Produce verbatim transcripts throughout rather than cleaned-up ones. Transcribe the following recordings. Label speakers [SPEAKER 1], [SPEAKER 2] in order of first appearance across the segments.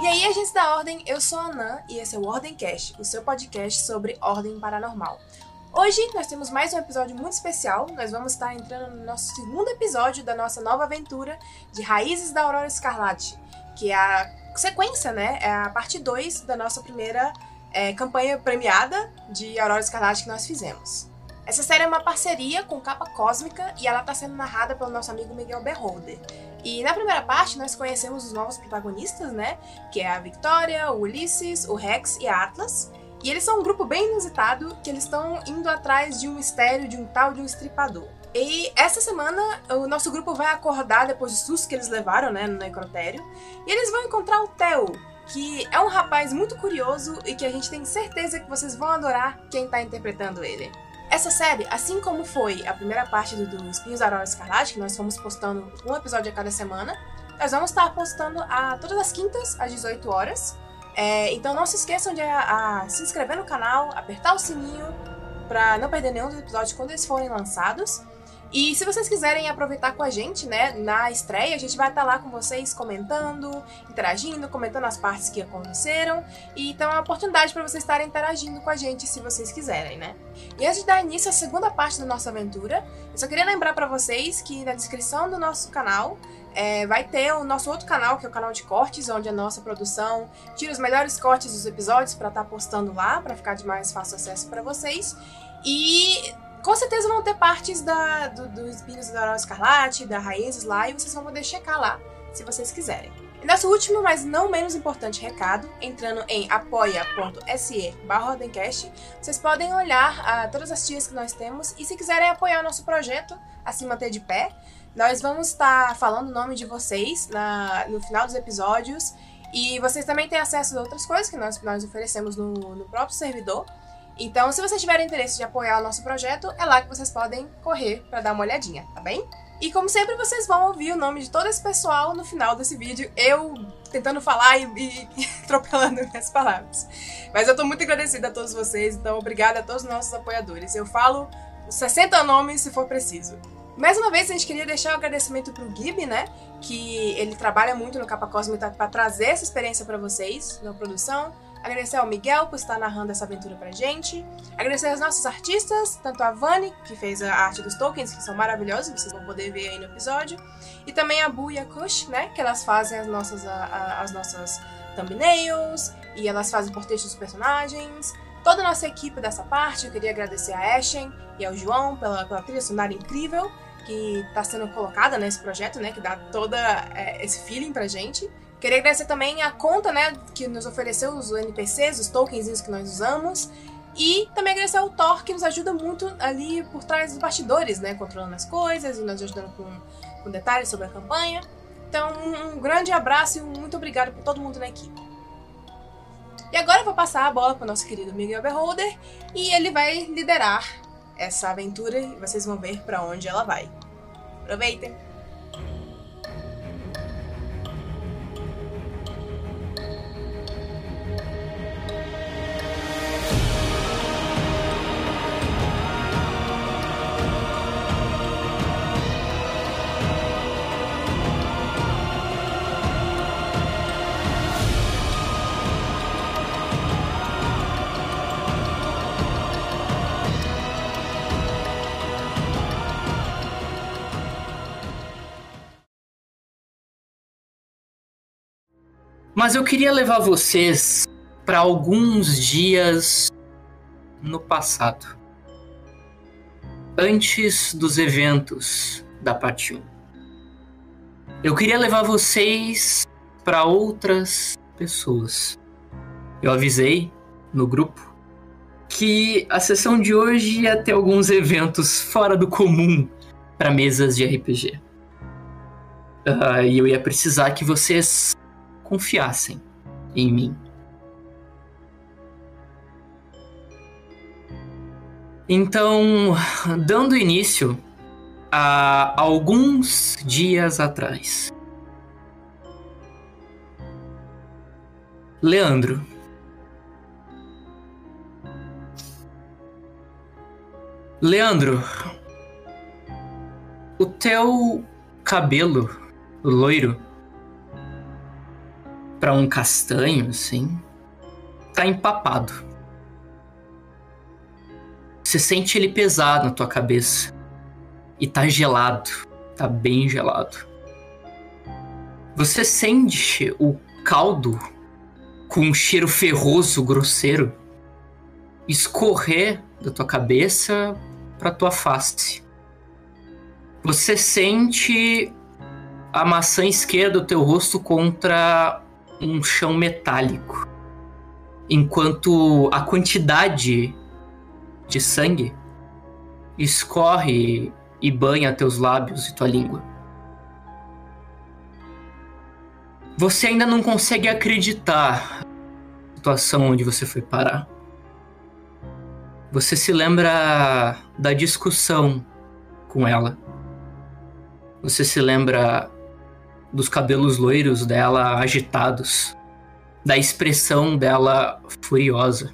[SPEAKER 1] aí, agentes da Ordem, eu sou a Nan e esse é o Ordemcast, o seu podcast sobre Ordem Paranormal. Hoje nós temos mais um episódio muito especial, nós vamos estar entrando no nosso segundo episódio da nossa nova aventura de Raízes da Aurora Escarlate, que é a sequência, né, é a parte dois da nossa primeira é, campanha premiada de Aurora Escarlate que nós fizemos. Essa série é uma parceria com Capa Cósmica e ela está sendo narrada pelo nosso amigo Miguel Beholder. E na primeira parte nós conhecemos os novos protagonistas, né? Que é a Victoria, o Ulisses, o Rex e a Atlas. E eles são um grupo bem inusitado que eles estão indo atrás de um mistério de um tal de um estripador. E essa semana o nosso grupo vai acordar depois do susto que eles levaram, né, no necrotério. E eles vão encontrar o Theo, que é um rapaz muito curioso e que a gente tem certeza que vocês vão adorar quem está interpretando ele. Essa série, assim como foi a primeira parte do, do Espinhos da Aurora Escarlate, que nós fomos postando um episódio a cada semana, nós vamos estar postando a, todas as quintas, às dezoito horas. É, então não se esqueçam de a, a, se inscrever no canal, apertar o sininho para não perder nenhum dos episódios quando eles forem lançados. E se vocês quiserem aproveitar com a gente, né, na estreia, a gente vai estar lá com vocês comentando, interagindo, comentando as partes que aconteceram. E então é uma oportunidade para vocês estarem interagindo com a gente se vocês quiserem, né? E antes de dar início à segunda parte da nossa aventura, eu só queria lembrar para vocês que na descrição do nosso canal é, vai ter o nosso outro canal, que é o canal de cortes, onde a nossa produção tira os melhores cortes dos episódios para estar postando lá, para ficar de mais fácil acesso para vocês. E com certeza vão ter partes da, do, do Espinhos da Aurora Escarlate, da Raízes lá, e vocês vão poder checar lá, se vocês quiserem. E nosso último, mas não menos importante recado, entrando em apoia.se barra Ordemcast, vocês podem olhar uh, todas as tiers que nós temos, e se quiserem apoiar o nosso projeto a se manter de pé, nós vamos estar falando o nome de vocês na, no final dos episódios, e vocês também têm acesso a outras coisas que nós, nós oferecemos no, no próprio servidor. Então, se vocês tiverem interesse de apoiar o nosso projeto, é lá que vocês podem correr para dar uma olhadinha, tá bem? E como sempre, vocês vão ouvir o nome de todo esse pessoal no final desse vídeo, eu tentando falar e, e atropelando minhas palavras. Mas eu tô muito agradecida a todos vocês, então obrigada a todos os nossos apoiadores. Eu falo os sessenta nomes se for preciso. Mais uma vez, a gente queria deixar o agradecimento pro Gibi, né? Que ele trabalha muito no Capa Cósmica para trazer essa experiência para vocês na produção. Agradecer ao Miguel por estar narrando essa aventura pra gente. Agradecer aos nossos artistas, tanto a Vani, que fez a arte dos tokens, que são maravilhosos, vocês vão poder ver aí no episódio. E também a Bu e a Kush, né, que elas fazem as nossas, a, a, as nossas thumbnails, e elas fazem portreitos dos personagens. Toda a nossa equipe dessa parte, eu queria agradecer a Ashen e ao João pela, pela trilha sonora incrível que está sendo colocada nesse projeto, né, que dá todo é, esse feeling pra gente. Queria agradecer também a conta, né, que nos ofereceu os N P Cs, os tokens que nós usamos. E também agradecer ao Thor, que nos ajuda muito ali por trás dos bastidores, né, controlando as coisas e nos ajudando com, com detalhes sobre a campanha. Então, um, um grande abraço e um muito obrigado por todo mundo na equipe. E agora eu vou passar a bola para o nosso querido Miguel Beholder e ele vai liderar essa aventura e vocês vão ver para onde ela vai. Aproveitem!
[SPEAKER 2] Mas eu queria levar vocês para alguns dias no passado, antes dos eventos da parte um. Eu queria levar vocês para outras pessoas. Eu avisei no grupo que a sessão de hoje ia ter alguns eventos fora do comum para mesas de R P G. Uh, e eu ia precisar que vocês confiassem em mim. Então, dando início a alguns dias atrás, Leandro, Leandro, o teu cabelo loiro pra um castanho, assim, tá empapado. Você sente ele pesado na tua cabeça. E tá gelado. Tá bem gelado. Você sente o caldo com um cheiro ferroso, grosseiro, escorrer da tua cabeça pra tua face. Você sente a maçã esquerda do teu rosto contra um chão metálico. Enquanto a quantidade de sangue escorre e banha teus lábios e tua língua. Você ainda não consegue acreditar na situação onde você foi parar. Você se lembra da discussão com ela. Você se lembra dos cabelos loiros dela agitados, da expressão dela furiosa.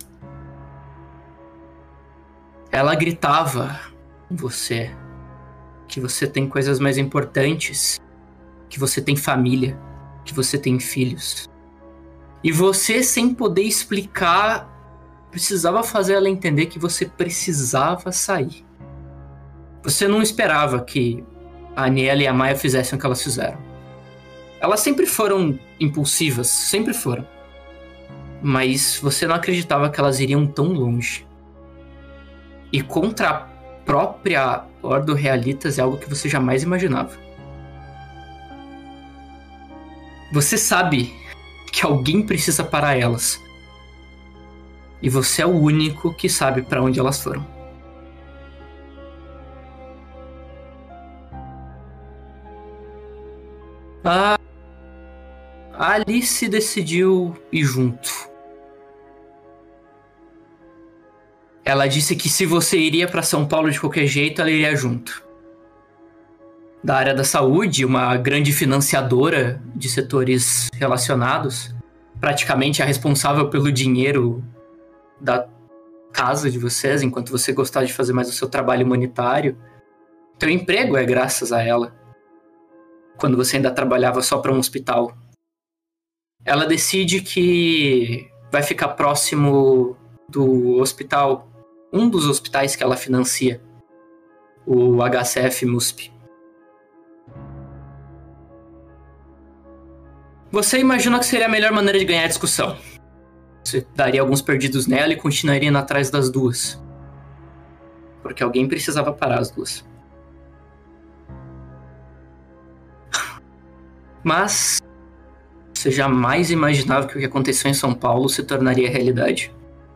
[SPEAKER 2] Ela gritava com você que você tem coisas mais importantes, que você tem família, que você tem filhos. E você, sem poder explicar, precisava fazer ela entender que você precisava sair. Você não esperava que a Aniela e a Maia fizessem o que elas fizeram. Elas sempre foram impulsivas, sempre foram. Mas você não acreditava que elas iriam tão longe. E contra a própria Ordo Realitas é algo que você jamais imaginava. Você sabe que alguém precisa parar elas. E você é o único que sabe para onde elas foram. A Alice decidiu ir junto. Ela disse que se você iria para São Paulo de qualquer jeito, ela iria junto. Da área da saúde, uma grande financiadora de setores relacionados, praticamente a responsável pelo dinheiro da casa de vocês, enquanto você gostar de fazer mais o seu trabalho humanitário. Teu emprego é graças a ela. Quando você ainda trabalhava só para um hospital. Ela decide que vai ficar próximo do hospital, um dos hospitais que ela financia, o H C F M U S P. Você imagina que seria a melhor maneira de ganhar a discussão. Você daria alguns perdidos nela e continuaria indo atrás das duas. Porque alguém precisava parar as duas. Mas você jamais imaginava que o que aconteceu em São Paulo se tornaria realidade.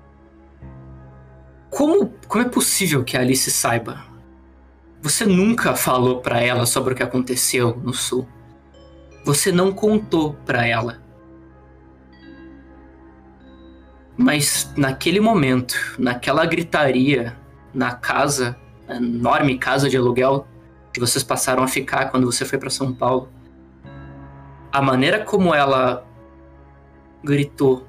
[SPEAKER 2] Como, como é possível que a Alice saiba? Você nunca falou pra ela sobre o que aconteceu no Sul. Você não contou pra ela. Mas naquele momento, naquela gritaria, na casa, na enorme casa de aluguel que vocês passaram a ficar quando você foi pra São Paulo, a maneira como ela gritou,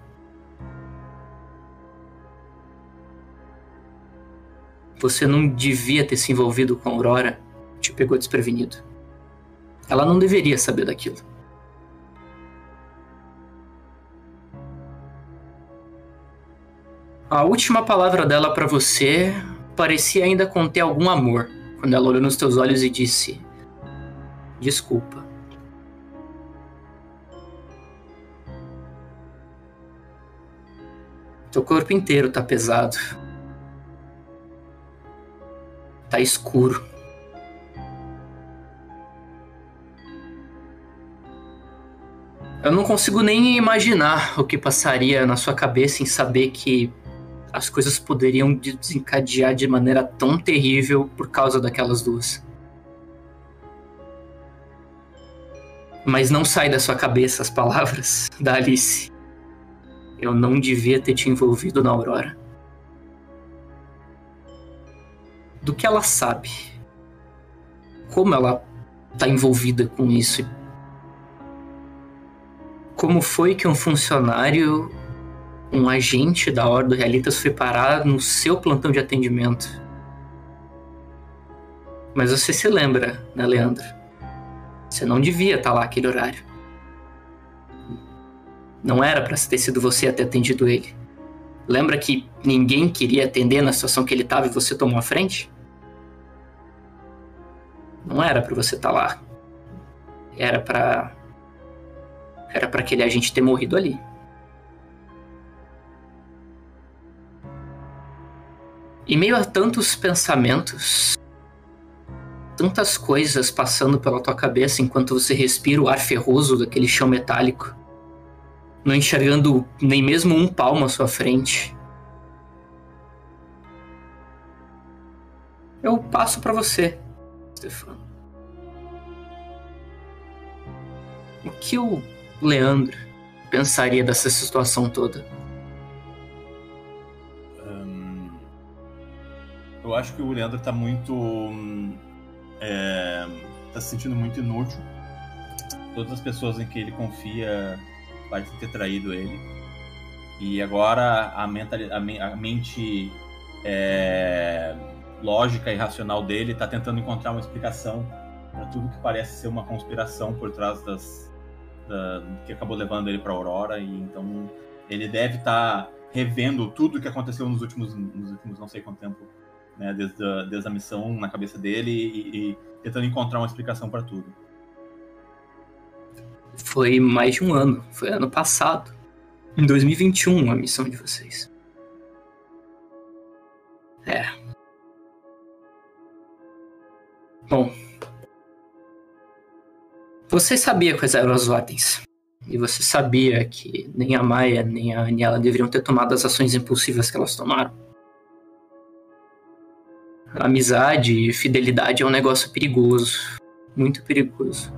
[SPEAKER 2] você não devia ter se envolvido com a Aurora, te pegou desprevenido. Ela não deveria saber daquilo. A última palavra dela pra você parecia ainda conter algum amor, quando ela olhou nos teus olhos e disse: desculpa. Teu corpo inteiro tá pesado. Tá escuro. Eu não consigo nem imaginar o que passaria na sua cabeça em saber que as coisas poderiam desencadear de maneira tão terrível por causa daquelas duas. Mas não sai da sua cabeça as palavras da Alice. Eu não devia ter te envolvido na Aurora. Do que ela sabe? Como ela tá envolvida com isso? Como foi que um funcionário, um agente da Ordo Realitas foi parar no seu plantão de atendimento? Mas você se lembra, né, Leandro? Você não devia estar lá aquele horário. Não era pra ter sido você a ter atendido ele. Lembra que ninguém queria atender na situação que ele tava e você tomou a frente? Não era pra você estar lá. Era pra... Era pra aquele agente ter morrido ali. Em meio a tantos pensamentos, tantas coisas passando pela tua cabeça enquanto você respira o ar ferroso daquele chão metálico, não enxergando nem mesmo um palmo à sua frente, eu passo pra você, Stefano. O que o Leandro pensaria dessa situação toda?
[SPEAKER 3] Hum, eu acho que o Leandro tá muito... É, tá se sentindo muito inútil. Todas as pessoas em que ele confia parecem ter traído ele. E agora a, mental, a, me, a mente é, lógica e racional dele tá tentando encontrar uma explicação para tudo que parece ser uma conspiração por trás das... Da, que acabou levando ele para Aurora, e então ele deve estar tá revendo tudo o que aconteceu nos últimos, nos últimos não sei quanto tempo, né, desde, a, desde a missão na cabeça dele e, e tentando encontrar uma explicação para tudo.
[SPEAKER 2] Foi mais de um ano, foi ano passado, em dois mil e vinte e um, a missão de vocês. É. Bom, você sabia quais eram as ordens. E você sabia que nem a Maia nem a Aniela deveriam ter tomado as ações impulsivas que elas tomaram. A amizade e fidelidade é um negócio perigoso. Muito perigoso.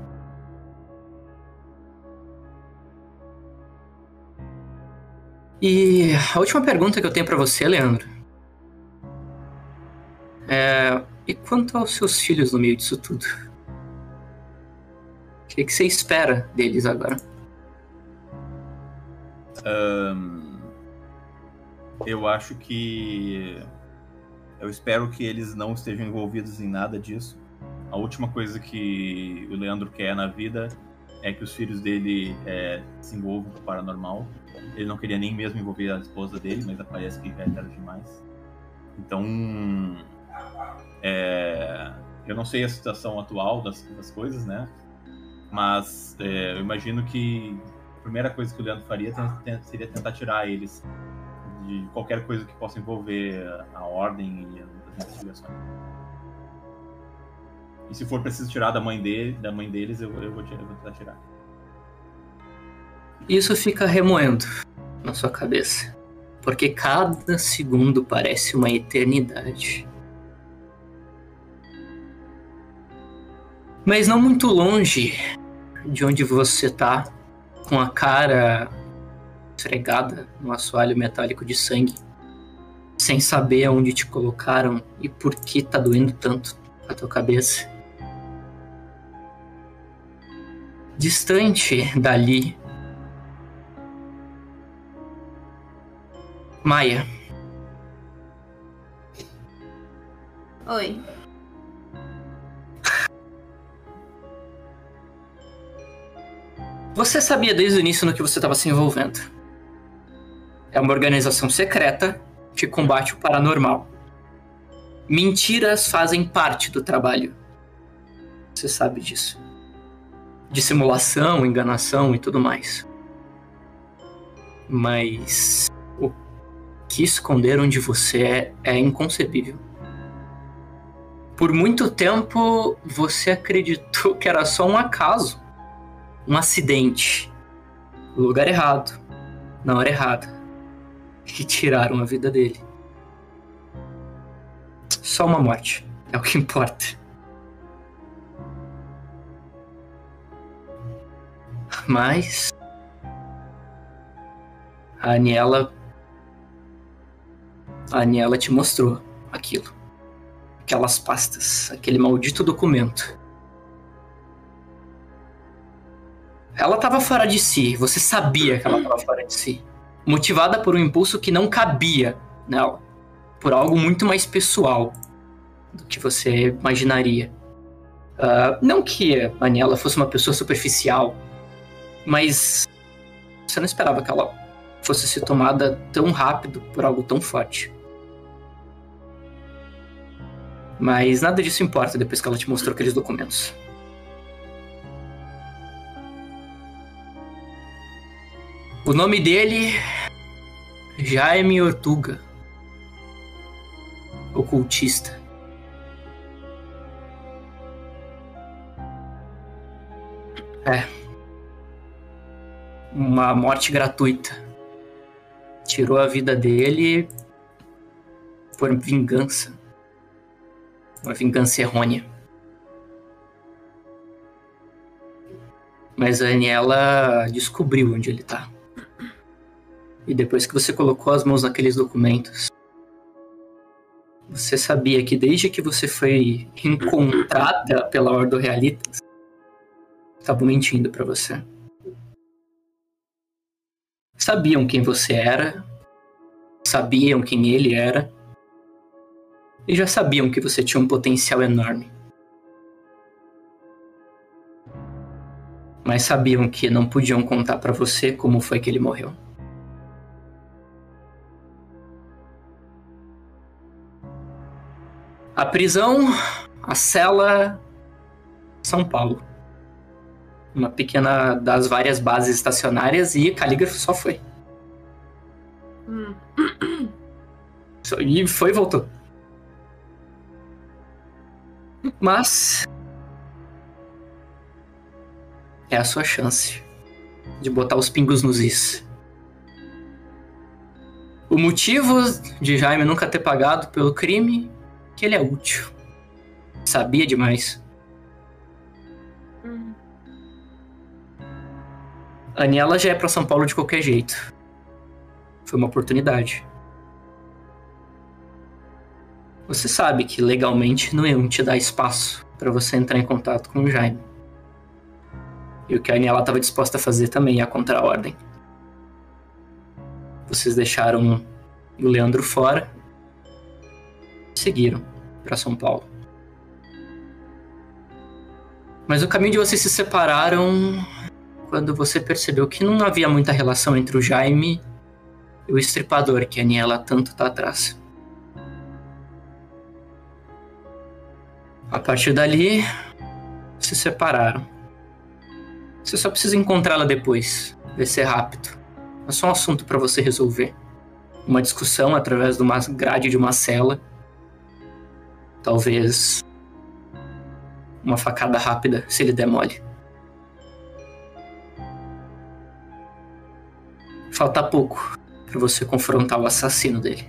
[SPEAKER 2] E a última pergunta que eu tenho pra você, Leandro, é... E quanto aos seus filhos no meio disso tudo? O que, que você espera deles agora?
[SPEAKER 3] Um, eu acho que... Eu espero que eles não estejam envolvidos em nada disso. A última coisa que o Leandro quer na vida é que os filhos dele é, se envolvam com o paranormal. Ele não queria nem mesmo envolver a esposa dele, mas parece que já era demais. Então... É, eu não sei a situação atual das, das coisas, né? Mas é, eu imagino que a primeira coisa que o Leandro faria seria tentar tirar eles de qualquer coisa que possa envolver a ordem e as investigações. E se for preciso tirar da mãe, dele, da mãe deles, eu, eu, vou tirar, eu vou tentar tirar.
[SPEAKER 2] Isso fica remoendo na sua cabeça, porque cada segundo parece uma eternidade. Mas não muito longe de onde você tá, com a cara esfregada no assoalho metálico de sangue, sem saber aonde te colocaram e por que tá doendo tanto a tua cabeça. Distante dali, Maia.
[SPEAKER 4] Oi.
[SPEAKER 2] Você sabia desde o início no que você estava se envolvendo. É uma organização secreta que combate o paranormal. Mentiras fazem parte do trabalho. Você sabe disso. Dissimulação, enganação e tudo mais. Mas o que esconderam de você é, é inconcebível. Por muito tempo, você acreditou que era só um acaso. Um acidente. No lugar errado. Na hora errada. E tiraram a vida dele. Só uma morte. É o que importa. Mas... A Aniela... A Aniela te mostrou aquilo. Aquelas pastas. Aquele maldito documento. Ela estava fora de si, você sabia que ela estava fora de si. Motivada por um impulso que não cabia nela. Por algo muito mais pessoal do que você imaginaria. Uh, não que a Aniela fosse uma pessoa superficial, mas Você não esperava que ela fosse ser tomada tão rápido por algo tão forte. Mas nada disso importa depois que ela te mostrou aqueles documentos. O nome dele... Jaime Ortuga. Ocultista. É. Uma morte gratuita. Tirou a vida dele por vingança. Uma vingança errônea. Mas a Aniela descobriu onde ele tá. E depois que você colocou as mãos naqueles documentos, você sabia que desde que você foi encontrada pela Ordo Realitas, estavam mentindo pra você. Sabiam quem você era, sabiam quem ele era, e já sabiam que você tinha um potencial enorme. Mas sabiam que não podiam contar pra você como foi que ele morreu. A prisão, a cela, São Paulo. Uma pequena das várias bases estacionárias e Calígrafo só foi.
[SPEAKER 1] Hum.
[SPEAKER 2] E foi e voltou. Mas é a sua chance de botar os pingos nos is. O motivo de Jaime nunca ter pagado pelo crime é que ele é útil. Sabia demais.
[SPEAKER 1] Hum.
[SPEAKER 2] A Aniela já é pra São Paulo de qualquer jeito. Foi uma oportunidade. Você sabe que legalmente não iam te dar espaço pra você entrar em contato com o Jaime. E o que a Aniela estava disposta a fazer também é contra a ordem. Vocês deixaram o Leandro fora e seguiram pra São Paulo. Mas o caminho de vocês se separaram quando você percebeu que não havia muita relação entre o Jaime e o estripador que a Aniela tanto tá atrás. A partir dali, se separaram. Você só precisa encontrá-la depois. Vai ser rápido. É só um assunto pra você resolver. Uma discussão através de uma grade de uma cela. Talvez uma facada rápida, se ele der mole. Falta pouco pra você confrontar o assassino dele.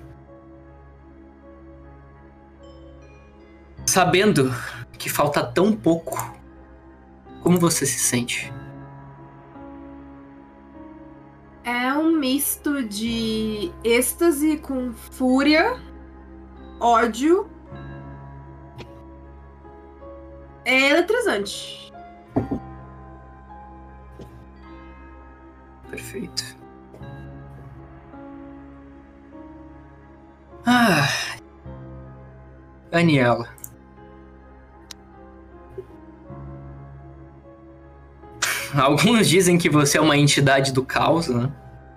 [SPEAKER 2] Sabendo que falta tão pouco, como você se sente?
[SPEAKER 1] É um misto de êxtase com fúria, ódio. É eletrizante.
[SPEAKER 2] Perfeito. Ah, Aniela. Alguns dizem que você é uma entidade do caos, né?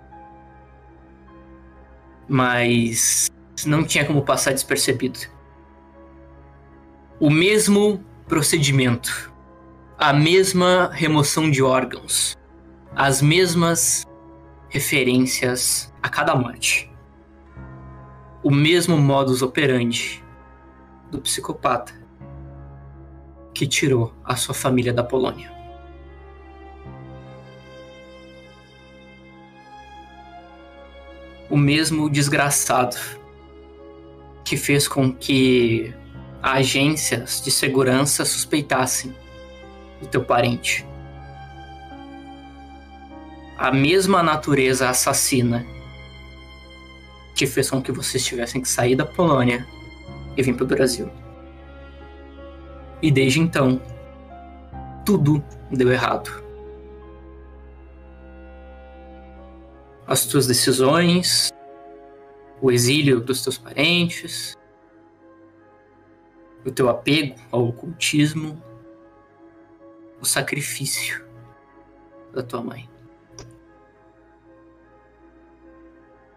[SPEAKER 2] Mas não tinha como passar despercebido. O mesmo procedimento, a mesma remoção de órgãos, as mesmas referências a cada morte. O mesmo modus operandi do psicopata que tirou a sua família da Polônia. O mesmo desgraçado que fez com que agências de segurança suspeitassem do teu parente. A mesma natureza assassina que fez com que vocês tivessem que sair da Polônia e vir para o Brasil. E desde então, tudo deu errado. As tuas decisões, o exílio dos teus parentes, o teu apego ao ocultismo, o sacrifício da tua mãe.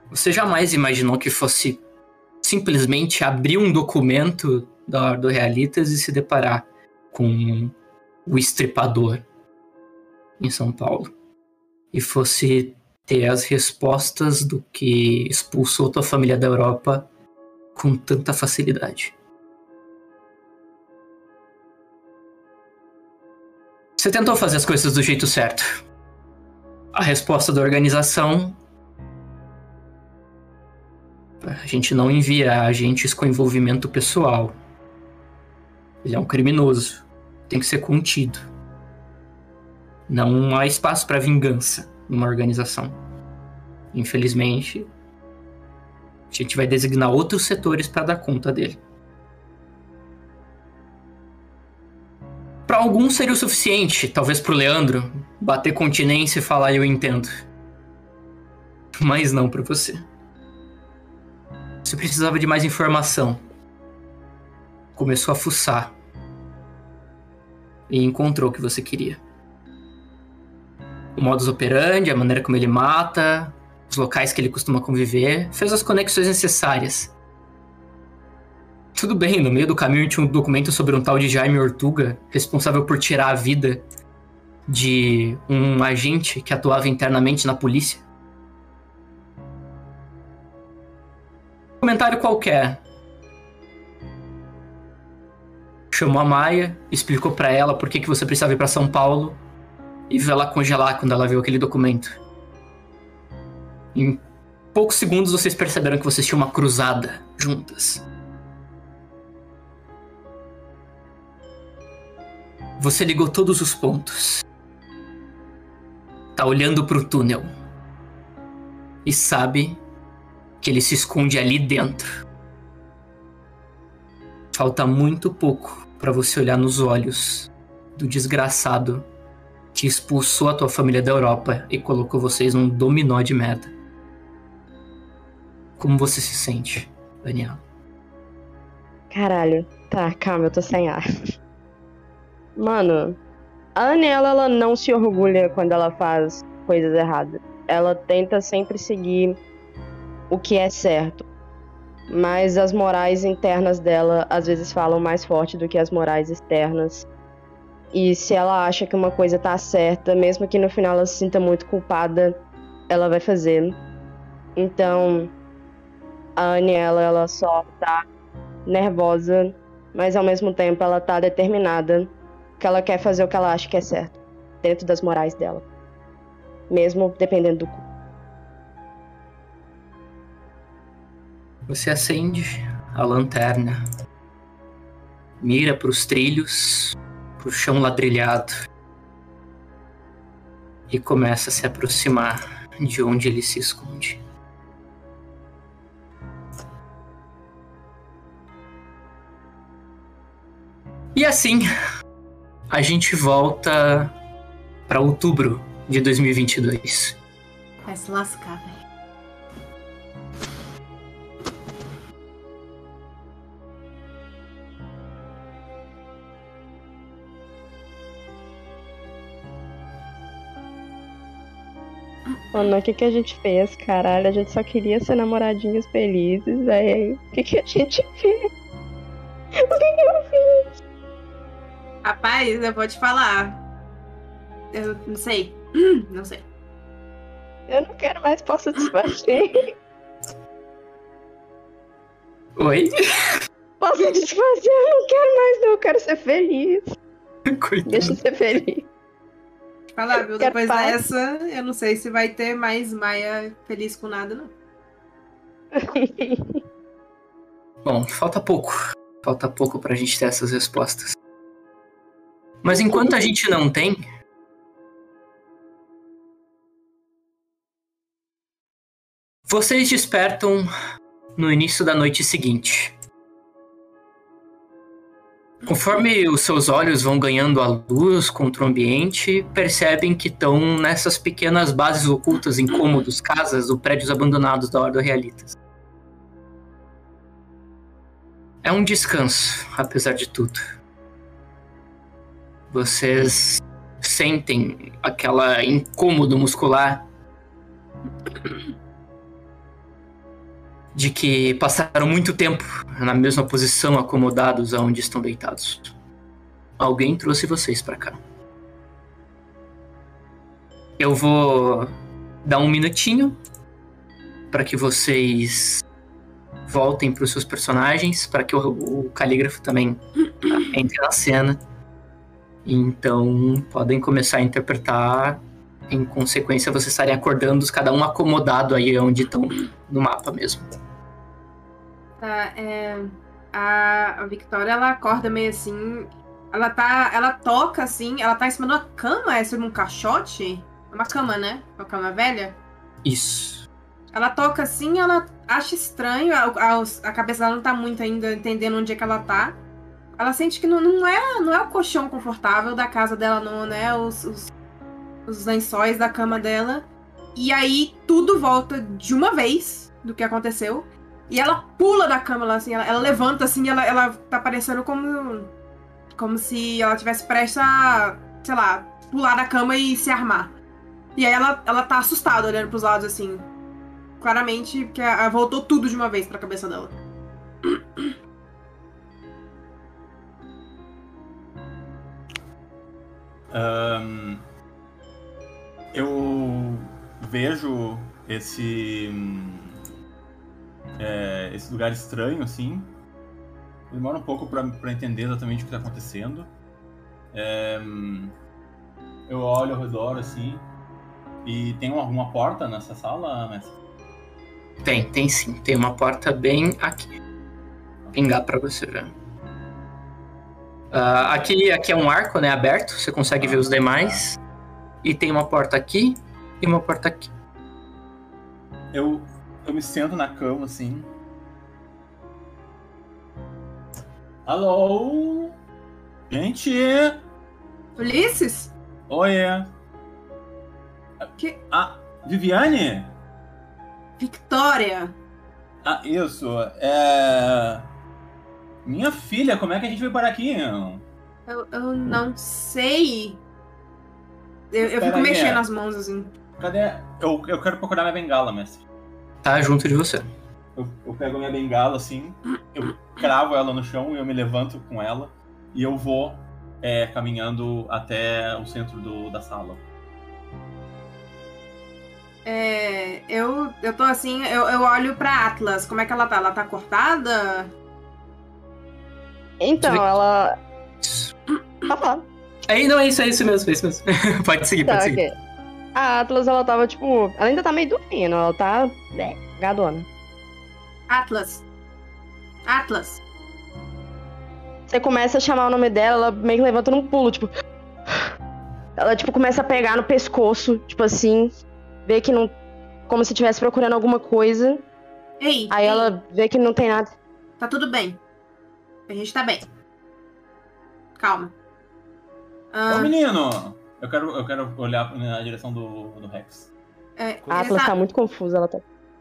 [SPEAKER 2] Você jamais imaginou que fosse simplesmente abrir um documento da Ordo Realitas e se deparar com o Estripador em São Paulo. E fosse ter as respostas do que expulsou tua família da Europa com tanta facilidade. Você tentou fazer as coisas do jeito certo. A resposta da organização... A gente não envia agentes com envolvimento pessoal. Ele é um criminoso. Tem que ser contido. Não há espaço para vingança numa organização. Infelizmente, a gente vai designar outros setores para dar conta dele. Para alguns seria o suficiente, talvez pro Leandro, bater continência e falar eu entendo. Mas não para você. Você precisava de mais informação. Começou a fuçar. E encontrou o que você queria. O modus operandi, a maneira como ele mata, os locais que ele costuma conviver, fez as conexões necessárias. Tudo bem, no meio do caminho tinha um documento sobre um tal de Jaime Ortuga, responsável por tirar a vida de um agente que atuava internamente na polícia. Comentário qualquer. Chamou a Maia, explicou pra ela por que que você precisava ir pra São Paulo e viu ela congelar quando ela viu aquele documento. Em poucos segundos vocês perceberam que vocês tinham uma cruzada juntas. Você ligou todos os pontos. Tá olhando pro túnel. E sabe que ele se esconde ali dentro. Falta muito pouco pra você olhar nos olhos do desgraçado que expulsou a tua família da Europa e colocou vocês num dominó de merda. Como você se sente, Daniela?
[SPEAKER 5] Caralho. Tá, calma, eu tô sem ar. Mano, a Aniela, ela não se orgulha quando ela faz coisas erradas. Ela tenta sempre seguir o que é certo. Mas as morais internas dela, às vezes, falam mais forte do que as morais externas. E se ela acha que uma coisa tá certa, mesmo que no final ela se sinta muito culpada, ela vai fazer. Então, a Aniela, ela só tá nervosa, mas ao mesmo tempo ela tá determinada que ela quer fazer o que ela acha que é certo, dentro das morais dela. Mesmo dependendo do cu.
[SPEAKER 2] Você acende a lanterna, mira pros trilhos, pro chão ladrilhado e começa a se aproximar de onde ele se esconde. E assim, a gente volta para outubro de dois mil e vinte e dois.
[SPEAKER 4] Vai se lascar, velho.
[SPEAKER 5] Mano, o que que a gente fez, caralho? A gente só queria ser namoradinhos felizes, velho. O que que a gente fez? O que que eu fiz?
[SPEAKER 4] Rapaz, eu vou te falar. Eu não sei. Não sei.
[SPEAKER 5] Eu não quero mais, posso desfazer.
[SPEAKER 2] Oi?
[SPEAKER 5] Posso desfazer? Eu não quero mais, não. Eu quero ser feliz.
[SPEAKER 2] Coitado.
[SPEAKER 5] Deixa eu ser feliz.
[SPEAKER 4] Falar, viu?
[SPEAKER 5] Quero
[SPEAKER 4] Depois
[SPEAKER 5] paz.
[SPEAKER 4] dessa, eu não sei se vai ter mais Maia feliz com nada, não.
[SPEAKER 2] Bom, falta pouco. Falta pouco pra gente ter essas respostas. Mas enquanto a gente não tem... Vocês despertam no início da noite seguinte. Conforme os seus olhos vão ganhando a luz contra o ambiente, percebem que estão nessas pequenas bases ocultas em cômodos, casas ou prédios abandonados da Ordo Realitas. É um descanso, apesar de tudo. Vocês sentem aquela incômodo muscular de que passaram muito tempo na mesma posição, acomodados aonde estão deitados. Alguém trouxe vocês pra cá. Eu vou dar um minutinho para que vocês voltem para os seus personagens, para que o, o calígrafo também entre na cena. Então, podem começar a interpretar. Em consequência, vocês estarem acordando, cada um acomodado aí onde estão no mapa mesmo.
[SPEAKER 4] Tá, é... A, a Victoria, ela acorda meio assim... Ela tá... Ela toca, assim... Ela tá em cima de uma cama? É sobre um caixote? É uma cama, né? Uma cama velha?
[SPEAKER 2] Isso.
[SPEAKER 4] Ela toca assim, ela acha estranho, a, a, a cabeça dela não tá muito ainda entendendo onde é que ela tá. Ela sente que não, não, é, não é o colchão confortável da casa dela, não, né? Os, os, os lençóis da cama dela. E aí tudo volta de uma vez do que aconteceu. E ela pula da cama, ela, assim, ela, ela levanta assim, ela, ela tá parecendo como, como se ela tivesse prestes a, sei lá, pular da cama e se armar. E aí ela, ela tá assustada, olhando pros lados assim. Claramente, porque a, a voltou tudo de uma vez pra cabeça dela.
[SPEAKER 3] Um, eu vejo esse é, esse lugar estranho, assim. Demora um pouco pra, pra entender exatamente o que tá acontecendo. É, eu olho ao redor, assim. E tem alguma porta nessa sala, mestre?
[SPEAKER 2] Tem, tem sim. Tem uma porta bem aqui. Pingar pra você ver. Uh, aqui, aqui é um arco, né, aberto. Você consegue ah, ver os demais. Tá. E tem uma porta aqui e uma porta aqui.
[SPEAKER 3] Eu, eu me sento na cama, assim. Alô? Gente!
[SPEAKER 4] Ulisses?
[SPEAKER 3] Oi!
[SPEAKER 4] Que...
[SPEAKER 3] Ah, Viviane?
[SPEAKER 4] Victoria.
[SPEAKER 3] Ah, isso. É... Minha filha, como é que a gente veio parar aqui?
[SPEAKER 4] Eu, eu não sei. Eu, eu fico aí, mexendo é. as mãos, assim.
[SPEAKER 3] Cadê? Eu, eu quero procurar minha bengala, mestre.
[SPEAKER 2] Tá junto de você.
[SPEAKER 3] Eu, eu pego minha bengala, assim, eu cravo ela no chão e eu me levanto com ela. E eu vou é, caminhando até o centro do, da sala.
[SPEAKER 4] É, eu, eu tô assim, eu, eu olho pra Atlas. Como é que ela tá? Ela tá cortada?
[SPEAKER 5] Então, ela... Tá falando.
[SPEAKER 2] Aí, não, é isso, é isso mesmo, é isso mesmo. Pode seguir,
[SPEAKER 5] tá,
[SPEAKER 2] pode
[SPEAKER 5] okay.
[SPEAKER 2] seguir.
[SPEAKER 5] A Atlas, ela tava, tipo... Ela ainda tá meio dormindo, ela tá... É, gadona.
[SPEAKER 4] Atlas. Atlas.
[SPEAKER 5] Você começa a chamar o nome dela, ela meio que levanta num pulo, tipo... Ela, tipo, começa a pegar no pescoço, tipo assim... Vê que não... Como se estivesse procurando alguma coisa.
[SPEAKER 4] Ei,
[SPEAKER 5] Aí
[SPEAKER 4] ei.
[SPEAKER 5] ela vê que não tem nada.
[SPEAKER 4] Tá tudo bem. A gente tá bem. Calma.
[SPEAKER 3] Ah. Ô, menino! Eu quero, eu quero olhar na direção do, do Rex.
[SPEAKER 4] É,
[SPEAKER 5] a Atlas tá... tá muito confusa, ela tá...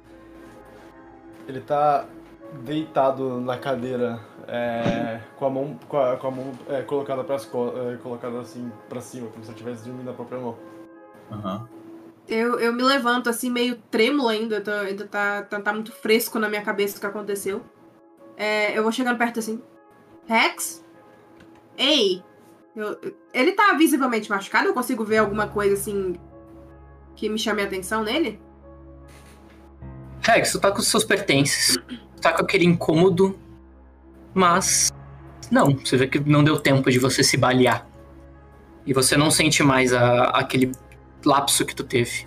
[SPEAKER 6] Ele tá deitado na cadeira, é, com a mão, com a, com a mão é, colocada, pras co- é, colocada assim pra cima, como se eu estivesse dormindo na própria mão.
[SPEAKER 3] Aham. Uhum.
[SPEAKER 4] Eu, eu me levanto assim, meio trêmulo ainda, tô, ainda tá, tá, tá muito fresco na minha cabeça o que aconteceu. É, eu vou chegando perto assim. Rex? Ei! Eu, ele tá visivelmente machucado? Eu consigo ver alguma coisa assim que me chame a atenção nele?
[SPEAKER 2] Rex, tu tá com os seus pertences. Tá com aquele incômodo. Mas... Não, você vê que não deu tempo de você se balear. E você não sente mais a, aquele... lapso que tu teve.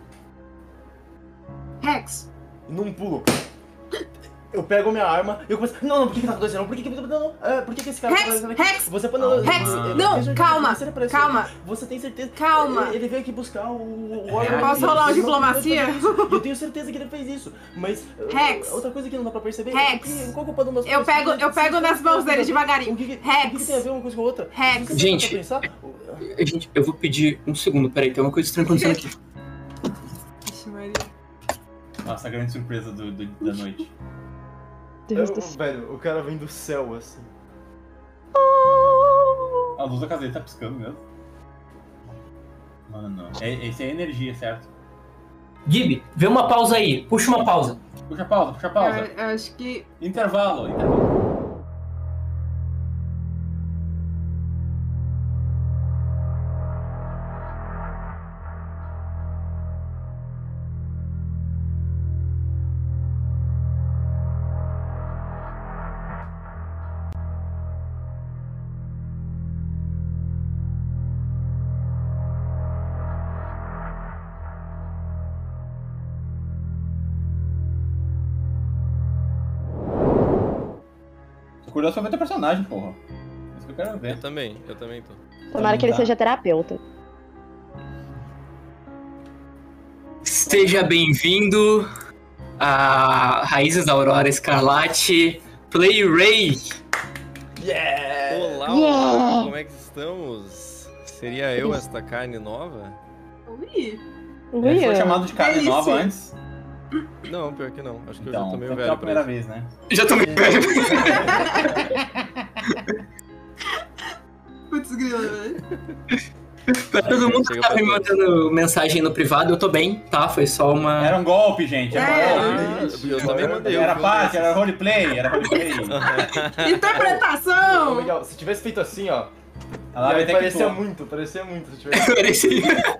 [SPEAKER 4] Rex.
[SPEAKER 6] Num pulo. Eu pego minha arma e eu começo... Não, não, por que que tá acontecendo? Por que que... Não, não. É, por que que esse cara...
[SPEAKER 4] Rex,
[SPEAKER 6] tá aqui?
[SPEAKER 4] Rex.
[SPEAKER 6] Você... Não,
[SPEAKER 4] Rex,
[SPEAKER 6] não,
[SPEAKER 4] não, calma, calma.
[SPEAKER 6] Você tem certeza...
[SPEAKER 4] Calma.
[SPEAKER 6] Ele veio aqui buscar o... o
[SPEAKER 4] órgão. Posso rolar uma diplomacia?
[SPEAKER 6] Eu tenho certeza que ele fez isso, mas...
[SPEAKER 4] Rex.
[SPEAKER 6] Outra coisa que não dá pra perceber...
[SPEAKER 4] Rex.
[SPEAKER 6] Qual que é o padrão das
[SPEAKER 4] eu pego, eu pego nas mãos dele devagarinho.
[SPEAKER 6] O que, que,
[SPEAKER 4] Rex.
[SPEAKER 6] O que, que tem a ver uma coisa com a outra?
[SPEAKER 4] Rex.
[SPEAKER 6] Que que
[SPEAKER 2] gente, gente, eu vou pedir um segundo, peraí, tem uma coisa estranha acontecendo aqui.
[SPEAKER 4] Ixi, Maria.
[SPEAKER 3] Nossa, a grande surpresa do, do, da noite.
[SPEAKER 5] Deus
[SPEAKER 6] eu,
[SPEAKER 5] do céu.
[SPEAKER 6] Velho, o cara vem do céu, assim.
[SPEAKER 3] A luz da casa dele tá piscando mesmo. Mano, não. É, esse é energia, certo?
[SPEAKER 2] Gib, vê uma pausa aí. Puxa uma pausa.
[SPEAKER 3] Puxa a pausa, puxa a pausa.
[SPEAKER 4] Eu, eu acho que...
[SPEAKER 3] Intervalo, intervalo. Curioso pra ver teu personagem, porra. Isso que eu quero ver.
[SPEAKER 7] Eu também, eu também tô.
[SPEAKER 5] Tomara que ele
[SPEAKER 3] tá.
[SPEAKER 5] seja terapeuta.
[SPEAKER 2] Seja bem-vindo a Raízes da Aurora Escarlate Play Ray.
[SPEAKER 6] Yeah!
[SPEAKER 7] Olá,
[SPEAKER 5] Yeah!
[SPEAKER 7] olá, como é que estamos? Seria eu esta carne nova?
[SPEAKER 4] Ui,
[SPEAKER 3] Ele foi
[SPEAKER 5] Ui,
[SPEAKER 3] chamado de carne
[SPEAKER 4] Delícia.
[SPEAKER 3] nova antes.
[SPEAKER 7] Não, pior que não. Acho que eu
[SPEAKER 3] Então,
[SPEAKER 7] já tô meio
[SPEAKER 3] então é
[SPEAKER 7] velho
[SPEAKER 3] a
[SPEAKER 7] pra
[SPEAKER 3] primeira
[SPEAKER 7] isso.
[SPEAKER 3] vez, né?
[SPEAKER 2] Já tô meio velho.
[SPEAKER 4] putz grila, velho.
[SPEAKER 2] Pra todo mundo que
[SPEAKER 7] Chega
[SPEAKER 2] tá
[SPEAKER 7] pra
[SPEAKER 2] me
[SPEAKER 7] todos.
[SPEAKER 2] mandando mensagem no privado, eu tô bem, tá? Foi só uma...
[SPEAKER 3] Era um golpe, gente. Era,
[SPEAKER 4] É,
[SPEAKER 3] um golpe.
[SPEAKER 7] Ah, eu também mandei.
[SPEAKER 3] Era
[SPEAKER 7] eu vi um
[SPEAKER 3] parte,
[SPEAKER 7] desses.
[SPEAKER 3] era roleplay, era roleplay.
[SPEAKER 6] Ô,
[SPEAKER 4] Interpretação!
[SPEAKER 6] Miguel, se tivesse feito assim, ó.
[SPEAKER 3] Ela
[SPEAKER 6] e
[SPEAKER 3] vai
[SPEAKER 6] aí
[SPEAKER 3] ter
[SPEAKER 6] parecia
[SPEAKER 3] que
[SPEAKER 6] muito, parecia muito se tivesse.
[SPEAKER 2] Parecia.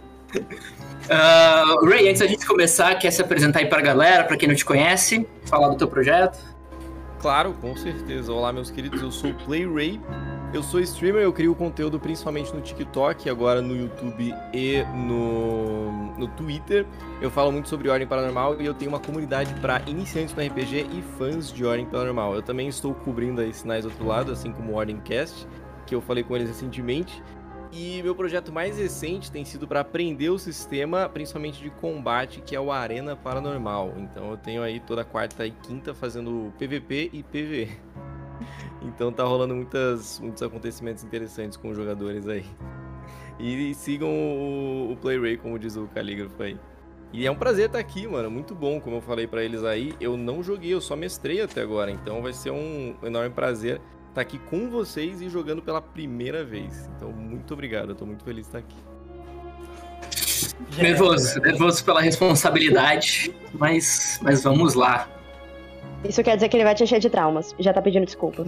[SPEAKER 2] Uh, Ray, antes da gente começar, quer se apresentar aí pra galera, pra quem não te conhece, falar do teu projeto?
[SPEAKER 7] Claro, com certeza. Olá, meus queridos, eu sou o Play Ray. Eu sou streamer, eu crio conteúdo principalmente no TikTok, agora no YouTube e no, no Twitter. Eu falo muito sobre Ordem Paranormal e eu tenho uma comunidade para iniciantes no R P G e fãs de Ordem Paranormal. Eu também estou cobrindo aí sinais do outro lado, assim como o Ordem Cast, que eu falei com eles recentemente. E meu projeto mais recente tem sido para aprender o sistema, principalmente de combate, que é o Arena Paranormal. Então eu tenho aí toda quarta e quinta fazendo P V P e P V E. Então tá rolando muitas, muitos acontecimentos interessantes com os jogadores aí. E sigam o, o Play Ray, como diz o Calígrafo aí. E é um prazer estar aqui, mano. Muito bom, como eu falei pra eles aí. Eu não joguei, eu só mestrei até agora. Então vai ser um enorme prazer estar aqui com vocês e jogando pela primeira vez. Então, muito obrigado. Eu tô muito feliz de estar aqui.
[SPEAKER 2] Nervoso, nervoso pela responsabilidade, mas, mas vamos lá.
[SPEAKER 5] Isso quer dizer que ele vai te encher de traumas. Já tá pedindo desculpa.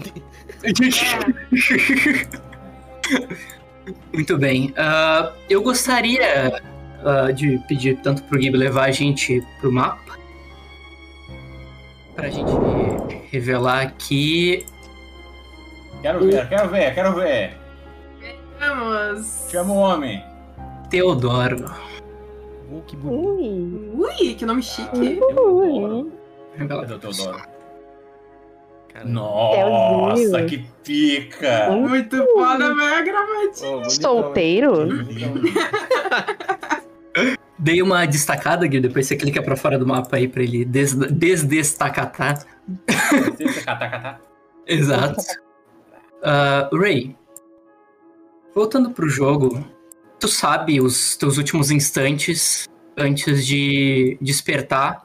[SPEAKER 2] Muito bem. Uh, eu gostaria uh, de pedir tanto pro Gib levar a gente pro mapa, pra gente revelar aqui.
[SPEAKER 3] Quero ver, quero ver, quero ver.
[SPEAKER 4] Vamos!
[SPEAKER 3] Chama o homem.
[SPEAKER 2] Teodoro.
[SPEAKER 7] Oh, que bonito.
[SPEAKER 5] Ui.
[SPEAKER 4] Ui, que nome chique!
[SPEAKER 5] Ui.
[SPEAKER 2] Revela
[SPEAKER 3] Cadê o Teodoro?
[SPEAKER 7] Cara,
[SPEAKER 3] Nossa,
[SPEAKER 5] Teozinho.
[SPEAKER 3] que pica!
[SPEAKER 4] Muito foda, mega gravadinho!
[SPEAKER 6] Ô, bonitão,
[SPEAKER 5] Solteiro?
[SPEAKER 6] hein? Bonitão.
[SPEAKER 2] Dei uma destacada, Gui, depois você clica pra fora do mapa aí pra ele des desdestacar, tá?
[SPEAKER 3] Catá, catá.
[SPEAKER 2] Exato. Uh, Ray, voltando pro jogo, tu sabe os teus últimos instantes antes de despertar.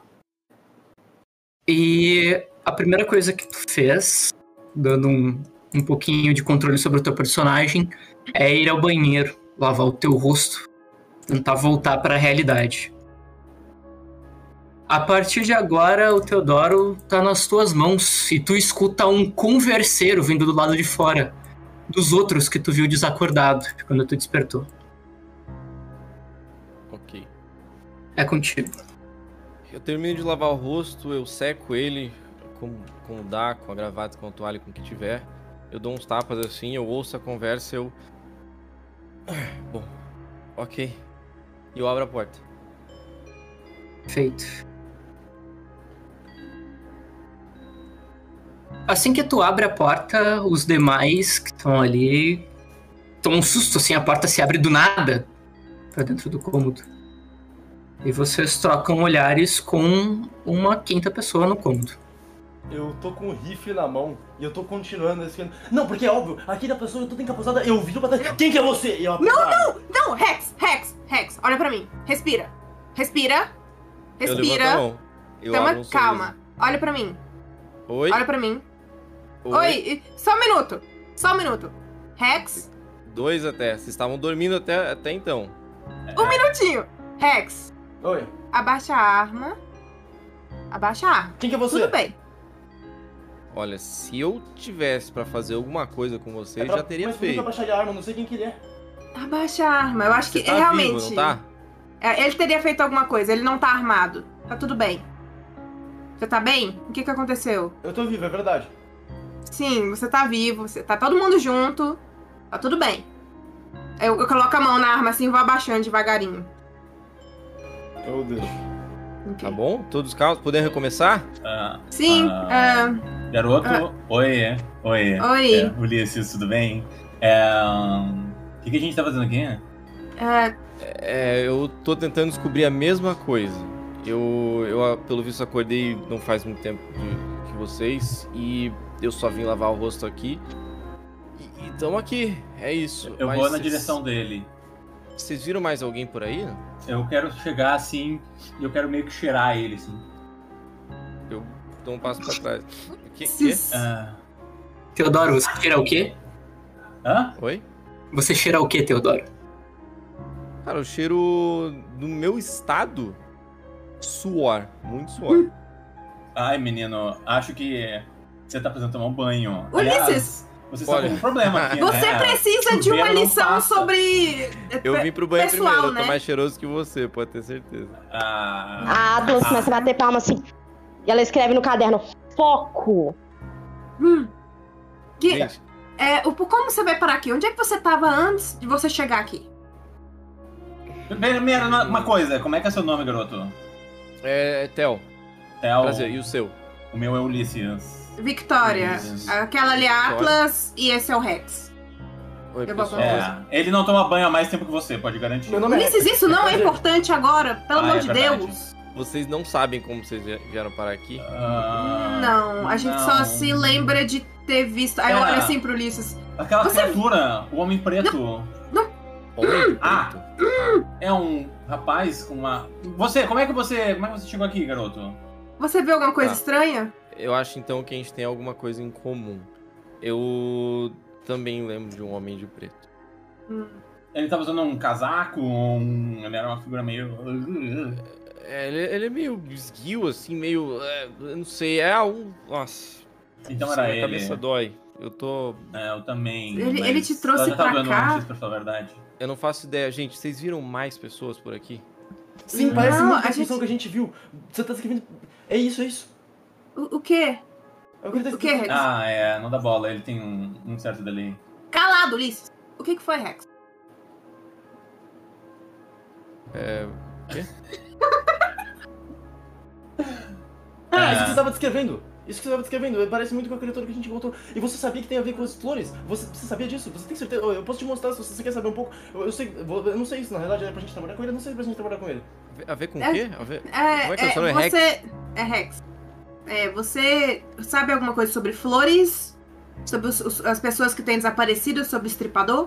[SPEAKER 2] E a primeira coisa que tu fez, dando um, um pouquinho de controle sobre o teu personagem, é ir ao banheiro, lavar o teu rosto, tentar voltar para a realidade. A partir de agora, o Teodoro tá nas tuas mãos e tu escuta um converseiro vindo do lado de fora, dos outros que tu viu desacordado quando tu despertou.
[SPEAKER 7] ok.
[SPEAKER 2] É contigo.
[SPEAKER 7] Eu termino de lavar o rosto, eu seco ele, como, como dá, com a gravata, com a toalha, com o que tiver. Eu dou uns tapas assim, eu ouço a conversa, eu... Bom, ok. E eu abro a porta.
[SPEAKER 2] Feito. Assim que tu abre a porta, os demais que estão ali tomam um susto, assim, a porta se abre do nada pra dentro do cômodo. E vocês trocam olhares com uma quinta pessoa no cômodo.
[SPEAKER 6] Eu tô com o rifle na mão e eu tô continuando esse. Não, porque é óbvio, aqui da pessoa eu tô encapuzada, eu viro pra trás. Quem que é você? E eu aponto a arma.
[SPEAKER 4] Não, Rex, Rex, Rex, olha pra mim. Respira. Respira.
[SPEAKER 7] Eu levanto a
[SPEAKER 4] Respira.
[SPEAKER 7] mão. Eu
[SPEAKER 4] Toma,
[SPEAKER 7] abro um
[SPEAKER 4] calma. Olha pra mim.
[SPEAKER 7] sorriso. Oi?
[SPEAKER 4] Olha pra mim.
[SPEAKER 7] Oi?
[SPEAKER 4] Oi, e- só um minuto. Só um minuto. Rex,
[SPEAKER 7] Dois até. Vocês estavam dormindo até, até então.
[SPEAKER 4] um minutinho. Rex,
[SPEAKER 6] Oi.
[SPEAKER 4] abaixa a arma. Abaixa a arma.
[SPEAKER 6] Quem que é você?
[SPEAKER 4] Tudo bem.
[SPEAKER 7] Olha, se eu tivesse pra fazer alguma coisa com você,
[SPEAKER 6] É pra-
[SPEAKER 7] já teria
[SPEAKER 6] mas por que que
[SPEAKER 7] feito.
[SPEAKER 6] abaixar a arma? Eu não sei quem que ele é.
[SPEAKER 4] Abaixa a arma. Eu acho que
[SPEAKER 7] Você tá
[SPEAKER 4] é realmente.
[SPEAKER 7] vivo, não tá?
[SPEAKER 4] É, ele teria feito alguma coisa. Ele não tá armado. Tá tudo bem. Você tá bem? O que que aconteceu?
[SPEAKER 6] Eu tô vivo, é verdade.
[SPEAKER 4] Sim, você tá vivo. Você tá todo mundo junto. Tá tudo bem. Eu, eu coloco a mão na arma assim e vou abaixando devagarinho.
[SPEAKER 6] Eu deixo.
[SPEAKER 4] Ok.
[SPEAKER 7] Tá bom? Todos calmos? Podemos recomeçar?
[SPEAKER 3] Ah,
[SPEAKER 4] Sim.
[SPEAKER 3] Ah.
[SPEAKER 4] ah,
[SPEAKER 3] garoto,
[SPEAKER 4] Ah.
[SPEAKER 3] oi, oi.
[SPEAKER 4] Oi.
[SPEAKER 3] É, Ulisses, tudo bem? É, O que, que a gente tá fazendo aqui?
[SPEAKER 4] ah,
[SPEAKER 7] É, eu tô tentando descobrir a mesma coisa. Eu, eu pelo visto, acordei não faz muito tempo de- que vocês e eu só vim lavar o rosto aqui. E, e tamo aqui, é isso.
[SPEAKER 3] Eu
[SPEAKER 7] Mas
[SPEAKER 3] vou na
[SPEAKER 7] vocês-
[SPEAKER 3] direção dele.
[SPEAKER 7] Vocês viram mais alguém por aí?
[SPEAKER 3] Eu quero chegar assim e eu quero meio que cheirar ele, assim.
[SPEAKER 7] Eu dou um passo pra trás. Que, que?
[SPEAKER 4] cis-
[SPEAKER 3] Ah,
[SPEAKER 2] Teodoro, você cheira o quê?
[SPEAKER 3] hã?
[SPEAKER 7] Oi?
[SPEAKER 2] Você cheira o quê, Teodoro?
[SPEAKER 7] Cara, o cheiro do meu estado, suor, muito suor.
[SPEAKER 3] Ai, menino, acho que você tá precisando tomar um banho.
[SPEAKER 4] Ulisses!
[SPEAKER 3] Aliás, vocês estão
[SPEAKER 7] Olha.
[SPEAKER 3] com um problema aqui,
[SPEAKER 4] Você
[SPEAKER 3] né?
[SPEAKER 4] precisa de uma
[SPEAKER 3] Chuveiro não
[SPEAKER 4] lição
[SPEAKER 3] passa.
[SPEAKER 4] sobre.
[SPEAKER 7] Eu vim pro banho
[SPEAKER 4] Pessoal,
[SPEAKER 7] primeiro, eu tô
[SPEAKER 4] né?
[SPEAKER 7] mais cheiroso que você, pode ter certeza.
[SPEAKER 3] Ah,
[SPEAKER 5] A Atlas começa a bater palma assim. E ela escreve no caderno: foco.
[SPEAKER 4] Hum. Que,
[SPEAKER 7] Gente,
[SPEAKER 4] é, o, como você vai parar aqui? Onde é que você tava antes de você chegar aqui?
[SPEAKER 3] primeiro, uma uma coisa, como é que é seu nome, garoto?
[SPEAKER 7] é, Theo,
[SPEAKER 3] É o,
[SPEAKER 7] prazer, e o seu?
[SPEAKER 3] o meu é Ulisses.
[SPEAKER 4] Victoria.
[SPEAKER 3] Ulisses.
[SPEAKER 4] Aquela ali é a Atlas e esse é o Rex.
[SPEAKER 7] Oi,
[SPEAKER 4] Eu vou
[SPEAKER 7] pessoal.
[SPEAKER 3] É, ele não toma banho há mais tempo que você, pode garantir.
[SPEAKER 6] Meu nome é
[SPEAKER 4] Ulisses,
[SPEAKER 6] Rex.
[SPEAKER 4] isso não é
[SPEAKER 6] Prazer.
[SPEAKER 4] importante agora, pelo
[SPEAKER 3] Ah,
[SPEAKER 4] amor
[SPEAKER 3] é
[SPEAKER 4] de
[SPEAKER 3] verdade.
[SPEAKER 4] Deus.
[SPEAKER 7] Vocês não sabem como vocês vie- vieram parar aqui?
[SPEAKER 3] Ah,
[SPEAKER 4] Não, a gente
[SPEAKER 3] não.
[SPEAKER 4] só se lembra de ter visto. Aí eu
[SPEAKER 3] Pera.
[SPEAKER 4] olho assim pro Ulisses.
[SPEAKER 3] Aquela
[SPEAKER 4] Você-
[SPEAKER 3] criatura, o Homem Preto,
[SPEAKER 7] Homem
[SPEAKER 3] Ah.
[SPEAKER 7] preto.
[SPEAKER 3] é um rapaz com uma... Você, como é que você, como é que você chegou aqui, garoto?
[SPEAKER 4] Você viu alguma coisa
[SPEAKER 7] Tá.
[SPEAKER 4] estranha?
[SPEAKER 7] Eu acho então que a gente tem alguma coisa em comum. Eu também lembro de um homem de preto.
[SPEAKER 4] Hum.
[SPEAKER 3] Ele tava usando um casaco, um... ele era uma figura meio...
[SPEAKER 7] É, ele, ele é meio esguio, assim, meio. é, eu não sei, é um. Nossa.
[SPEAKER 3] Então
[SPEAKER 7] Sim,
[SPEAKER 3] era
[SPEAKER 7] minha
[SPEAKER 3] ele.
[SPEAKER 7] cabeça dói. Eu tô.
[SPEAKER 3] É, eu também.
[SPEAKER 4] Ele-
[SPEAKER 3] mas
[SPEAKER 4] ele te trouxe
[SPEAKER 3] eu já tava
[SPEAKER 4] pra
[SPEAKER 3] vendo
[SPEAKER 4] cá?
[SPEAKER 3] antes, pra falar a verdade.
[SPEAKER 7] Eu não faço ideia. Gente, vocês viram mais pessoas por aqui?
[SPEAKER 6] Sim,
[SPEAKER 4] Não,
[SPEAKER 6] parece muito
[SPEAKER 4] a
[SPEAKER 6] a descrição
[SPEAKER 4] gente-
[SPEAKER 6] que a gente viu. Você tá escrevendo... É isso, é isso.
[SPEAKER 4] O, o quê?
[SPEAKER 6] É o que ele tá
[SPEAKER 4] O quê,
[SPEAKER 6] escrevendo.
[SPEAKER 4] Rex?
[SPEAKER 3] Ah, é, não dá bola, ele tem um, um certo delay.
[SPEAKER 4] Calado, Ulisses. O que, que foi, Rex?
[SPEAKER 7] É.
[SPEAKER 6] Ah, isso que
[SPEAKER 3] É.
[SPEAKER 6] você tava descrevendo. Isso que você tava descrevendo. Parece muito com a criatura que a gente encontrou. E você sabia que tem a ver com as flores. Você, você sabia disso? Você tem certeza? Eu posso te mostrar se você quer saber um pouco. Eu, eu sei, eu não sei isso, na realidade, é pra gente trabalhar com ele. Eu não sei pra gente trabalhar com ele.
[SPEAKER 7] A ver com o
[SPEAKER 4] É-
[SPEAKER 7] quê? A ver...
[SPEAKER 4] É,
[SPEAKER 7] Como é que é o seu
[SPEAKER 4] é,
[SPEAKER 7] nome? É
[SPEAKER 4] você... É Rex. É, você sabe alguma coisa sobre flores? Sobre os- os- as pessoas que têm desaparecido? Sobre o estripador?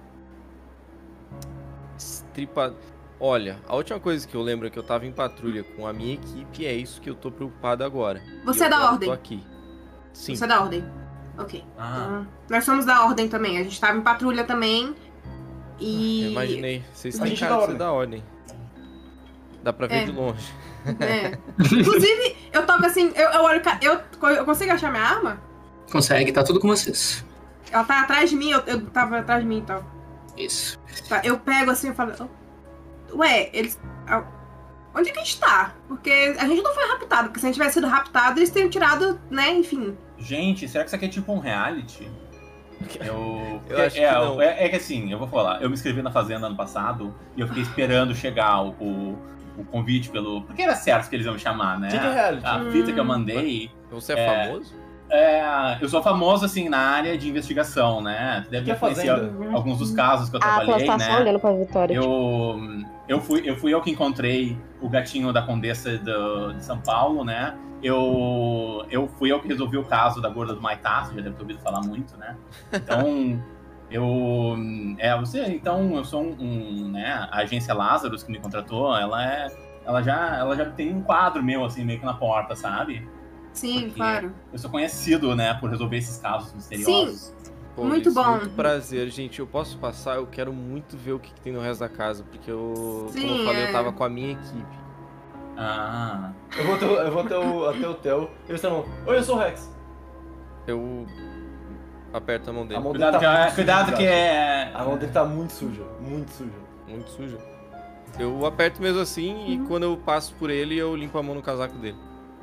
[SPEAKER 7] Estripa... Olha, a última coisa que eu lembro é que eu tava em patrulha com a minha equipe e é isso que eu tô preocupado agora.
[SPEAKER 4] Você
[SPEAKER 7] E
[SPEAKER 4] é
[SPEAKER 7] eu
[SPEAKER 4] da
[SPEAKER 7] tô-
[SPEAKER 4] ordem?
[SPEAKER 7] Tô aqui. Sim.
[SPEAKER 4] Você é da ordem. Ok.
[SPEAKER 3] Ah,
[SPEAKER 4] Então, nós somos da ordem também. A gente tava em patrulha também. E.
[SPEAKER 7] Eu imaginei. Vocês
[SPEAKER 6] A
[SPEAKER 7] têm
[SPEAKER 6] gente é
[SPEAKER 7] cara
[SPEAKER 6] da
[SPEAKER 7] de ser da ordem. Dá pra ver
[SPEAKER 4] É.
[SPEAKER 7] de longe.
[SPEAKER 4] É. Inclusive, eu toco assim, eu, eu olho. ca- Eu, eu consigo achar minha arma?
[SPEAKER 2] Consegue, tá tudo com vocês.
[SPEAKER 4] Ela tá atrás de mim, eu, eu tava atrás de mim e tal.
[SPEAKER 2] Isso.
[SPEAKER 4] Tá, eu pego assim e falo. "Oh, Ué, eles. ah, Onde é que a gente tá? Porque a gente não foi raptado, porque se a gente tivesse sido raptado, eles teriam tirado, né, enfim.
[SPEAKER 3] gente, será que isso aqui é tipo um reality? Eu,
[SPEAKER 7] Eu
[SPEAKER 3] é,
[SPEAKER 7] acho que
[SPEAKER 3] é,
[SPEAKER 7] não.
[SPEAKER 3] é, é que assim, eu vou falar, eu me inscrevi na Fazenda ano passado e eu fiquei esperando chegar o, o, o convite pelo... Porque era certo que eles iam me chamar, né?
[SPEAKER 6] Que que é reality?
[SPEAKER 3] A fita que eu mandei...
[SPEAKER 7] Você é,
[SPEAKER 3] É.
[SPEAKER 7] famoso?
[SPEAKER 3] É, eu sou famoso, assim, na área de investigação, né? Tu deve
[SPEAKER 6] Que é
[SPEAKER 3] já conhecer
[SPEAKER 6] Fazenda?
[SPEAKER 3] alguns dos casos que eu
[SPEAKER 5] A Atlas
[SPEAKER 3] trabalhei,
[SPEAKER 5] tá
[SPEAKER 3] né?
[SPEAKER 5] só olhando pra Vitória. tipo,
[SPEAKER 3] Eu, eu, fui, eu fui eu que encontrei o gatinho da Condessa do, de São Paulo, né? Eu, eu fui eu que resolvi o caso da gorda do Maitá, você já deve ter ouvido falar muito, né? Então, eu... É, você, então, eu sou um, um, né? A agência Lazarus que me contratou, ela é... Ela já, ela já tem um quadro meu, assim, meio que na porta, sabe?
[SPEAKER 4] Sim,
[SPEAKER 3] Porque
[SPEAKER 4] claro.
[SPEAKER 3] Eu sou conhecido, né, por resolver esses casos misteriosos.
[SPEAKER 7] Pô,
[SPEAKER 4] Muito
[SPEAKER 7] Ulisses,
[SPEAKER 4] bom.
[SPEAKER 7] Muito prazer, gente. Eu posso passar? Eu quero muito ver o que, que tem no resto da casa, porque eu,
[SPEAKER 4] Sim,
[SPEAKER 7] como eu falei,
[SPEAKER 4] é.
[SPEAKER 7] eu tava com a minha equipe.
[SPEAKER 3] Ah.
[SPEAKER 6] Eu vou até, o- eu vou até o, até o Theo. Ele está falando, oi, eu sou o Rex.
[SPEAKER 7] Eu aperto a mão
[SPEAKER 6] A
[SPEAKER 7] dele.
[SPEAKER 6] mão dele
[SPEAKER 3] Cuidado,
[SPEAKER 6] tá
[SPEAKER 3] que, é-
[SPEAKER 6] muito
[SPEAKER 3] cuidado
[SPEAKER 6] suja,
[SPEAKER 3] que é.
[SPEAKER 6] A mão dele tá muito suja, muito suja.
[SPEAKER 7] Muito suja. Eu aperto mesmo assim
[SPEAKER 4] Uhum.
[SPEAKER 7] e quando eu passo por ele, eu limpo a mão no casaco dele.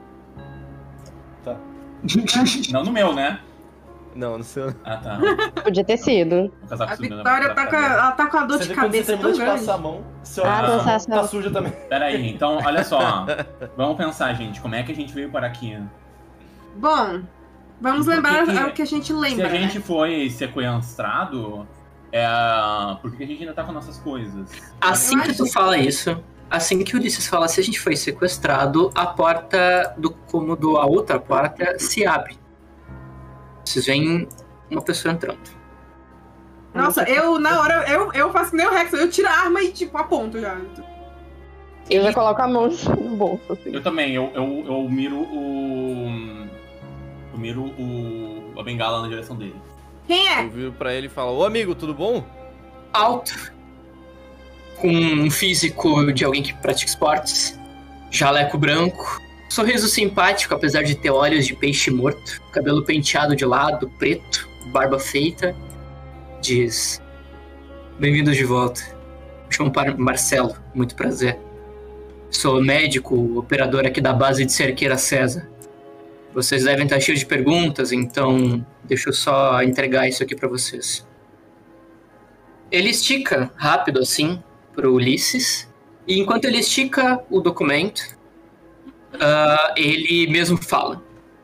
[SPEAKER 6] Tá.
[SPEAKER 3] Não no meu, né?
[SPEAKER 7] Não, não sei.
[SPEAKER 3] Ah, tá.
[SPEAKER 5] Podia ter sido.
[SPEAKER 3] O casaco
[SPEAKER 4] A
[SPEAKER 3] sumiu na-
[SPEAKER 4] Vitória
[SPEAKER 3] na
[SPEAKER 4] tá com,
[SPEAKER 3] cadeira.
[SPEAKER 4] a- ela tá com a dor
[SPEAKER 6] Você
[SPEAKER 4] de
[SPEAKER 6] vê quando você
[SPEAKER 4] cabeça
[SPEAKER 6] termina
[SPEAKER 4] tão
[SPEAKER 6] de
[SPEAKER 4] grande.
[SPEAKER 6] passar a mão, você
[SPEAKER 3] Ah,
[SPEAKER 6] olha pra sua mão,
[SPEAKER 5] sensação.
[SPEAKER 6] tá suja também.
[SPEAKER 3] Pera aí, então, olha só. Vamos pensar, gente, como é que a gente veio para aqui?
[SPEAKER 4] Bom, vamos
[SPEAKER 3] Por que
[SPEAKER 4] lembrar
[SPEAKER 3] que-
[SPEAKER 4] o que a gente
[SPEAKER 3] Se
[SPEAKER 4] lembra,
[SPEAKER 3] a gente
[SPEAKER 4] né?
[SPEAKER 3] foi sequestrado, é... por que que a gente ainda tá com nossas coisas?
[SPEAKER 2] Assim
[SPEAKER 4] Eu
[SPEAKER 2] que
[SPEAKER 4] acho
[SPEAKER 2] tu fala isso, assim que o Ulisses fala, se a gente foi sequestrado, a porta do cômodo, a outra porta, se abre. Vocês veem uma pessoa entrando.
[SPEAKER 4] Nossa, eu, na hora, eu, eu faço que nem o Rex, eu tiro a arma e, tipo, aponto já.
[SPEAKER 5] Eu já coloco a mão no bolso, assim.
[SPEAKER 3] Eu também, eu, eu, eu miro o. Eu miro o. a bengala na direção dele.
[SPEAKER 4] Quem é?
[SPEAKER 7] Eu viro pra ele e falo, ô amigo, tudo bom?
[SPEAKER 2] Alto, com um físico de alguém que pratica esportes, jaleco branco, sorriso simpático, apesar de ter olhos de peixe morto, cabelo penteado de lado, preto, barba feita, diz: bem-vindos de volta. Me chamo Par- Marcelo, muito prazer. Sou médico, operador aqui da base de Cerqueira César. Vocês devem estar cheios de perguntas, então deixa eu só entregar isso aqui pra vocês. Ele estica rápido assim pro Ulisses, e enquanto ele estica o documento, ah, ele mesmo fala.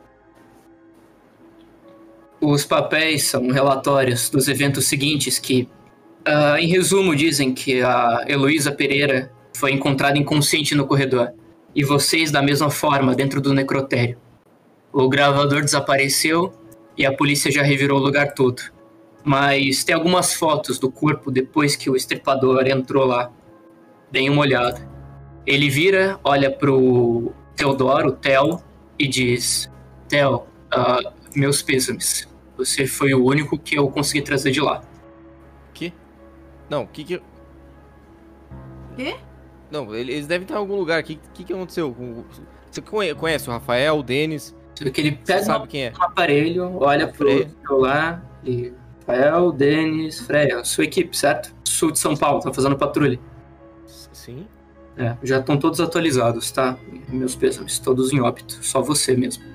[SPEAKER 2] Os papéis são relatórios dos eventos seguintes que, ah, em resumo, dizem que a Heloísa Pereira foi encontrada inconsciente no corredor, e vocês da mesma forma dentro do necrotério. O gravador desapareceu e a polícia já revirou o lugar todo. Mas tem algumas fotos do corpo depois que o estripador entrou lá. Deem uma olhada. Ele vira, olha pro Teodoro, o Theo, e diz: Theo, uh, meus pêsames. Você foi o único que eu consegui trazer de lá.
[SPEAKER 7] Que? Não, o que que...
[SPEAKER 4] Quê?
[SPEAKER 7] Não, eles devem estar em algum lugar. O que, que que aconteceu? com- Você conhe- conhece o Rafael, o Denis?
[SPEAKER 2] Você vê que ele
[SPEAKER 7] Você
[SPEAKER 2] pega
[SPEAKER 7] sabe quem é?
[SPEAKER 2] um aparelho, olha pro
[SPEAKER 7] Freia.
[SPEAKER 2] celular e... Rafael, Denis, Freya, sua equipe, certo? Sul de São Paulo, tá fazendo patrulha.
[SPEAKER 7] S- Sim?
[SPEAKER 2] É, já estão todos atualizados, tá? Meus pêsames, todos em óbito. Só você mesmo.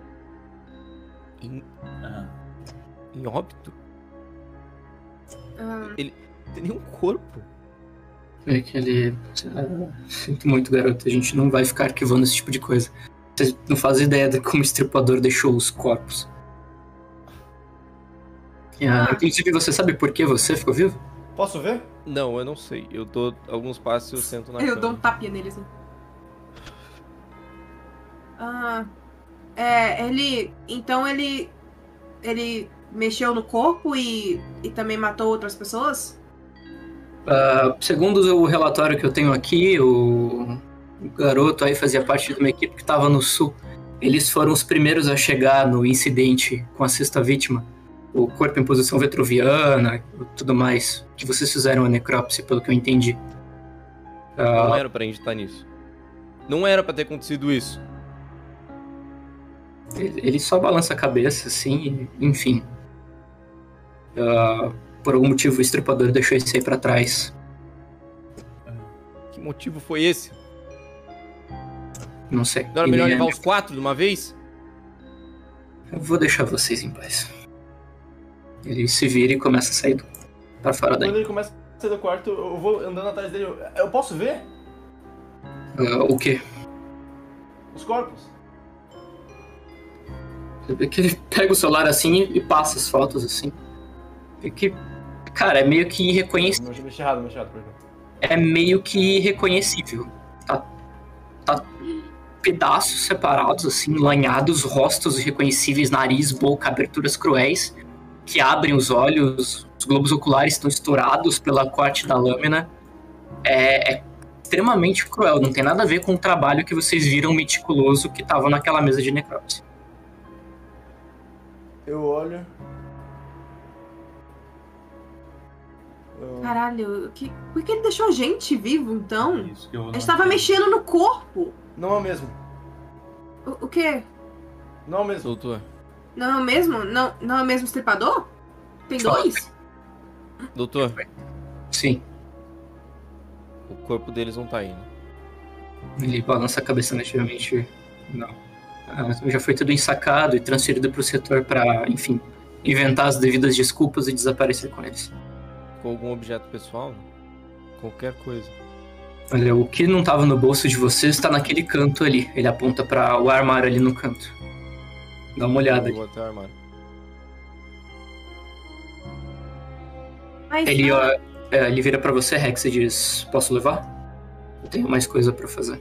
[SPEAKER 7] Em,
[SPEAKER 3] Ah.
[SPEAKER 7] em óbito?
[SPEAKER 4] Ah,
[SPEAKER 7] Tem nenhum corpo.
[SPEAKER 2] É que ele... Ah, sinto muito, garoto. A gente não vai ficar arquivando esse tipo de coisa. Vocês não fazem ideia de como o estripador deixou os corpos. Ah,
[SPEAKER 4] Ah.
[SPEAKER 2] inclusive, você sabe por que você ficou vivo?
[SPEAKER 6] Posso ver?
[SPEAKER 7] Não, eu não sei. Eu dou alguns passos e eu sento na
[SPEAKER 4] eu dou um
[SPEAKER 7] cama.
[SPEAKER 4] tapinha nele assim. Ah, é, ele. Então ele. Ele mexeu no corpo e, e também matou outras pessoas?
[SPEAKER 2] Ah, segundo o relatório que eu tenho aqui, o... o garoto aí fazia parte de uma equipe que estava no sul. Eles foram os primeiros a chegar no incidente com a sexta vítima. O corpo em posição vitruviana e tudo mais. Que vocês fizeram a necrópsia, pelo que eu entendi.
[SPEAKER 7] Não
[SPEAKER 2] Ah,
[SPEAKER 7] era pra gente estar nisso. Não era pra ter acontecido isso.
[SPEAKER 2] ele ele só balança a cabeça, assim, e, enfim. Ah, por algum motivo o estripador deixou isso aí pra trás.
[SPEAKER 7] Que motivo foi esse?
[SPEAKER 2] Não sei.
[SPEAKER 7] Não era
[SPEAKER 2] Ele
[SPEAKER 7] melhor
[SPEAKER 2] é-
[SPEAKER 7] levar os quatro de uma vez?
[SPEAKER 2] Eu vou deixar vocês em paz. Ele se vira e começa a sair do... pra fora daí.
[SPEAKER 6] Quando ele começa a sair do quarto, eu vou andando atrás dele. Eu, eu posso ver
[SPEAKER 2] Ah, o quê?
[SPEAKER 6] os corpos?
[SPEAKER 2] Você vê que ele pega o celular assim e passa as fotos assim. Vê que, cara, é meio que irreconhecível.
[SPEAKER 6] Mexi mexi errado, mexi errado, perdão.
[SPEAKER 2] É meio que irreconhecível. Tá, tá pedaços separados, assim, lanhados, rostos irreconhecíveis, nariz, boca, aberturas cruéis, que abrem os olhos, os globos oculares estão estourados pela corte da lâmina. É, é extremamente cruel, não tem nada a ver com o trabalho que vocês viram meticuloso que tava naquela mesa de necrópsia.
[SPEAKER 6] Eu olho. Eu...
[SPEAKER 4] Caralho, que, por que ele deixou a gente vivo então?
[SPEAKER 3] Isso que eu
[SPEAKER 4] A
[SPEAKER 3] não
[SPEAKER 4] gente tava
[SPEAKER 3] entendo.
[SPEAKER 4] mexendo no corpo.
[SPEAKER 6] Não é o mesmo.
[SPEAKER 4] O, o quê?
[SPEAKER 6] Não é o mesmo.
[SPEAKER 7] Doutor.
[SPEAKER 4] Não é o mesmo? Não, não é o mesmo estripador? Tem dois?
[SPEAKER 7] Doutor,
[SPEAKER 2] Sim.
[SPEAKER 7] o corpo deles não tá aí, né?
[SPEAKER 2] Ele balança a cabeça negativamente. Não. Ah, já foi tudo ensacado e transferido pro setor pra, enfim, inventar as devidas desculpas e desaparecer com eles.
[SPEAKER 7] Com algum objeto pessoal? Qualquer coisa.
[SPEAKER 2] Olha, o que não tava no bolso de vocês tá naquele canto ali. Ele aponta para o armário ali no canto. Dá uma olhada
[SPEAKER 7] Eu
[SPEAKER 2] ali.
[SPEAKER 7] vou até o armário.
[SPEAKER 4] Mas
[SPEAKER 2] Ele,
[SPEAKER 4] não.
[SPEAKER 2] ó, é, ele vira pra você, Rex, e diz: posso levar? Eu tenho mais coisa pra fazer.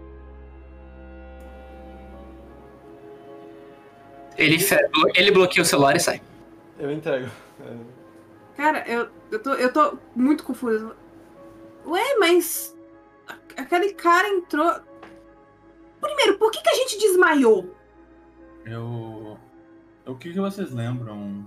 [SPEAKER 2] Ele, fe... ele bloqueia o celular e sai.
[SPEAKER 6] Eu entrego. É,
[SPEAKER 4] Cara, eu, eu, tô, eu tô muito confusa. Ué, mas. a- Aquele cara entrou. Primeiro, por que, que a gente desmaiou?
[SPEAKER 3] Eu. O que, que vocês lembram?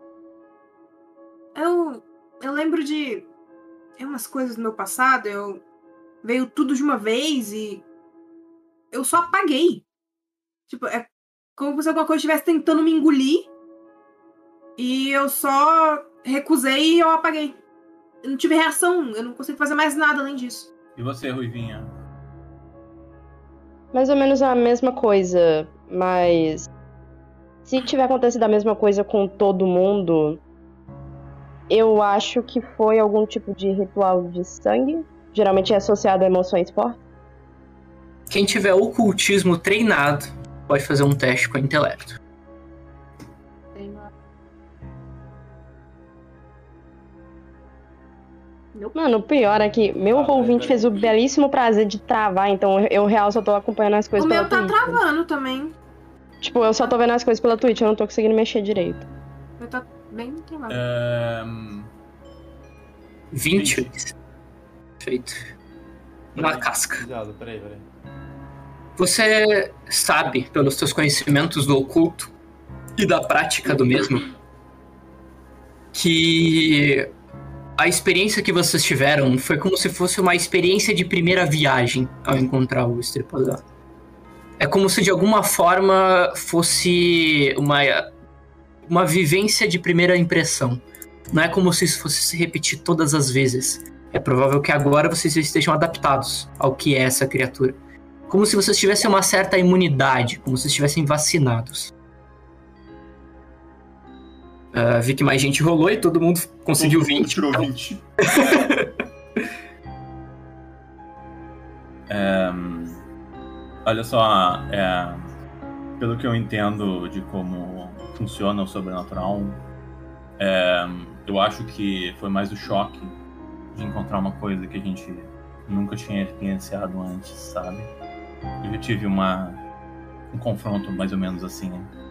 [SPEAKER 4] Eu. Eu lembro de. Tem umas coisas do meu passado, eu. Veio tudo de uma vez e. Eu só apaguei. Tipo, é como se alguma coisa estivesse tentando me engolir. E eu só recusei e eu apaguei. Eu não tive reação, eu não consigo fazer mais nada além disso.
[SPEAKER 3] E você, Ruivinha?
[SPEAKER 5] Mais ou menos a mesma coisa, mas se tiver acontecido a mesma coisa com todo mundo, eu acho que foi algum tipo de ritual de sangue. Geralmente é associado a emoções fortes.
[SPEAKER 2] Quem tiver ocultismo treinado pode fazer um teste com intelecto.
[SPEAKER 5] Mano, o pior é que meu
[SPEAKER 6] Ah,
[SPEAKER 5] roll
[SPEAKER 6] é,
[SPEAKER 5] vinte
[SPEAKER 6] é.
[SPEAKER 5] fez o belíssimo prazer de travar, então eu, eu real só tô acompanhando as coisas
[SPEAKER 4] O
[SPEAKER 5] pela
[SPEAKER 4] meu tá
[SPEAKER 5] Twitch.
[SPEAKER 4] travando também.
[SPEAKER 5] Tipo, eu só tô vendo as coisas pela Twitch, eu não tô conseguindo mexer direito.
[SPEAKER 4] O meu tá bem travado.
[SPEAKER 3] É...
[SPEAKER 2] vinte. Feito. Na casca.
[SPEAKER 6] Cuidado, peraí, peraí.
[SPEAKER 2] Você sabe, pelos seus conhecimentos do oculto e da prática do mesmo, que a experiência que vocês tiveram foi como se fosse uma experiência de primeira viagem ao encontrar o estripador. É como se de alguma forma fosse uma, uma vivência de primeira impressão. Não é como se isso fosse se repetir todas as vezes. É provável que agora vocês estejam adaptados ao que é essa criatura. Como se vocês tivessem uma certa imunidade, como se estivessem vacinados. Uh, vi que mais gente rolou e todo mundo conseguiu
[SPEAKER 3] Todo mundo
[SPEAKER 2] vinte.
[SPEAKER 3] tirou
[SPEAKER 2] então-
[SPEAKER 3] vinte. É, olha só, é, pelo que eu entendo de como funciona o sobrenatural, é, eu acho que foi mais o choque de encontrar uma coisa que a gente nunca tinha experienciado antes, sabe? Eu já tive uma, um confronto mais ou menos assim.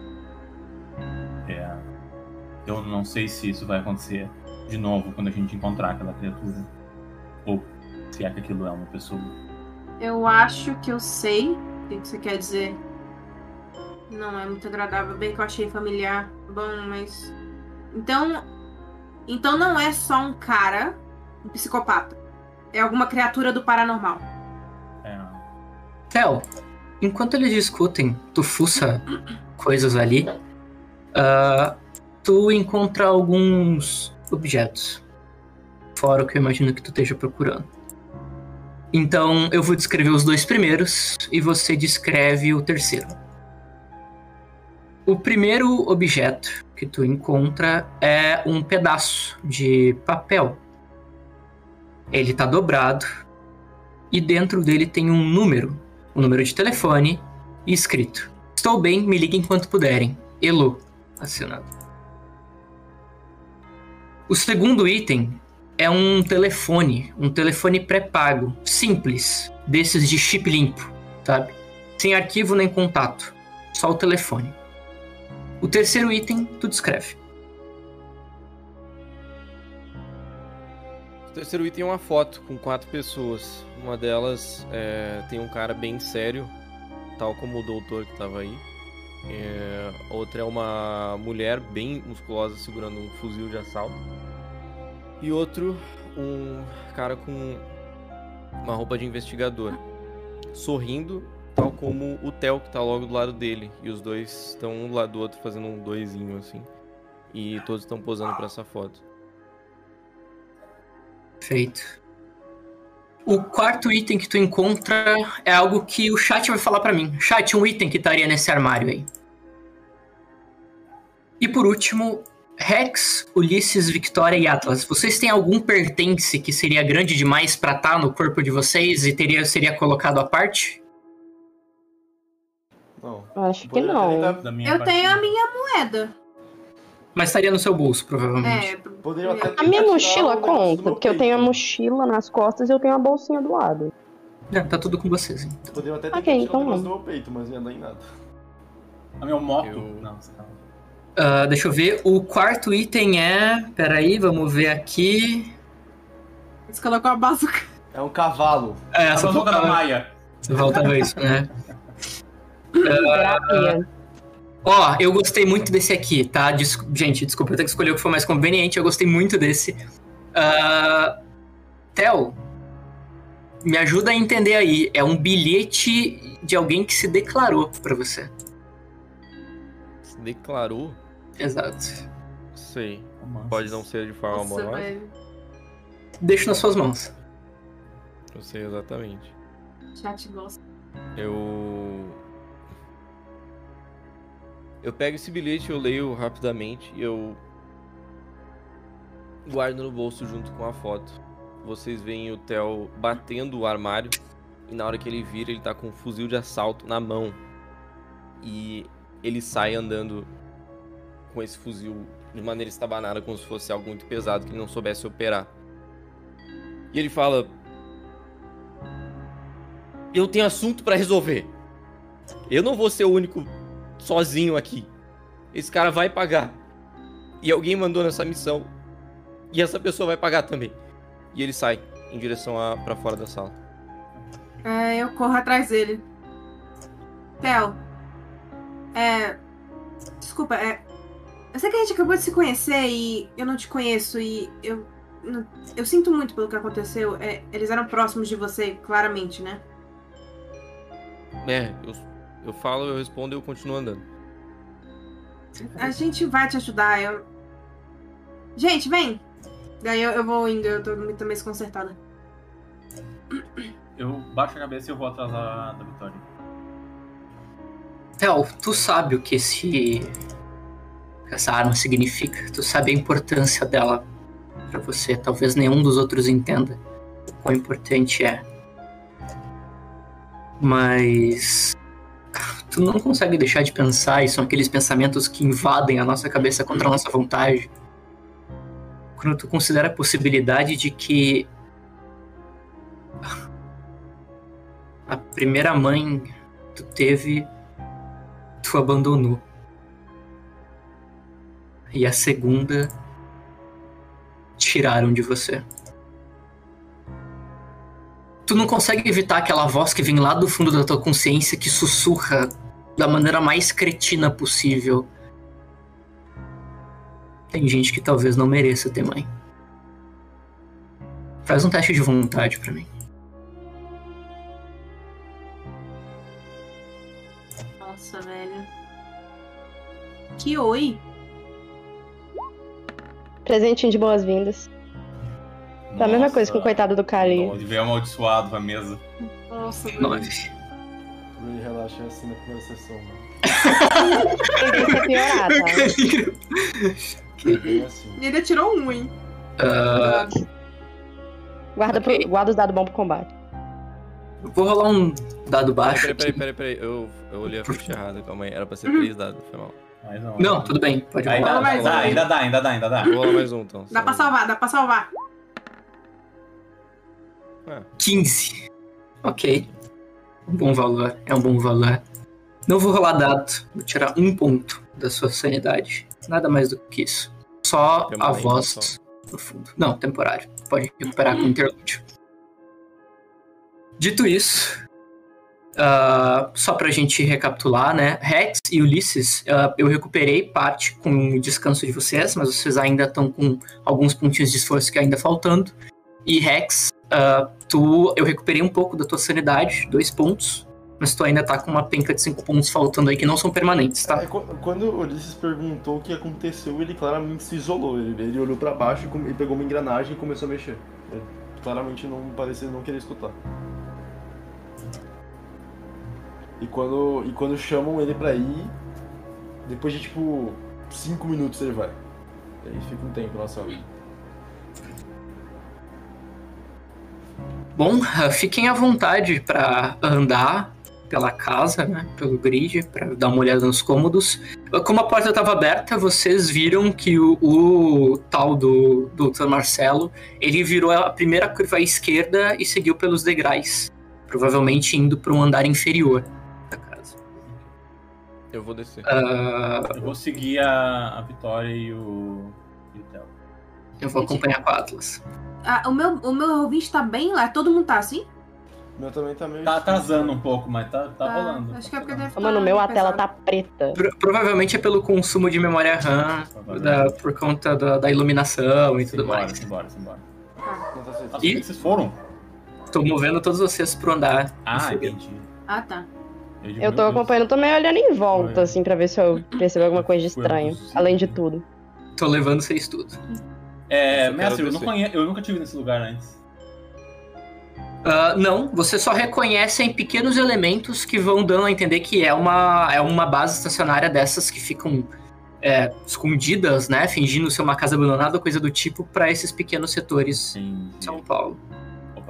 [SPEAKER 3] É, eu não sei se isso vai acontecer de novo quando a gente encontrar aquela criatura. Ou se é que aquilo é uma pessoa.
[SPEAKER 4] Eu acho que eu sei o que que você quer dizer. Não é muito agradável, bem que eu achei familiar. Bom, mas. Então. Então não é só um cara, um psicopata. É alguma criatura do paranormal.
[SPEAKER 3] É,
[SPEAKER 2] Theo, enquanto eles discutem, tu fuça coisas ali, ah, tu encontra alguns objetos. Fora o que eu imagino que tu esteja procurando. Então, eu vou descrever os dois primeiros e você descreve o terceiro. O primeiro objeto que tu encontra é um pedaço de papel. Ele tá dobrado e dentro dele tem um número, um número de telefone e escrito: estou bem, me ligue enquanto puderem. Elo, assinado. O segundo item é um telefone, um telefone pré-pago, simples, desses de chip limpo, sabe? Sem arquivo nem contato, só o telefone. O terceiro item, tu descreve.
[SPEAKER 7] O terceiro item é uma foto com quatro pessoas. Uma delas é, tem um cara bem sério, tal como o doutor que tava aí. É, outra é uma mulher bem musculosa segurando um fuzil de assalto. E outro, um cara com uma roupa de investigador, sorrindo tal como o Theo, que tá logo do lado dele. E os dois estão um do lado do outro fazendo um doisinho, assim. E todos estão posando pra essa foto.
[SPEAKER 2] Perfeito. O quarto item que tu encontra é algo que o chat vai falar pra mim. Chat, um item que estaria nesse armário aí. E por último, Rex, Ulisses, Victoria e Atlas. Vocês têm algum pertence que seria grande demais pra estar no corpo de vocês e teria, seria colocado à parte?
[SPEAKER 6] Não.
[SPEAKER 5] Acho que não.
[SPEAKER 3] Da minha
[SPEAKER 4] Eu
[SPEAKER 3] parte,
[SPEAKER 4] tenho a
[SPEAKER 3] não.
[SPEAKER 4] minha moeda.
[SPEAKER 2] Mas estaria no seu bolso, provavelmente.
[SPEAKER 4] É,
[SPEAKER 6] Poderiam até
[SPEAKER 5] A
[SPEAKER 6] tentar
[SPEAKER 5] minha
[SPEAKER 6] tirar
[SPEAKER 5] mochila
[SPEAKER 6] o negócio do
[SPEAKER 5] conta,
[SPEAKER 6] meu
[SPEAKER 5] porque eu tenho a
[SPEAKER 6] peito.
[SPEAKER 5] mochila nas costas e eu tenho a bolsinha do lado.
[SPEAKER 2] É, tá tudo com vocês, então.
[SPEAKER 6] Poderiam até tentar
[SPEAKER 5] Ok,
[SPEAKER 6] tirar
[SPEAKER 5] então
[SPEAKER 6] o negócio
[SPEAKER 5] não.
[SPEAKER 6] do meu peito, mas não ia dar em nada.
[SPEAKER 3] A minha moto?
[SPEAKER 7] Eu-
[SPEAKER 3] Não, você não.
[SPEAKER 2] Ah, deixa eu ver. O quarto item é... Peraí, vamos ver aqui.
[SPEAKER 4] você colocou a bazuca.
[SPEAKER 6] É um cavalo.
[SPEAKER 2] É,
[SPEAKER 3] A
[SPEAKER 2] essa
[SPEAKER 3] bazuca da
[SPEAKER 2] voltava,
[SPEAKER 3] Maia.
[SPEAKER 2] voltava isso, né?
[SPEAKER 5] Terapia.
[SPEAKER 2] Ó, eu gostei muito desse aqui, tá? Des- Gente, desculpa, eu tenho que escolher o que for mais conveniente. Eu gostei muito desse. Uh... Theo, me ajuda a entender aí. É um bilhete de alguém que se declarou pra você.
[SPEAKER 7] Se declarou?
[SPEAKER 2] Exato.
[SPEAKER 7] Sei.
[SPEAKER 3] Romance.
[SPEAKER 7] Pode não ser de forma
[SPEAKER 4] Nossa,
[SPEAKER 7] amorosa.
[SPEAKER 4] velho.
[SPEAKER 2] Deixo nas suas mãos.
[SPEAKER 7] Eu sei exatamente.
[SPEAKER 4] Chat gosta.
[SPEAKER 7] Eu. Eu pego esse bilhete, eu leio rapidamente e eu guardo no bolso junto com a foto. Vocês veem o Theo batendo o armário e na hora que ele vira, ele tá com um fuzil de assalto na mão. E ele sai andando com esse fuzil de maneira estabanada, como se fosse algo muito pesado que ele não soubesse operar. E ele fala: eu tenho assunto pra resolver. Eu não vou ser o único sozinho aqui. Esse cara vai pagar. E alguém mandou nessa missão. E essa pessoa vai pagar também. E ele sai em direção a, pra fora da sala.
[SPEAKER 4] É, eu corro atrás dele. Theo. É. Desculpa, é. Eu sei que a gente acabou de se conhecer e eu não te conheço e eu. não- Eu sinto muito pelo que aconteceu. É, eles eram próximos de você, claramente, né?
[SPEAKER 7] É, eu, eu falo, eu respondo e eu continuo andando.
[SPEAKER 4] A gente vai te ajudar. Eu... Gente, vem! Daí eu, eu vou indo, eu tô muito meio desconcertada.
[SPEAKER 3] Eu baixo a cabeça e eu vou atrás da, da Vitória.
[SPEAKER 2] Theo, tu sabe o que esse... essa arma significa. Tu sabe a importância dela pra você. Talvez nenhum dos outros entenda o quão importante é. Mas... tu não consegue deixar de pensar, e são aqueles pensamentos que invadem a nossa cabeça contra a nossa vontade. Quando tu considera a possibilidade de que a primeira mãe tu teve, tu abandonou. E a segunda tiraram de você. Tu não consegue evitar aquela voz que vem lá do fundo da tua consciência que sussurra da maneira mais cretina possível. Tem gente que talvez não mereça ter mãe. Faz um teste de vontade pra mim.
[SPEAKER 4] Nossa, velho. Que oi?
[SPEAKER 5] Presentinho de boas-vindas. Tá a mesma coisa com o coitado do cara aí.
[SPEAKER 3] Ele veio amaldiçoado pra mesa.
[SPEAKER 4] Nossa, velho.
[SPEAKER 2] Nove.
[SPEAKER 6] Really relaxa assim na primeira sessão, mano.
[SPEAKER 5] Tendência a piorar, tá?
[SPEAKER 6] É bem assim.
[SPEAKER 4] E ele atirou um, hein?
[SPEAKER 2] Ah,
[SPEAKER 5] Guarda,
[SPEAKER 2] Ok.
[SPEAKER 5] pro, guarda os dados bons pro combate.
[SPEAKER 2] vou rolar um dado baixo.
[SPEAKER 7] Peraí, peraí,
[SPEAKER 2] aqui.
[SPEAKER 7] peraí, peraí. Eu, eu olhei a ficha errada, calma aí. Era pra ser três dados, foi mal.
[SPEAKER 3] Mas não,
[SPEAKER 2] Não, tudo bem, pode
[SPEAKER 3] Ainda
[SPEAKER 2] rolar.
[SPEAKER 3] dá,
[SPEAKER 4] mais um.
[SPEAKER 3] ainda dá, ainda dá, ainda dá.
[SPEAKER 7] Vou rolar mais um, então.
[SPEAKER 4] Dá pra salvar, dá pra salvar.
[SPEAKER 2] quinze. Ok. Um bom valor, é um bom valor. Não vou rolar dado, vou tirar um ponto da sua sanidade. Nada mais do que isso. Só a
[SPEAKER 7] Permanente,
[SPEAKER 2] voz
[SPEAKER 7] só.
[SPEAKER 2] no fundo. Não, temporário. Pode recuperar com interlúdio. Dito isso, ah, só pra gente recapitular, né? Rex e Ulisses, ah, eu recuperei parte com o descanso de vocês, mas vocês ainda estão com alguns pontinhos de esforço que ainda faltando. E Rex, ah, tu, eu recuperei um pouco da tua sanidade, dois pontos. mas tu ainda tá com uma penca de cinco pontos faltando aí que não são permanentes, tá?
[SPEAKER 6] É, qu- quando o Ulisses perguntou o que aconteceu, ele claramente se isolou. Ele, ele olhou pra baixo e, come- e pegou uma engrenagem e começou a mexer. Ele claramente não parecia não querer escutar. E quando, e quando chamam ele pra ir, depois de tipo cinco minutos ele vai. E aí fica um tempo na sala.
[SPEAKER 2] Bom, uh, fiquem à vontade para andar pela casa, né, pelo grid, para dar uma olhada nos cômodos. Uh, Como a porta estava aberta, vocês viram que o, o tal do doutor Marcelo, ele virou a primeira curva à esquerda e seguiu pelos degraus, provavelmente indo para um andar inferior da casa.
[SPEAKER 7] Eu vou descer.
[SPEAKER 2] Uh,
[SPEAKER 3] Eu vou seguir a, a Vitória e o. E o Theo.
[SPEAKER 2] eu vou acompanhar com a Atlas.
[SPEAKER 4] Ah, o meu, o meu ouvinte tá bem lá? Todo mundo tá assim?
[SPEAKER 6] O meu também tá meio.
[SPEAKER 3] Tá atrasando um pouco, mas tá, tá
[SPEAKER 4] Ah,
[SPEAKER 3] rolando.
[SPEAKER 4] acho que é porque deve
[SPEAKER 5] Ô, Mano, meu, a tela
[SPEAKER 4] pesado.
[SPEAKER 5] tá preta.
[SPEAKER 2] Pro- provavelmente é pelo consumo de memória RAM, da- por conta da, da iluminação e tudo
[SPEAKER 3] Simbora,
[SPEAKER 2] mais.
[SPEAKER 3] simbora, simbora.
[SPEAKER 6] Não tá certo.
[SPEAKER 3] Nossa,
[SPEAKER 2] E-
[SPEAKER 3] onde que vocês foram?
[SPEAKER 2] Tô movendo todos vocês pro andar.
[SPEAKER 3] Ah,
[SPEAKER 2] inferior.
[SPEAKER 3] entendi.
[SPEAKER 4] Ah, tá.
[SPEAKER 3] digo,
[SPEAKER 5] Eu tô
[SPEAKER 3] meu Deus.
[SPEAKER 5] acompanhando também, olhando em volta,
[SPEAKER 3] Foi.
[SPEAKER 5] assim, pra ver se eu percebo alguma coisa de
[SPEAKER 3] Foi
[SPEAKER 5] estranho.
[SPEAKER 3] impossível.
[SPEAKER 5] Além de tudo.
[SPEAKER 2] Tô levando vocês tudo.
[SPEAKER 3] É,
[SPEAKER 7] Eu quero
[SPEAKER 3] mestre, eu, não
[SPEAKER 7] descer.
[SPEAKER 3] conhe... eu nunca tive nesse lugar antes.
[SPEAKER 2] Ah, não, você só reconhecem pequenos elementos que vão dando a entender que é uma, é uma base estacionária dessas que ficam é, escondidas, né? Fingindo ser uma casa abandonada, coisa do tipo, pra esses pequenos setores
[SPEAKER 3] Sim.
[SPEAKER 2] de São Paulo.
[SPEAKER 3] Opa.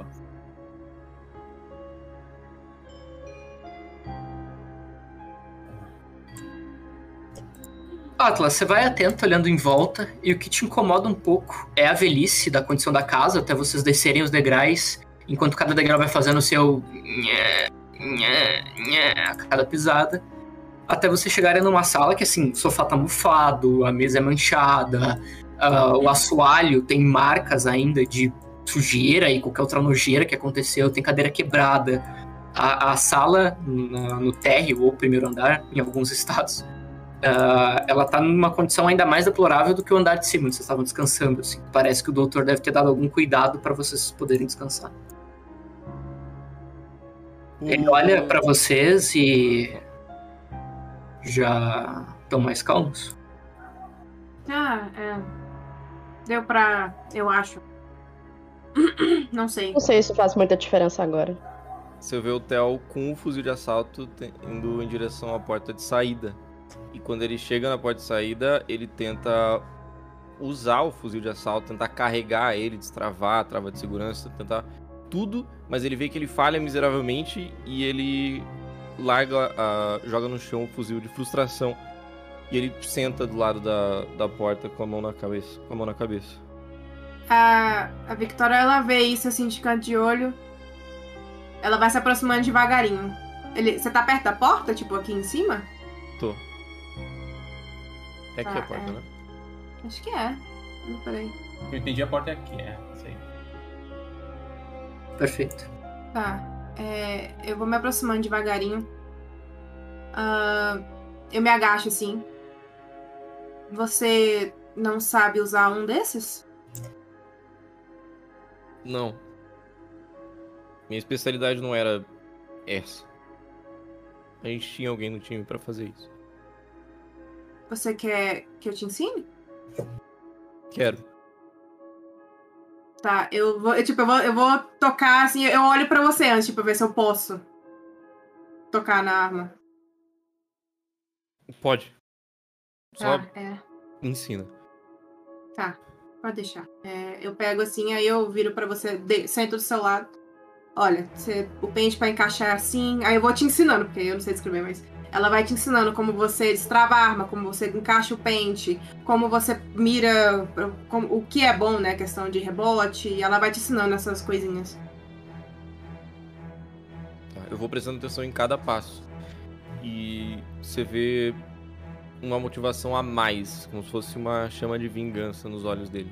[SPEAKER 2] Atlas, você vai atento, olhando em volta, e o que te incomoda um pouco é a velhice da condição da casa, até vocês descerem os degraus, enquanto cada degrau vai fazendo o seu nhé, nhé, nhé, a cada pisada, até você chegarem numa sala que, assim, o sofá tá mofado, a mesa é manchada, ah, o assoalho tem marcas ainda de sujeira e qualquer outra nojeira que aconteceu, tem cadeira quebrada. A, a sala na- no térreo ou primeiro andar, em alguns estados, Uh, ela tá numa condição ainda mais deplorável do que o andar de cima, onde vocês estavam descansando, assim. Parece que o doutor deve ter dado algum cuidado para vocês poderem descansar. Ele olha para vocês e já estão mais calmos.
[SPEAKER 4] Ah, é. Deu pra. Eu acho. Não sei.
[SPEAKER 5] Não sei se faz muita diferença agora.
[SPEAKER 7] Você vê o Theo com um fuzil de assalto te- indo em direção à porta de saída. E quando ele chega na porta de saída, ele tenta usar o fuzil de assalto, tentar carregar ele, destravar a trava de segurança, tentar tudo, mas ele vê que ele falha miseravelmente e ele larga, a- joga no chão o fuzil de frustração. E ele senta do lado da, da porta com a mão na cabeça. Com a mão na cabeça.
[SPEAKER 4] A, a Victoria, ela vê isso assim de canto de olho. Ela vai se aproximando devagarinho. Ele, você tá perto da porta, tipo aqui em cima?
[SPEAKER 7] Tô. É aqui
[SPEAKER 4] Ah,
[SPEAKER 7] a porta,
[SPEAKER 4] é.
[SPEAKER 7] né?
[SPEAKER 4] Acho que é. Hum, Peraí.
[SPEAKER 3] Eu entendi, a porta é aqui, é. Isso aí.
[SPEAKER 2] Perfeito.
[SPEAKER 4] Tá. É, eu vou me aproximando devagarinho. Ah, eu me agacho assim. Você não sabe usar um desses?
[SPEAKER 7] Não. Minha especialidade não era essa. A gente tinha alguém no time pra fazer isso.
[SPEAKER 4] Você quer que eu te ensine?
[SPEAKER 7] Quero.
[SPEAKER 4] Tá, eu vou, eu, tipo, eu vou, eu vou tocar assim, eu olho pra você antes, tipo, ver se eu posso tocar na arma.
[SPEAKER 7] Pode. Só
[SPEAKER 4] Tá, é.
[SPEAKER 7] ensina.
[SPEAKER 4] Tá, pode deixar. É, eu pego assim, aí eu viro pra você, de, sento do seu lado. Olha, você, o pente pra encaixar é assim. Aí eu vou te ensinando, porque eu não sei descrever, mas ela vai te ensinando como você destrava a arma, como você encaixa o pente, como você mira, como, o que é bom, né? Questão de rebote. E ela vai te ensinando essas coisinhas.
[SPEAKER 7] Tá, eu vou prestando atenção em cada passo. E você vê uma motivação a mais, como se fosse uma chama de vingança nos olhos dele.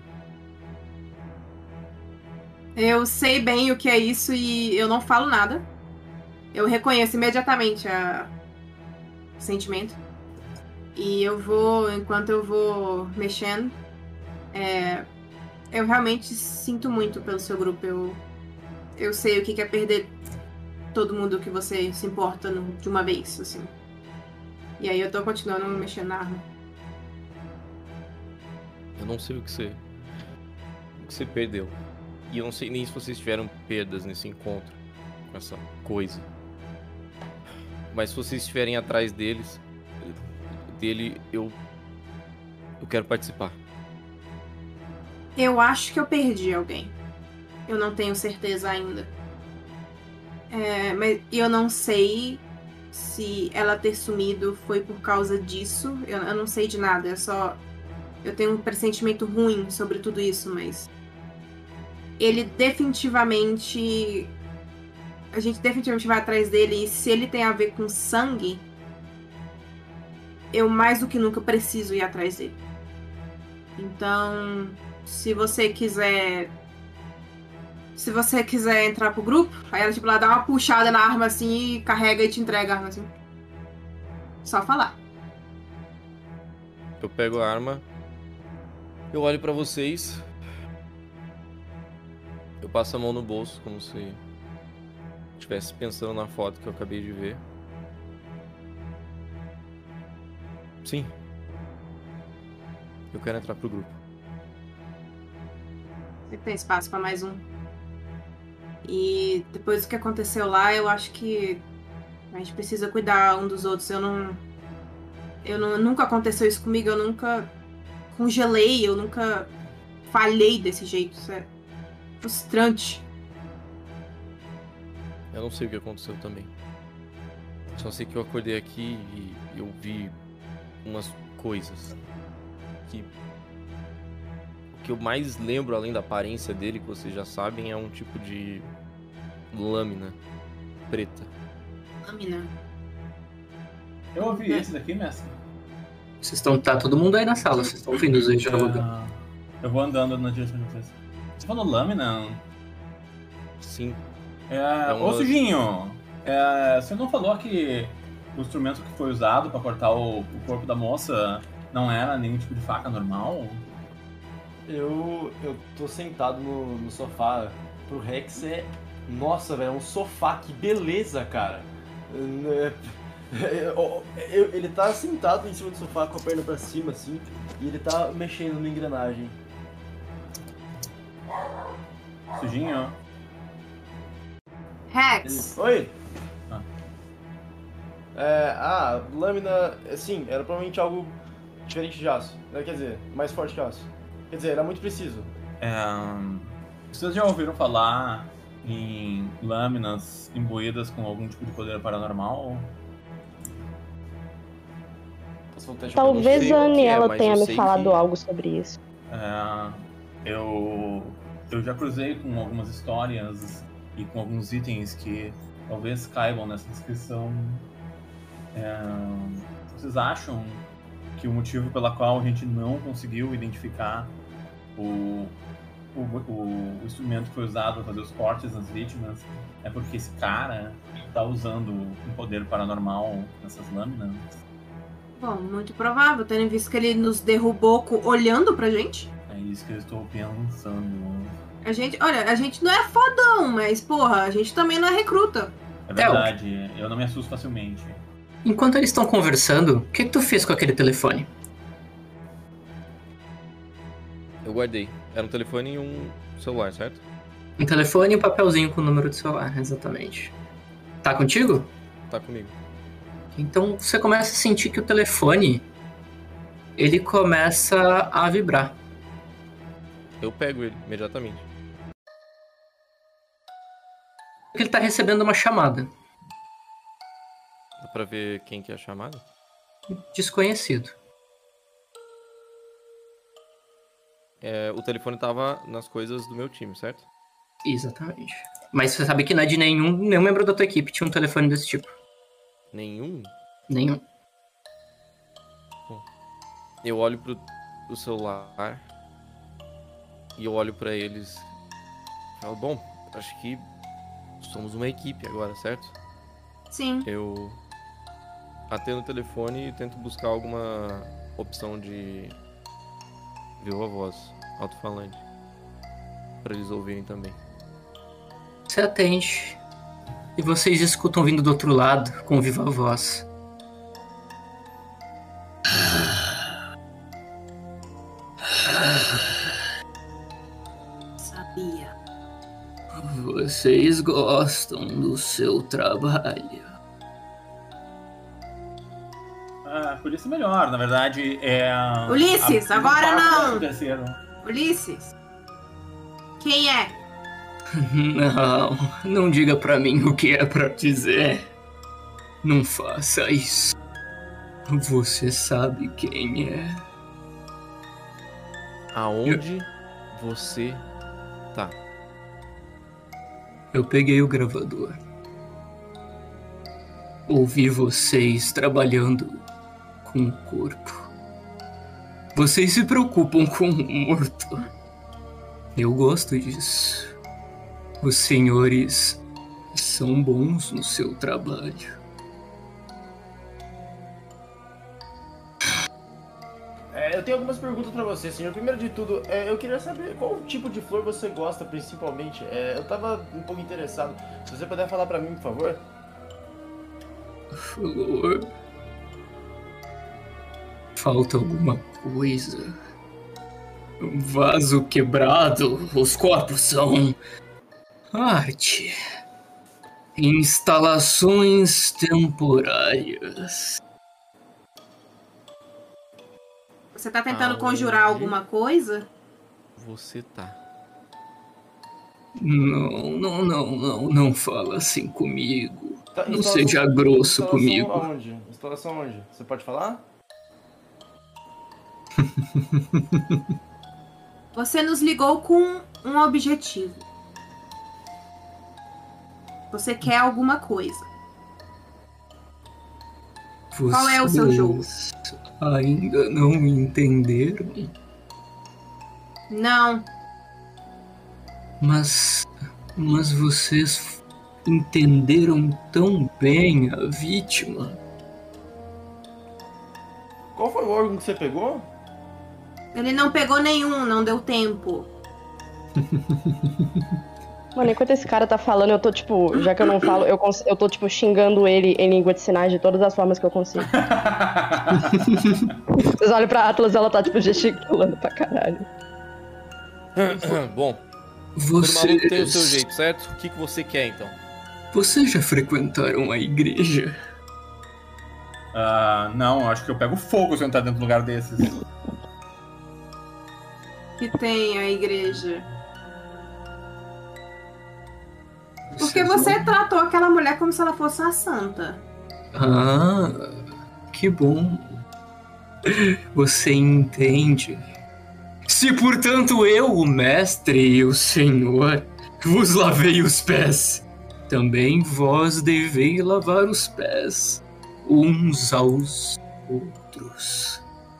[SPEAKER 4] Eu sei bem o que é isso e eu não falo nada. Eu reconheço imediatamente a... o sentimento. E eu vou, enquanto eu vou mexendo, é... eu realmente sinto muito pelo seu grupo. Eu, eu sei o que é perder todo mundo que você se importa no- de uma vez, assim. E aí eu tô continuando mexendo na arma.
[SPEAKER 7] Eu não sei o que você. O que você perdeu. E eu não sei nem se vocês tiveram perdas nesse encontro com essa coisa. Mas se vocês estiverem atrás deles, dele, eu. Eu quero participar.
[SPEAKER 4] Eu acho que eu perdi alguém. Eu não tenho certeza ainda. É, mas eu não sei se ela ter sumido foi por causa disso. Eu, eu não sei de nada. É só. Eu tenho um pressentimento ruim sobre tudo isso, mas. Ele definitivamente. A gente definitivamente vai atrás dele. E se ele tem a ver com sangue, eu mais do que nunca preciso ir atrás dele. Então, se você quiser. Se você quiser entrar pro grupo, aí ela tipo, ela dá uma puxada na arma assim e carrega e te entrega a arma assim. Só falar.
[SPEAKER 7] Eu pego a arma. Eu olho pra vocês. Eu passo a mão no bolso, como se estivesse pensando na foto que eu acabei de ver. Sim. Eu quero entrar pro grupo.
[SPEAKER 4] Sempre tem espaço pra mais um. E depois do que aconteceu lá, eu acho que a gente precisa cuidar um dos outros. Eu não. Eu não, nunca aconteceu isso comigo, eu nunca congelei, eu nunca falhei desse jeito. Isso é frustrante.
[SPEAKER 7] Eu não sei o que aconteceu também. Só sei que eu acordei aqui e eu vi umas coisas que o que eu mais lembro, além da aparência dele, que vocês já sabem, é um tipo de lâmina preta.
[SPEAKER 4] Lâmina.
[SPEAKER 3] Eu ouvi esse daqui, mestre.
[SPEAKER 2] Vocês estão. Tá todo mundo aí na sala, vocês estão ouvindo os jogando.
[SPEAKER 3] Ah, eu vou andando na direção de vocês. Você falou lâmina?
[SPEAKER 7] Sim.
[SPEAKER 3] É,
[SPEAKER 7] É
[SPEAKER 3] Ô,
[SPEAKER 7] uma-
[SPEAKER 3] Sujinho, é, você não falou que o instrumento que foi usado pra cortar o, o corpo da moça não era nenhum tipo de faca normal?
[SPEAKER 6] Eu, eu tô sentado no, no sofá. Pro Rex é. Nossa, velho, é um sofá, que beleza, cara. É, é, ó, eu- Ele tá sentado em cima do sofá com a perna pra cima, assim, e ele tá mexendo na engrenagem.
[SPEAKER 3] Sujinho?
[SPEAKER 4] Rex!
[SPEAKER 6] Ele- Oi?
[SPEAKER 3] Ah.
[SPEAKER 6] É, ah, lâmina, sim, era provavelmente algo diferente de aço. É, Quer dizer, mais forte que aço. Quer dizer, era muito preciso.
[SPEAKER 3] É, vocês já ouviram falar em lâminas imbuídas com algum tipo de poder paranormal?
[SPEAKER 6] Posso fazer um teste
[SPEAKER 5] Talvez
[SPEAKER 7] sei
[SPEAKER 5] a
[SPEAKER 7] o que é,
[SPEAKER 5] Aniela
[SPEAKER 7] mas
[SPEAKER 5] tenha
[SPEAKER 7] eu
[SPEAKER 5] me
[SPEAKER 7] sei
[SPEAKER 5] falado
[SPEAKER 7] que-
[SPEAKER 5] algo sobre isso.
[SPEAKER 3] É, eu, eu já cruzei com algumas histórias e com alguns itens que talvez caibam nessa descrição. É, vocês acham que o motivo pela qual a gente não conseguiu identificar o, o, o, o instrumento que foi usado para fazer os cortes nas vítimas é porque esse cara está usando um poder paranormal nessas lâminas?
[SPEAKER 4] Bom, muito provável, tendo visto que ele nos derrubou co- olhando pra gente.
[SPEAKER 3] É isso que eu estou pensando.
[SPEAKER 4] A gente, olha, a gente não é fodão, mas porra, a gente também não é recruta.
[SPEAKER 3] É verdade, eu não me assusto facilmente.
[SPEAKER 2] Enquanto eles estão conversando, o que, que tu fez com aquele telefone?
[SPEAKER 7] Eu guardei. Era um telefone e um celular, certo?
[SPEAKER 2] Um telefone e um papelzinho com o número do celular, exatamente. Tá contigo?
[SPEAKER 7] Tá comigo.
[SPEAKER 2] Então você começa a sentir que o telefone ele começa a vibrar.
[SPEAKER 7] Eu pego ele imediatamente.
[SPEAKER 2] Ele tá recebendo uma chamada.
[SPEAKER 7] Dá pra ver quem que é a chamada?
[SPEAKER 2] Desconhecido.
[SPEAKER 7] É, o telefone tava nas coisas do meu time, certo?
[SPEAKER 2] Exatamente. Mas você sabe que não é de nenhum, nenhum membro da tua equipe tinha um telefone desse tipo.
[SPEAKER 7] Nenhum?
[SPEAKER 2] Nenhum.
[SPEAKER 7] Eu olho pro, pro celular e eu olho pra eles e falo, bom, acho que somos uma equipe agora, certo?
[SPEAKER 4] Sim.
[SPEAKER 7] Eu atendo o telefone e tento buscar alguma opção de viva voz, alto-falante, pra eles ouvirem também.
[SPEAKER 2] Você atende. E vocês escutam vindo do outro lado, com viva voz.
[SPEAKER 4] Sabia.
[SPEAKER 2] Vocês gostam do seu trabalho.
[SPEAKER 3] Ah, por isso melhor, na verdade, é...
[SPEAKER 4] Ulisses,
[SPEAKER 3] a-
[SPEAKER 4] agora
[SPEAKER 3] a-
[SPEAKER 4] não.
[SPEAKER 3] o terceiro.
[SPEAKER 4] Ulisses. Quem é?
[SPEAKER 2] Não, não diga pra mim o que é pra dizer. Não faça isso. Você sabe quem é.
[SPEAKER 7] Aonde você tá?
[SPEAKER 2] Eu peguei o gravador. Ouvi vocês trabalhando com o corpo. Vocês se preocupam com o morto. Eu gosto disso. Os senhores são bons no seu trabalho.
[SPEAKER 6] É, eu tenho algumas perguntas pra você, senhor. Primeiro de tudo, é, eu queria saber qual tipo de flor você gosta principalmente. É, eu tava um pouco interessado. Se você puder falar pra mim, por favor.
[SPEAKER 2] Flor. Falta alguma coisa. Um vaso quebrado. Os corpos são arte. Instalações temporárias.
[SPEAKER 4] Você tá tentando
[SPEAKER 7] Aonde?
[SPEAKER 4] conjurar alguma coisa?
[SPEAKER 7] Você tá.
[SPEAKER 2] Não, não, não, não, não fala assim comigo.
[SPEAKER 6] Tá,
[SPEAKER 2] Não
[SPEAKER 6] instalação-
[SPEAKER 2] seja grosso
[SPEAKER 6] instalação
[SPEAKER 2] comigo.
[SPEAKER 6] Aonde? Instalação onde? Você pode falar?
[SPEAKER 4] Você nos ligou com um objetivo. Você quer alguma coisa. Qual é o seu jogo?
[SPEAKER 2] Vocês ainda não entenderam?
[SPEAKER 4] Não.
[SPEAKER 2] Mas. Mas vocês entenderam tão bem a vítima.
[SPEAKER 6] Qual foi o órgão que você pegou?
[SPEAKER 4] Ele não pegou nenhum, não deu tempo.
[SPEAKER 5] Mano, enquanto esse cara tá falando, eu tô, tipo, já que eu não falo, eu, cons- eu tô, tipo, xingando ele em língua de sinais de todas as formas que eu consigo. Vocês olham pra Atlas, ela tá, tipo, gesticulando pra caralho.
[SPEAKER 7] Bom, todo maluco tem o seu
[SPEAKER 2] Vocês.
[SPEAKER 7] jeito, certo? O que, que você quer, então?
[SPEAKER 2] Vocês já frequentaram a igreja?
[SPEAKER 3] Ah, não, acho que eu pego fogo se eu entrar dentro de um lugar desses.
[SPEAKER 4] Que tem a igreja. Porque
[SPEAKER 2] Vocês
[SPEAKER 4] você
[SPEAKER 2] não-
[SPEAKER 4] tratou aquela mulher como se ela fosse uma santa.
[SPEAKER 2] Ah, que bom. Você entende. Se, portanto, eu, o mestre e o senhor, vos lavei os pés, também vós deveis lavar os pés uns aos outros.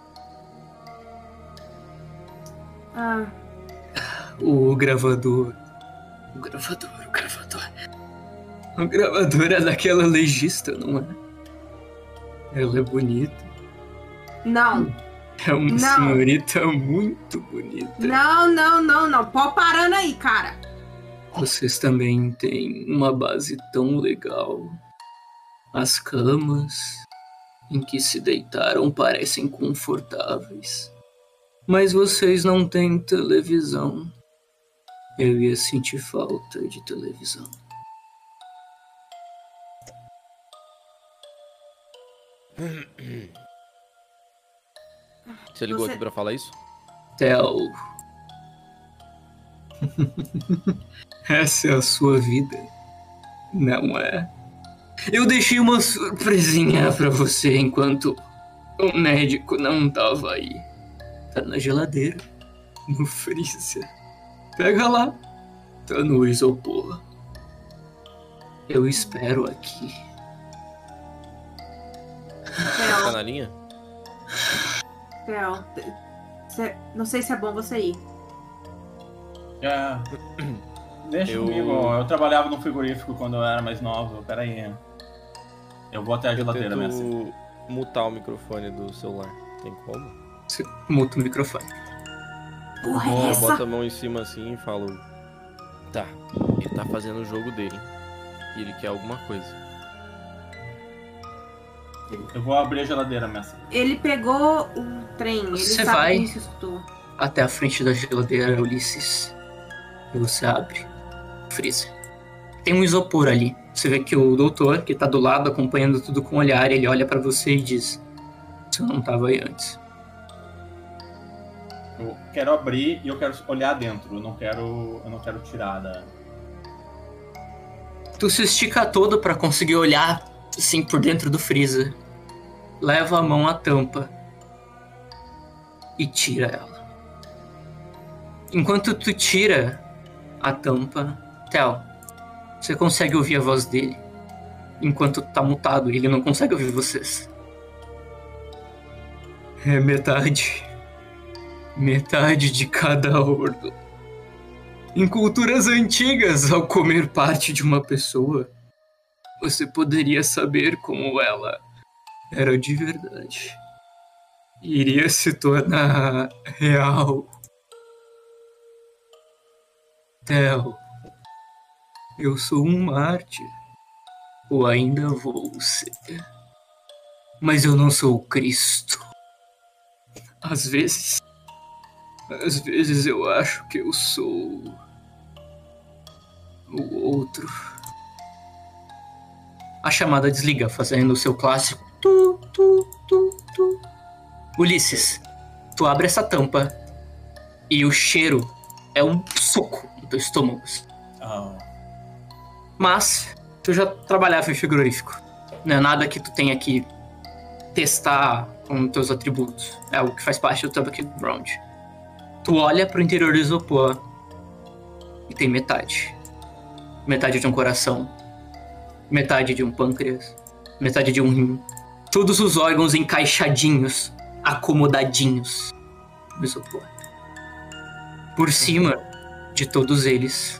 [SPEAKER 4] Ah,
[SPEAKER 2] O gravador. O gravador, o gravador. O gravador é daquela legista, não é? Ela é bonita.
[SPEAKER 4] não.
[SPEAKER 2] É uma
[SPEAKER 4] Não.
[SPEAKER 2] senhorita muito bonita.
[SPEAKER 4] Não, não, não, não. Pode parando aí, cara.
[SPEAKER 2] Vocês também têm uma base tão legal. As camas em que se deitaram parecem confortáveis. Mas vocês não têm televisão. Eu ia sentir falta de televisão.
[SPEAKER 7] Você ligou
[SPEAKER 4] Você-
[SPEAKER 7] aqui pra falar isso?
[SPEAKER 2] Tel. Essa é a sua vida, não é? Eu deixei uma surpresinha pra você enquanto o médico não tava aí. Tá na geladeira, no freezer. Pega lá, tá no isopor. Eu espero aqui.
[SPEAKER 7] Tá
[SPEAKER 4] Theo,
[SPEAKER 7] na linha?
[SPEAKER 4] Theo. cê- Não sei se é bom você ir.
[SPEAKER 3] É. Deixa
[SPEAKER 7] Eu-
[SPEAKER 3] comigo, eu trabalhava no frigorífico quando eu era mais novo. Pera aí. Eu vou até a
[SPEAKER 7] Eu
[SPEAKER 3] geladeira mesmo.
[SPEAKER 7] tento mutar o microfone do celular. Tem como?
[SPEAKER 2] Você muta o microfone.
[SPEAKER 4] Porra, é
[SPEAKER 7] Eu
[SPEAKER 4] essa?
[SPEAKER 7] boto a mão em cima assim e falo... Tá, ele tá fazendo o jogo dele. E ele quer alguma coisa.
[SPEAKER 3] Eu vou abrir a geladeira, Messi.
[SPEAKER 4] Ele pegou o trem, ele
[SPEAKER 2] Você
[SPEAKER 4] sabe
[SPEAKER 2] vai.
[SPEAKER 4] que isso escutou.
[SPEAKER 2] Até a frente da geladeira, Ulisses. E você abre o freezer. Tem um isopor ali. Você vê que o doutor, que tá do lado acompanhando tudo com o olhar, ele olha pra você e diz: você não tava aí antes.
[SPEAKER 3] Eu quero abrir e eu quero olhar dentro. Eu não quero, eu não quero tirar da...
[SPEAKER 2] Tu se estica todo pra conseguir olhar assim por dentro do freezer. Leva a mão à tampa e tira ela. Enquanto tu tira a tampa, Theo, você consegue ouvir a voz dele. Enquanto tá mutado, ele não consegue ouvir vocês. É metade. Metade de cada ordo. Em culturas antigas, ao comer parte de uma pessoa, você poderia saber como ela era de verdade. Iria se tornar real. Theo, eu sou um mártir. Ou ainda vou ser. Mas eu não sou o Cristo. Às vezes... Às vezes eu acho que eu sou... o outro. A chamada desliga, fazendo o seu clássico tu, tu, tu, tu. Ulisses, tu abre essa tampa e o cheiro é um soco no teu estômago.
[SPEAKER 3] Ah,
[SPEAKER 2] Mas tu já trabalhava em frigorífico. Não é nada que tu tenha que testar com teus atributos. É algo que faz parte do teu background. Tu olha pro interior do isopor e tem metade. Metade de um coração. Metade de um pâncreas. Metade de um rim. Todos os órgãos encaixadinhos, acomodadinhos no isopor. Por cima de todos eles,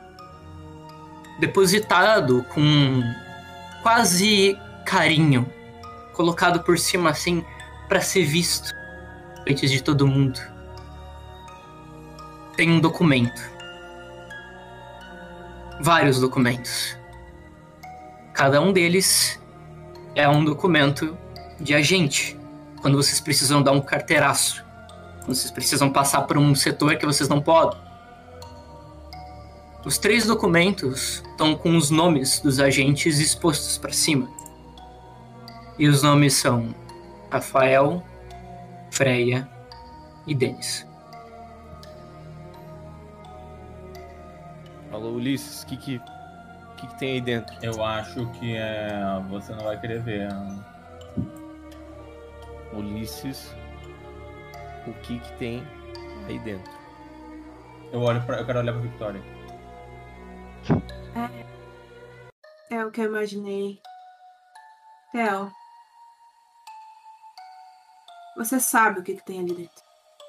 [SPEAKER 2] depositado com quase carinho, colocado por cima assim para ser visto antes de todo mundo, tem um documento. Vários documentos. Cada um deles é um documento de agente. Quando vocês precisam dar um carteiraço. Quando vocês precisam passar por um setor que vocês não podem. Os três documentos estão com os nomes dos agentes expostos para cima. E os nomes são Rafael, Freya e Denis.
[SPEAKER 7] Alô, Ulisses, o que que, que que tem aí dentro?
[SPEAKER 3] eu acho que é... você não vai querer ver.
[SPEAKER 7] Ulisses, o que que tem aí dentro?
[SPEAKER 3] Eu olho pra... eu quero olhar pra Victoria.
[SPEAKER 4] É o que eu imaginei. Theo, você sabe o que, que tem ali dentro.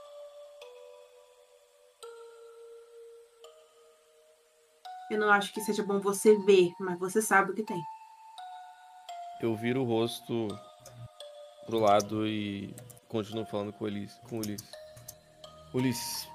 [SPEAKER 4] Eu não acho que seja bom você ver, mas você sabe o que tem.
[SPEAKER 7] Eu viro o rosto pro lado e continuo falando com o Ulisses. Com o Ulisses. Ulisses,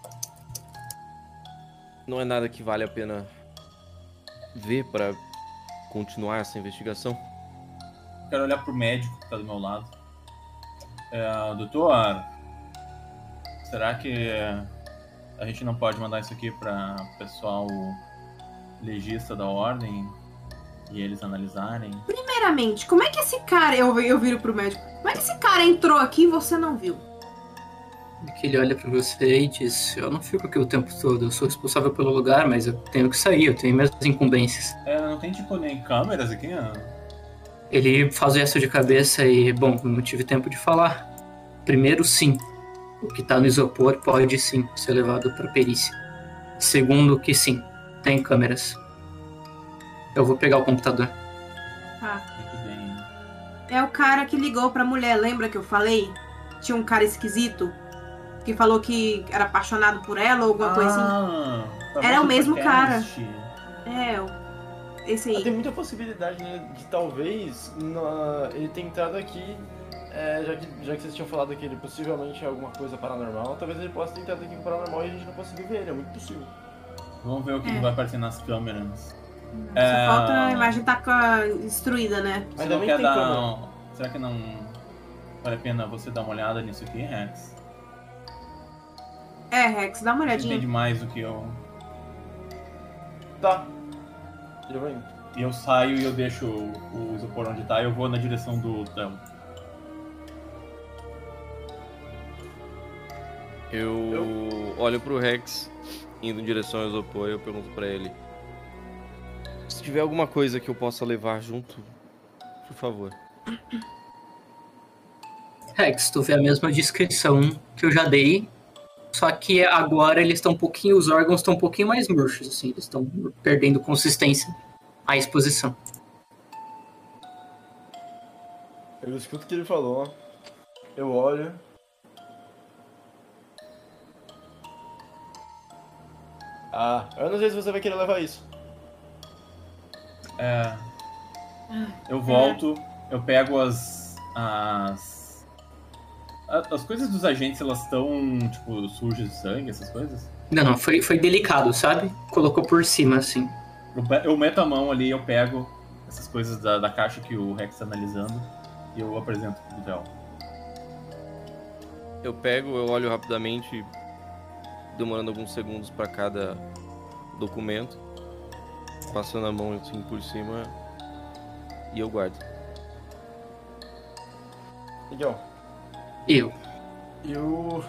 [SPEAKER 7] não é nada que vale a pena ver para continuar essa investigação?
[SPEAKER 3] Eu quero olhar pro médico que tá do meu lado. É, doutor, será que a gente não pode mandar isso aqui para o pessoal legista da ordem e eles analisarem?
[SPEAKER 4] Primeiramente, como é que esse cara... Eu, eu viro pro médico. Como é que esse cara entrou aqui e você não viu?
[SPEAKER 2] Que ele olha pra você e diz: eu não fico aqui o tempo todo, eu sou responsável pelo lugar, mas eu tenho que sair, eu tenho minhas incumbências.
[SPEAKER 3] É, não tem tipo nem câmeras aqui, né?
[SPEAKER 2] Ele faz o gesto de cabeça e, bom, eu não tive tempo de falar. Primeiro, sim, o que tá no isopor pode sim ser levado pra perícia. Segundo, que sim, tem câmeras. Eu vou pegar o computador.
[SPEAKER 4] Ah,
[SPEAKER 3] Muito bem.
[SPEAKER 4] é o cara que ligou pra mulher, lembra que eu falei? Tinha um cara esquisito que falou que era apaixonado por ela ou alguma coisa assim.
[SPEAKER 3] Ah, tá
[SPEAKER 4] Era
[SPEAKER 3] bom,
[SPEAKER 4] o mesmo
[SPEAKER 3] podcast.
[SPEAKER 4] É, o- esse
[SPEAKER 6] Ah,
[SPEAKER 4] aí.
[SPEAKER 6] tem muita possibilidade, né, de talvez na- ele ter entrado aqui, é, já, que, já que vocês tinham falado que ele possivelmente é alguma coisa paranormal, talvez ele possa ter entrado aqui com paranormal e a gente não conseguiu ver ele, é muito possível.
[SPEAKER 3] Vamos ver o que,
[SPEAKER 4] É.
[SPEAKER 3] que vai aparecer nas câmeras.
[SPEAKER 4] Só
[SPEAKER 3] É,
[SPEAKER 4] falta a imagem tá ca- destruída, né?
[SPEAKER 3] Você
[SPEAKER 6] Ainda
[SPEAKER 3] não
[SPEAKER 6] bem
[SPEAKER 3] quer
[SPEAKER 6] que tem
[SPEAKER 3] dar...
[SPEAKER 6] câmera.
[SPEAKER 3] um- Será que não vale a pena você dar uma olhada nisso aqui, Rex?
[SPEAKER 4] É, Rex, dá uma
[SPEAKER 3] Você
[SPEAKER 4] olhadinha.
[SPEAKER 3] entende mais do que eu.
[SPEAKER 6] Tá. Eu vou indo.
[SPEAKER 3] E eu saio e eu deixo o, o isopor onde tá e eu vou na direção do Theo.
[SPEAKER 7] Eu olho pro Rex, indo em direção ao isopor, e eu pergunto pra ele: se tiver alguma coisa que eu possa levar junto, por favor.
[SPEAKER 2] Rex, tu vê a mesma descrição que eu já dei, só que agora eles estão um pouquinho, os órgãos estão um pouquinho mais murchos, assim, eles estão perdendo consistência à exposição.
[SPEAKER 6] Eu escuto o que ele falou. Eu olho. Ah, eu não sei se você vai querer levar isso.
[SPEAKER 3] É. Eu volto, eu pego as. as. a- As coisas dos agentes, elas estão, tipo, sujas de sangue, essas coisas?
[SPEAKER 2] Não, não, foi, foi delicado, sabe? Colocou por cima, assim.
[SPEAKER 3] Eu, pe- eu meto a mão ali, eu pego essas coisas da, da caixa que o Rex tá analisando e eu apresento pro Theo.
[SPEAKER 7] Eu pego, eu olho rapidamente, demorando alguns segundos pra cada documento, passando a mão assim por cima, e eu guardo.
[SPEAKER 6] Miguel,
[SPEAKER 2] Eu.
[SPEAKER 6] eu.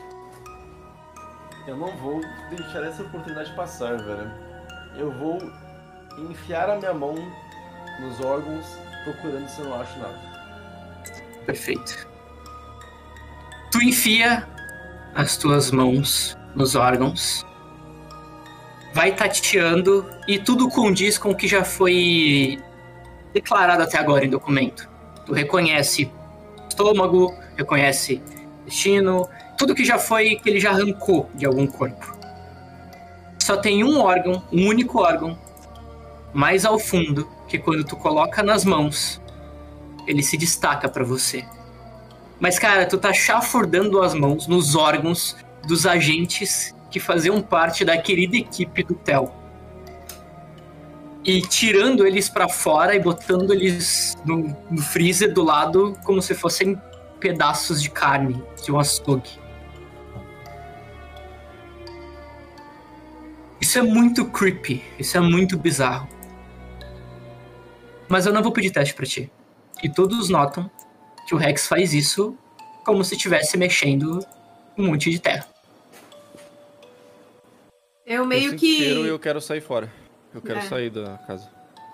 [SPEAKER 6] Eu não vou deixar essa oportunidade passar, velho. Eu vou enfiar a minha mão nos órgãos, procurando se eu não acho nada.
[SPEAKER 2] Perfeito. Tu enfia as tuas mãos nos órgãos, vai tateando e tudo condiz com o que já foi declarado até agora em documento. Tu reconhece estômago, reconhece intestino, tudo que já foi, que ele já arrancou de algum corpo. Só tem um órgão, um único órgão, mais ao fundo, que quando tu coloca nas mãos, ele se destaca pra você. Mas, cara, tu tá chafurdando as mãos nos órgãos dos agentes que faziam parte da querida equipe do Theo. E tirando eles pra fora e botando eles no, no freezer do lado como se fossem pedaços de carne de um açougue. Isso é muito creepy, isso é muito bizarro. Mas eu não vou pedir teste pra ti. E todos notam que o Rex faz isso como se estivesse mexendo um monte de terra.
[SPEAKER 4] Eu
[SPEAKER 7] Eu
[SPEAKER 4] meio
[SPEAKER 7] sinto
[SPEAKER 4] que.
[SPEAKER 7] cheiro e eu quero sair fora. Eu quero
[SPEAKER 4] É.
[SPEAKER 7] sair da casa.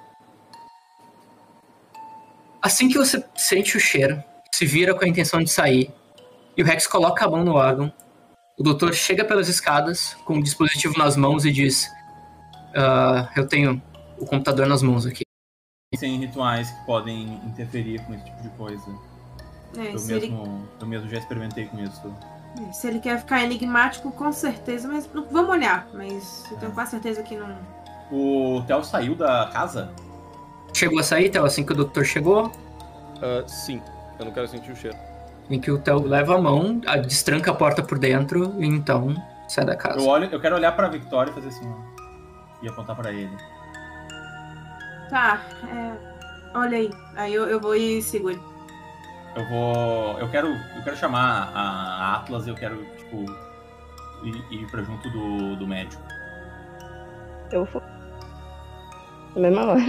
[SPEAKER 2] Assim que você sente o cheiro, se vira com a intenção de sair, e o Rex coloca a mão no órgão, o doutor chega pelas escadas com o dispositivo nas mãos e diz: "Ah, eu tenho o computador nas mãos aqui."
[SPEAKER 3] Tem rituais que podem interferir com esse tipo de coisa.
[SPEAKER 4] É,
[SPEAKER 3] Eu
[SPEAKER 4] se, ele,
[SPEAKER 3] mesmo, eu mesmo já experimentei com isso.
[SPEAKER 4] se ele quer ficar enigmático, com certeza, mas não- vamos olhar. Mas eu tenho quase certeza que não.
[SPEAKER 3] O Theo saiu da casa?
[SPEAKER 2] Chegou a sair, Theo, assim que o doutor chegou,
[SPEAKER 7] Ah, sim, eu não quero sentir o cheiro.
[SPEAKER 2] em que o Theo leva a mão, a- destranca a porta por dentro e então sai da casa.
[SPEAKER 3] Eu olho, eu quero olhar pra Victoria e fazer assim, ó. E apontar pra ele.
[SPEAKER 4] Tá, é. Olha aí. Aí eu, eu vou e sigo ele.
[SPEAKER 3] Eu vou. Eu quero. Eu quero chamar a Atlas e eu quero, tipo, ir, ir pra junto do, do médico.
[SPEAKER 5] Eu vou. Na mesma hora.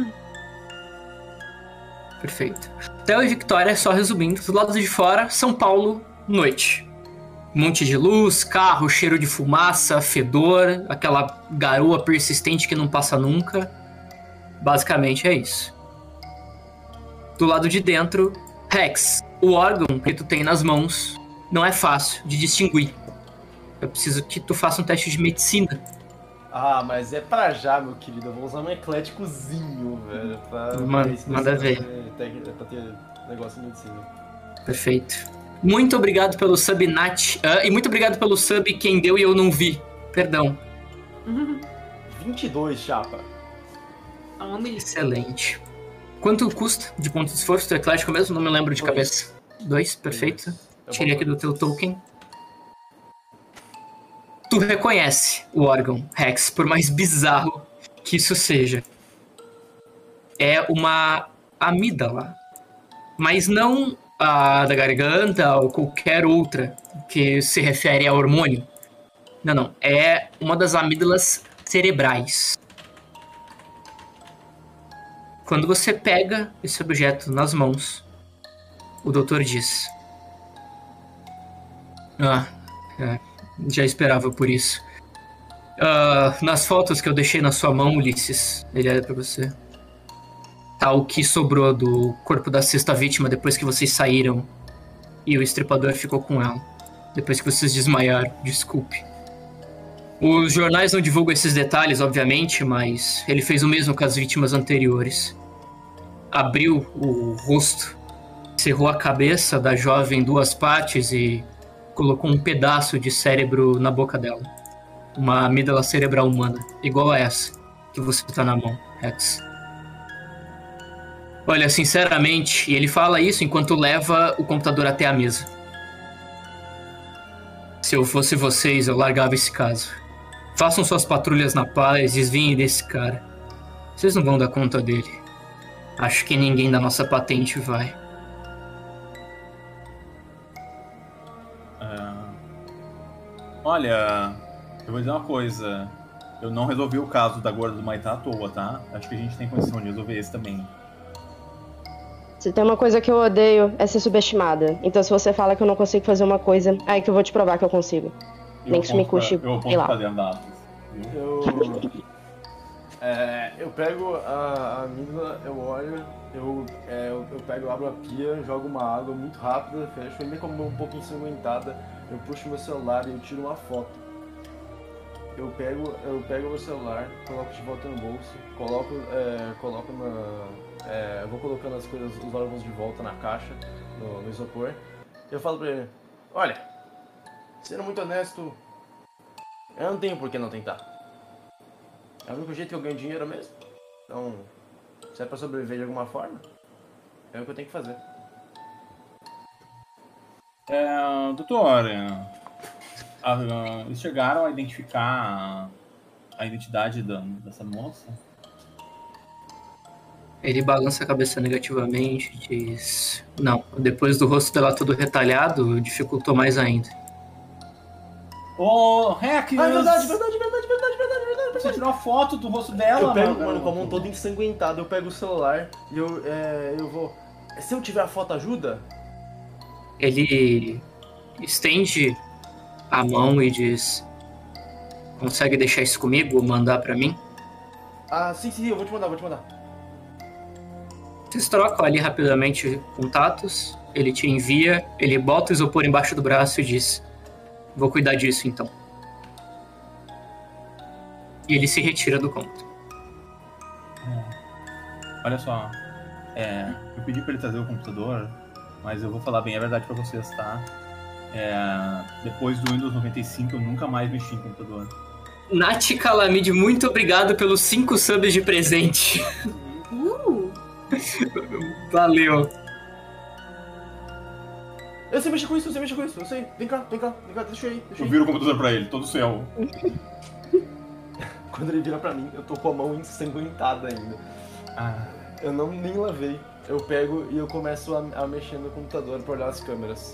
[SPEAKER 2] Perfeito. Theo e Victoria, só resumindo, do lado de fora, São Paulo, noite. Um monte de luz, carro, cheiro de fumaça, fedor, aquela garoa persistente que não passa nunca. Basicamente é isso. Do lado de dentro, Rex, o órgão que tu tem nas mãos não é fácil de distinguir. Eu preciso que tu faça um teste de medicina.
[SPEAKER 6] Ah, mas é pra já, meu querido. Eu vou usar um ecléticozinho, velho. Pra,
[SPEAKER 2] Manda-
[SPEAKER 6] pra isso,
[SPEAKER 2] manda
[SPEAKER 6] pra
[SPEAKER 2] ver.
[SPEAKER 6] ter- técnica- Pra ter negócio de medicina.
[SPEAKER 2] Perfeito. Muito obrigado pelo sub, Nath. Ah, e muito obrigado pelo sub quem deu e eu não vi. Perdão.
[SPEAKER 6] vinte e dois, chapa.
[SPEAKER 4] Então, um milímetro.
[SPEAKER 2] Excelente. Quanto custa de ponto de esforço do Eclético mesmo? Não me lembro de
[SPEAKER 6] Dois.
[SPEAKER 2] cabeça. Dois, perfeito.
[SPEAKER 6] Eu
[SPEAKER 2] Tirei
[SPEAKER 6] vou-
[SPEAKER 2] aqui do teu token. Tu reconhece o órgão, Rex, por mais bizarro que isso seja. É uma amígdala. Mas não a da garganta ou qualquer outra que se refere a hormônio. Não, não. É uma das amígdalas cerebrais. Quando você pega esse objeto nas mãos, o doutor diz... Ah, é, já esperava por isso. Uh, nas fotos que eu deixei na sua mão, Ulisses, ele era pra você. Tá o que sobrou do corpo da sexta vítima depois que vocês saíram e o estripador ficou com ela. Depois que vocês desmaiaram, desculpe. Os jornais não divulgam esses detalhes, obviamente, mas ele fez o mesmo com as vítimas anteriores. Abriu o rosto, cerrou a cabeça da jovem em duas partes e colocou um pedaço de cérebro na boca dela. Uma amígdala cerebral humana, igual a essa que você tá na mão, Rex. Olha, sinceramente, e ele fala isso enquanto leva o computador até a mesa. Se eu fosse vocês, eu largava esse caso. Façam suas patrulhas na paz, desviem desse cara. Vocês não vão dar conta dele. Acho que ninguém da nossa patente vai.
[SPEAKER 3] Uh, olha, eu vou dizer uma coisa. Eu não resolvi o caso da gorda do Maitá à toa, tá? Acho que a gente tem condição de resolver esse também.
[SPEAKER 5] Se tem uma coisa que eu odeio, é ser subestimada. Então se você fala que eu não consigo fazer uma coisa, é aí que eu vou te provar que eu consigo.
[SPEAKER 3] Eu
[SPEAKER 5] Nem que isso me custe,
[SPEAKER 3] eu
[SPEAKER 5] sei lá.
[SPEAKER 3] Fazer dados,
[SPEAKER 6] Eu, é, eu pego a, a amígdala, eu olho, eu, é, eu, eu pego, eu abro a pia, jogo uma água muito rápida, fecho, ainda como um pouco ensanguentada, eu puxo meu celular e eu tiro uma foto. Eu pego, eu pego o meu celular, coloco de volta no bolso, coloco, é, coloco na... É, eu vou colocando as coisas, os órgãos de volta na caixa, no, no isopor, e eu falo pra ele, olha, sendo muito honesto, eu não tenho por que não tentar. É o único jeito que eu ganho dinheiro mesmo. Então, se é pra sobreviver de alguma forma, é o que eu tenho que fazer.
[SPEAKER 3] É, doutor, é, a, a, eles chegaram a identificar a, a identidade da, dessa moça?
[SPEAKER 2] Ele balança a cabeça negativamente e diz... Não, depois do rosto dela todo retalhado, dificultou mais ainda.
[SPEAKER 3] Ô, oh, Rex!
[SPEAKER 6] Ah, é verdade, verdade, verdade, verdade, verdade, verdade.
[SPEAKER 3] Você tirou a foto do rosto dela,
[SPEAKER 6] eu pego,
[SPEAKER 3] mano.
[SPEAKER 6] mano, com a mão toda ensanguentada, eu pego o celular e eu, é, eu vou... Se eu tiver a foto, ajuda?
[SPEAKER 2] Ele estende a mão e diz... Consegue deixar isso comigo ou mandar pra mim?
[SPEAKER 6] Ah, sim, sim, eu vou te mandar, vou te mandar.
[SPEAKER 2] Vocês trocam ali rapidamente contatos, ele te envia, ele bota o isopor embaixo do braço e diz... Vou cuidar disso, então. E ele se retira do conto.
[SPEAKER 3] É. Olha só, é, eu pedi pra ele trazer o computador, mas eu vou falar bem a verdade pra vocês, tá? É, depois do Windows noventa e cinco, eu nunca mais mexi em computador.
[SPEAKER 2] Nath Calamide, muito obrigado pelos cinco subs de presente.
[SPEAKER 4] Uh!
[SPEAKER 2] Valeu.
[SPEAKER 6] Eu sei mexer com isso, eu sei mexer com isso, eu sei. Vem cá, vem cá, vem cá, deixa eu ir, deixa eu
[SPEAKER 3] Eu
[SPEAKER 6] ir.
[SPEAKER 3] viro o computador pra ele, todo céu.
[SPEAKER 6] Quando ele vira pra mim, eu tô com a mão ensanguentada ainda.
[SPEAKER 3] Ah,
[SPEAKER 6] Eu não nem lavei. Eu pego e eu começo a, a mexer no computador pra olhar as câmeras.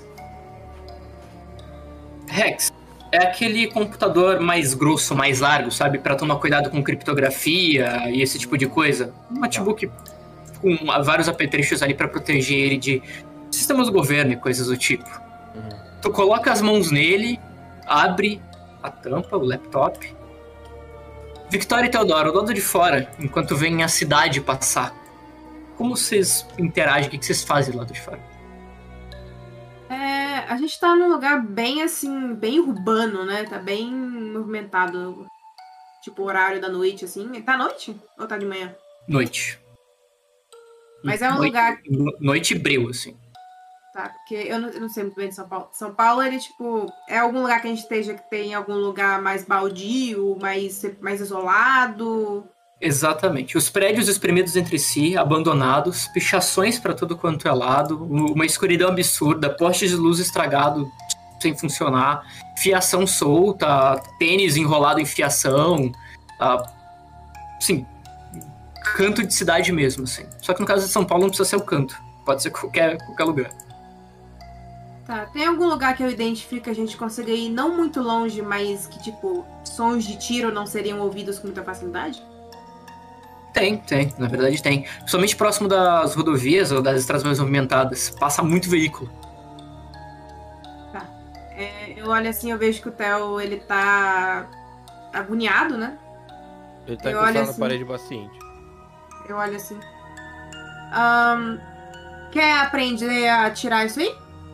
[SPEAKER 2] Rex, é aquele computador mais grosso, mais largo, sabe? Pra tomar cuidado com criptografia e esse tipo de coisa. Um notebook com vários apetrechos ali pra proteger ele de sistemas do governo e coisas do tipo.
[SPEAKER 6] Uhum.
[SPEAKER 2] Tu coloca as mãos nele, abre a tampa, o laptop. Victoria e Teodoro, do lado de fora, enquanto vem a cidade passar. Como vocês interagem? O que vocês fazem do lado de fora?
[SPEAKER 4] É, a gente tá num lugar bem assim, bem urbano, né? Tá bem movimentado. Tipo, horário da noite, assim. Tá noite? Ou tá de manhã?
[SPEAKER 2] Noite.
[SPEAKER 4] Mas é um
[SPEAKER 2] noite,
[SPEAKER 4] lugar...
[SPEAKER 2] Noite breu, assim.
[SPEAKER 4] Tá, porque eu não, eu não sei muito bem de São Paulo. São Paulo, ele, tipo, é algum lugar que a gente esteja que tem algum lugar mais baldio, mais, mais isolado?
[SPEAKER 2] Exatamente. Os prédios espremidos entre si, abandonados, pichações pra todo quanto é lado, uma escuridão absurda, postes de luz estragado sem funcionar, fiação solta, tênis enrolado em fiação, uh, sim, canto de cidade mesmo, assim. Só que no caso de São Paulo não precisa ser o canto. Pode ser qualquer, qualquer lugar.
[SPEAKER 4] Tá, tem algum lugar que eu identifico que a gente consiga ir não muito longe, mas que, tipo, sons de tiro não seriam ouvidos com muita facilidade?
[SPEAKER 2] Tem, tem. Na verdade tem. Principalmente próximo das rodovias ou das estradas mais movimentadas. Passa muito veículo.
[SPEAKER 4] Tá. É, eu olho assim, eu vejo que o Theo, ele tá agoniado, né?
[SPEAKER 7] Ele tá
[SPEAKER 4] Eu olho
[SPEAKER 7] encostado
[SPEAKER 4] assim.
[SPEAKER 7] na parede paciente.
[SPEAKER 4] Eu olho assim. Ahn, quer aprender a tirar isso aí?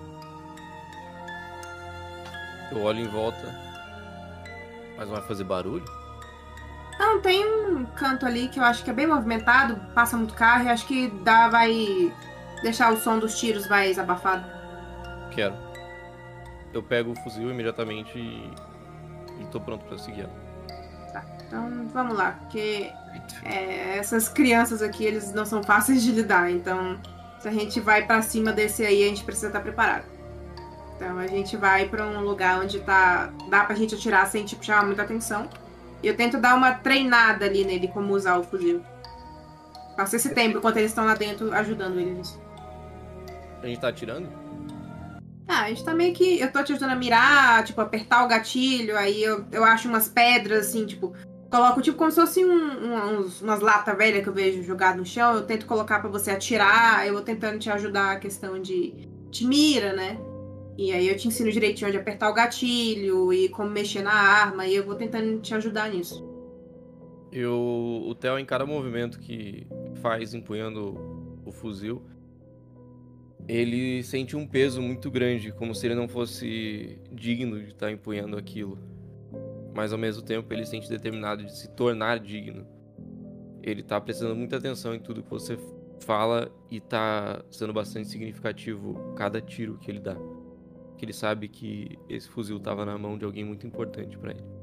[SPEAKER 7] Eu olho em volta. Mas não vai fazer barulho?
[SPEAKER 4] Não, tem um canto ali que eu acho que é bem movimentado, passa muito carro e acho que dá, vai deixar o som dos tiros mais abafado.
[SPEAKER 7] Quero. Eu pego o fuzil imediatamente e, e tô pronto pra seguir ela.
[SPEAKER 4] Tá, então vamos lá, porque é, essas crianças aqui, eles não são fáceis de lidar, então se a gente vai pra cima desse aí, a gente precisa estar preparado. Então a gente vai pra um lugar onde tá, dá pra gente atirar sem tipo, chamar muita atenção. E eu tento dar uma treinada ali nele, como usar o fuzil. Passa esse tempo enquanto eles estão lá dentro ajudando ele nisso.
[SPEAKER 7] A gente tá atirando?
[SPEAKER 4] Ah, a gente tá meio que. Eu tô te ajudando a mirar, tipo, apertar o gatilho, aí eu, eu acho umas pedras, assim, tipo. Coloco, tipo, como se fosse um, um, uns, umas latas velhas que eu vejo jogado no chão. Eu tento colocar pra você atirar, eu vou tentando te ajudar a questão de, de mira, né? E aí eu te ensino direitinho onde apertar o gatilho e como mexer na arma, e eu vou tentando te ajudar nisso.
[SPEAKER 7] Eu, o Theo, em cada movimento que faz empunhando o fuzil, ele sente um peso muito grande, como se ele não fosse digno de estar empunhando aquilo. Mas ao mesmo tempo ele sente determinado de se tornar digno. Ele tá prestando muita atenção em tudo que você fala e tá sendo bastante significativo cada tiro que ele dá. Que ele sabe que esse fuzil tava na mão de alguém muito importante pra ele.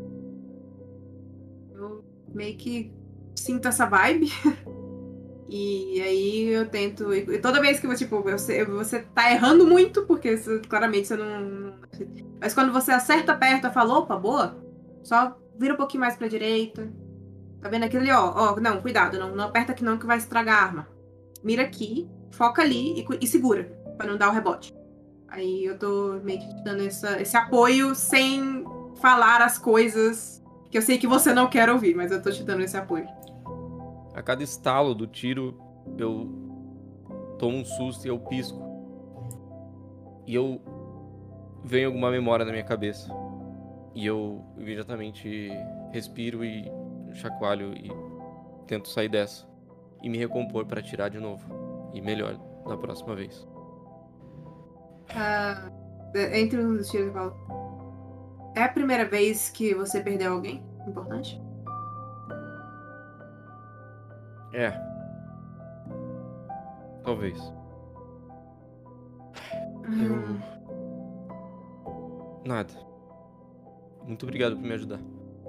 [SPEAKER 4] Eu meio que sinto essa vibe. E aí eu tento. E toda vez que você, tipo, você, você tá errando muito, porque você, claramente você não. Mas quando você acerta, aperta, fala, opa, boa. Só vira um pouquinho mais pra direita. Tá vendo aquilo ali, ó? Ó, não, cuidado, não, não aperta aqui não que vai estragar a arma. Mira aqui, foca ali e, e segura, pra não dar o rebote. Aí eu tô meio que te dando essa, esse apoio sem falar as coisas que eu sei que você não quer ouvir, mas eu tô te dando esse apoio.
[SPEAKER 7] A cada estalo do tiro, eu tomo um susto e eu pisco. E eu venho alguma memória na minha cabeça. E eu imediatamente respiro e chacoalho e tento sair dessa. E me recompor para atirar de novo. E melhor, na próxima vez.
[SPEAKER 4] Ah, entre os tiros eu falo. É a primeira vez que você perdeu alguém importante?
[SPEAKER 7] É. Talvez.
[SPEAKER 4] Hum,
[SPEAKER 7] Eu... Nada. Muito obrigado por me ajudar.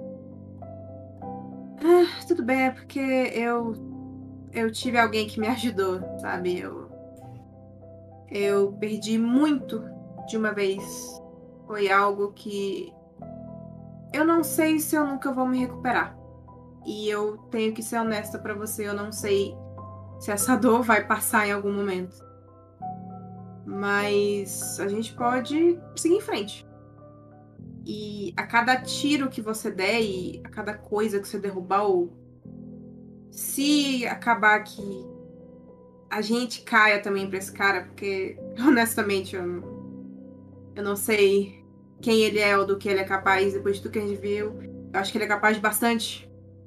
[SPEAKER 4] ah, tudo bem, é porque eu. Eu tive alguém que me ajudou, sabe? Eu. Eu perdi muito de uma vez. Foi algo que. Eu não sei se eu nunca vou me recuperar. E eu tenho que ser honesta pra você, eu não sei se essa dor vai passar em algum momento. Mas a gente pode seguir em frente. E a cada tiro que você der e a cada coisa que você derrubar, ou se acabar que a gente caia também pra esse cara, porque honestamente eu não, eu não sei quem ele é ou do que ele é capaz depois de tudo que a gente viu. Eu acho que ele é capaz de bastante.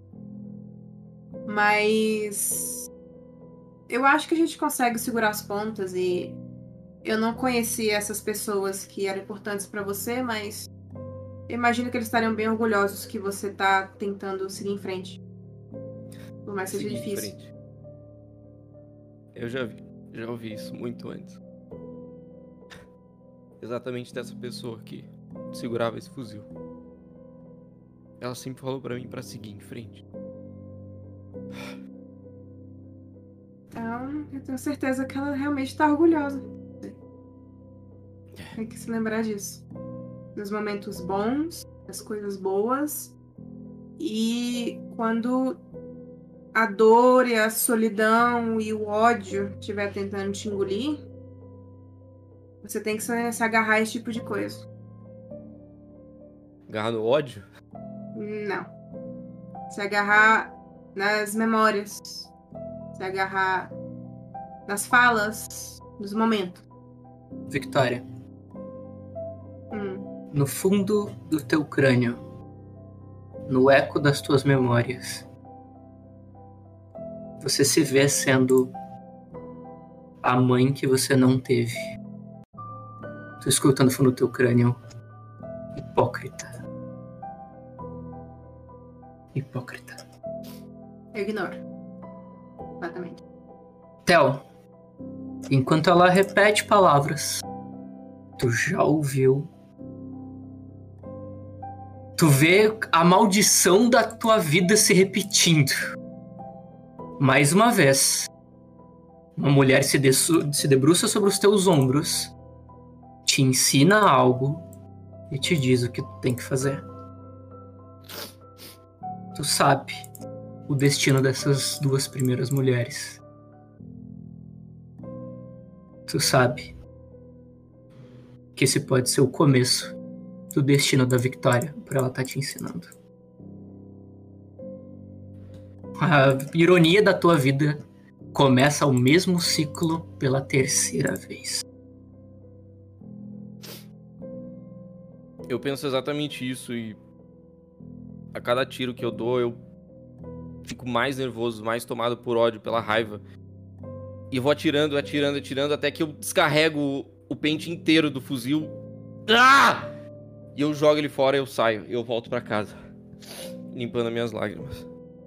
[SPEAKER 4] Mas eu acho que a gente consegue segurar as pontas e eu não conheci essas pessoas que eram importantes pra você, mas eu imagino que eles estariam bem orgulhosos que você tá tentando seguir em frente. Por mais que seja
[SPEAKER 7] Seguir em
[SPEAKER 4] difícil.
[SPEAKER 7] frente. Eu já vi, já ouvi isso muito antes. Exatamente dessa pessoa que segurava esse fuzil. Ela sempre falou pra mim pra seguir em frente.
[SPEAKER 4] Então, eu tenho certeza que ela realmente tá orgulhosa. Tem que se lembrar disso. Dos momentos bons, das coisas boas. E quando a dor e a solidão e o ódio estiver tentando te engolir, você tem que se se agarrar a esse tipo de coisa.
[SPEAKER 7] Agarrar no ódio?
[SPEAKER 4] Não. Se agarrar nas memórias. Se agarrar nas falas, nos momentos.
[SPEAKER 2] Victoria,
[SPEAKER 4] Hum.
[SPEAKER 2] no fundo do teu crânio, no eco das tuas memórias, você se vê sendo a mãe que você não teve. Tô escutando no fundo do teu crânio. Hipócrita. Hipócrita.
[SPEAKER 4] Eu ignoro. Completamente.
[SPEAKER 2] Theo, enquanto ela repete palavras, tu já ouviu. Tu vê a maldição da tua vida se repetindo. Mais uma vez, uma mulher se, de- se debruça sobre os teus ombros, te ensina algo e te diz o que tu tem que fazer. Tu sabe o destino dessas duas primeiras mulheres. Tu sabe que esse pode ser o começo do destino da Victoria, por ela estar te ensinando. A ironia da tua vida começa o mesmo ciclo pela terceira vez.
[SPEAKER 7] Eu penso exatamente isso e a cada tiro que eu dou, eu fico mais nervoso, mais tomado por ódio, pela raiva. E vou atirando, atirando, atirando, até que eu descarrego o pente inteiro do fuzil. Ah! E eu jogo ele fora e eu saio. Eu volto pra casa, limpando as minhas lágrimas.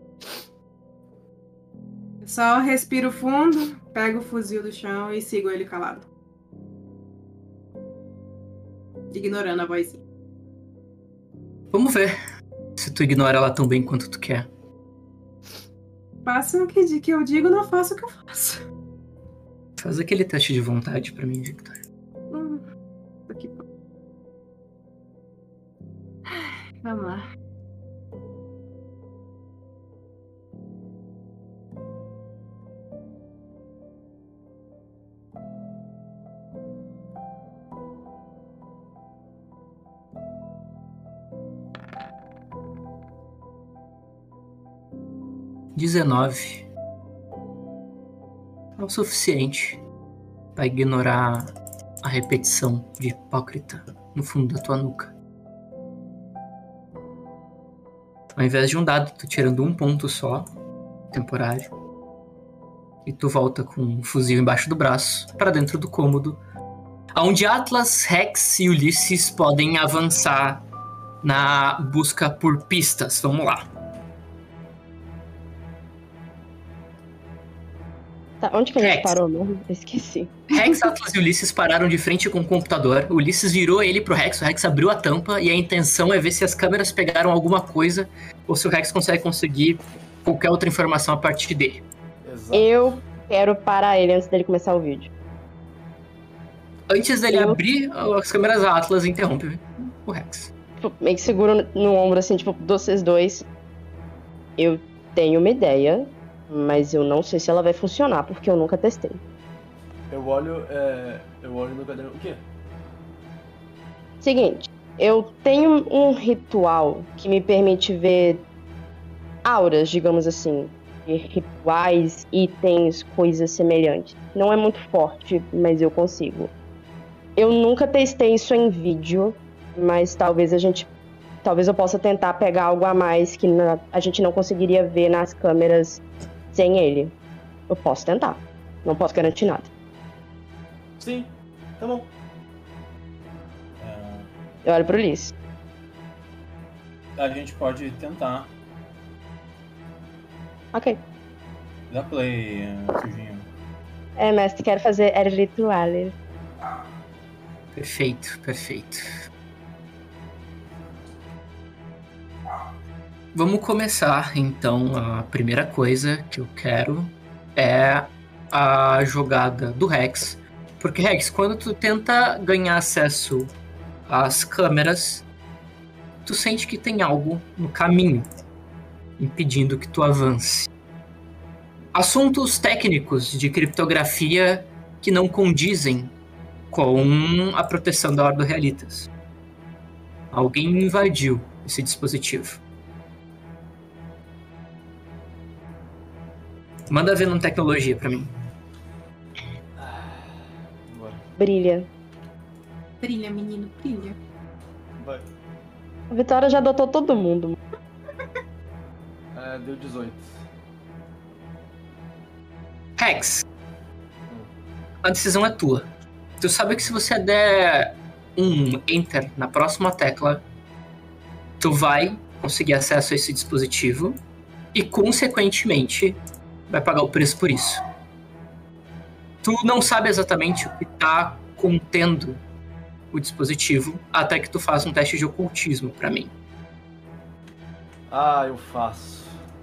[SPEAKER 4] Eu só respiro fundo, pego o fuzil do chão e sigo ele calado. Ignorando a vozinha.
[SPEAKER 2] Vamos ver se tu ignora ela tão bem quanto tu quer.
[SPEAKER 4] Faça o que, que eu digo, não faço o que eu faço.
[SPEAKER 2] Faz aquele teste de vontade pra mim, Victoria.
[SPEAKER 4] Hum, aqui. Vamos lá.
[SPEAKER 2] dezenove. É o suficiente pra ignorar a repetição de hipócrita no fundo da tua nuca. Ao invés de um dado, tu tirando um ponto só, temporário, e tu volta com um fuzil embaixo do braço pra dentro do cômodo, onde Atlas, Rex e Ulisses podem avançar na busca por pistas. Vamos lá.
[SPEAKER 5] Tá, onde que a gente
[SPEAKER 2] Rex.
[SPEAKER 5] parou mesmo? Eu esqueci.
[SPEAKER 2] Rex, Atlas e Ulisses pararam de frente com o computador. O Ulisses virou ele pro Rex, o Rex abriu a tampa e a intenção é ver se as câmeras pegaram alguma coisa ou se o Rex consegue conseguir qualquer outra informação a partir dele.
[SPEAKER 6] Exato.
[SPEAKER 5] Eu quero parar ele antes dele começar o vídeo.
[SPEAKER 2] Antes dele
[SPEAKER 5] Eu-
[SPEAKER 2] abrir as câmeras, a Atlas interrompe o Rex.
[SPEAKER 5] Tipo, meio que seguro no, no ombro, assim, tipo, vocês dois. Eu tenho uma ideia, mas eu não sei se ela vai funcionar, porque eu nunca testei.
[SPEAKER 6] Eu olho, é, eu olho no caderno. O quê?
[SPEAKER 5] Seguinte, eu tenho um ritual que me permite ver auras, digamos assim, de rituais, itens, coisas semelhantes. Não é muito forte, mas eu consigo. Eu nunca testei isso em vídeo, mas talvez a gente, talvez eu possa tentar pegar algo a mais que na- a gente não conseguiria ver nas câmeras sem ele. Eu posso tentar, não posso garantir nada.
[SPEAKER 6] Sim, tá bom.
[SPEAKER 3] É,
[SPEAKER 5] Eu olho pro Liz.
[SPEAKER 3] a gente pode tentar.
[SPEAKER 5] Ok.
[SPEAKER 3] Dá play, é, Sujinho.
[SPEAKER 5] É, mestre, quero fazer el ritual.
[SPEAKER 2] Perfeito, perfeito. Vamos começar, então. A primeira coisa que eu quero é a jogada do Rex. Porque, Rex, quando tu tenta ganhar acesso às câmeras, tu sente que tem algo no caminho, impedindo que tu avance. assuntos técnicos de criptografia que não condizem com a proteção da Ordo Realitas. Alguém invadiu esse dispositivo. Manda ver na tecnologia pra mim.
[SPEAKER 6] Bora.
[SPEAKER 5] Brilha.
[SPEAKER 4] Brilha, menino, brilha.
[SPEAKER 6] Vai.
[SPEAKER 5] A Vitória já adotou todo mundo.
[SPEAKER 6] É, deu dezoito.
[SPEAKER 2] Rex, a decisão é tua. Tu sabe que se você der um Enter na próxima tecla, tu vai conseguir acesso a esse dispositivo e, consequentemente, vai pagar o preço por isso. Tu não sabe exatamente o que tá contendo o dispositivo até que tu faça um teste de ocultismo pra mim.
[SPEAKER 6] Ah, eu faço.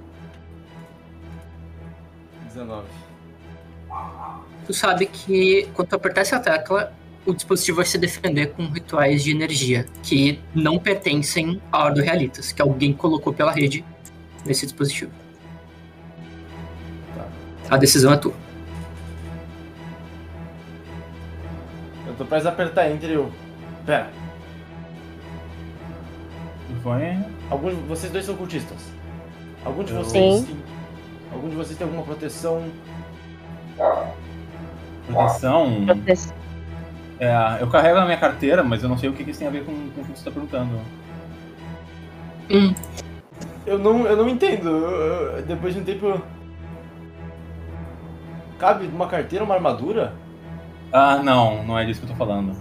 [SPEAKER 6] dezenove.
[SPEAKER 2] Tu sabe que quando tu apertar essa tecla, o dispositivo vai se defender com rituais de energia que não pertencem à Ordo Realitas, que alguém colocou pela rede nesse dispositivo.
[SPEAKER 6] Tá.
[SPEAKER 2] A decisão é tua.
[SPEAKER 6] Eu tô prestes a apertar Enter e eu... Pera,
[SPEAKER 3] Foi.
[SPEAKER 6] algum de vocês dois são cultistas? Algum de
[SPEAKER 3] Eu-
[SPEAKER 6] vocês
[SPEAKER 5] Sim.
[SPEAKER 6] tem... Algum de vocês tem alguma proteção?
[SPEAKER 3] Proteção.
[SPEAKER 5] Proteção.
[SPEAKER 3] É, eu carrego na minha carteira, mas eu não sei o que que isso tem a ver com, com o que você tá perguntando.
[SPEAKER 2] Hum,
[SPEAKER 6] Eu não, eu não entendo. Eu- eu- depois de um tempo... eu- Cabe numa carteira uma armadura?
[SPEAKER 3] Ah, não, não é disso que eu tô falando.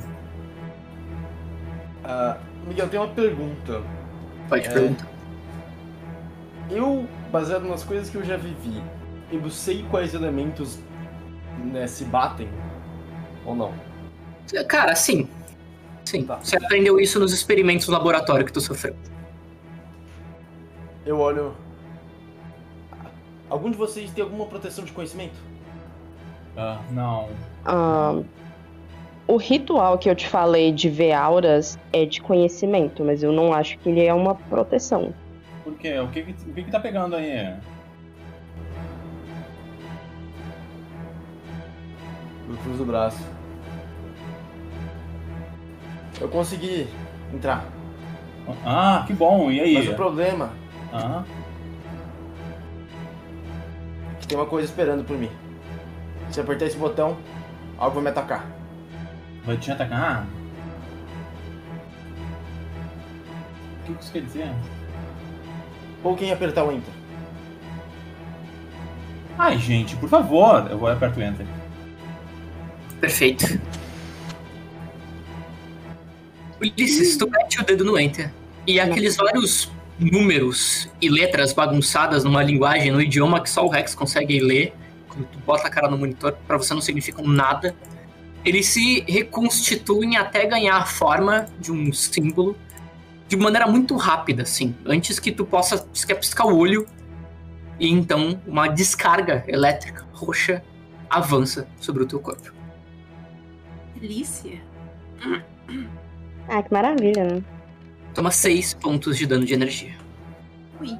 [SPEAKER 6] Ah, Miguel, tem uma pergunta.
[SPEAKER 2] pode
[SPEAKER 6] É.
[SPEAKER 2] perguntar.
[SPEAKER 6] Eu, baseado nas coisas que eu já vivi, eu sei quais elementos, né, se batem ou não.
[SPEAKER 2] Cara, sim. Sim.
[SPEAKER 6] Tá.
[SPEAKER 2] Você aprendeu isso nos experimentos no laboratório que tu sofreu.
[SPEAKER 6] Eu olho... Algum de vocês tem alguma proteção de conhecimento?
[SPEAKER 3] Ah, não.
[SPEAKER 5] Ah, o ritual que eu te falei de ver auras é de conhecimento, mas eu não acho que ele é uma proteção.
[SPEAKER 3] Por quê? O que que, o que, que tá pegando aí?
[SPEAKER 6] Eu cruzo o braço. Eu consegui entrar.
[SPEAKER 3] Ah, que bom, e aí?
[SPEAKER 6] Mas o problema
[SPEAKER 3] Ah,
[SPEAKER 6] é que tem uma coisa esperando por mim. Se eu apertar esse botão, algo vai me atacar.
[SPEAKER 3] vai te atacar? O que que isso quer dizer?
[SPEAKER 6] Ou quem apertar o Enter.
[SPEAKER 3] Ai, gente, por favor. Eu vou e aperto o Enter.
[SPEAKER 2] Perfeito. Ulisses, tu mete o dedo no Enter. E aqueles vários números e letras bagunçadas numa linguagem, no idioma que só o Rex consegue ler, quando tu bota a cara no monitor, pra você não significam nada. Eles se reconstituem até ganhar a forma de um símbolo de maneira muito rápida, assim. Antes que tu possa sequer piscar o olho. E então uma descarga elétrica roxa avança sobre o teu corpo.
[SPEAKER 4] Delícia.
[SPEAKER 5] Ah, que maravilha, né?
[SPEAKER 2] Toma seis pontos de dano de energia.
[SPEAKER 4] Ui.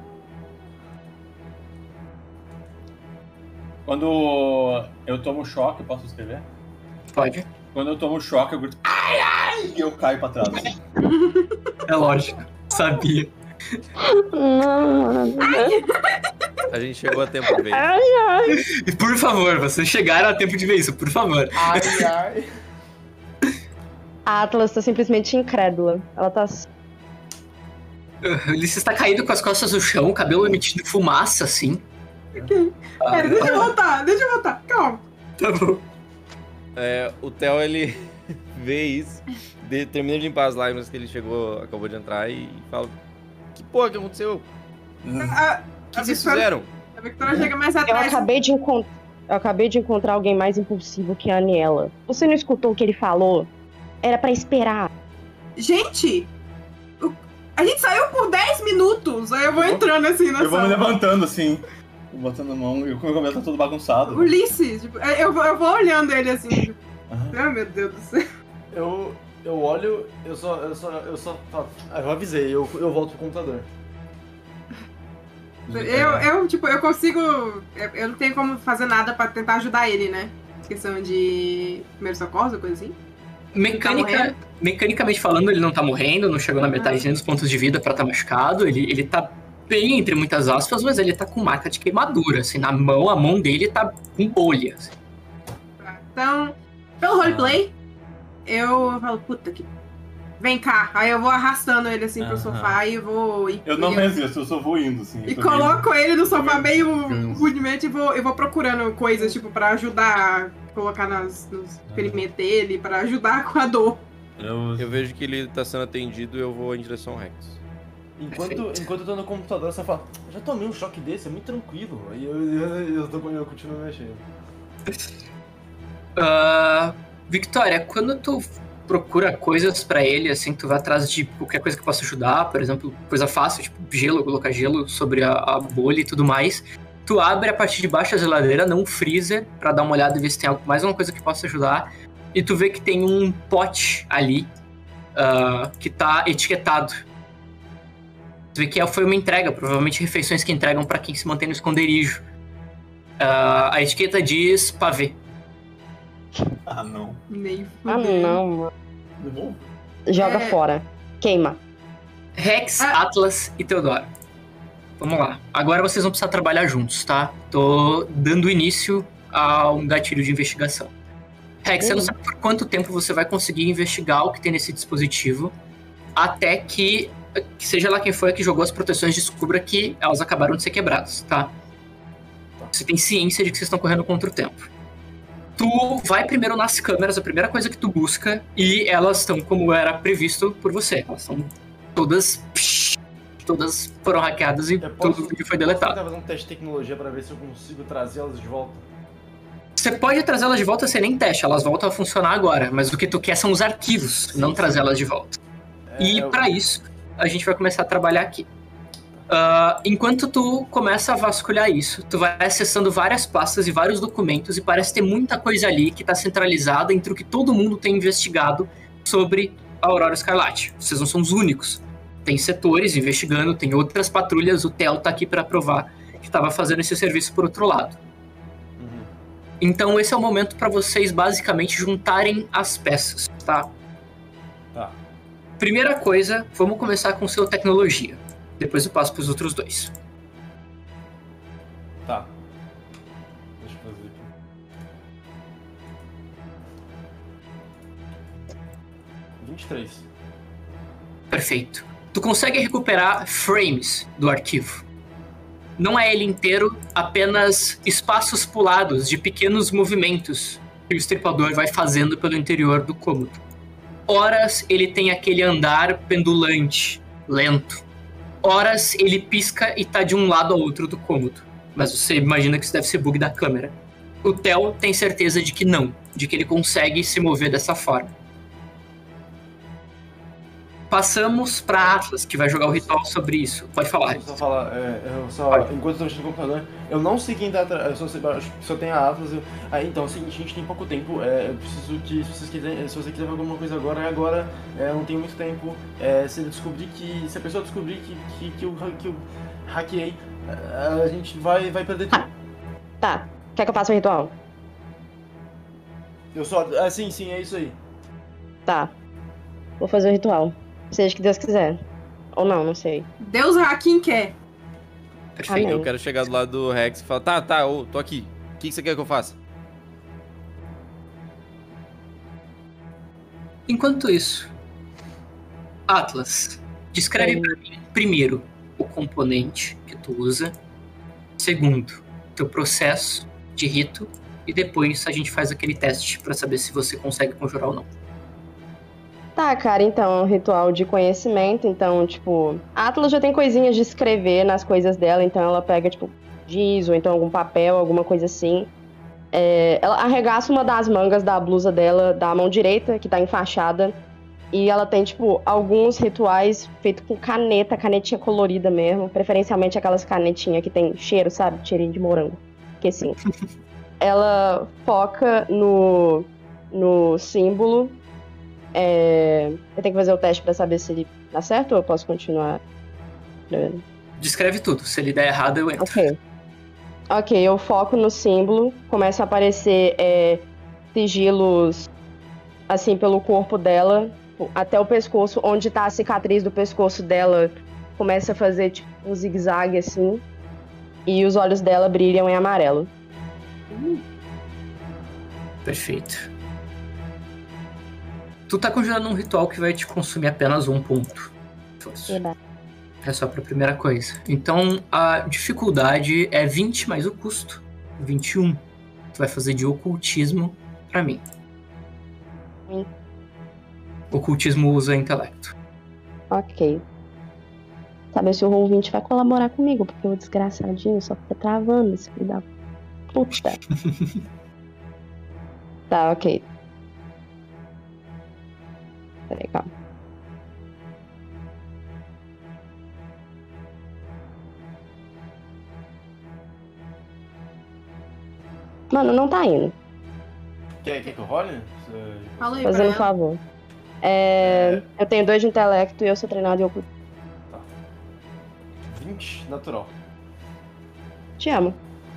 [SPEAKER 3] Quando eu tomo choque, posso escrever?
[SPEAKER 2] Pode?
[SPEAKER 3] Quando eu tomo choque, eu grito ai, ai, e eu caio pra trás. Assim.
[SPEAKER 2] É lógico. Sabia.
[SPEAKER 5] Não, mano.
[SPEAKER 7] A gente chegou a tempo de ver.
[SPEAKER 5] Ai, ai.
[SPEAKER 2] E por favor, vocês chegaram a tempo de ver isso, por favor.
[SPEAKER 6] Ai, ai.
[SPEAKER 5] A Atlas tá simplesmente incrédula. Ela tá.
[SPEAKER 2] Ulisses está caído com as costas no chão, o cabelo emitindo fumaça, assim. Ah,
[SPEAKER 4] Pera, deixa eu voltar, deixa eu voltar. Calma.
[SPEAKER 2] tá bom.
[SPEAKER 7] É, o Theo, ele vê isso, de, termina de limpar as lágrimas que ele chegou, acabou de entrar e fala: Que porra que aconteceu?
[SPEAKER 4] A,
[SPEAKER 7] O que
[SPEAKER 4] a
[SPEAKER 7] vocês
[SPEAKER 4] Victoria,
[SPEAKER 7] fizeram?
[SPEAKER 4] a Victoria chega mais
[SPEAKER 5] Eu
[SPEAKER 4] atrás.
[SPEAKER 5] acabei de encontrar. Eu acabei de encontrar alguém mais impulsivo que a Aniela. Você não escutou o que ele falou? Era pra esperar.
[SPEAKER 4] Gente, o- a gente saiu por dez minutos. Aí eu vou entrando assim na
[SPEAKER 3] Eu vou me
[SPEAKER 4] sala.
[SPEAKER 3] levantando assim, botando a mão, e o meu cabelo tá todo bagunçado.
[SPEAKER 4] Ulisses, tipo, eu, vou- eu vou olhando ele assim. Tipo,
[SPEAKER 3] Aham.
[SPEAKER 4] ah, meu Deus do céu.
[SPEAKER 6] Eu, eu olho, eu só, eu só, eu só, ah, eu avisei, eu, eu volto pro computador.
[SPEAKER 4] Eu, eu, tipo, eu consigo. Eu, eu não tenho como fazer nada pra tentar ajudar ele, né? Questão de primeiro socorro, coisa assim.
[SPEAKER 2] Mecânica, mecanicamente falando, ele não tá morrendo, não chegou na metade nem dos pontos de vida pra estar tá machucado. Ele, ele tá bem, entre muitas aspas, mas ele tá com marca de queimadura, assim, na mão, a mão dele tá com bolha, assim.
[SPEAKER 4] Então, pelo roleplay, eu falo, puta que. Vem cá. Aí eu vou arrastando ele assim pro
[SPEAKER 3] Aham.
[SPEAKER 4] sofá e vou. E,
[SPEAKER 3] Eu não
[SPEAKER 4] e,
[SPEAKER 3] resisto, eu só vou indo, assim.
[SPEAKER 4] E
[SPEAKER 3] eu tô
[SPEAKER 4] coloco ele no sofá
[SPEAKER 3] tô
[SPEAKER 4] meio
[SPEAKER 3] ganso.
[SPEAKER 4] rudemente e vou, eu vou procurando coisas, tipo, pra ajudar a colocar nas, nos ferimentos dele, pra ajudar com a dor.
[SPEAKER 3] Eu,
[SPEAKER 7] Eu vejo que ele tá sendo atendido e eu vou em direção ao Rex.
[SPEAKER 6] Enquanto, enquanto eu tô no computador, você fala, já tomei um choque desse, é muito tranquilo. Aí eu, eu, eu, tô, eu continuo mexendo.
[SPEAKER 2] Uh, Victoria, quando tu procura coisas pra ele, assim, tu vai atrás de qualquer coisa que possa ajudar, por exemplo, coisa fácil, tipo gelo, colocar gelo sobre a, a bolha e tudo mais, tu abre a parte de baixo da geladeira, não freezer, pra dar uma olhada e ver se tem algo, mais uma coisa que possa ajudar, e tu vê que tem um pote ali, uh, que tá etiquetado. Tu vê que foi uma entrega, provavelmente refeições que entregam pra quem se mantém no esconderijo. Uh, a etiqueta diz pavê.
[SPEAKER 3] Ah, não.
[SPEAKER 4] Nem
[SPEAKER 5] Ah,
[SPEAKER 4] fudendo.
[SPEAKER 5] não, mano.
[SPEAKER 3] Devolve.
[SPEAKER 5] Joga
[SPEAKER 4] É.
[SPEAKER 5] fora. Queima.
[SPEAKER 2] Rex,
[SPEAKER 4] Ah.
[SPEAKER 2] Atlas e Teodoro. Vamos lá. Agora vocês vão precisar trabalhar juntos, tá? Tô dando início a um gatilho de investigação. Rex, você não sabe por quanto tempo você vai conseguir investigar o que tem nesse dispositivo até que, que seja lá quem foi que jogou as proteções, descubra que elas acabaram de ser quebradas, tá? Você tem ciência de que vocês estão correndo contra o tempo. Tu vai primeiro nas câmeras, a primeira coisa que tu busca, e elas estão como era previsto por você. Elas estão todas... psh, todas foram hackeadas e
[SPEAKER 6] Eu posso-
[SPEAKER 2] todo o vídeo foi
[SPEAKER 6] Posso
[SPEAKER 2] deletado.
[SPEAKER 6] tentar fazer um teste de tecnologia pra ver se eu consigo trazê-las de volta?
[SPEAKER 2] Você pode trazer elas de volta sem nem teste, elas voltam a funcionar agora, mas o que tu quer são os arquivos,
[SPEAKER 6] Sim,
[SPEAKER 2] não
[SPEAKER 6] sim.
[SPEAKER 2] trazer elas de volta.
[SPEAKER 6] É,
[SPEAKER 2] E
[SPEAKER 6] eu-
[SPEAKER 2] pra isso, a gente vai começar a trabalhar aqui. Ah, enquanto tu começa a vasculhar isso, tu vai acessando várias pastas e vários documentos e parece ter muita coisa ali que tá centralizada entre o que todo mundo tem investigado sobre a Aurora Escarlate. Vocês não são os únicos. Tem setores investigando, tem outras patrulhas, o Theo tá aqui pra provar que tava fazendo esse serviço por outro lado.
[SPEAKER 6] Uhum.
[SPEAKER 2] Então esse é o momento pra vocês basicamente juntarem as peças, tá?
[SPEAKER 6] Tá.
[SPEAKER 2] Primeira coisa, vamos começar com seu tecnologia. Depois eu passo pros outros dois.
[SPEAKER 6] Tá. Deixa eu fazer aqui. vinte e três.
[SPEAKER 2] Perfeito. Tu consegue recuperar frames do arquivo. Não é ele inteiro, apenas espaços pulados de pequenos movimentos que o estripador vai fazendo pelo interior do cômodo. Horas ele tem aquele andar pendulante, lento. Horas ele pisca e tá de um lado ao outro do cômodo. Mas você imagina que isso deve ser bug da câmera. O Theo tem certeza de que não, de que ele consegue se mover dessa forma. Passamos pra Atlas, que vai jogar o ritual sobre isso. Pode falar.
[SPEAKER 6] Deixa eu só falar, é, eu só,
[SPEAKER 2] Pode.
[SPEAKER 6] enquanto eu tô mexendo no computador, eu não sei quem tá atrás, eu só, sei, acho que só tem a Atlas. Eu, ah, então, é o seguinte, a gente tem pouco tempo, é, eu preciso que, se vocês quiserem, se você quiser fazer alguma coisa agora, é agora, é, eu não tenho muito tempo, é, se ele descobrir que, se a pessoa descobrir que, que, que, eu, que eu hackeei, a, a gente vai, vai perder tudo.
[SPEAKER 5] Tá. Quer que eu faça o ritual?
[SPEAKER 6] Eu só, ah, sim, sim, é isso aí.
[SPEAKER 5] Tá. Vou fazer o ritual. Seja o que Deus quiser. Ou não, não sei.
[SPEAKER 4] Deus Hakim quer.
[SPEAKER 2] Perfeito.
[SPEAKER 5] Amém.
[SPEAKER 7] Eu quero chegar do lado do Rex e falar, tá, tá, ô, tô aqui. O que, que você quer que eu faça?
[SPEAKER 2] Enquanto isso, Atlas, descreve pra mim, primeiro, o componente que tu usa. Segundo, teu processo de rito. E depois a gente faz aquele teste pra saber se você consegue conjurar ou não.
[SPEAKER 5] Tá, cara, então, é um ritual de conhecimento, então, tipo, a Atlas já tem coisinhas de escrever nas coisas dela, então ela pega, tipo, giz, ou então algum papel, alguma coisa assim. É, ela arregaça uma das mangas da blusa dela, da mão direita, que tá enfaixada, e ela tem, tipo, alguns rituais feitos com caneta, canetinha colorida mesmo, preferencialmente aquelas canetinhas que tem cheiro, sabe? Cheirinho de morango, que assim. Ela foca no, no símbolo. É, eu tenho que fazer o teste pra saber se ele dá certo ou eu posso continuar?
[SPEAKER 2] Descreve tudo. Se ele der errado, eu entro.
[SPEAKER 5] Ok. Ok, eu foco no símbolo. Começa a aparecer é, sigilos, assim, pelo corpo dela, até o pescoço. Onde tá a cicatriz do pescoço dela, começa a fazer, tipo, um zigue-zague, assim. E os olhos dela brilham em amarelo.
[SPEAKER 2] Perfeito. Tu tá conjurando um ritual que vai te consumir apenas um ponto.
[SPEAKER 5] Verdade.
[SPEAKER 2] É só pra primeira coisa. Então, a dificuldade é vinte mais o custo. vinte e um. Tu vai fazer de ocultismo pra mim.
[SPEAKER 5] Hum.
[SPEAKER 2] Ocultismo usa intelecto.
[SPEAKER 5] Ok. Saber se o roll vinte vai colaborar comigo, porque o desgraçadinho só fica travando esse filho da puta. Tá, ok. Peraí, calma. Mano, não tá indo.
[SPEAKER 6] Quer, quer que eu role? Você-
[SPEAKER 4] Fala aí pra
[SPEAKER 5] Fazendo um
[SPEAKER 4] ela.
[SPEAKER 5] favor. É, eu tenho dois de intelecto e eu sou treinado em ocultismo.
[SPEAKER 6] vinte, natural.
[SPEAKER 5] Te amo.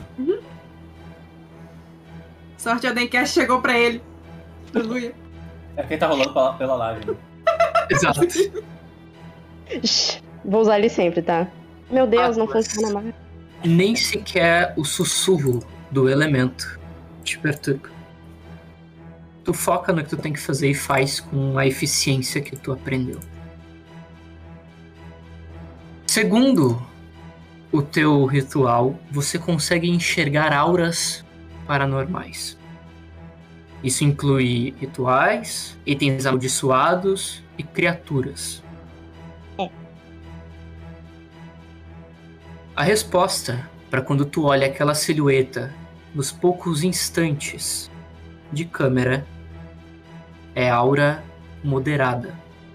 [SPEAKER 4] Sorte, a Dencast chegou pra ele. Aleluia.
[SPEAKER 3] É porque tá rolando pela, pela live. Né?
[SPEAKER 2] Exato.
[SPEAKER 5] Shhh, vou usar ele sempre, tá? Meu Deus,
[SPEAKER 2] Ah,
[SPEAKER 5] não
[SPEAKER 2] mas-
[SPEAKER 5] funciona mais.
[SPEAKER 2] Nem sequer o sussurro do elemento te perturba. Tu foca no que tu tem que fazer e faz com a eficiência que tu aprendeu. Segundo o teu ritual, você consegue enxergar auras paranormais. Isso inclui rituais, itens amaldiçoados e criaturas.
[SPEAKER 5] É.
[SPEAKER 2] A resposta para quando tu olha aquela silhueta nos poucos instantes de câmera é aura moderada.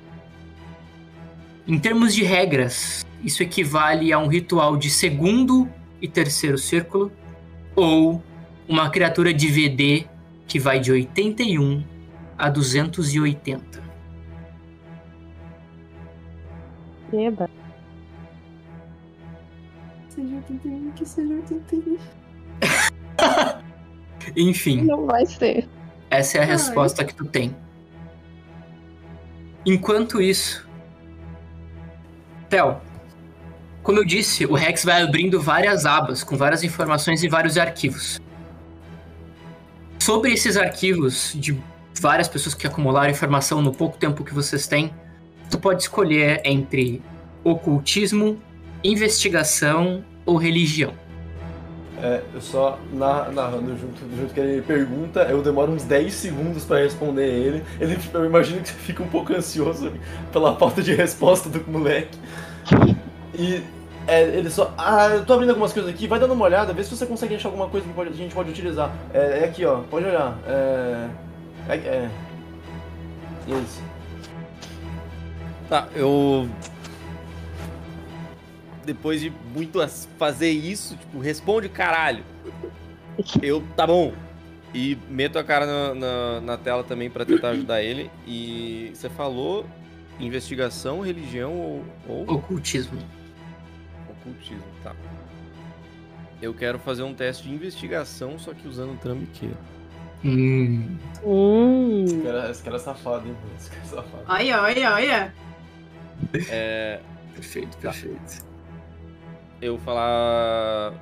[SPEAKER 2] Em termos de regras, isso equivale a um ritual de segundo e terceiro círculo ou uma criatura de V D que vai de oitenta e um a duzentos e oitenta.
[SPEAKER 5] Eba.
[SPEAKER 4] Seja oitenta e um, que seja oitenta e um.
[SPEAKER 2] Enfim,
[SPEAKER 5] Não vai ser.
[SPEAKER 2] essa é a
[SPEAKER 4] Ai.
[SPEAKER 2] resposta que tu tem. Enquanto isso, Theo, como eu disse, o Rex vai abrindo várias abas com várias informações e vários arquivos. Sobre esses arquivos de várias pessoas que acumularam informação no pouco tempo que vocês têm, tu pode escolher entre ocultismo, investigação ou religião.
[SPEAKER 6] É, eu só na- narrando junto, junto que ele pergunta, eu demoro uns dez segundos pra responder ele. Ele, eu imagino que você fica um pouco ansioso pela falta de resposta do moleque. E é, ele só. Ah, eu tô abrindo algumas coisas aqui, vai dando uma olhada, vê se você consegue achar alguma coisa que pode- a gente pode utilizar. É, é aqui, ó, pode olhar. É. É. é. Isso.
[SPEAKER 7] Tá, eu. Depois de muito as- fazer isso, tipo, responde caralho. Eu, tá bom. E meto a cara na, na, na tela também pra tentar ajudar ele. E você falou investigação, religião ou, ou
[SPEAKER 2] Ocultismo.
[SPEAKER 7] ocultismo, tá. Eu quero fazer um teste de investigação, só que usando trambiqueiro.
[SPEAKER 2] Hum,
[SPEAKER 5] Hum.
[SPEAKER 6] Esse cara, esse cara é safado, hein? Esse cara é safado.
[SPEAKER 4] Olha, olha, olha.
[SPEAKER 7] É.
[SPEAKER 2] perfeito, perfeito.
[SPEAKER 7] Eu falar.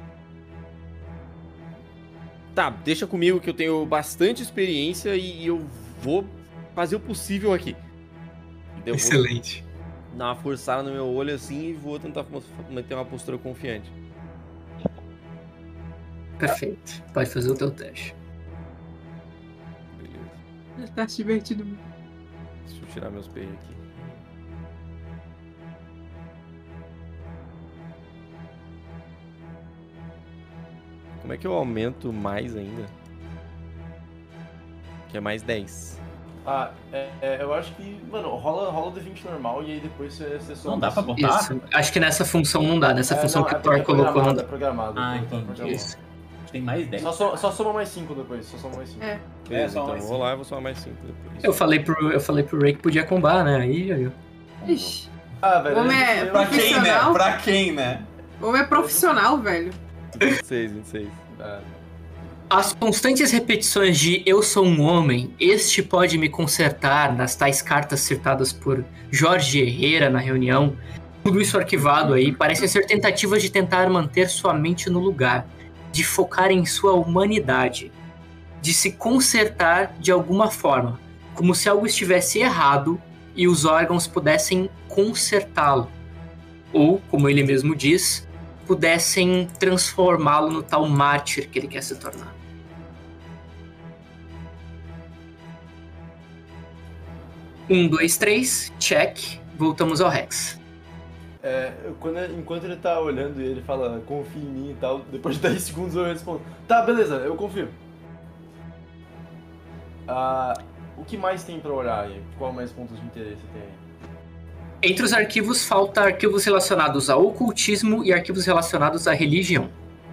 [SPEAKER 7] Tá, deixa comigo que eu tenho bastante experiência e eu vou fazer o possível aqui. Eu
[SPEAKER 2] Excelente.
[SPEAKER 7] vou dar uma forçada no meu olho assim e vou tentar manter uma postura confiante.
[SPEAKER 2] Perfeito. Pode fazer o teu teste.
[SPEAKER 7] Beleza.
[SPEAKER 4] Tá se divertindo.
[SPEAKER 7] Deixa eu tirar meus P aqui. Como é que eu aumento mais ainda? Que é mais dez.
[SPEAKER 6] Ah, é, é, eu acho que, mano, rola, rola o D vinte normal e aí depois você, você soma.
[SPEAKER 3] Não dá pra botar?
[SPEAKER 2] Isso. Acho que nessa função não dá. Nessa
[SPEAKER 6] É,
[SPEAKER 2] função
[SPEAKER 6] não,
[SPEAKER 2] que
[SPEAKER 6] é
[SPEAKER 2] o Thor
[SPEAKER 6] porque é
[SPEAKER 2] colocou não
[SPEAKER 6] programado,
[SPEAKER 2] dá.
[SPEAKER 6] é programado.
[SPEAKER 3] Ah,
[SPEAKER 6] é
[SPEAKER 3] entendi.
[SPEAKER 6] programado.
[SPEAKER 2] Isso.
[SPEAKER 3] Tem mais dez.
[SPEAKER 6] Só, soma, só soma mais cinco depois, só soma mais cinco.
[SPEAKER 4] É.
[SPEAKER 7] Beleza,
[SPEAKER 3] só
[SPEAKER 7] então
[SPEAKER 3] mais
[SPEAKER 7] eu vou lá e vou somar mais cinco depois.
[SPEAKER 2] Eu falei pro, eu falei pro Ray que podia combar, né? Aí, aí.
[SPEAKER 4] Ixi.
[SPEAKER 6] Ah, velho.
[SPEAKER 4] Homem é
[SPEAKER 6] eu-
[SPEAKER 3] Pra quem, né?
[SPEAKER 4] Profissional?
[SPEAKER 3] Pra quem, né?
[SPEAKER 4] O homem é profissional, velho.
[SPEAKER 7] vinte e seis, vinte e seis.
[SPEAKER 6] Ah,
[SPEAKER 2] As constantes repetições de eu sou um homem, este pode me consertar, nas tais cartas citadas por Jorge Herrera na reunião, tudo isso arquivado aí, parecem ser tentativas de tentar manter sua mente no lugar, de focar em sua humanidade, de se consertar de alguma forma, como se algo estivesse errado e os órgãos pudessem consertá-lo. Ou, como ele mesmo diz, pudessem transformá-lo no tal mártir que ele quer se tornar. Um, dois, três, check. Voltamos ao Rex.
[SPEAKER 6] É, eu- quando, enquanto ele tá olhando e ele fala, confia em mim e tal, depois de dez segundos eu respondo, tá, beleza, eu confio. Ah, o que mais tem pra olhar aí? Qual mais pontos de interesse tem aí?
[SPEAKER 2] Entre os arquivos, falta arquivos relacionados ao ocultismo e arquivos relacionados à religião.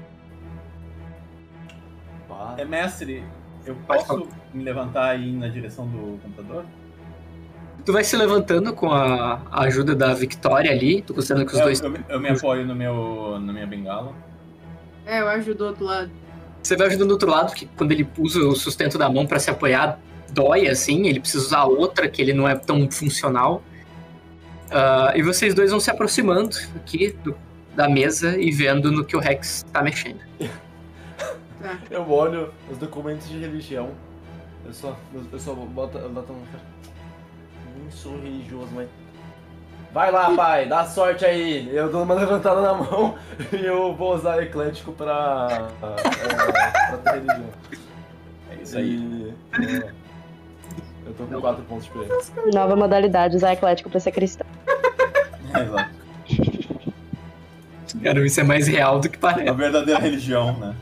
[SPEAKER 6] Pá.
[SPEAKER 3] É, mestre, eu
[SPEAKER 2] Pode
[SPEAKER 3] posso me levantar e ir na direção do computador?
[SPEAKER 2] Tu vai se levantando com a a ajuda da Victoria ali, tu considerando que os
[SPEAKER 3] eu,
[SPEAKER 2] dois...
[SPEAKER 3] eu, eu me apoio no meu, na minha bengala.
[SPEAKER 4] É, eu ajudo do outro lado.
[SPEAKER 2] Você vai ajudando do outro lado, que quando ele usa o sustento da mão pra se apoiar, dói assim, ele precisa usar outra, que ele não é tão funcional. Ah, e vocês dois vão se aproximando aqui do- da mesa e vendo no que o Rex tá mexendo.
[SPEAKER 6] Eu olho os documentos de religião, eu só, eu só boto, eu boto um... Nem sou religioso, mas... Vai lá, pai, dá sorte aí. Eu dou uma levantada na mão e eu vou usar eclético pra, é, pra ter religião.
[SPEAKER 3] É isso aí.
[SPEAKER 6] E, é, eu tô com quatro pontos de experiência.
[SPEAKER 5] Nova modalidade, usar eclético pra ser cristão.
[SPEAKER 3] É, exato.
[SPEAKER 2] Cara, isso é mais real do que
[SPEAKER 3] A
[SPEAKER 2] parece.
[SPEAKER 3] verdadeira religião, né?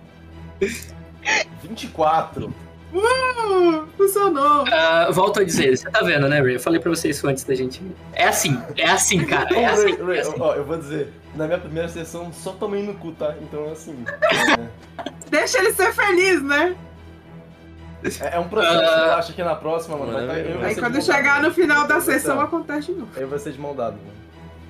[SPEAKER 6] vinte e quatro.
[SPEAKER 4] Uh, funcionou.
[SPEAKER 2] Ah, volto a dizer, você tá vendo, né, Ray? Eu falei pra vocês isso antes da gente... É assim, é assim, cara, é
[SPEAKER 6] Ô,
[SPEAKER 2] assim.
[SPEAKER 6] Ray, Ray,
[SPEAKER 2] é assim.
[SPEAKER 6] ó, eu vou dizer, na minha primeira sessão só tomei no cu, tá? Então assim.
[SPEAKER 4] Deixa ele ser feliz, né?
[SPEAKER 6] É, é um processo,
[SPEAKER 2] Ah.
[SPEAKER 6] eu acho que na próxima, mano. Vai tá, eu vou
[SPEAKER 4] Aí
[SPEAKER 6] ser
[SPEAKER 4] quando
[SPEAKER 6] de mão
[SPEAKER 4] chegar
[SPEAKER 6] dada.
[SPEAKER 4] no final da
[SPEAKER 6] Eu vou ser-
[SPEAKER 4] sessão, acontece de novo.
[SPEAKER 6] Eu vou ser de mão dada, mano.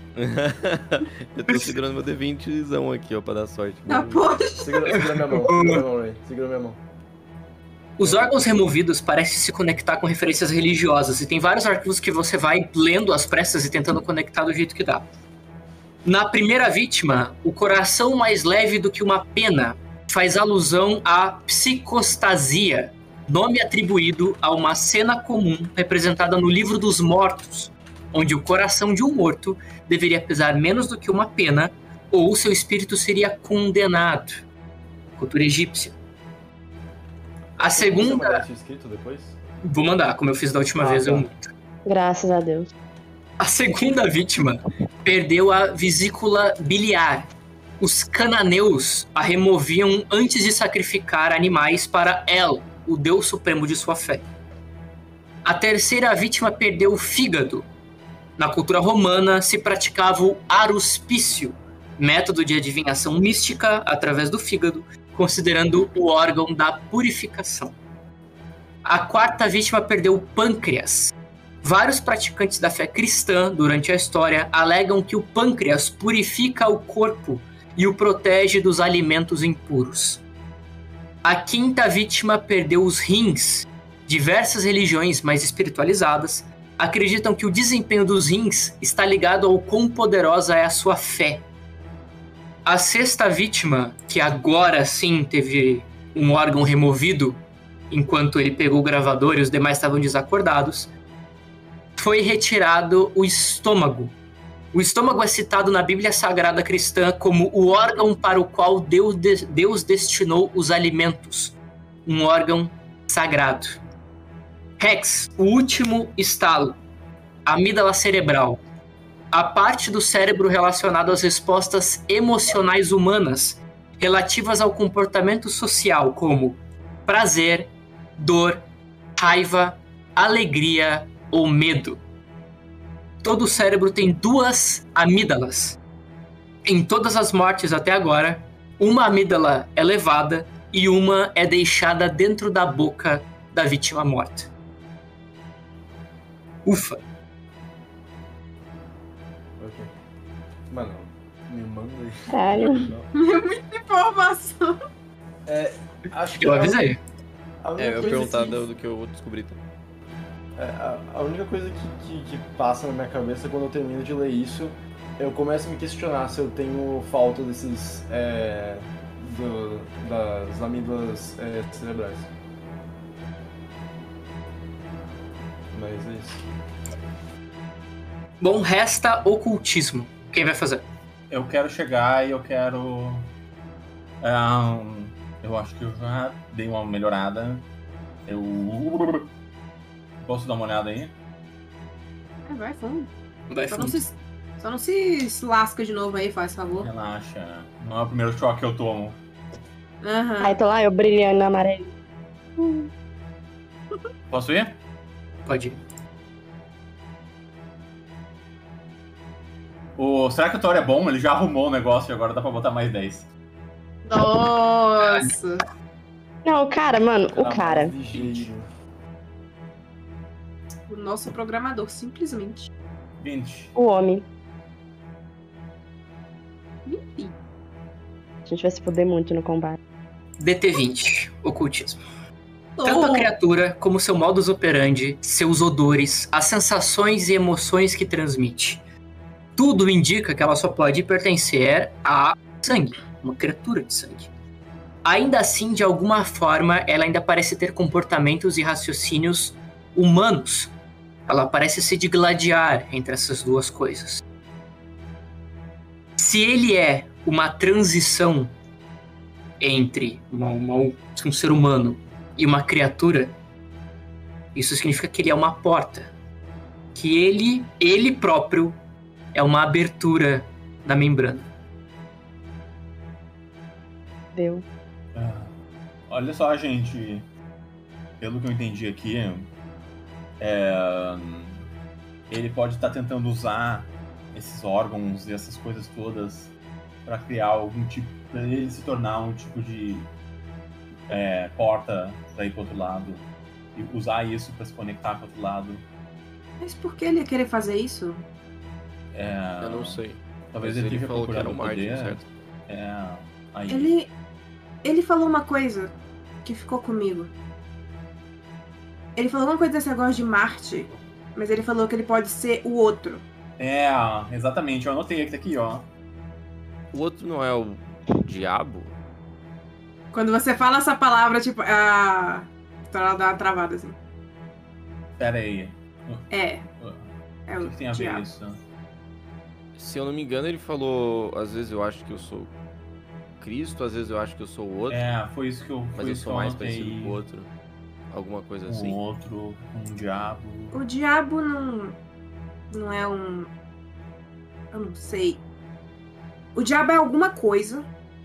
[SPEAKER 7] Eu tô segurando meu D vintezão aqui, ó, pra dar sorte.
[SPEAKER 4] Ah, poxa.
[SPEAKER 6] Segura, segura minha mão, segura minha mão, Ray. Segura minha mão.
[SPEAKER 2] Os órgãos removidos parecem se conectar com referências religiosas e tem vários arquivos que você vai lendo às pressas e tentando conectar do jeito que dá. Na primeira vítima, o coração mais leve do que uma pena faz alusão à psicostasia, nome atribuído a uma cena comum representada no Livro dos Mortos, onde o coração de um morto deveria pesar menos do que uma pena ou seu espírito seria condenado. Cultura egípcia. A
[SPEAKER 6] Você
[SPEAKER 2] segunda...
[SPEAKER 6] mandar isso escrito depois?
[SPEAKER 2] Vou mandar, como eu fiz da última
[SPEAKER 6] Ah,
[SPEAKER 2] vez.
[SPEAKER 6] tá.
[SPEAKER 2] Eu...
[SPEAKER 5] Graças a Deus.
[SPEAKER 2] A segunda vítima perdeu a vesícula biliar. Os cananeus a removiam antes de sacrificar animais para El, o deus supremo de sua fé. A terceira vítima perdeu o fígado. Na cultura romana se praticava o aruspício, método de adivinhação mística através do fígado, considerando o órgão da purificação. A quarta vítima perdeu o pâncreas. Vários praticantes da fé cristã, durante a história, alegam que o pâncreas purifica o corpo e o protege dos alimentos impuros. A quinta vítima perdeu os rins. Diversas religiões mais espiritualizadas acreditam que o desempenho dos rins está ligado ao quão poderosa é a sua fé. A sexta vítima, que agora sim teve um órgão removido, enquanto ele pegou o gravador e os demais estavam desacordados, foi retirado o estômago. O estômago é citado na Bíblia Sagrada Cristã como o órgão para o qual Deus, de- Deus destinou os alimentos. Um órgão sagrado. Rex, o último estalo. Amígdala cerebral. A parte do cérebro relacionada às respostas emocionais humanas relativas ao comportamento social, como prazer, dor, raiva, alegria ou medo. Todo o cérebro tem duas amígdalas. Em todas as mortes até agora, uma amígdala é levada e uma é deixada dentro da boca da vítima morta. Ufa!
[SPEAKER 6] Mano, me manda aí.
[SPEAKER 5] Sério?
[SPEAKER 4] Muita informação.
[SPEAKER 6] É, acho que
[SPEAKER 2] Eu
[SPEAKER 6] a-
[SPEAKER 2] avisei.
[SPEAKER 6] a única
[SPEAKER 7] É, eu ia
[SPEAKER 6] coisa
[SPEAKER 7] perguntar
[SPEAKER 6] que-
[SPEAKER 7] do, do que eu descobri também.
[SPEAKER 6] É, a, a única coisa que, que, que passa na minha cabeça quando eu termino de ler isso, eu começo a me questionar se eu tenho falta desses. É, do, das amígdalas é, cerebrais. Mas é isso.
[SPEAKER 2] Bom, resta ocultismo. Quem vai fazer?
[SPEAKER 3] Eu quero chegar e eu quero. ahn, eu acho que eu já dei uma melhorada. Eu. Posso dar uma olhada aí?
[SPEAKER 4] É, vai, fundo.
[SPEAKER 2] Vai
[SPEAKER 4] Só não,
[SPEAKER 2] fundo.
[SPEAKER 4] se, só não se, se lasca de novo aí, faz favor.
[SPEAKER 3] Relaxa. Não é o primeiro choque que eu tomo.
[SPEAKER 4] Aham.
[SPEAKER 5] Aí tô lá, eu brilhando na amarelo.
[SPEAKER 3] Posso ir?
[SPEAKER 2] Pode ir.
[SPEAKER 3] O... Será que o Thor é bom? Ele já arrumou o negócio e agora dá pra botar mais dez.
[SPEAKER 4] Nossa.
[SPEAKER 5] Não, o cara, mano, o
[SPEAKER 6] Era
[SPEAKER 5] cara.
[SPEAKER 6] mais ligeiro.
[SPEAKER 4] O nosso programador, simplesmente.
[SPEAKER 3] vinte.
[SPEAKER 5] O homem.
[SPEAKER 4] Enfim.
[SPEAKER 5] A gente vai se foder muito no combate.
[SPEAKER 2] D T vinte. Ocultismo. Tanto a
[SPEAKER 4] Oh.
[SPEAKER 2] criatura como seu modus operandi, seus odores, as sensações e emoções que transmite. Tudo indica que ela só pode pertencer a sangue, uma criatura de sangue. Ainda assim, de alguma forma, ela ainda parece ter comportamentos e raciocínios humanos. Ela parece se digladiar entre essas duas coisas. Se ele é uma transição entre uma- uma- um ser humano e uma criatura, isso significa que ele é uma porta. Que ele, ele próprio, é uma abertura da membrana.
[SPEAKER 5] Deu.
[SPEAKER 3] Ah, olha só, gente. Pelo que eu entendi aqui, é, ele pode estar tentando usar esses órgãos e essas coisas todas para criar algum tipo, para ele se tornar um tipo de é, porta para ir para outro lado e usar isso para se conectar com o outro lado.
[SPEAKER 4] Mas por que ele ia querer fazer isso?
[SPEAKER 3] É,
[SPEAKER 7] Eu não sei.
[SPEAKER 3] Talvez
[SPEAKER 7] Mas
[SPEAKER 3] ele
[SPEAKER 7] ele
[SPEAKER 3] esteja
[SPEAKER 7] falou que era
[SPEAKER 3] procurando
[SPEAKER 7] o Martin,
[SPEAKER 3] poder.
[SPEAKER 7] certo?
[SPEAKER 3] É, aí.
[SPEAKER 4] Ele. Ele falou uma coisa que ficou comigo. Ele falou alguma coisa desse negócio de Marte, mas ele falou que ele pode ser o outro.
[SPEAKER 3] É, exatamente. Eu anotei aqui, aqui, ó.
[SPEAKER 7] O outro não é o diabo?
[SPEAKER 4] Quando você fala essa palavra, tipo, a. Ela dá uma travada assim.
[SPEAKER 3] Pera aí.
[SPEAKER 4] É. É
[SPEAKER 3] O
[SPEAKER 4] o
[SPEAKER 3] que tem a ver
[SPEAKER 4] diabo.
[SPEAKER 3] isso?
[SPEAKER 7] Se eu não me engano, ele falou, às vezes eu acho que eu sou Cristo, às vezes eu acho que eu sou o outro,
[SPEAKER 3] É, foi isso que eu,
[SPEAKER 7] mas
[SPEAKER 3] foi
[SPEAKER 7] eu
[SPEAKER 3] isso que
[SPEAKER 7] sou
[SPEAKER 3] eu
[SPEAKER 7] mais
[SPEAKER 3] anotei.
[SPEAKER 7] parecido com o outro. Alguma coisa
[SPEAKER 3] Um
[SPEAKER 7] assim.
[SPEAKER 3] outro, um diabo.
[SPEAKER 4] O diabo não. Não é um. Eu não sei. O diabo é alguma coisa.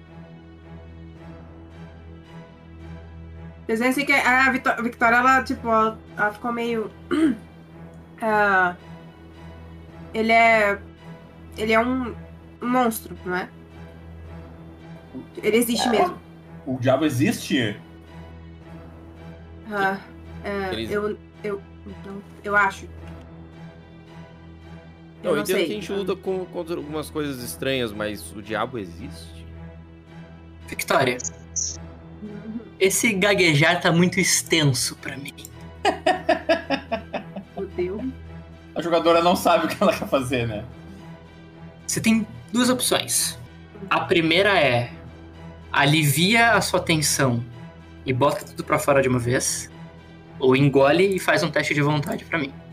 [SPEAKER 4] Desenho assim que a Vitó- a Victoria, ela, tipo, ela, ela ficou meio. Ah, ele é. Ele é um, um monstro, não é? Ele existe mesmo.
[SPEAKER 3] O diabo existe?
[SPEAKER 4] Ah, é,
[SPEAKER 7] Eles-
[SPEAKER 4] eu, eu, não- eu acho.
[SPEAKER 7] Eu,
[SPEAKER 4] Eu não
[SPEAKER 7] entendo
[SPEAKER 4] sei.
[SPEAKER 7] que a gente luta com- contra algumas coisas estranhas, mas o diabo existe?
[SPEAKER 2] Victoria,
[SPEAKER 4] Uhum.
[SPEAKER 2] esse gaguejar tá muito extenso pra mim.
[SPEAKER 4] Meu Deus.
[SPEAKER 3] A jogadora não sabe o que ela quer fazer, né?
[SPEAKER 2] Você tem duas opções. A primeira é alivia a sua tensão e bota tudo pra fora de uma vez, ou engole e faz um teste de vontade pra mim.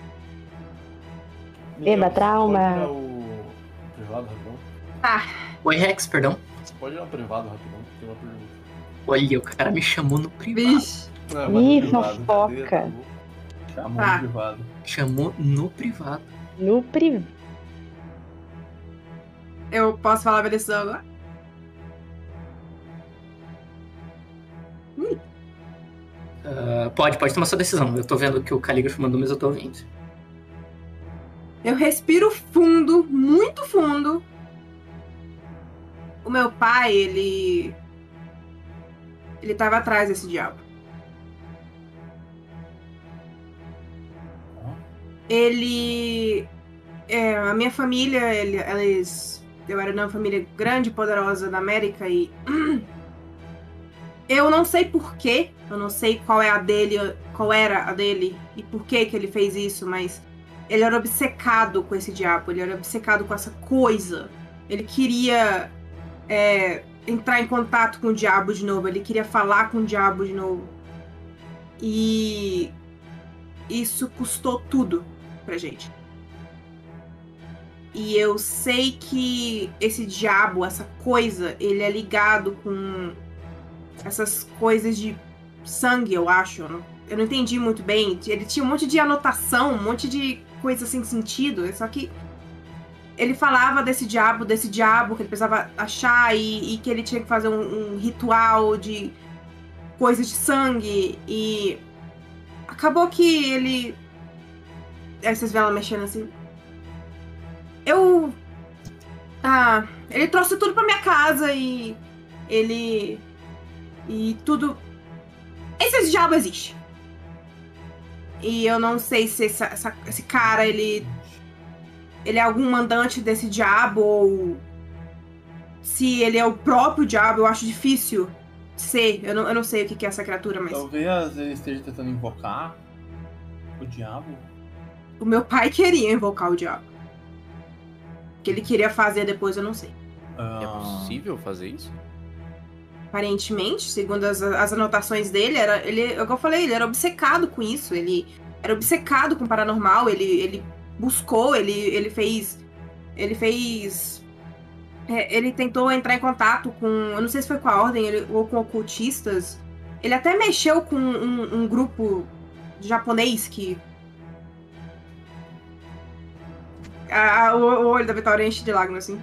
[SPEAKER 5] Eba,
[SPEAKER 6] Miguel,
[SPEAKER 5] trauma.
[SPEAKER 6] Pode ir o privado rapidão?
[SPEAKER 2] Oi, Rex, perdão.
[SPEAKER 6] Você pode ir no privado rapidão? Tem uma pergunta.
[SPEAKER 2] Olha, o cara me chamou no privado.
[SPEAKER 4] Vixe.
[SPEAKER 6] Ah,
[SPEAKER 5] Ih,
[SPEAKER 6] no privado,
[SPEAKER 5] fofoca.
[SPEAKER 6] cadê? Tá bom.
[SPEAKER 3] Chamou
[SPEAKER 4] Tá.
[SPEAKER 3] no privado.
[SPEAKER 2] Chamou no privado.
[SPEAKER 5] No privado.
[SPEAKER 4] Eu posso falar a minha decisão agora?
[SPEAKER 2] Ah, pode, pode tomar sua decisão. Eu tô vendo o que o Calígrafo mandou, mas eu tô ouvindo.
[SPEAKER 4] Eu respiro fundo, muito fundo. O meu pai, ele. Ele tava atrás desse diabo. Ele. é, a minha família, ele, eles... Eu era de uma família grande e poderosa da América e... Eu não sei porquê, eu não sei qual é a dele, qual era a dele e por que que ele fez isso, mas ele era obcecado com esse diabo, ele era obcecado com essa coisa. Ele queria é, entrar em contato com o diabo de novo, ele queria falar com o diabo de novo. E isso custou tudo pra gente. E eu sei que esse diabo, essa coisa, ele é ligado com essas coisas de sangue, eu acho. Eu não entendi muito bem. Ele tinha um monte de anotação, um monte de coisa sem sentido. Só que ele falava desse diabo, desse diabo que ele precisava achar e, e que ele tinha que fazer um, um ritual de coisas de sangue. E acabou que ele... Aí vocês vêem ela mexendo assim. Eu... Ah, ele trouxe tudo pra minha casa e... Ele... E tudo... Esse diabo existe. E eu não sei se essa, essa, esse cara, ele... Ele é algum mandante desse diabo ou... Se ele é o próprio diabo, eu acho difícil ser. Eu não, eu não sei o que é essa criatura, mas...
[SPEAKER 3] Talvez ele esteja tentando invocar o diabo.
[SPEAKER 4] O meu pai queria invocar o diabo. O que ele queria fazer depois, eu não sei.
[SPEAKER 3] Ah,
[SPEAKER 7] É possível fazer isso?
[SPEAKER 4] Aparentemente, segundo as, as anotações dele, era, ele, é o que eu falei, ele era obcecado com isso. Ele era obcecado com o paranormal. Ele, ele buscou, ele, ele fez... Ele fez... É, ele tentou entrar em contato com... Eu não sei se foi com a Ordem ele, ou com ocultistas. Ele até mexeu com um, um grupo japonês que... A, a, o, o olho da Vitória enche de lágrimas, assim.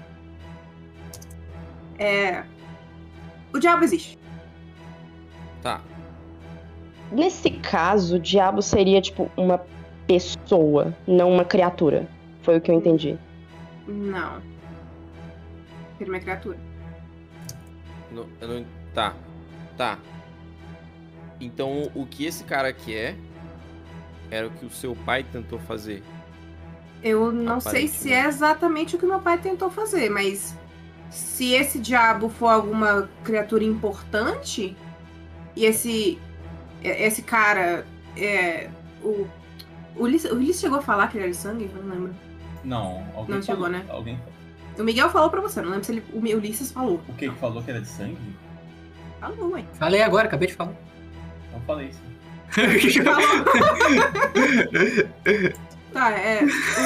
[SPEAKER 4] É... O diabo existe.
[SPEAKER 7] Tá.
[SPEAKER 5] Nesse caso, o diabo seria, tipo, uma pessoa, não uma criatura. Foi o que eu entendi.
[SPEAKER 4] Não. Seria uma criatura.
[SPEAKER 7] Não, eu não... Tá. Tá. Então, o que esse cara quer era o que o seu pai tentou fazer.
[SPEAKER 4] Eu não sei se é exatamente o que meu pai tentou fazer, mas... Se esse diabo for alguma criatura importante, e esse esse cara, é, o, o Ulisses, o Ulisses chegou a falar que ele era de sangue? Eu não lembro.
[SPEAKER 3] não, alguém
[SPEAKER 4] Não chegou,
[SPEAKER 3] falou,
[SPEAKER 4] né?
[SPEAKER 3] Alguém...
[SPEAKER 4] O Miguel falou pra você, não lembro se ele, o Ulisses falou.
[SPEAKER 3] O que que falou que era de sangue?
[SPEAKER 4] Falou, ué.
[SPEAKER 2] Falei agora, acabei de falar.
[SPEAKER 3] Não falei isso.
[SPEAKER 4] Tá, é.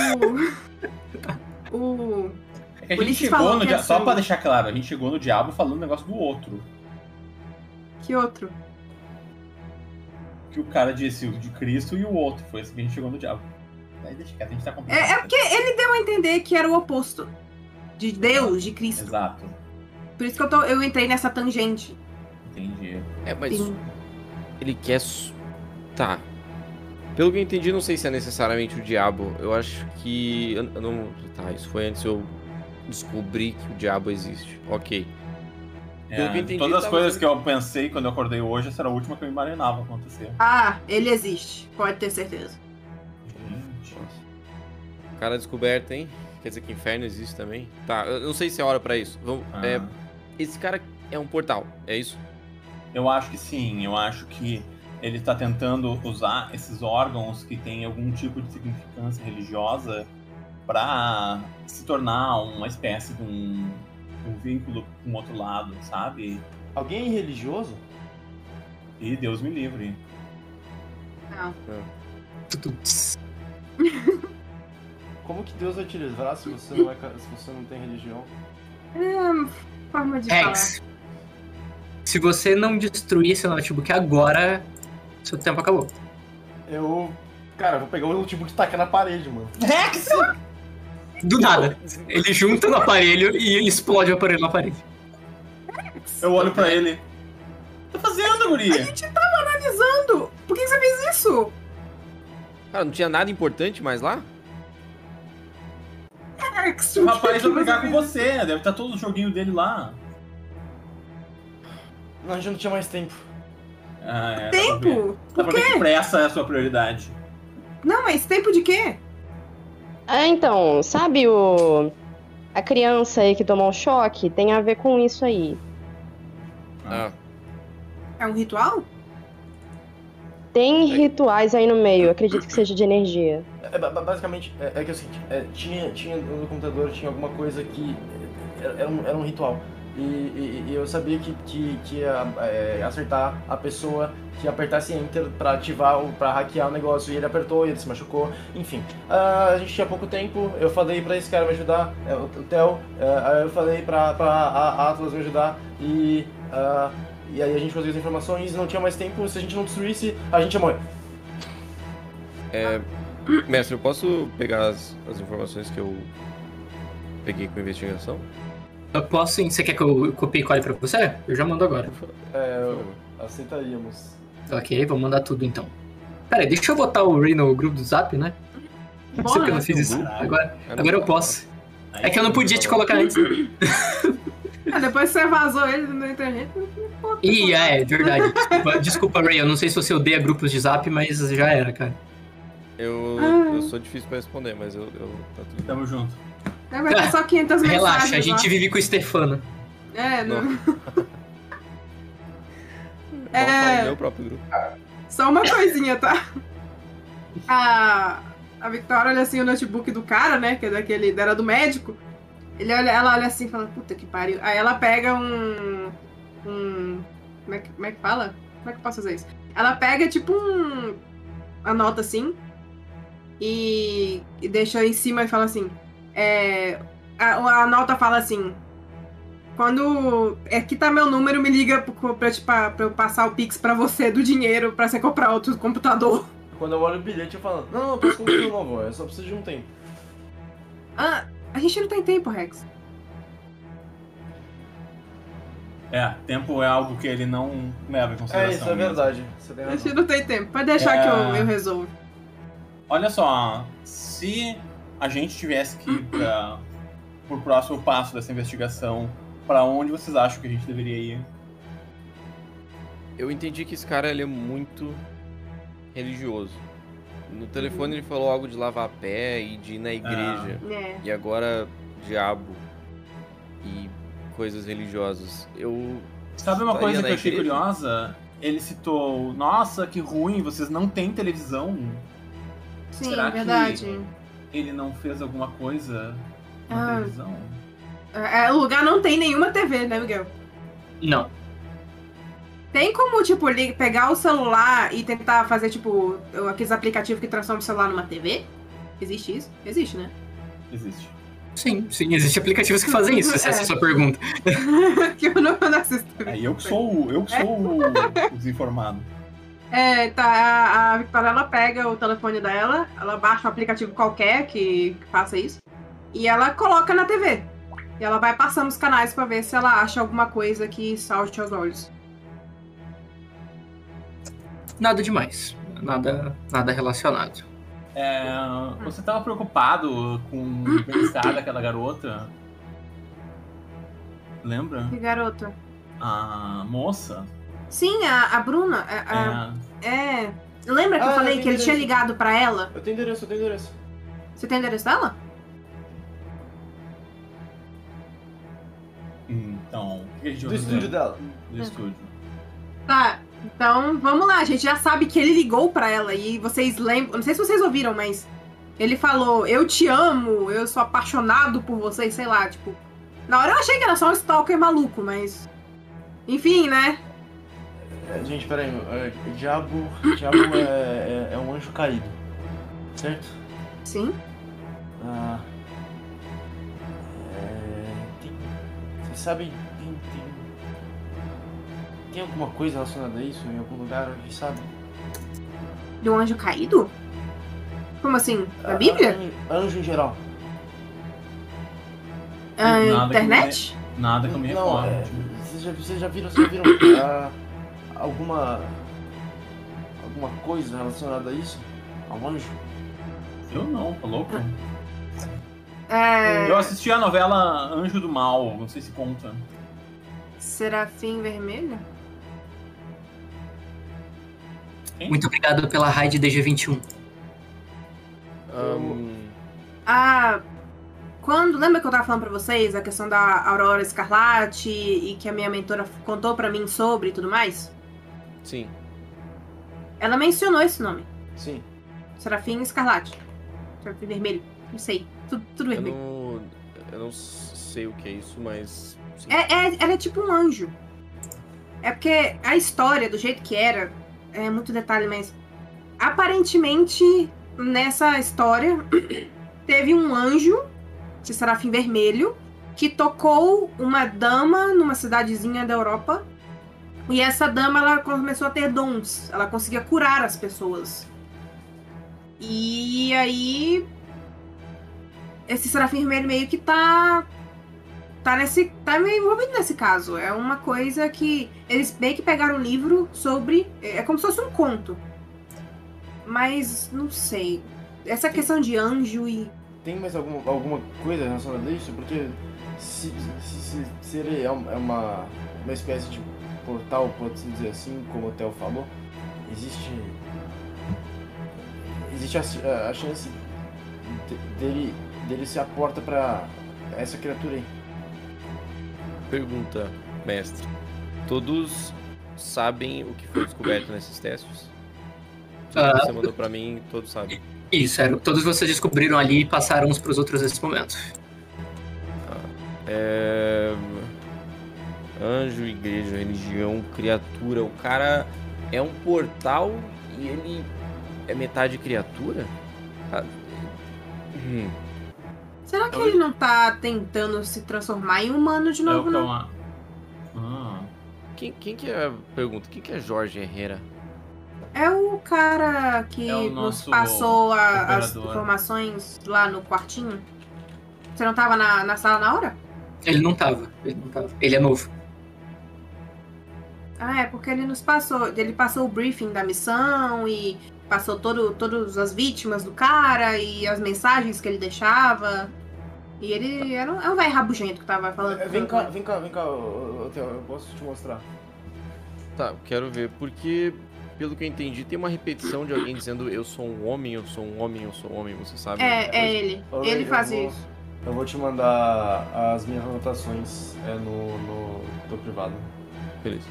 [SPEAKER 4] O. O.
[SPEAKER 3] É que a
[SPEAKER 4] O
[SPEAKER 3] gente
[SPEAKER 4] Ulisses
[SPEAKER 3] chegou
[SPEAKER 4] falou
[SPEAKER 3] no
[SPEAKER 4] que é
[SPEAKER 3] diabo, só
[SPEAKER 4] sangue.
[SPEAKER 3] pra deixar claro, a gente chegou no diabo falando um negócio do outro.
[SPEAKER 4] Que outro?
[SPEAKER 3] Que o cara disse o de Cristo e o outro. Foi assim que a gente chegou no diabo. Aí deixa quieto, a gente tá complicado.
[SPEAKER 4] É, é porque ele deu a entender que era o oposto. De Deus, de Cristo.
[SPEAKER 3] Exato.
[SPEAKER 4] Por isso que eu, tô, eu entrei nessa tangente.
[SPEAKER 3] Entendi.
[SPEAKER 7] É, mas
[SPEAKER 4] Tem-
[SPEAKER 7] ele quer... su- Tá. Pelo que eu entendi, não sei se é necessariamente o diabo. Eu acho que... Eu eu não... Tá, isso foi antes eu descobrir que o diabo existe. Ok. Pelo
[SPEAKER 3] É,
[SPEAKER 7] que eu entendi,
[SPEAKER 3] todas as
[SPEAKER 7] tava
[SPEAKER 3] coisas
[SPEAKER 7] sendo-
[SPEAKER 3] que eu pensei quando eu acordei hoje, essa era a última que eu imaginava acontecer.
[SPEAKER 4] Ah, ele existe. Pode ter certeza.
[SPEAKER 3] Gente.
[SPEAKER 7] Cara descoberto, hein? Quer dizer que inferno existe também? Tá, eu não sei se é hora pra isso. Vamos,
[SPEAKER 3] Ah,
[SPEAKER 7] é, esse cara é um portal, é isso?
[SPEAKER 3] Eu acho que sim, eu acho que ele tá tentando usar esses órgãos que têm algum tipo de significância religiosa pra se tornar uma espécie de um, um vínculo com o outro lado, sabe?
[SPEAKER 6] Alguém religioso?
[SPEAKER 3] E Deus me livre.
[SPEAKER 4] Não.
[SPEAKER 2] Tututs.
[SPEAKER 6] Como que Deus vai te livrar se você não, é, ca- se você não tem religião?
[SPEAKER 4] É, forma de
[SPEAKER 2] Rex, se você não destruir seu notebook agora, seu tempo acabou.
[SPEAKER 6] Eu. Cara, eu vou pegar o notebook e tacar na parede, mano.
[SPEAKER 3] Rex!
[SPEAKER 2] Do nada. Ele junta no aparelho e explode o aparelho na parede.
[SPEAKER 3] Eu olho pra ele. O que tá fazendo, guria?
[SPEAKER 4] A gente tava analisando. Por que você fez isso?
[SPEAKER 7] Cara, não tinha nada importante mais lá?
[SPEAKER 4] Rex,
[SPEAKER 3] O rapaz vai
[SPEAKER 4] por que
[SPEAKER 3] brigar
[SPEAKER 4] você
[SPEAKER 3] com
[SPEAKER 4] fez
[SPEAKER 3] você, deve estar todo o joguinho dele lá.
[SPEAKER 6] Não, a gente não tinha mais tempo.
[SPEAKER 3] Ah, é, dá pra ver.
[SPEAKER 4] Tempo?
[SPEAKER 3] Dá
[SPEAKER 4] Por
[SPEAKER 3] pra ver que
[SPEAKER 4] quê?
[SPEAKER 3] pressa é a sua prioridade.
[SPEAKER 4] Não, mas tempo de quê?
[SPEAKER 5] É, então, sabe o... A criança aí que tomou um choque tem a ver com isso aí.
[SPEAKER 7] Ah,
[SPEAKER 4] É um ritual?
[SPEAKER 5] Tem rituais aí no meio, acredito que seja de energia.
[SPEAKER 6] É, ba- ba- basicamente, é, é que é o seguinte, é, tinha, tinha no computador, tinha alguma coisa que era, era um, era um ritual. E, e- e eu sabia que, que, que ia é, acertar a pessoa que apertasse Enter pra ativar, o- pra hackear o negócio. E ele apertou e ele se machucou. Enfim, ah, a gente tinha pouco tempo, eu falei pra esse cara me ajudar, é, o, o Theo, é, aí eu falei pra, pra a a Atlas me ajudar e... ah, e aí a gente conseguiu as informações, não tinha mais tempo, se a gente não destruísse, a gente ia morrer.
[SPEAKER 7] é... Mestre, eu posso pegar as, as informações que eu peguei com a investigação?
[SPEAKER 2] Eu posso sim. Você quer que eu copie e cole pra você? Eu já mando agora.
[SPEAKER 6] É, aceitaríamos.
[SPEAKER 2] Ok, vou mandar tudo então. Pera aí, deixa eu botar o Ray no grupo do Zap, né? Não sei porque eu não fiz isso. Agora, agora eu posso. É que eu não podia te colocar antes.
[SPEAKER 4] É, depois você vazou ele na internet. Pô,
[SPEAKER 2] Ih, é, é verdade. Desculpa, desculpa, Ray. Eu não sei se você odeia grupos de Zap, mas já era, cara.
[SPEAKER 7] Eu,
[SPEAKER 4] Ah.
[SPEAKER 7] eu sou difícil pra responder, mas eu... eu tá tudo bem.
[SPEAKER 3] Tamo junto.
[SPEAKER 4] É, vai ter só quinhentas mensagens.
[SPEAKER 2] Relaxa, a gente
[SPEAKER 4] lá.
[SPEAKER 2] vive com o Stefano.
[SPEAKER 4] É, não.
[SPEAKER 7] Não. Vamos
[SPEAKER 4] É.
[SPEAKER 7] falar do meu próprio grupo.
[SPEAKER 4] Só uma coisinha, tá? A, a Victoria olha assim o notebook do cara, né? Que é daquele. Era do médico. Ele olha, ela olha assim e fala, puta que pariu. Aí ela pega um. Um. Como é que, como é que fala? Como é que eu posso fazer isso? Ela pega tipo um. Uma nota assim. E, e deixa em cima e fala assim. É, a, a nota fala assim. Quando. Aqui tá meu número, me liga pra, pra, tipo, pra eu passar o Pix pra você do dinheiro pra você comprar outro computador.
[SPEAKER 6] Quando eu olho o bilhete, eu falo, não, não, eu posso comprar um novo, eu só preciso de um tempo.
[SPEAKER 4] Ah, a gente não tem tempo, Rex.
[SPEAKER 3] É, tempo é algo que ele não leva em consideração.
[SPEAKER 6] É, isso é
[SPEAKER 3] mesmo.
[SPEAKER 6] verdade. Você tem
[SPEAKER 4] A gente
[SPEAKER 6] razão.
[SPEAKER 4] não tem tempo. Pode deixar
[SPEAKER 3] É.
[SPEAKER 4] que eu, eu resolvo.
[SPEAKER 3] Olha só, se a gente tivesse que ir pra, pro próximo passo dessa investigação, pra onde vocês acham que a gente deveria ir?
[SPEAKER 7] Eu entendi que esse cara ele é muito religioso. No telefone ele falou algo de lavar pé e de ir na igreja.
[SPEAKER 4] É.
[SPEAKER 7] E agora, diabo e coisas religiosas. Eu.
[SPEAKER 3] Sabe uma
[SPEAKER 7] estaria
[SPEAKER 3] coisa que
[SPEAKER 7] na
[SPEAKER 3] eu achei
[SPEAKER 7] igreja?
[SPEAKER 3] curiosa? Ele citou, nossa, que ruim, vocês não têm televisão.
[SPEAKER 4] Sim,
[SPEAKER 3] Será que-
[SPEAKER 4] verdade.
[SPEAKER 3] Ele não fez alguma coisa na
[SPEAKER 4] Ah.
[SPEAKER 3] televisão?
[SPEAKER 4] É, o lugar não tem nenhuma T V, né, Miguel?
[SPEAKER 2] Não.
[SPEAKER 4] Tem como, tipo, li- pegar o celular e tentar fazer, tipo, aqueles aplicativos que transformam o celular numa T V? Existe isso? Existe, né?
[SPEAKER 3] Existe.
[SPEAKER 2] Sim, sim, existem aplicativos que fazem isso, se essa é a
[SPEAKER 4] É.
[SPEAKER 2] sua pergunta.
[SPEAKER 4] que eu não, não assisto.
[SPEAKER 3] É, eu que sou, o- eu que sou o, o desinformado.
[SPEAKER 4] É, tá, a, a Victoria, ela pega o telefone dela, ela baixa um aplicativo qualquer que, que faça isso, e ela coloca na T V. E ela vai passando os canais pra ver se ela acha alguma coisa que salte aos olhos.
[SPEAKER 2] Nada demais. Nada, nada relacionado.
[SPEAKER 3] É, você tava preocupado com o bem-estar daquela garota? Lembra?
[SPEAKER 4] Que garota?
[SPEAKER 3] A moça?
[SPEAKER 4] Sim, a, a Bruna. a- a-
[SPEAKER 3] É,
[SPEAKER 4] é. Lembra que eu
[SPEAKER 6] Ah,
[SPEAKER 4] falei
[SPEAKER 6] eu
[SPEAKER 4] que ele
[SPEAKER 6] entendi.
[SPEAKER 4] tinha ligado pra ela?
[SPEAKER 6] Eu tenho endereço, eu tenho endereço.
[SPEAKER 4] Você tem endereço dela?
[SPEAKER 3] então, o que a gente
[SPEAKER 6] Do
[SPEAKER 3] vai
[SPEAKER 6] estúdio
[SPEAKER 3] fazer?
[SPEAKER 6] dela.
[SPEAKER 3] Do estúdio.
[SPEAKER 4] Tá, então vamos lá. A gente já sabe que ele ligou pra ela e vocês lembram. Não sei se vocês ouviram, mas ele falou: Eu te amo, eu sou apaixonado por você, sei lá, tipo. Na hora eu achei que era só um stalker maluco, mas. Enfim, né?
[SPEAKER 6] É, gente, peraí, é, diabo, diabo é, é, é um anjo caído, certo?
[SPEAKER 4] Sim.
[SPEAKER 6] Ah, é, tem, vocês sabem, tem, tem, tem alguma coisa relacionada a isso em algum lugar, alguém sabe?
[SPEAKER 4] De um anjo caído? Como assim? Na
[SPEAKER 6] Ah,
[SPEAKER 4] Bíblia?
[SPEAKER 6] Anjo, anjo em geral.
[SPEAKER 4] Ah,
[SPEAKER 3] Nada que
[SPEAKER 4] internet?
[SPEAKER 3] Nada que eu me
[SPEAKER 6] Não,
[SPEAKER 3] recordo.
[SPEAKER 6] é, vocês, já, vocês já viram, vocês já viram ah, alguma, alguma coisa relacionada a isso? Ao anjo?
[SPEAKER 3] Eu não, tá louco?
[SPEAKER 4] É.
[SPEAKER 3] Eu assisti a novela Anjo do Mal, não sei se conta.
[SPEAKER 4] Serafim Vermelho?
[SPEAKER 2] Muito obrigado pela raid D G vinte e um.
[SPEAKER 7] Ahn,
[SPEAKER 4] Ah, quando... Lembra que eu tava falando pra vocês a questão da Aurora Escarlate e que a minha mentora contou pra mim sobre e tudo mais?
[SPEAKER 7] Sim.
[SPEAKER 4] Ela mencionou esse nome.
[SPEAKER 6] Sim.
[SPEAKER 4] Serafim Escarlate. Serafim Vermelho. Não sei. Tudo, tudo
[SPEAKER 7] Eu
[SPEAKER 4] vermelho.
[SPEAKER 7] não, eu não sei o que é isso, mas... sim.
[SPEAKER 4] É, é, ela é tipo um anjo. É porque a história, do jeito que era, é muito detalhe, mas... Aparentemente, nessa história, teve um anjo, de Serafim Vermelho, que tocou uma dama numa cidadezinha da Europa. E essa dama, ela começou a ter dons. Ela conseguia curar as pessoas. E aí... Esse Serafim Vermelho meio que tá... Tá, nesse, tá meio envolvido nesse caso. É uma coisa que... Eles meio que pegaram um livro sobre... É como se fosse um conto. Mas, não sei. Essa questão de anjo e...
[SPEAKER 6] Tem mais alguma, alguma coisa relacionada a isso? Porque se, se, se, se ele é uma, uma espécie de portal, pode-se dizer assim, como o Theo falou, existe... Existe a, a chance de, dele, dele ser a porta pra essa criatura aí.
[SPEAKER 7] Pergunta, mestre. Todos sabem o que foi descoberto nesses testes? Tudo
[SPEAKER 2] Ah.
[SPEAKER 7] que você mandou pra mim, todos sabem.
[SPEAKER 2] Isso, era, todos vocês descobriram ali e passaram uns pros outros nesse momento.
[SPEAKER 7] É... Anjo, igreja, religião, criatura. O cara é um portal e ele é metade criatura? Ah, hum.
[SPEAKER 4] Será que
[SPEAKER 3] Eu-
[SPEAKER 4] ele não tá tentando se transformar em humano de
[SPEAKER 3] É o
[SPEAKER 4] novo,
[SPEAKER 3] que eu...
[SPEAKER 4] não?
[SPEAKER 3] Ah,
[SPEAKER 7] Quem, quem que é... Pergunta, quem que é Jorge Herrera?
[SPEAKER 4] É o cara que
[SPEAKER 3] É o
[SPEAKER 4] nos
[SPEAKER 3] nosso
[SPEAKER 4] passou a- as
[SPEAKER 3] operador.
[SPEAKER 4] informações lá no quartinho. Você não tava na, na sala na hora?
[SPEAKER 2] Ele não tava, ele não tava. Ele é novo.
[SPEAKER 4] Ah, é porque ele nos passou. Ele passou o briefing da missão e passou todo, todas as vítimas do cara e as mensagens que ele deixava. E ele era um, é um velho rabugento que tava falando.
[SPEAKER 6] É, Vem cá, vem cá, vem cá, ô, ô, Theo, eu posso te mostrar.
[SPEAKER 7] Tá, quero ver, porque pelo que eu entendi, tem uma repetição de alguém dizendo eu sou um homem, eu sou um homem, eu sou um homem, você sabe?
[SPEAKER 4] É, é ele.
[SPEAKER 6] Ô,
[SPEAKER 4] Ele
[SPEAKER 6] eu
[SPEAKER 4] fazia
[SPEAKER 6] vou-
[SPEAKER 4] isso.
[SPEAKER 6] Eu vou te mandar as minhas anotações é, no, no teu privado.
[SPEAKER 7] Beleza.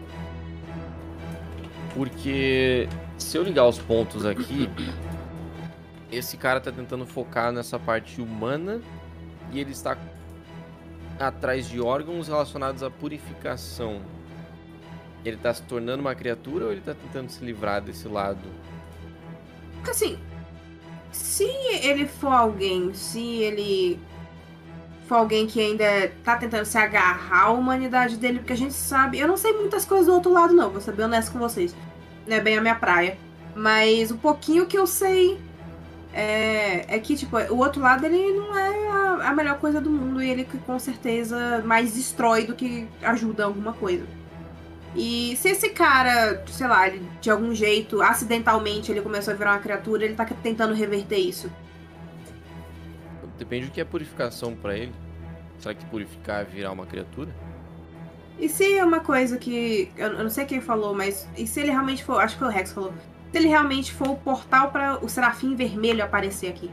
[SPEAKER 7] Porque se eu ligar os pontos aqui, esse cara tá tentando focar nessa parte humana e ele está atrás de órgãos relacionados à purificação. Ele tá se tornando uma criatura ou ele tá tentando se livrar desse lado?
[SPEAKER 4] Porque assim, se ele for alguém, se ele for alguém que ainda tá tentando se agarrar à humanidade dele, porque a gente sabe, eu não sei muitas coisas do outro lado não, vou ser bem honesto com vocês. Não é bem a minha praia. Mas o pouquinho que eu sei é, é que, tipo, o outro lado ele não é a, a melhor coisa do mundo e ele que com certeza mais destrói do que ajuda em alguma coisa. E se esse cara, sei lá, ele, de algum jeito, acidentalmente, ele começou a virar uma criatura, ele tá tentando reverter isso.
[SPEAKER 7] Depende do que é purificação pra ele. Será que purificar é virar uma criatura?
[SPEAKER 4] E se é uma coisa que, eu, eu não sei quem falou, mas e se ele realmente for, acho que foi o Rex que falou, se ele realmente for o portal para o Serafim Vermelho aparecer aqui?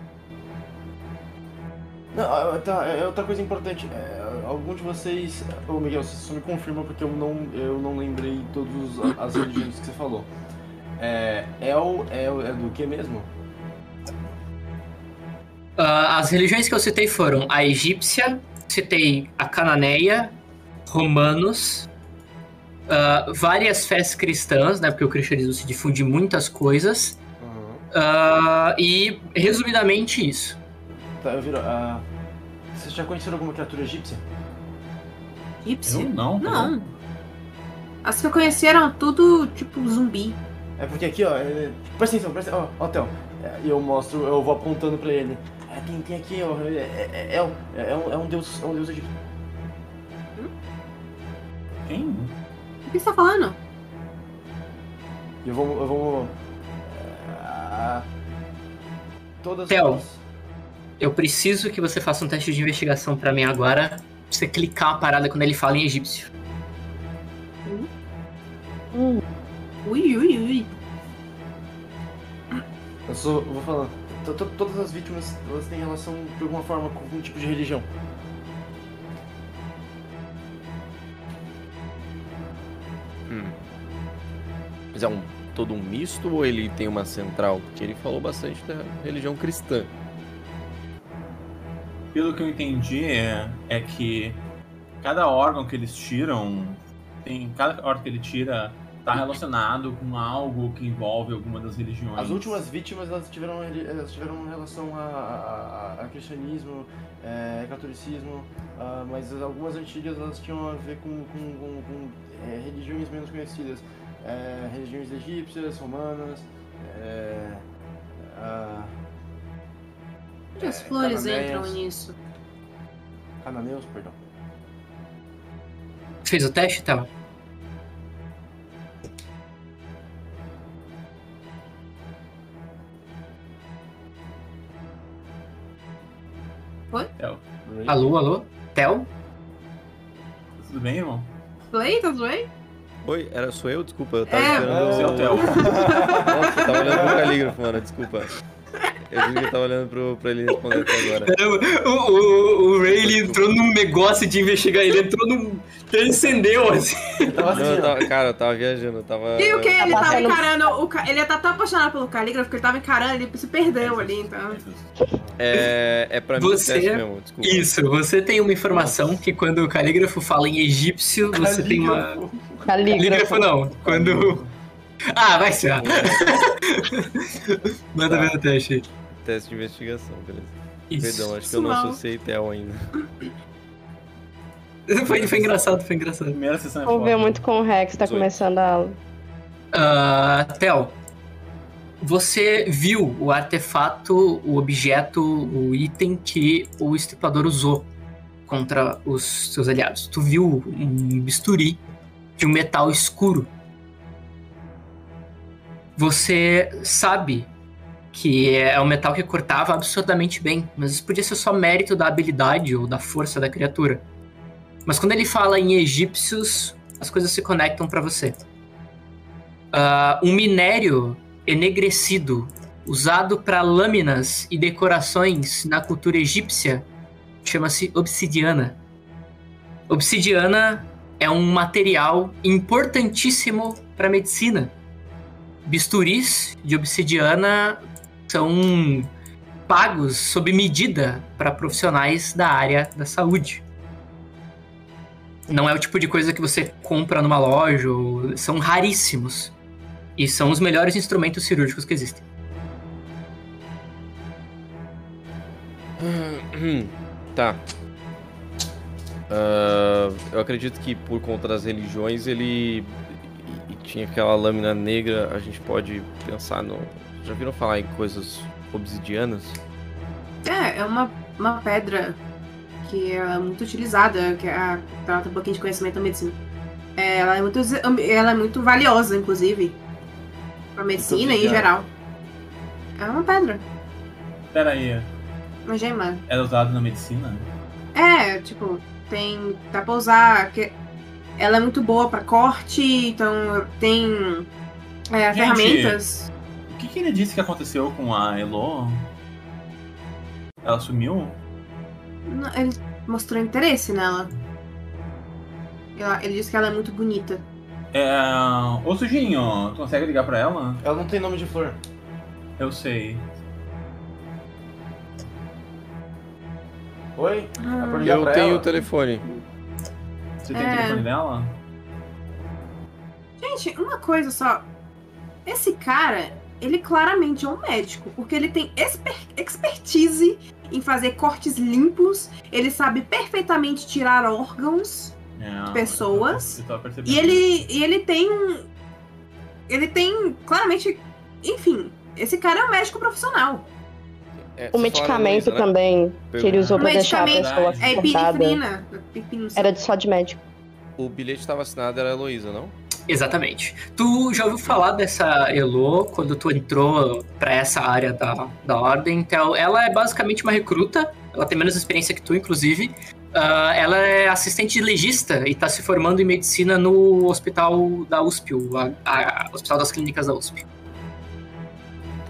[SPEAKER 6] Não, ah, tá, é outra coisa importante. É, algum de vocês. Ô Miguel, você só me confirma porque eu não, eu não lembrei todas as religiões que você falou. É. El é, é do que mesmo?
[SPEAKER 2] Ah, as religiões que eu citei foram a egípcia, citei a cananeia, romanos, ah, várias fés cristãs, né? Porque o cristianismo se difunde em muitas coisas.
[SPEAKER 6] Uhum.
[SPEAKER 2] ah, e, resumidamente, isso.
[SPEAKER 6] Tá, eu viro. Ah, vocês já conheceram alguma criatura egípcia?
[SPEAKER 4] Egípcio?
[SPEAKER 3] eu não.
[SPEAKER 4] Não. As que eu conheci eram tudo, tipo, zumbi.
[SPEAKER 6] É porque aqui, ó. É, presta atenção, presta atenção. Ó, ó, Theo. É, E eu mostro, eu vou apontando pra ele. É, tem, tem aqui, ó. É, é, é, é, é um, é um deus. É um deus egípcio.
[SPEAKER 3] Quem?
[SPEAKER 4] O que você tá falando?
[SPEAKER 6] E eu vou. Eu vou. Ah, todas
[SPEAKER 2] Theo.
[SPEAKER 6] as.
[SPEAKER 2] Eu preciso que você faça um teste de investigação pra mim agora. Pra você clicar uma parada quando ele fala em egípcio.
[SPEAKER 4] Ui, ui, ui.
[SPEAKER 6] Eu só eu vou falando. to- to- todas as vítimas, elas têm relação, de alguma forma, com algum tipo de religião.
[SPEAKER 7] Hum. Mas é um, todo um misto ou ele tem uma central? Porque ele falou bastante da religião cristã.
[SPEAKER 3] Pelo que eu entendi, é, é que cada órgão que eles tiram, tem, cada órgão que ele tira está relacionado com algo que envolve alguma das religiões.
[SPEAKER 6] As últimas vítimas, elas tiveram, elas tiveram relação a, a, a, a cristianismo, é, catolicismo, ah, mas algumas antigas elas tinham a ver com, com, com, com é, religiões menos conhecidas. É, religiões egípcias, romanas, é, ah,
[SPEAKER 4] Onde as
[SPEAKER 6] é,
[SPEAKER 4] flores
[SPEAKER 6] cananéias.
[SPEAKER 4] entram nisso?
[SPEAKER 6] Cananeus, perdão.
[SPEAKER 2] Fez o teste, Théo?
[SPEAKER 3] Theo,
[SPEAKER 2] Alô, alô? Théo?
[SPEAKER 3] tudo bem, irmão?
[SPEAKER 4] Play, tá zoei?
[SPEAKER 7] Oi, era sou eu? Desculpa, eu tava
[SPEAKER 4] É.
[SPEAKER 7] esperando
[SPEAKER 3] Você é o Theo.
[SPEAKER 7] Nossa, eu tava olhando pro calígrafo, mano, desculpa. Eu vi que eu tava olhando pro, pra ele responder até agora.
[SPEAKER 2] O, o, o Ray ele entrou num negócio de investigar, ele entrou num. Ele acendeu assim.
[SPEAKER 6] Eu tava
[SPEAKER 7] Não,
[SPEAKER 6] assim,
[SPEAKER 7] eu
[SPEAKER 6] ó.
[SPEAKER 7] tava, cara, eu tava viajando, eu tava...
[SPEAKER 4] E o que? Ele tava
[SPEAKER 5] passando-
[SPEAKER 4] encarando. O ca... Ele ia estar tão apaixonado pelo calígrafo que ele tava encarando, ele se perdeu ali, então.
[SPEAKER 7] É, é pra mim
[SPEAKER 2] Você-
[SPEAKER 7] o teste mesmo, desculpa.
[SPEAKER 2] Isso, você tem uma informação que quando o calígrafo fala em egípcio, você tem uma.
[SPEAKER 5] Calígrafo.
[SPEAKER 2] Calígrafo não. Quando. Ah, vai ser. Manda ver no teste aí.
[SPEAKER 7] Teste de investigação, beleza.
[SPEAKER 2] Isso.
[SPEAKER 7] Perdão, acho que eu não
[SPEAKER 4] Mal.
[SPEAKER 7] associei Theo ainda.
[SPEAKER 2] Foi, foi engraçado, foi engraçado.
[SPEAKER 3] Primeira sessão é
[SPEAKER 5] Vou ver
[SPEAKER 3] foda.
[SPEAKER 5] muito com o Rex, tá
[SPEAKER 7] dezoito.
[SPEAKER 5] começando a aula.
[SPEAKER 2] Ah, Theo, você viu o artefato, o objeto, o item que o Estripador usou contra os seus aliados. Tu viu um bisturi de um metal escuro. Você sabe que é um metal que cortava absurdamente bem, mas isso podia ser só mérito da habilidade ou da força da criatura. Mas quando ele fala em egípcios, as coisas se conectam pra você. Ah, um minério enegrecido usado para lâminas e decorações na cultura egípcia chama-se obsidiana. Obsidiana é um material importantíssimo para medicina. Bisturis de obsidiana são pagos sob medida para profissionais da área da saúde. Não é o tipo de coisa que você compra numa loja, ou- são raríssimos. E são os melhores instrumentos cirúrgicos que existem.
[SPEAKER 7] Tá. Ah, eu acredito que por conta das religiões ele e- e tinha aquela lâmina negra, a gente pode pensar no... Já viram falar em coisas obsidianas?
[SPEAKER 4] É, é uma, uma pedra que é muito utilizada, que é a, ela tem um pouquinho de conhecimento da medicina. É, ela, é muito, ela é muito valiosa, inclusive, pra medicina em
[SPEAKER 3] obrigado.
[SPEAKER 4] geral. É uma pedra,
[SPEAKER 3] Pera aí,
[SPEAKER 4] uma gema.
[SPEAKER 3] era usado na medicina?
[SPEAKER 4] É, tipo, tem. Dá pra usar. Que ela é muito boa pra corte, então tem é,
[SPEAKER 3] Gente,
[SPEAKER 4] ferramentas.
[SPEAKER 3] O que, que ele disse que aconteceu com a Elo? Ela sumiu?
[SPEAKER 4] Não, ele mostrou interesse nela. Ela- Ele disse que ela é muito bonita.
[SPEAKER 3] É... Ô Sujinho, tu consegue ligar pra ela?
[SPEAKER 6] Ela não tem nome de flor.
[SPEAKER 3] Eu sei.
[SPEAKER 6] Oi?
[SPEAKER 4] Ah.
[SPEAKER 6] É pra ligar
[SPEAKER 7] Eu
[SPEAKER 6] pra
[SPEAKER 7] tenho
[SPEAKER 6] ela?
[SPEAKER 7] o telefone.
[SPEAKER 3] Você tem
[SPEAKER 4] É.
[SPEAKER 3] o telefone dela?
[SPEAKER 4] Gente, uma coisa só. Esse cara, ele claramente é um médico, porque ele tem exper expertise em fazer cortes limpos, ele sabe perfeitamente tirar órgãos,
[SPEAKER 3] É,
[SPEAKER 4] Pessoas.
[SPEAKER 3] eu tava percebendo.
[SPEAKER 4] e ele, e ele tem um. Ele tem claramente. Enfim, esse cara é um médico profissional.
[SPEAKER 7] É,
[SPEAKER 5] O
[SPEAKER 7] vocês falaram
[SPEAKER 5] medicamento
[SPEAKER 7] Luísa, né?
[SPEAKER 5] também, que ele usou
[SPEAKER 4] O
[SPEAKER 5] pra deixar a
[SPEAKER 4] medicamento
[SPEAKER 5] pessoa
[SPEAKER 3] é
[SPEAKER 4] É
[SPEAKER 5] cortada,
[SPEAKER 4] epinefrina. Epinefrina.
[SPEAKER 5] era de só de médico.
[SPEAKER 7] O bilhete estava assinado, era a Heloísa, não?
[SPEAKER 2] Exatamente. Tu já ouviu falar dessa Elo quando tu entrou pra essa área da, da ordem? Então, ela é basicamente uma recruta. Ela tem menos experiência que tu, inclusive. Ah, ela é assistente de legista e tá se formando em medicina no hospital da U S P, o a- a- Hospital das Clínicas da U S P.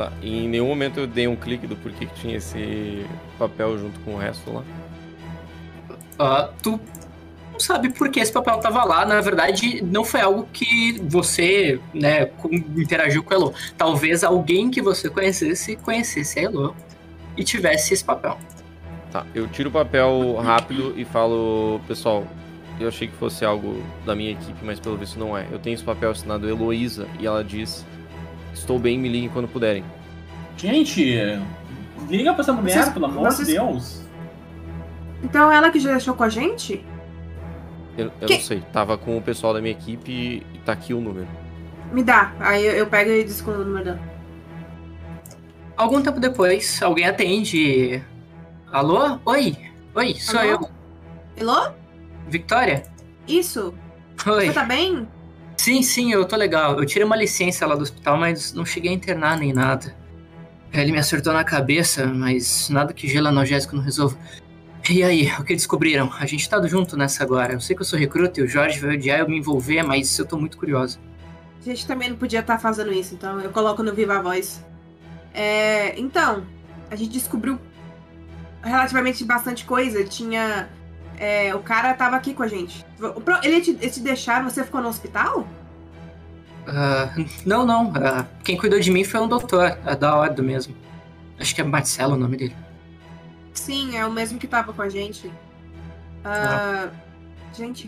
[SPEAKER 7] Tá, e em nenhum momento eu dei um clique do porquê que tinha esse papel junto com o resto lá.
[SPEAKER 2] Ah, tu não sabe por que esse papel tava lá. Na verdade, não foi algo que você, né, com- interagiu com a Elo. Talvez alguém que você conhecesse, conhecesse a Elo e tivesse esse papel.
[SPEAKER 7] Tá, eu tiro o papel rápido e falo, pessoal, eu achei que fosse algo da minha equipe, mas pelo visto não é. Eu tenho esse papel assinado Heloísa e ela diz, estou bem, me liguem quando puderem.
[SPEAKER 3] Gente, liga pra essa mulher,
[SPEAKER 4] Vocês-
[SPEAKER 3] pelo amor
[SPEAKER 4] vocês-
[SPEAKER 3] de Deus.
[SPEAKER 4] Então ela que já deixou com a gente?
[SPEAKER 7] Eu, eu
[SPEAKER 4] Que-
[SPEAKER 7] não sei, tava com o pessoal da minha equipe e tá aqui o número.
[SPEAKER 4] Me dá. Aí eu, eu pego e disco o número dela.
[SPEAKER 2] Algum tempo depois, alguém atende. Alô? Oi? Oi, sou
[SPEAKER 4] Alô?
[SPEAKER 2] eu.
[SPEAKER 4] Elô?
[SPEAKER 2] Victoria?
[SPEAKER 4] Isso?
[SPEAKER 2] Oi.
[SPEAKER 4] Você tá bem?
[SPEAKER 2] Sim, sim, eu tô legal. Eu tirei uma licença lá do hospital, mas não cheguei a internar nem nada. Ele me acertou na cabeça, mas nada que gelo analgésico não resolva. E aí, o que descobriram? A gente tá junto nessa agora. Eu sei que eu sou recruta e o Jorge vai odiar eu me envolver, mas eu tô muito curiosa.
[SPEAKER 4] A gente também não podia estar fazendo isso, então eu coloco no Viva Voz. É, então, a gente descobriu relativamente bastante coisa. Tinha. é, o cara tava aqui com a gente. O pro- Ele te, eles te deixaram, você ficou no hospital?
[SPEAKER 2] Ah, não, não. Ah, quem cuidou de mim foi um doutor, é da Ordo mesmo. Acho que é Marcelo o nome dele.
[SPEAKER 4] Sim, é o mesmo que tava com a gente. Ah, gente,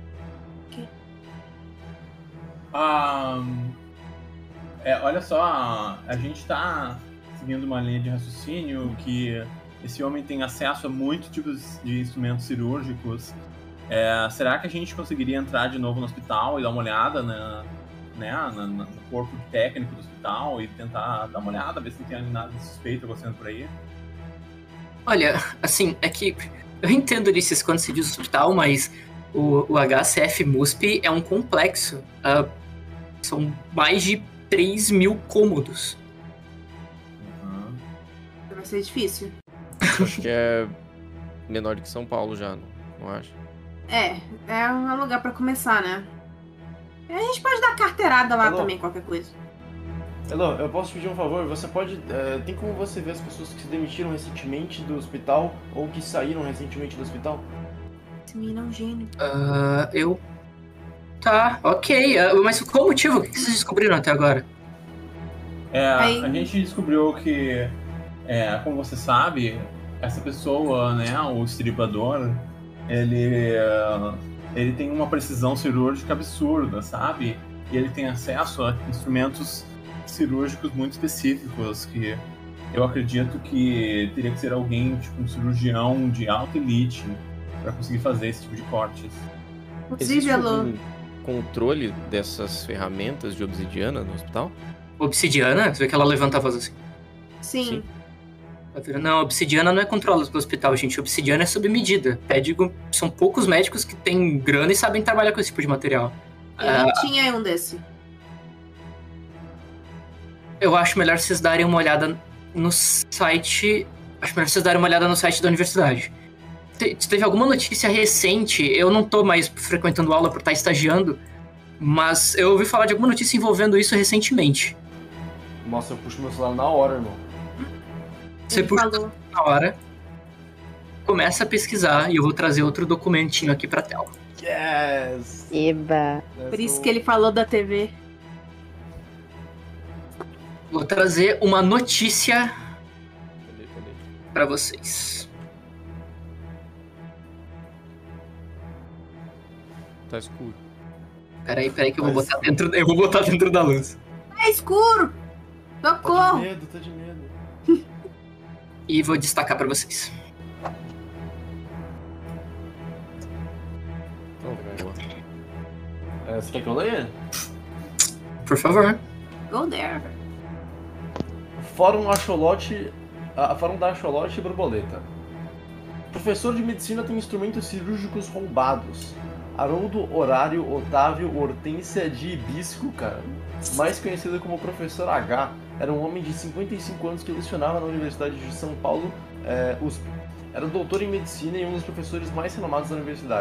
[SPEAKER 3] Ah, é, olha só, a gente tá seguindo uma linha de raciocínio que esse homem tem acesso a muitos tipos de instrumentos cirúrgicos. É, será que a gente conseguiria entrar de novo no hospital e dar uma olhada na, né, na- na- no corpo técnico do hospital e tentar dar uma olhada, ver se não tem nada de suspeito acontecendo por aí?
[SPEAKER 2] Olha, assim, é que eu entendo disso quando se diz hospital, mas o, o H C F M U S P é um complexo. Ah, são mais de três mil cômodos.
[SPEAKER 3] Uhum.
[SPEAKER 4] vai ser difícil.
[SPEAKER 7] Acho que é menor do que São Paulo já, não, não acho?
[SPEAKER 4] É, é um lugar pra começar, né? A gente pode dar carteirada lá
[SPEAKER 6] Alô?
[SPEAKER 4] também, qualquer coisa.
[SPEAKER 6] Elô, eu posso te pedir um favor? Você pode. é, tem como você ver as pessoas que se demitiram recentemente do hospital ou que saíram recentemente do hospital?
[SPEAKER 4] Esse menino é um gênio.
[SPEAKER 2] Ah, eu. Tá, ok. Ah, mas qual o motivo? O que vocês descobriram até agora?
[SPEAKER 3] É,
[SPEAKER 4] Aí-
[SPEAKER 3] a gente descobriu que, é, como você sabe, essa pessoa, né, o estripador, ele, é, ele tem uma precisão cirúrgica absurda, sabe? E ele tem acesso a instrumentos cirúrgicos muito específicos que eu acredito que teria que ser alguém, tipo um cirurgião de alta elite para conseguir fazer esse tipo de cortes.
[SPEAKER 7] Existe
[SPEAKER 4] Inclusive, Elô,
[SPEAKER 7] algum controle dessas ferramentas de obsidiana no hospital?
[SPEAKER 2] Obsidiana? Você vê que ela levanta a voz assim.
[SPEAKER 4] sim.
[SPEAKER 7] Sim.
[SPEAKER 2] Não, obsidiana não é controle do hospital, gente. Obsidiana é sob medida. Médico, são poucos médicos que têm grana e sabem trabalhar com esse tipo de material.
[SPEAKER 4] Ele
[SPEAKER 2] Ah,
[SPEAKER 4] tinha um desse.
[SPEAKER 2] eu acho melhor vocês darem uma olhada no site. Acho melhor vocês darem uma olhada no site da universidade. Te- Teve alguma notícia recente, eu não tô mais frequentando aula por estar estagiando, mas eu ouvi falar de alguma notícia envolvendo isso recentemente.
[SPEAKER 6] Nossa, eu puxo meu celular na hora, irmão.
[SPEAKER 2] Você
[SPEAKER 4] Ele
[SPEAKER 2] puxa
[SPEAKER 4] falou.
[SPEAKER 2] na hora, começa a pesquisar e eu vou trazer outro documentinho aqui pra tela.
[SPEAKER 6] Yes!
[SPEAKER 5] Eba.
[SPEAKER 4] Por isso que ele falou da T V.
[SPEAKER 2] Vou trazer uma notícia
[SPEAKER 7] Cadê, cadê?
[SPEAKER 2] pra vocês.
[SPEAKER 7] Tá escuro.
[SPEAKER 2] Peraí, peraí que eu vou
[SPEAKER 6] Mas-
[SPEAKER 2] botar dentro, eu vou botar dentro da luz.
[SPEAKER 4] É escuro!
[SPEAKER 6] Tá de
[SPEAKER 4] Socorro!
[SPEAKER 6] medo, tá de medo.
[SPEAKER 2] E vou destacar pra vocês.
[SPEAKER 7] Oh, boa.
[SPEAKER 6] É, você quer que eu leia?
[SPEAKER 2] Por favor.
[SPEAKER 4] Go there.
[SPEAKER 6] Fórum Axolote. A Fórum da Axolote e Borboleta. Professor de medicina tem instrumentos cirúrgicos roubados. Haroldo Horário Otávio Hortência de Hibisco, cara, mais conhecido como Professor H, era um homem de cinquenta e cinco anos que lecionava na Universidade de São Paulo, é, U S P. Era doutor em medicina e um dos professores mais renomados da universidade.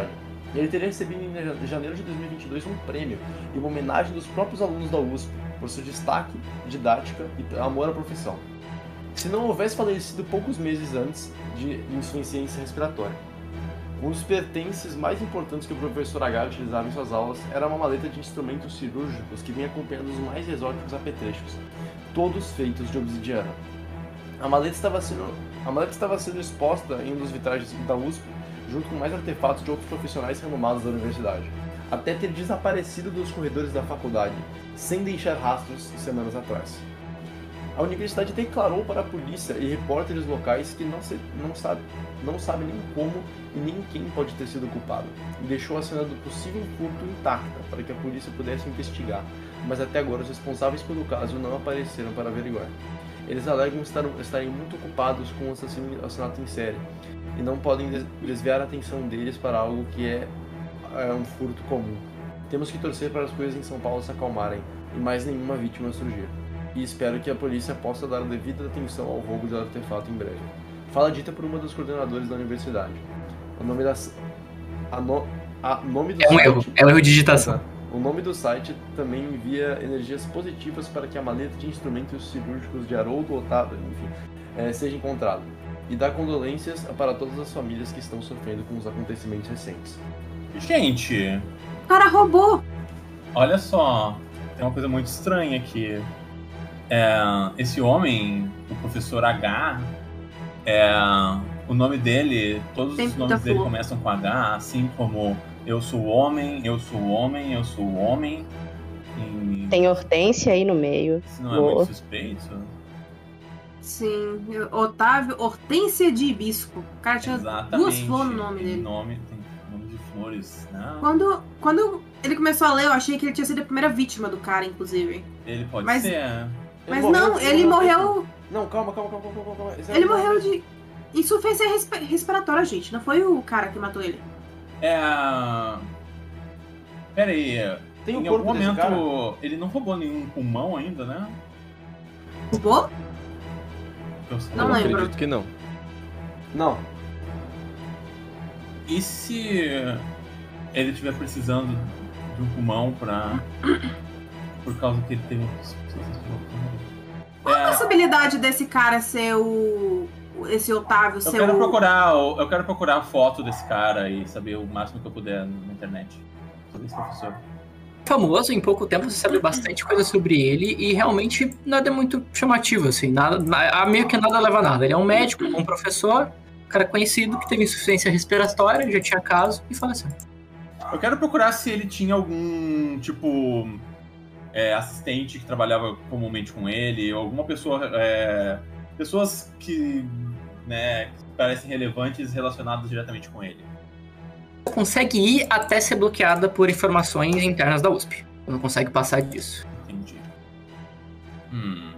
[SPEAKER 6] Ele teria recebido em janeiro de dois mil e vinte e dois um prêmio e uma homenagem dos próprios alunos da U S P por seu destaque, didática e amor à profissão. Se não houvesse falecido poucos meses antes de insuficiência respiratória. Um dos pertences mais importantes que o professor H utilizava em suas aulas era uma maleta de instrumentos cirúrgicos que vinha acompanhando os mais exóticos apetrechos, todos feitos de obsidiana. A maleta estava sendo, a maleta estava sendo exposta em um dos vitrais da U S P, junto com mais artefatos de outros profissionais renomados da universidade, até ter desaparecido dos corredores da faculdade, sem deixar rastros semanas atrás. A universidade declarou para a polícia e repórteres locais que não, se, não, sabe, não sabe nem como e nem quem pode ter sido culpado, e deixou a cena do possível furto intacta para que a polícia pudesse investigar, mas até agora os responsáveis pelo caso não apareceram para averiguar. Eles alegam estar, estarem muito ocupados com o assassinato em série, e não podem desviar a atenção deles para algo que é, é um furto comum. Temos que torcer para as coisas em São Paulo se acalmarem, e mais nenhuma vítima surgir. E espero que a polícia possa dar devida atenção ao roubo de artefato em breve. Fala dita por uma dos coordenadores da universidade. O nome da... A no... a nome do
[SPEAKER 2] é um
[SPEAKER 6] site...
[SPEAKER 2] erro, é um erro de digitação.
[SPEAKER 6] O nome do site também envia energias positivas para que a maleta de instrumentos cirúrgicos de Haroldo Otávio, enfim, é, seja encontrada. E dá condolências para todas as famílias que estão sofrendo com os acontecimentos recentes.
[SPEAKER 3] Gente,
[SPEAKER 4] O cara roubou.
[SPEAKER 3] olha só, tem uma coisa muito estranha aqui. É, esse homem, o professor H, é, o nome dele, todos
[SPEAKER 4] Sempre
[SPEAKER 3] os nomes
[SPEAKER 4] tá
[SPEAKER 3] dele
[SPEAKER 4] full.
[SPEAKER 3] começam com H, assim como eu sou homem, eu sou homem, eu sou homem. E
[SPEAKER 5] Tem Hortência aí no meio.
[SPEAKER 3] isso não é
[SPEAKER 5] Boa.
[SPEAKER 3] muito suspeito?
[SPEAKER 4] Sim, Otávio Hortência de Hibisco. O cara tinha
[SPEAKER 3] Exatamente.
[SPEAKER 4] duas flores no nome
[SPEAKER 3] Tem
[SPEAKER 4] dele.
[SPEAKER 3] Nome, tem nome de flores. Não,
[SPEAKER 4] Quando, quando ele começou a ler, eu achei que ele tinha sido a primeira vítima do cara, inclusive.
[SPEAKER 3] ele pode
[SPEAKER 4] Mas-
[SPEAKER 3] ser.
[SPEAKER 4] Mas não, ele morreu.
[SPEAKER 6] Não, calma, calma, calma, calma, calma. calma. Esse é
[SPEAKER 4] Ele
[SPEAKER 6] o-
[SPEAKER 4] morreu de insuficiência respi- respiratória, gente. Não foi o cara que matou ele.
[SPEAKER 3] É. Pera aí.
[SPEAKER 6] Tem o
[SPEAKER 3] Em
[SPEAKER 6] corpo
[SPEAKER 3] algum
[SPEAKER 6] desse cara?
[SPEAKER 3] momento ele não roubou nenhum pulmão ainda, né?
[SPEAKER 4] Roubou?
[SPEAKER 3] Eu sei.
[SPEAKER 4] Não
[SPEAKER 7] Eu
[SPEAKER 4] lembro.
[SPEAKER 7] acredito que não.
[SPEAKER 6] Não.
[SPEAKER 3] E se ele estiver precisando de um pulmão pra. Por causa que ele teve um.
[SPEAKER 4] Qual a
[SPEAKER 3] É,
[SPEAKER 4] possibilidade desse cara ser o. Esse Otávio
[SPEAKER 3] eu
[SPEAKER 4] ser
[SPEAKER 3] quero
[SPEAKER 4] o.
[SPEAKER 3] procurar, o- eu quero procurar a foto desse cara e saber o máximo que eu puder na internet sobre esse professor.
[SPEAKER 2] Famoso, em pouco tempo você sabe bastante coisa sobre ele e realmente nada é muito chamativo, assim, nada, na- meio que nada leva a nada. Ele é um médico, um professor, um cara conhecido que teve insuficiência respiratória, já tinha caso e faleceu.
[SPEAKER 3] Eu quero procurar se ele tinha algum, tipo, é, assistente que trabalhava comumente com ele, ou alguma pessoa, é, pessoas que, né, que parecem relevantes relacionadas diretamente com ele.
[SPEAKER 2] Você consegue ir até ser bloqueada por informações internas da U S P. Você não consegue passar disso.
[SPEAKER 3] Entendi. Hum.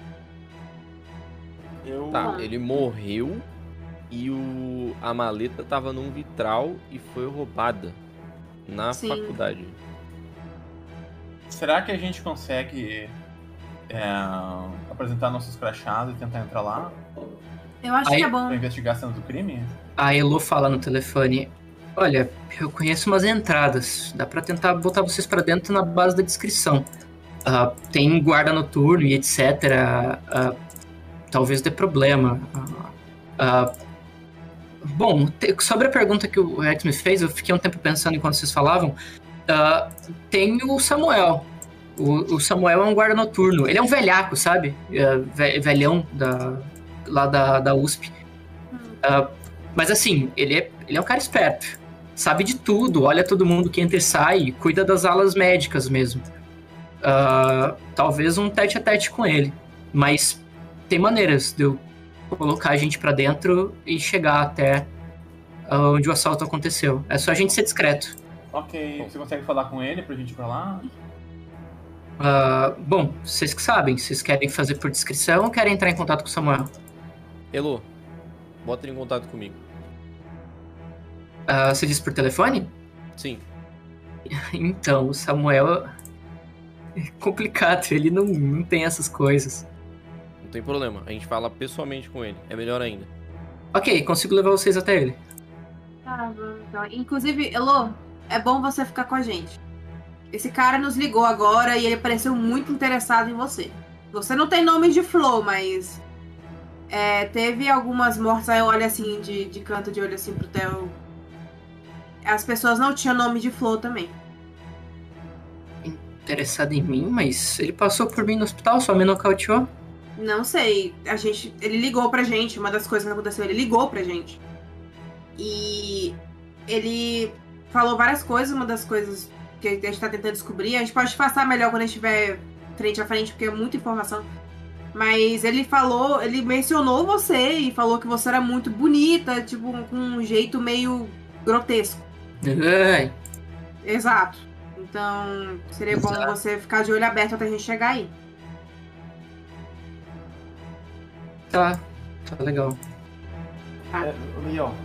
[SPEAKER 6] Eu.
[SPEAKER 7] Tá, ele morreu e o... a maleta tava num vitral e foi roubada na
[SPEAKER 4] Sim.
[SPEAKER 7] faculdade.
[SPEAKER 3] Será que a gente consegue é, apresentar nossos crachados e tentar entrar lá
[SPEAKER 4] Eu acho
[SPEAKER 2] Aí-
[SPEAKER 4] que é bom.
[SPEAKER 3] pra investigar a cena do crime?
[SPEAKER 2] A Elo fala no telefone: olha, eu conheço umas entradas, dá pra tentar botar vocês pra dentro na base da descrição. Ah, tem guarda noturno e etcétera. Ah, talvez dê problema. Ah, ah, bom, te- sobre a pergunta que o Rex me fez, eu fiquei um tempo pensando enquanto vocês falavam. Ah, tem o Samuel. O, o Samuel é um guarda noturno. Ele é um velhaco, sabe? É, ve- velhão da, lá da, da U S P. Ah, mas assim, ele é, ele é um cara esperto. Sabe de tudo, olha todo mundo que entra e sai, cuida das alas médicas mesmo. Ah, talvez um tete a tete com ele. Mas tem maneiras de eu colocar a gente pra dentro e chegar até ah, onde o assalto aconteceu. É só a gente ser discreto.
[SPEAKER 3] Ok, você consegue falar com ele pra gente ir pra lá?
[SPEAKER 2] Ah, bom, vocês que sabem, vocês querem fazer por descrição ou querem entrar em contato com o Samuel?
[SPEAKER 7] Elô, bota ele em contato comigo.
[SPEAKER 2] Ah, você disse por telefone?
[SPEAKER 7] Sim.
[SPEAKER 2] Então, o Samuel é complicado, ele não, não tem essas coisas.
[SPEAKER 7] Não tem problema, a gente fala pessoalmente com ele. É melhor ainda.
[SPEAKER 2] Ok, consigo levar vocês até ele.
[SPEAKER 4] Tá, então, inclusive, Elô, é bom você ficar com a gente. Esse cara nos ligou agora e ele pareceu muito interessado em você. Você não tem nome de Flo, mas... É, teve algumas mortes, aí eu olho assim, de, de canto de olho assim pro Theo. As pessoas não tinham nome de Flo também.
[SPEAKER 2] Interessado em mim, mas ele passou por mim no hospital, só me nocauteou.
[SPEAKER 4] Não sei, a gente, ele ligou pra gente, uma das coisas que aconteceu, ele ligou pra gente. E ele falou várias coisas, uma das coisas que a gente tá tentando descobrir, a gente pode passar melhor quando a gente estiver frente a frente, porque é muita informação. Mas ele falou, ele mencionou você e falou que você era muito bonita, tipo, com um jeito meio grotesco.
[SPEAKER 2] Ai.
[SPEAKER 4] Exato. Então, seria
[SPEAKER 2] Exato.
[SPEAKER 4] bom você ficar de olho aberto até a gente chegar aí.
[SPEAKER 2] Tá, tá legal.
[SPEAKER 6] É, ô, Miguel.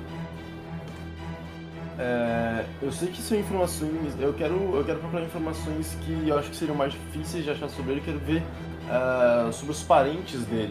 [SPEAKER 6] É, eu sei que são informações. Eu quero, eu quero procurar informações que eu acho que seriam mais difíceis de achar sobre ele. Eu quero ver uh, sobre os parentes dele.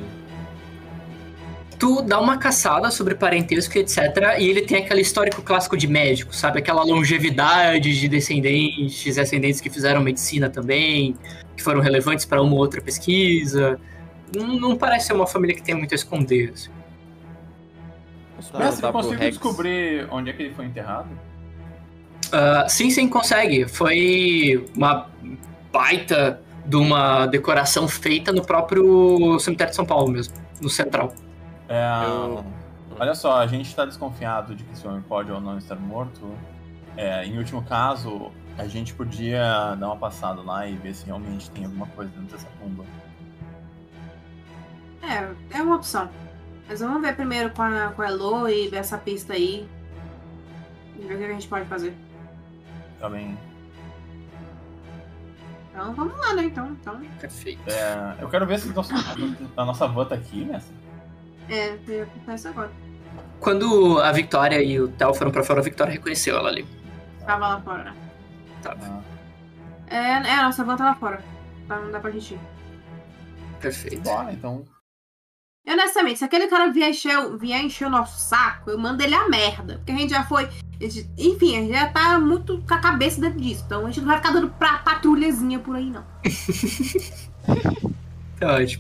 [SPEAKER 2] Tu dá uma caçada sobre parentesco, etcétera. E ele tem aquele histórico clássico de médico, sabe? Aquela longevidade de descendentes, ascendentes que fizeram medicina também, que foram relevantes para uma ou outra pesquisa. Não, não parece ser uma família que tem muito a esconder. Assim.
[SPEAKER 6] Tá,
[SPEAKER 3] Mestre,
[SPEAKER 7] Dá
[SPEAKER 3] eu
[SPEAKER 7] pro
[SPEAKER 3] consigo
[SPEAKER 7] Rex.
[SPEAKER 3] descobrir onde é que ele foi enterrado?
[SPEAKER 2] Uh, sim, sim, consegue. Foi uma baita de uma decoração feita no próprio cemitério de São Paulo mesmo, no central.
[SPEAKER 3] É,
[SPEAKER 7] Eu-
[SPEAKER 3] Olha só, a gente está desconfiado de que esse homem pode ou não estar morto. É, em último caso, a gente podia dar uma passada lá e ver se realmente tem alguma coisa dentro dessa tumba.
[SPEAKER 4] É, é uma opção. Mas vamos ver primeiro com a, com a Elo e ver essa pista aí. E ver o que a gente pode fazer.
[SPEAKER 3] Também.
[SPEAKER 4] Então vamos lá, né? Então, então
[SPEAKER 2] Perfeito.
[SPEAKER 3] É, eu quero ver se nosso- a nossa van tá aqui, mestre.
[SPEAKER 4] é, eu acontece agora.
[SPEAKER 2] Quando a Victoria e o Theo foram pra fora, a Victoria reconheceu ela ali.
[SPEAKER 4] Tava lá fora, né?
[SPEAKER 2] Tava.
[SPEAKER 3] Ah,
[SPEAKER 4] É, é, a nossa van tá lá fora. Tá, não dá pra gente ir.
[SPEAKER 2] Perfeito.
[SPEAKER 3] bora, então.
[SPEAKER 4] E, honestamente, se aquele cara vier encher, o- vier encher o nosso saco, eu mando ele a merda. Porque a gente já foi. a gente- enfim, a gente já tá muito com a cabeça dentro disso. Então a gente não vai ficar dando pra patrulhazinha por aí, não.
[SPEAKER 2] Tá ótimo.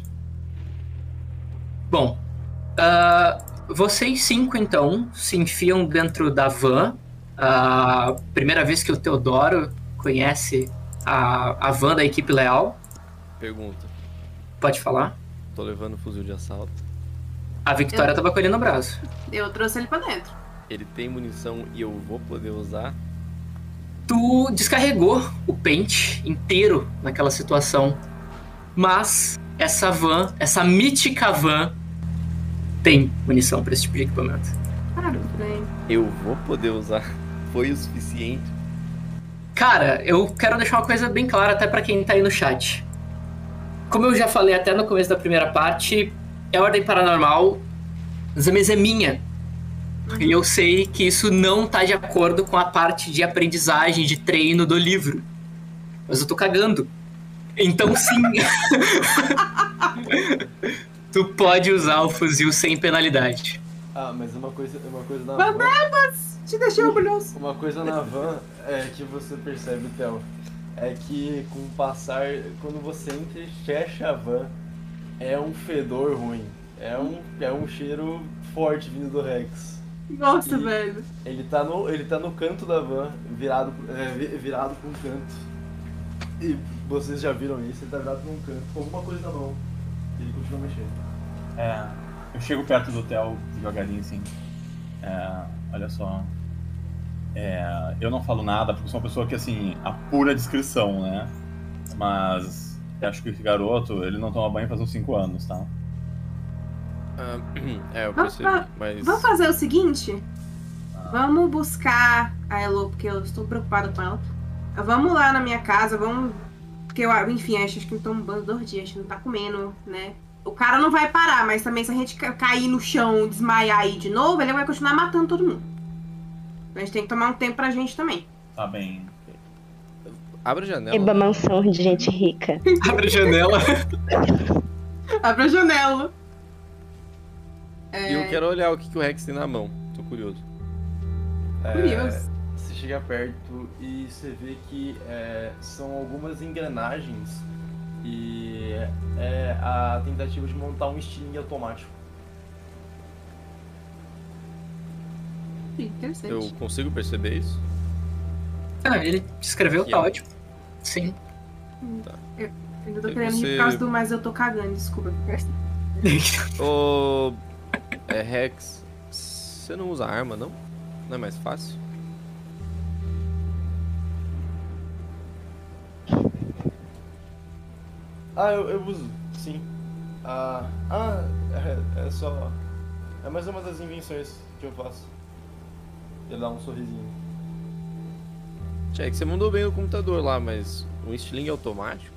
[SPEAKER 2] Bom, ah, vocês cinco, então, se enfiam dentro da van. A primeira vez que o Teodoro conhece a, a van da equipe Leal.
[SPEAKER 7] Pergunta.
[SPEAKER 2] Pode falar.
[SPEAKER 7] Tô levando fuzil de assalto.
[SPEAKER 2] A Victoria
[SPEAKER 4] Eu-
[SPEAKER 2] tava com ele no braço.
[SPEAKER 4] Eu trouxe ele pra dentro.
[SPEAKER 7] Ele tem munição e eu vou poder usar?
[SPEAKER 2] Tu descarregou o pente inteiro naquela situação. Mas essa van, essa mítica van, tem munição pra esse tipo de equipamento.
[SPEAKER 4] Claro, bem.
[SPEAKER 7] Eu vou poder usar. Foi o suficiente?
[SPEAKER 2] Cara, eu quero deixar uma coisa bem clara até pra quem tá aí no chat. Como eu já falei até no começo da primeira parte, é ordem paranormal, mas a mesa é minha. E eu sei que isso não tá de acordo com a parte de aprendizagem, de treino do livro. Mas eu tô cagando. Então sim. Tu pode usar o fuzil sem penalidade.
[SPEAKER 6] Ah, mas uma coisa, uma coisa na
[SPEAKER 4] Mas
[SPEAKER 6] van.
[SPEAKER 4] Te deixei orgulhoso.
[SPEAKER 6] Uma coisa na van é que você percebe, Theo, é que com o passar, quando você entra e fecha a van, é um fedor ruim. É um, é um cheiro forte vindo do Rex.
[SPEAKER 4] Nossa,
[SPEAKER 6] E-
[SPEAKER 4] velho.
[SPEAKER 6] Ele tá no, ele tá no canto da van, virado, é, vi- virado pra um canto. E vocês já viram isso, ele tá virado pra um canto, com alguma coisa na mão. E ele continua mexendo.
[SPEAKER 3] É, eu chego perto do hotel devagarinho assim. É, olha só. É, eu não falo nada porque sou uma pessoa que, assim, a pura descrição, né? Mas eu acho que esse garoto, ele não toma banho faz uns cinco anos, tá?
[SPEAKER 7] Ah, é, eu
[SPEAKER 4] Vamos
[SPEAKER 7] percebi,
[SPEAKER 4] fa-
[SPEAKER 7] mas...
[SPEAKER 4] Vamos fazer o seguinte? Vamos buscar a Elo, porque eu estou preocupada com ela. Vamos lá na minha casa, vamos. Porque eu, enfim, acho que estão dois dias, a gente não tá comendo, né? O cara não vai parar, mas também se a gente ca- cair no chão, desmaiar aí de novo, ele vai continuar matando todo mundo. Então a gente tem que tomar um tempo pra gente também.
[SPEAKER 3] Tá bem.
[SPEAKER 7] Abre a janela.
[SPEAKER 5] Eba mansão de gente rica.
[SPEAKER 2] Abre a janela.
[SPEAKER 4] Abre a janela.
[SPEAKER 7] E eu quero olhar o que, que o Rex tem na mão. Tô curioso.
[SPEAKER 6] É,
[SPEAKER 4] Curioso.
[SPEAKER 6] Você chega perto e você vê que é, são algumas engrenagens e é a tentativa de montar um estilingue automático.
[SPEAKER 4] Interessante.
[SPEAKER 7] Eu consigo perceber isso?
[SPEAKER 2] Ah, ele descreveu,
[SPEAKER 7] Aqui,
[SPEAKER 2] tá
[SPEAKER 7] ó.
[SPEAKER 2] ótimo. Sim.
[SPEAKER 4] Eu ainda tô
[SPEAKER 7] E
[SPEAKER 4] querendo rir
[SPEAKER 7] você-
[SPEAKER 4] por causa do mas eu tô cagando, desculpa.
[SPEAKER 7] Ô. É, Rex, você não usa arma, não? Não é mais fácil?
[SPEAKER 6] Ah, eu, eu uso, sim. Ah, ah é, é só. É mais uma das invenções que eu faço. Ele dá um sorrisinho.
[SPEAKER 7] Check, você mandou bem no computador lá, mas um estilingue automático?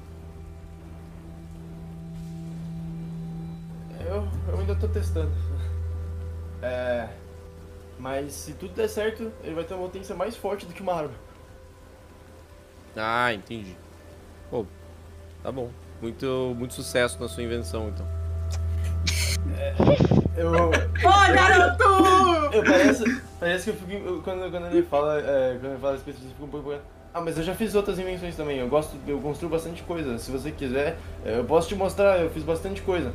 [SPEAKER 6] Eu, eu ainda tô testando. É. Mas se tudo der certo, ele vai ter uma potência mais forte do que uma arma.
[SPEAKER 7] Ah, entendi. Pô, tá bom. Muito, muito sucesso na sua invenção, então.
[SPEAKER 6] Eu.
[SPEAKER 4] Ô, garoto!
[SPEAKER 6] Eu parece, parece que eu fico. eu- quando, quando ele fala. É, quando ele fala respeito, eu fico um pouco. Ah, mas eu já fiz outras invenções também. Eu gosto. Eu construo bastante coisa. Se você quiser, eu posso te mostrar. Eu fiz bastante coisa.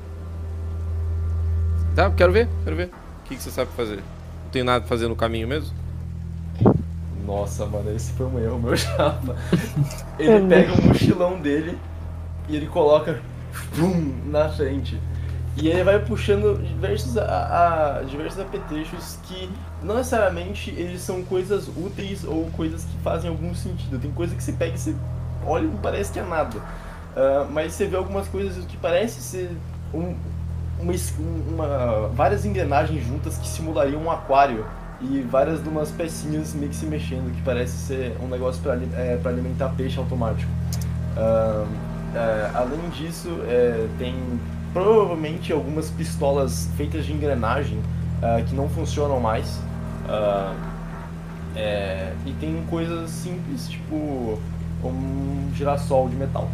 [SPEAKER 7] Tá, quero ver, quero ver. O que, que você sabe fazer? Não tenho nada pra fazer no caminho mesmo?
[SPEAKER 6] Nossa, mano, esse foi um erro, meu chapa. Ele pega o mochilão dele e ele coloca pum, na frente. E ele vai puxando diversos, a, a- diversos apetrechos que não necessariamente eles são coisas úteis ou coisas que fazem algum sentido. Tem coisa que você pega e você olha e não parece que é nada. Ah, mas você vê algumas coisas que parece ser um, uma, es- uma- várias engrenagens juntas que simulariam um aquário. E várias de umas pecinhas meio que se mexendo, que parece ser um negócio para é, pra alimentar peixe automático. Ah, é, além disso, é, tem provavelmente algumas pistolas feitas de engrenagem ah, que não funcionam mais. Ah, é, e tem coisas simples, tipo um girassol de metal.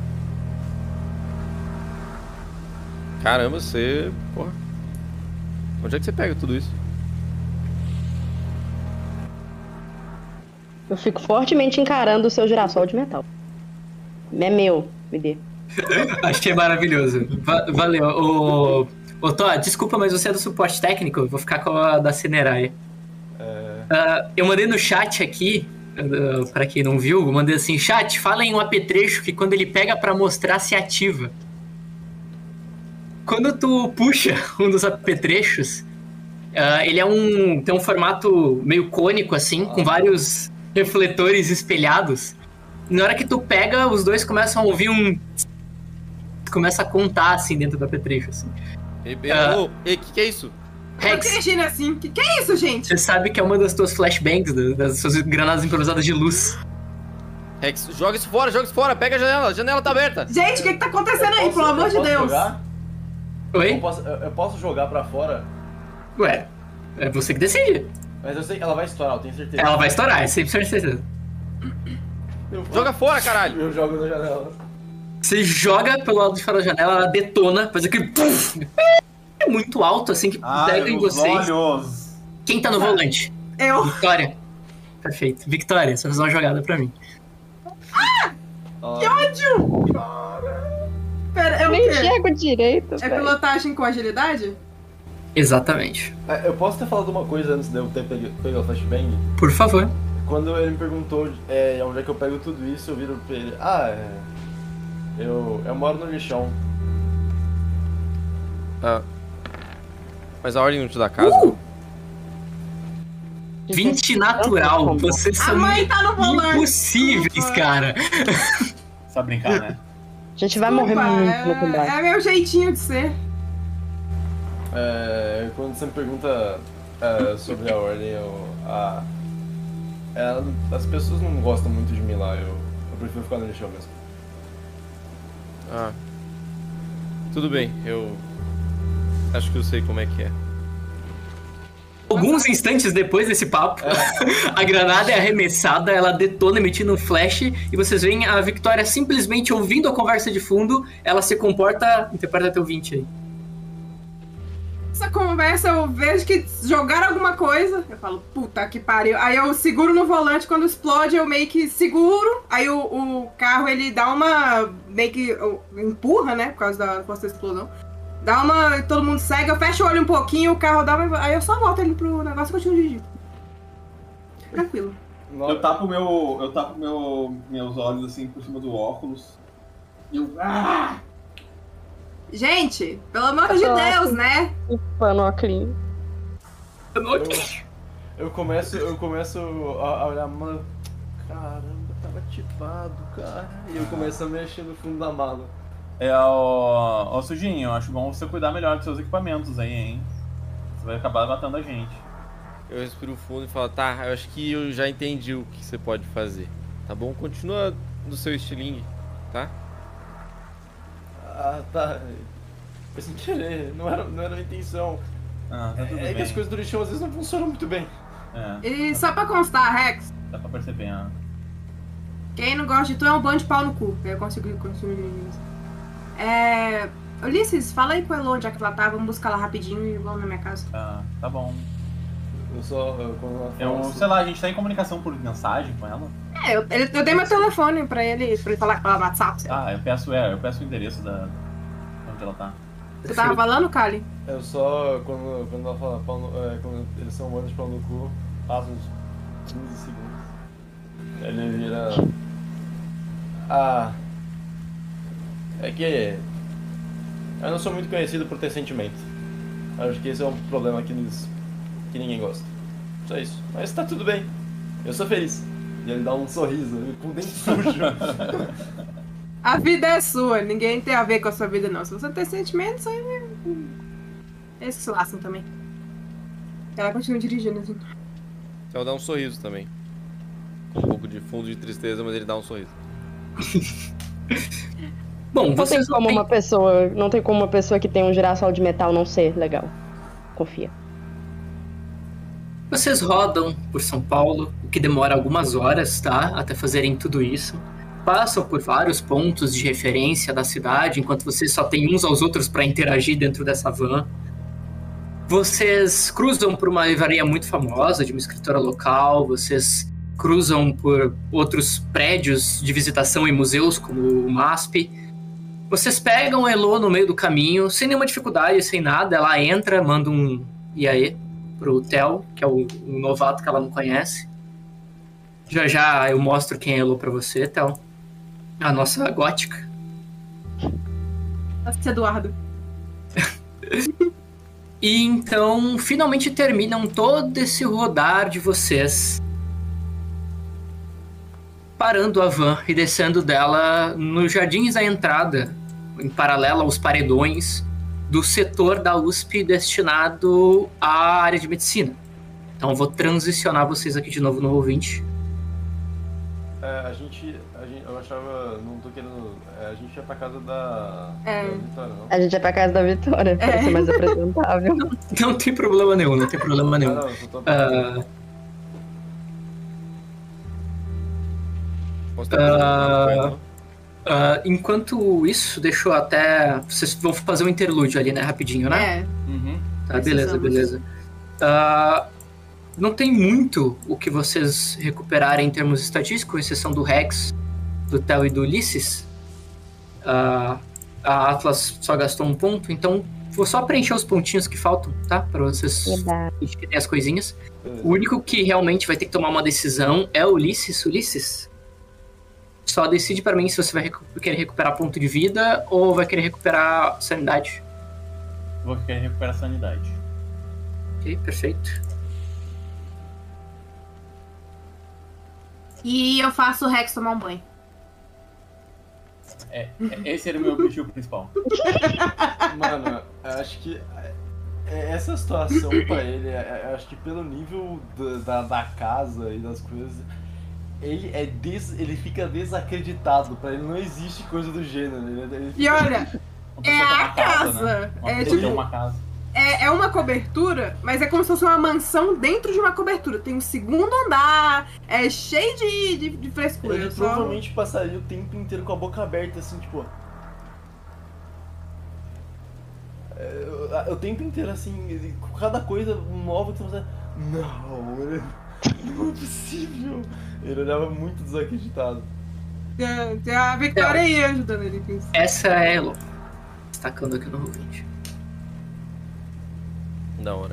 [SPEAKER 7] Caramba, você. Porra. Onde é que você pega tudo isso?
[SPEAKER 5] Eu fico fortemente encarando o seu girassol de metal. É meu, me dê.
[SPEAKER 2] Achei maravilhoso. Va- valeu. Ô, ô Todd, desculpa, mas você é do suporte técnico? Eu vou ficar com a da Cinerai.
[SPEAKER 6] É,
[SPEAKER 2] Ah, eu mandei no chat aqui, uh, pra quem não viu, eu mandei assim, chat, fala em um apetrecho que quando ele pega pra mostrar se ativa. Quando tu puxa um dos apetrechos, ah, ele é um tem um formato meio cônico assim, com vários refletores espelhados. Na hora que tu pega, os dois começam a ouvir um começa a contar assim dentro do apetrecho assim.
[SPEAKER 7] E, e,
[SPEAKER 2] Ah.
[SPEAKER 7] ô, e que que é isso?
[SPEAKER 4] Tô
[SPEAKER 2] Rex,
[SPEAKER 4] dirigindo assim. Que que é isso, gente?
[SPEAKER 2] você sabe que é uma das tuas flashbangs, da- das suas granadas improvisadas de luz.
[SPEAKER 7] Rex, joga isso fora, joga isso fora, pega a janela, a janela tá aberta.
[SPEAKER 4] Gente, o que que tá acontecendo aí,
[SPEAKER 6] eu
[SPEAKER 4] pelo
[SPEAKER 6] posso-
[SPEAKER 4] amor
[SPEAKER 6] eu
[SPEAKER 4] de
[SPEAKER 6] posso
[SPEAKER 4] Deus?
[SPEAKER 6] jogar? Eu
[SPEAKER 2] Oi?
[SPEAKER 6] posso, eu, eu posso jogar pra fora,
[SPEAKER 2] Ué, é você que decide.
[SPEAKER 6] mas eu sei que ela vai estourar, eu tenho certeza.
[SPEAKER 2] Ela vai estourar, é cem por cento de certeza.
[SPEAKER 6] Eu,
[SPEAKER 7] Joga fora, caralho.
[SPEAKER 6] eu jogo na janela.
[SPEAKER 2] Você joga pelo lado de fora da janela, ela detona, faz aquele puff, é muito alto, assim, que
[SPEAKER 3] Ai,
[SPEAKER 2] pega em
[SPEAKER 3] os
[SPEAKER 2] vocês.
[SPEAKER 3] olhos!
[SPEAKER 2] Quem tá no volante?
[SPEAKER 4] Eu.
[SPEAKER 2] Vitória. Perfeito. Vitória, você vai fazer uma jogada pra mim.
[SPEAKER 6] Ah,
[SPEAKER 4] Que ódio! Pera, é
[SPEAKER 5] Eu
[SPEAKER 4] o
[SPEAKER 5] nem
[SPEAKER 4] quê?
[SPEAKER 5] enxergo direito,
[SPEAKER 4] É
[SPEAKER 5] velho.
[SPEAKER 4] pilotagem com agilidade?
[SPEAKER 2] Exatamente.
[SPEAKER 6] é, eu posso ter falado uma coisa antes de eu ter pego, pego a flashbang?
[SPEAKER 2] Por favor.
[SPEAKER 6] Quando ele me perguntou é, onde é que eu pego tudo isso, eu viro pra ele, ah, é, eu, eu moro no lixão.
[SPEAKER 7] Ah. Mas a ordem não te dá casa?
[SPEAKER 2] Uh! vinte natural. Vocês
[SPEAKER 4] A
[SPEAKER 2] são
[SPEAKER 4] mãe tá no volante.
[SPEAKER 2] impossíveis,
[SPEAKER 4] Desculpa.
[SPEAKER 2] cara.
[SPEAKER 3] Sabe brincar, né?
[SPEAKER 5] A gente vai morrer
[SPEAKER 4] Desculpa,
[SPEAKER 5] muito no combate.
[SPEAKER 4] é, é meu jeitinho de ser.
[SPEAKER 6] É, quando você me pergunta é, sobre a ordem, eu, a, ela- as pessoas não gostam muito de mim lá, eu, eu prefiro ficar no lixão mesmo.
[SPEAKER 7] Ah. Tudo bem, eu. Acho que eu sei como é que é.
[SPEAKER 2] Alguns instantes depois desse papo, a granada é arremessada, ela detona emitindo um flash e vocês veem a Victoria simplesmente ouvindo a conversa de fundo, ela se comporta... Interpreta teu vinte aí.
[SPEAKER 4] Essa conversa eu vejo que jogaram alguma coisa. Eu falo, puta que pariu. Aí eu seguro no volante, quando explode eu meio que seguro. Aí o, o carro ele dá uma. Meio que uh, empurra, né? Por causa da força da explosão. Dá uma. Todo mundo segue, eu fecho o olho um pouquinho, o carro dá uma. Aí eu só volto ele pro negócio e continuo dirigindo. Tranquilo.
[SPEAKER 3] Eu tapo, meu, eu tapo meu, meus olhos assim por cima do óculos. E eu. Ah!
[SPEAKER 4] Gente, pelo amor de Deus, né?
[SPEAKER 5] Panoclinho.
[SPEAKER 7] Eu, eu começo, eu começo a, a olhar, mano. Caramba, tava ativado, cara. E eu começo a mexer no fundo da mala.
[SPEAKER 3] É, ó, ó Sujinho, eu acho bom você cuidar melhor dos seus equipamentos aí, hein? Você vai acabar matando a gente.
[SPEAKER 7] Eu respiro fundo e falo, tá, eu acho que eu já entendi o que você pode fazer. Tá bom? Continua no seu estilingue, tá?
[SPEAKER 6] Ah, tá. Foi sem querer, não era, não era a intenção.
[SPEAKER 3] Ah, tá tudo
[SPEAKER 6] É
[SPEAKER 3] bem.
[SPEAKER 6] que as coisas do lixão às vezes não funcionam muito bem.
[SPEAKER 3] É,
[SPEAKER 4] E só pra constar, Rex,
[SPEAKER 3] dá pra perceber, ah.
[SPEAKER 4] quem não gosta de tu é um bando de pau no cu. Eu consigo consumir isso. É. Ulisses, fala aí com a Elo onde é que ela tá, vamos buscar ela rapidinho e vamos na minha casa.
[SPEAKER 3] Tá, tá bom.
[SPEAKER 6] Eu só. Eu, quando ela fala
[SPEAKER 3] Eu,
[SPEAKER 6] assim,
[SPEAKER 3] sei lá, a gente tá em comunicação por mensagem com ela?
[SPEAKER 4] É, eu, ele- eu dei meu telefone pra ele, pra ele falar com ela no WhatsApp. sei lá.
[SPEAKER 3] Ah, eu peço, é, eu peço o endereço da onde ela tá.
[SPEAKER 4] Você tava falando, Kali?
[SPEAKER 6] Eu só. Quando, quando ela fala pau no, é, quando eles são humanos de pau no cu, passa uns quinze segundos. Ele vira. Ah. É que. Eu não sou muito conhecido por ter sentimento. Acho que esse é um problema que, nos, que ninguém gosta. Só isso. Mas tá tudo bem. Eu sou feliz. E ele dá um sorriso, com o dente sujo.
[SPEAKER 4] A vida é sua, ninguém tem a ver com a sua vida, não. Se você tem sentimentos, aí. Eles que se lascam também. Ela continua dirigindo assim.
[SPEAKER 7] Ela dá um sorriso também. Com um pouco de fundo de tristeza, mas ele dá um sorriso.
[SPEAKER 2] Bom,
[SPEAKER 5] Não tem
[SPEAKER 2] vocês não
[SPEAKER 5] como
[SPEAKER 2] têm...
[SPEAKER 5] uma pessoa. Não tem como uma pessoa que tem um girassol de metal não ser legal. Confia.
[SPEAKER 2] Vocês rodam por São Paulo, o que demora algumas horas, tá? Até fazerem tudo isso. Passam por vários pontos de referência da cidade, enquanto vocês só têm uns aos outros para interagir dentro dessa van. Vocês cruzam por uma livraria muito famosa de uma escritora local, vocês cruzam por outros prédios de visitação em museus, como o M A S P. Vocês pegam a Elo no meio do caminho, sem nenhuma dificuldade, sem nada. Ela entra, manda um e aí pro Theo, que é o, o novato que ela não conhece. Já já eu mostro quem é a Elo pra você, Theo. A nossa gótica.
[SPEAKER 4] Nossa, Eduardo.
[SPEAKER 2] E então, finalmente terminam todo esse rodar de vocês, parando a van e descendo dela nos jardins da entrada, em paralelo aos paredões do setor da U S P destinado à área de medicina. Então eu vou transicionar vocês aqui de novo no roll vinte.
[SPEAKER 6] É, a gente, a gente. Eu achava. Não tô querendo. É, a gente ia pra casa da.
[SPEAKER 4] É.
[SPEAKER 6] Da Vitória, não?
[SPEAKER 5] A gente é pra casa da Vitória, pra
[SPEAKER 4] É.
[SPEAKER 5] ser mais apresentável.
[SPEAKER 2] Não tem problema nenhum, não tem problema
[SPEAKER 6] Ah,
[SPEAKER 2] nenhum.
[SPEAKER 6] não, eu só tô
[SPEAKER 2] Ah,
[SPEAKER 7] Posso ter uh... com ela?
[SPEAKER 2] ah, enquanto isso, deixa eu até... Vocês vão fazer um interlúdio ali, né? Rapidinho, né?
[SPEAKER 4] É.
[SPEAKER 3] Uhum.
[SPEAKER 2] Tá, beleza,
[SPEAKER 4] Precisamos.
[SPEAKER 2] beleza. Ah, não tem muito o que vocês recuperarem em termos estatísticos, com exceção do Rex, do Theo e do Ulisses. Ah, a Atlas só gastou um ponto, então vou só preencher os pontinhos que faltam, tá? Pra vocês
[SPEAKER 5] Verdade.
[SPEAKER 2] entenderem as coisinhas.
[SPEAKER 6] Beleza.
[SPEAKER 2] O único que realmente vai ter que tomar uma decisão é o Ulisses. Ulisses, só decide pra mim se você vai recu- querer recuperar ponto de vida ou vai querer recuperar sanidade.
[SPEAKER 3] Vou querer recuperar a sanidade.
[SPEAKER 2] Ok, perfeito.
[SPEAKER 4] E eu faço o Rex tomar um banho.
[SPEAKER 3] É, é- esse era o meu objetivo principal.
[SPEAKER 6] Mano, eu acho que é- essa situação pra ele, é- é- eu acho que pelo nível da, da, da casa e das coisas, ele é des, ele fica desacreditado. Pra ele não existe coisa do gênero. Ele, ele
[SPEAKER 4] E olha,
[SPEAKER 3] Uma pessoa
[SPEAKER 4] É
[SPEAKER 3] tem
[SPEAKER 4] a
[SPEAKER 3] uma casa,
[SPEAKER 4] casa.
[SPEAKER 3] né? Uma
[SPEAKER 4] É,
[SPEAKER 3] pessoa
[SPEAKER 4] tipo,
[SPEAKER 3] tem uma casa.
[SPEAKER 4] é, é uma cobertura, mas é como se fosse uma mansão dentro de uma cobertura. Tem um segundo andar, é cheio de, de, de frescura.
[SPEAKER 6] ele
[SPEAKER 4] Eu só-
[SPEAKER 6] provavelmente passaria o tempo inteiro com a boca aberta, assim, tipo. É, o tempo inteiro, assim, cada coisa nova que você fazia. Não, ele- não é possível. Ele olhava muito desacreditado.
[SPEAKER 4] Tem, tem a Victoria aí ajudando ele com isso.
[SPEAKER 2] Essa é a Elo. Destacando aqui no roll vinte.
[SPEAKER 7] Da hora.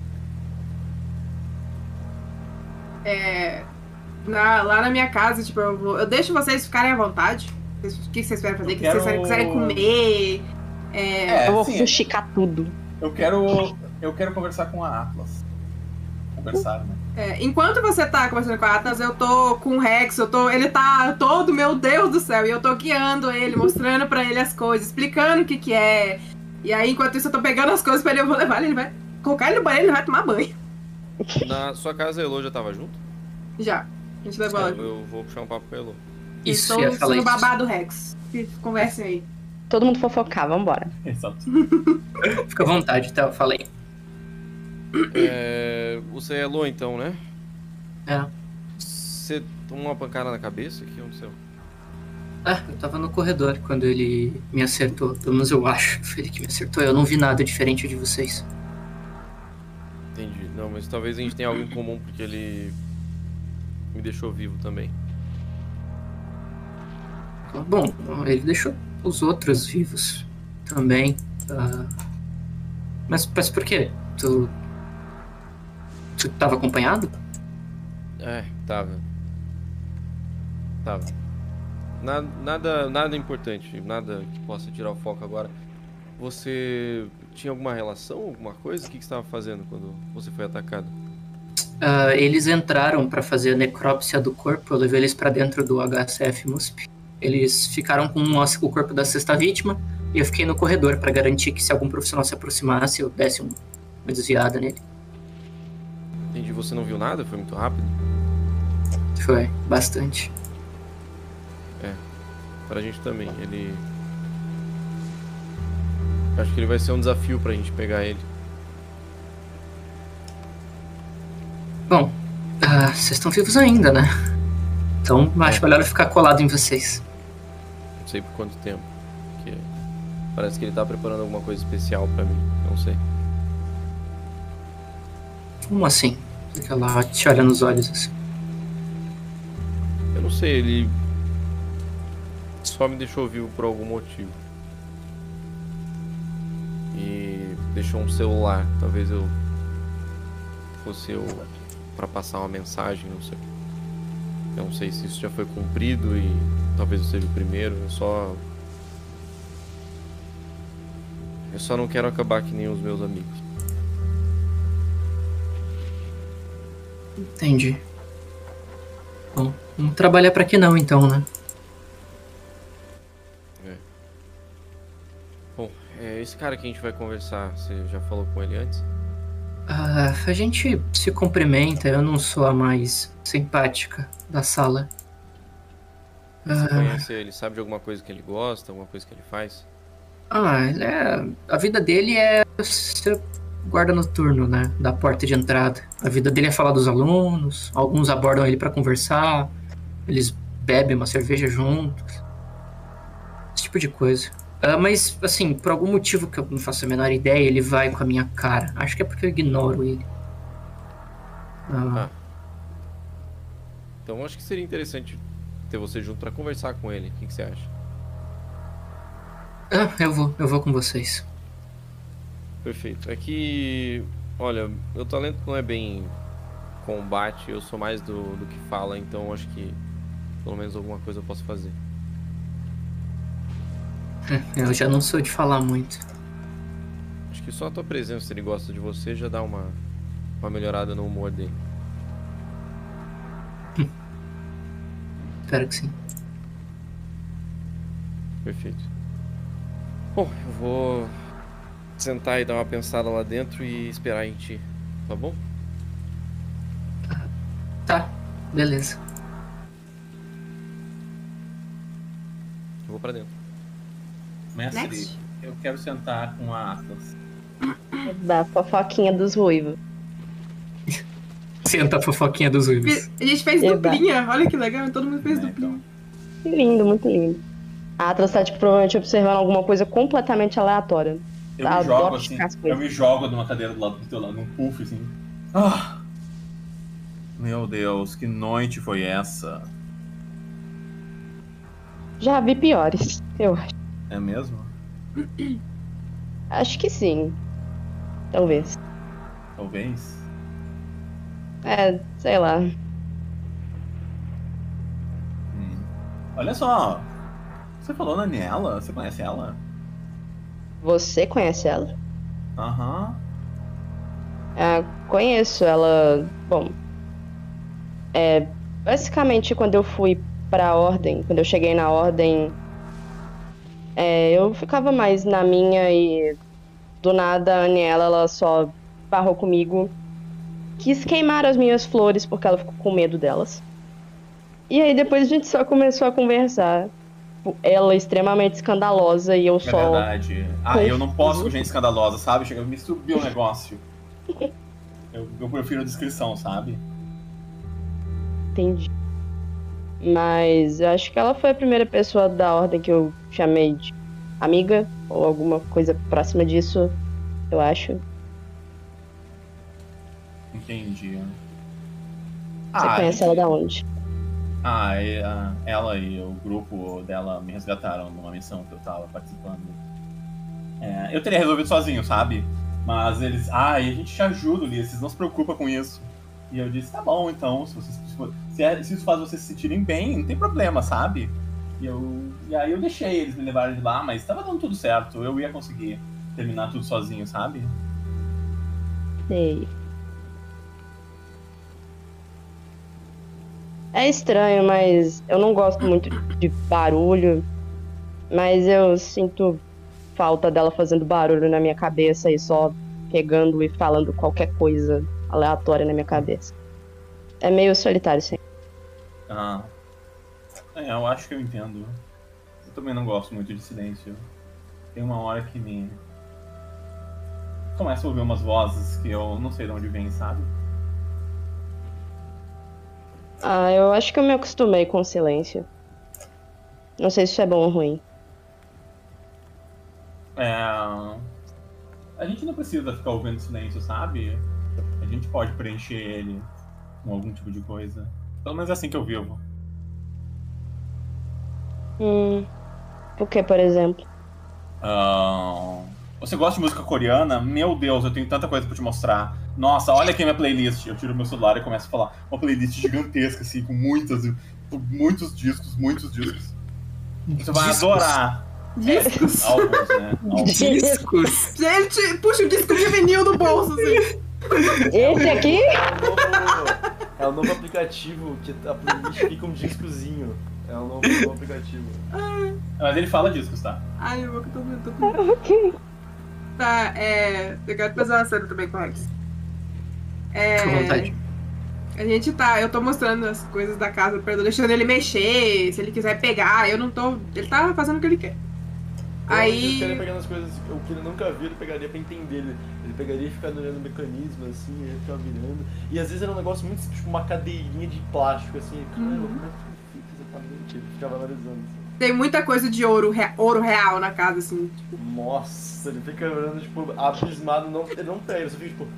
[SPEAKER 4] É, na- lá na minha casa, tipo, eu, vou, eu deixo vocês ficarem à vontade. Vocês- O que vocês querem fazer? O
[SPEAKER 3] Eu
[SPEAKER 4] que vocês
[SPEAKER 3] quero-
[SPEAKER 4] quiserem comer? É,
[SPEAKER 3] É,
[SPEAKER 5] Eu vou
[SPEAKER 3] sim,
[SPEAKER 5] fuxicar tudo.
[SPEAKER 3] eu quero. Eu quero conversar com a Atlas. Conversar, né?
[SPEAKER 4] é, enquanto você tá conversando com a Atlas, eu tô com o Rex, eu tô, ele tá todo, meu Deus do céu, e eu tô guiando ele, mostrando pra ele as coisas, explicando o que que é. E aí, enquanto isso, eu tô pegando as coisas pra ele, eu vou levar ele, ele vai colocar ele no banheiro e ele vai tomar banho.
[SPEAKER 7] Na sua casa, a Elo já tava junto?
[SPEAKER 4] Já. A gente levou
[SPEAKER 7] É,
[SPEAKER 4] ela.
[SPEAKER 7] eu vou puxar um papo com a Elo.
[SPEAKER 2] Isso,
[SPEAKER 4] Estou
[SPEAKER 2] ia falar
[SPEAKER 4] sendo
[SPEAKER 2] isso.
[SPEAKER 4] babado Rex. Conversem aí.
[SPEAKER 5] Todo mundo fofocar, vambora.
[SPEAKER 3] Exato.
[SPEAKER 2] Fica à vontade, tá? Eu falei.
[SPEAKER 7] É, você é Elo, então, né?
[SPEAKER 2] É.
[SPEAKER 7] Você tomou uma pancada na cabeça? O que aconteceu?
[SPEAKER 2] Ah, eu tava no corredor quando ele me acertou. Pelo menos eu acho que foi ele que me acertou. Eu não vi nada diferente de vocês.
[SPEAKER 7] Entendi. Não, mas talvez a gente tenha algo em comum, porque ele me deixou vivo também.
[SPEAKER 2] Bom, ele deixou os outros vivos também. Ah, mas, mas por quê? Tu. Tu tava acompanhado?
[SPEAKER 7] É, tava. Tava. Nada, nada, nada importante, nada que possa tirar o foco agora. Você tinha alguma relação, alguma coisa? O que que você estava fazendo quando você foi atacado?
[SPEAKER 2] Ah, eles entraram pra fazer a necrópsia do corpo. Eu levei eles pra dentro do H C F M U S P. Eles ficaram com o o corpo da sexta vítima e eu fiquei no corredor pra garantir que se algum profissional se aproximasse, eu desse um- uma desviada nele.
[SPEAKER 7] Entendi, você não viu nada? Foi muito rápido?
[SPEAKER 2] Foi bastante.
[SPEAKER 7] Pra gente também, ele... Acho que ele vai ser um desafio pra gente pegar ele.
[SPEAKER 2] Bom, ah, vocês estão vivos ainda, né? Então acho melhor eu ficar colado em vocês.
[SPEAKER 7] Não sei por quanto tempo. Porque parece que ele tá preparando alguma coisa especial pra mim. Não sei.
[SPEAKER 2] Como assim? Fica lá, te olha nos olhos assim.
[SPEAKER 7] Eu não sei, ele só me deixou vivo por algum motivo. E deixou um celular. Talvez eu fosse eu pra passar uma mensagem, não sei. Eu não sei se isso já foi cumprido e talvez eu seja o primeiro. Eu só Eu só não quero acabar que nem os meus amigos.
[SPEAKER 2] Entendi. Bom, não trabalhar pra que não então, né?
[SPEAKER 7] Bom, é, esse cara que a gente vai conversar, você já falou com ele antes?
[SPEAKER 2] Ah, a gente se cumprimenta, eu não sou a mais simpática da sala.
[SPEAKER 7] Você
[SPEAKER 2] Ah,
[SPEAKER 7] conhece ele? Sabe de alguma coisa que ele gosta, alguma coisa que ele faz?
[SPEAKER 2] ah, ele é... a vida dele é ser guarda noturno, né? Da porta de entrada. A vida dele é falar dos alunos, alguns abordam ele pra conversar, eles bebem uma cerveja juntos. Esse tipo de coisa. Ah, mas, assim, por algum motivo que eu não faço a menor ideia, ele vai com a minha cara. Acho que é porque eu ignoro ele. Ah,
[SPEAKER 7] Ah. Então acho que seria interessante ter você junto pra conversar com ele. O que, que você acha?
[SPEAKER 2] ah, eu vou, eu vou com vocês.
[SPEAKER 7] Perfeito. É que, olha, meu talento não é bem combate, eu sou mais do, do que fala, então acho que pelo menos alguma coisa eu posso fazer.
[SPEAKER 2] Eu já não sou de falar muito.
[SPEAKER 7] Acho que só a tua presença, se ele gosta de você, já dá uma, uma melhorada no humor dele.
[SPEAKER 2] Espero que sim.
[SPEAKER 7] Perfeito. Bom, eu vou sentar e dar uma pensada lá dentro e esperar em ti, tá bom?
[SPEAKER 2] Tá, beleza.
[SPEAKER 7] Eu vou pra dentro.
[SPEAKER 3] Mestre,
[SPEAKER 4] Next.
[SPEAKER 3] eu quero sentar com a Atlas.
[SPEAKER 5] Da fofoquinha dos ruivos.
[SPEAKER 2] Senta a fofoquinha dos ruivos.
[SPEAKER 4] A gente fez
[SPEAKER 5] Eba.
[SPEAKER 4] duplinha, olha que legal, todo mundo fez
[SPEAKER 3] É,
[SPEAKER 4] duplinha.
[SPEAKER 3] então.
[SPEAKER 5] Que lindo, muito lindo. A Atlas tá, tipo, provavelmente observando alguma coisa completamente aleatória.
[SPEAKER 3] Eu
[SPEAKER 5] Tá,
[SPEAKER 3] me jogo
[SPEAKER 5] adoro
[SPEAKER 3] assim,
[SPEAKER 5] esticar as
[SPEAKER 3] eu
[SPEAKER 5] coisas.
[SPEAKER 3] me jogo numa cadeira do lado do teu lado, num puff assim. Ah! Meu Deus, que noite foi essa?
[SPEAKER 5] Já vi piores, eu acho.
[SPEAKER 3] É mesmo?
[SPEAKER 5] Acho que sim. Talvez.
[SPEAKER 3] Talvez.
[SPEAKER 5] É, sei lá.
[SPEAKER 3] Hum. Olha só. Você falou na Niela? Você conhece ela?
[SPEAKER 5] Você conhece ela?
[SPEAKER 3] Aham.
[SPEAKER 5] Ah, conheço ela. Bom. É. Basicamente, quando eu fui pra Ordem, quando eu cheguei na Ordem, é, eu ficava mais na minha e do nada a Aniela, ela só barrou comigo. Quis queimar as minhas flores porque ela ficou com medo delas. E aí depois a gente só começou a conversar. Ela é extremamente escandalosa e eu
[SPEAKER 3] É
[SPEAKER 5] só.
[SPEAKER 3] verdade. Ah, eu não posso com
[SPEAKER 5] confuso.
[SPEAKER 3] gente escandalosa, sabe? Chega, me subiu o negócio. eu, eu prefiro a descrição, sabe?
[SPEAKER 5] Entendi. Mas eu acho que ela foi a primeira pessoa da Ordem que eu chamei de amiga, ou alguma coisa próxima disso, eu acho.
[SPEAKER 3] Entendi.
[SPEAKER 5] Você conhece ela da onde?
[SPEAKER 3] Ah, e, a- ela e o grupo dela me resgataram numa missão que eu tava participando. É, eu teria resolvido sozinho, sabe? Mas eles, ah, e a gente te ajuda, Ulisses, não se preocupa com isso. E eu disse, tá bom, então, se, vocês, se, for- se é- se isso faz vocês se sentirem bem, não tem problema, sabe? E, eu, e aí eu deixei eles me levarem de lá, mas tava dando tudo certo, eu ia conseguir terminar tudo sozinho, sabe?
[SPEAKER 5] Sei. É estranho, mas eu não gosto muito de barulho. Mas eu sinto falta dela fazendo barulho na minha cabeça e só pegando e falando qualquer coisa aleatória na minha cabeça. É meio solitário, sim.
[SPEAKER 3] Ah, é, eu acho que eu entendo. Eu também não gosto muito de silêncio. Tem uma hora que me... começo a ouvir umas vozes que eu não sei de onde vem, sabe?
[SPEAKER 5] Ah, eu acho que eu me acostumei com o silêncio. Não sei se isso é bom ou ruim.
[SPEAKER 3] É... A gente não precisa ficar ouvindo silêncio, sabe? A gente pode preencher ele com algum tipo de coisa. Pelo menos é assim que eu vivo.
[SPEAKER 5] Hum. O que, por exemplo?
[SPEAKER 3] Ah, Você gosta de música coreana? Meu Deus, eu tenho tanta coisa pra te mostrar. Nossa, olha aqui a minha playlist. Eu tiro meu celular e começo a falar. Uma playlist gigantesca, assim, com muitas, muitos discos, muitos discos. Você vai
[SPEAKER 2] Discos?
[SPEAKER 3] adorar.
[SPEAKER 4] Discos.
[SPEAKER 3] É, álbuns, né? Álbuns.
[SPEAKER 2] Discos.
[SPEAKER 4] Gente, puxa o disco de vinil do bolso, assim.
[SPEAKER 5] Esse aqui?
[SPEAKER 6] É o novo, é o novo aplicativo que a playlist fica um discozinho. É o novo, novo aplicativo.
[SPEAKER 3] Mas ele fala discos, tá?
[SPEAKER 4] Ai, eu vou que eu tô vendo, tô vendo.
[SPEAKER 5] Ok.
[SPEAKER 4] Tá, é. Eu quero fazer uma cena também com o Rex. É.
[SPEAKER 2] Fica à vontade.
[SPEAKER 4] A gente tá, eu tô mostrando as coisas da casa pra ele, deixando ele mexer, se ele quiser pegar, eu não tô. Ele tá fazendo o que ele quer.
[SPEAKER 6] Aí...
[SPEAKER 4] Aí.
[SPEAKER 6] Eu queria pegar nas coisas o que ele nunca viu, ele pegaria pra entender. Ele, ele pegaria e ficar olhando o mecanismo, assim, ele ficava virando. E às vezes era um negócio muito tipo uma cadeirinha de plástico, assim. Caramba,
[SPEAKER 4] Uhum.
[SPEAKER 6] como é que fica exatamente? Ele ficava analisando, assim.
[SPEAKER 4] Tem muita coisa de ouro, rea- ouro real na casa, assim. Tipo,
[SPEAKER 6] Nossa, ele fica olhando, tipo, abismado, não, ele não pega, ele só fica, tipo...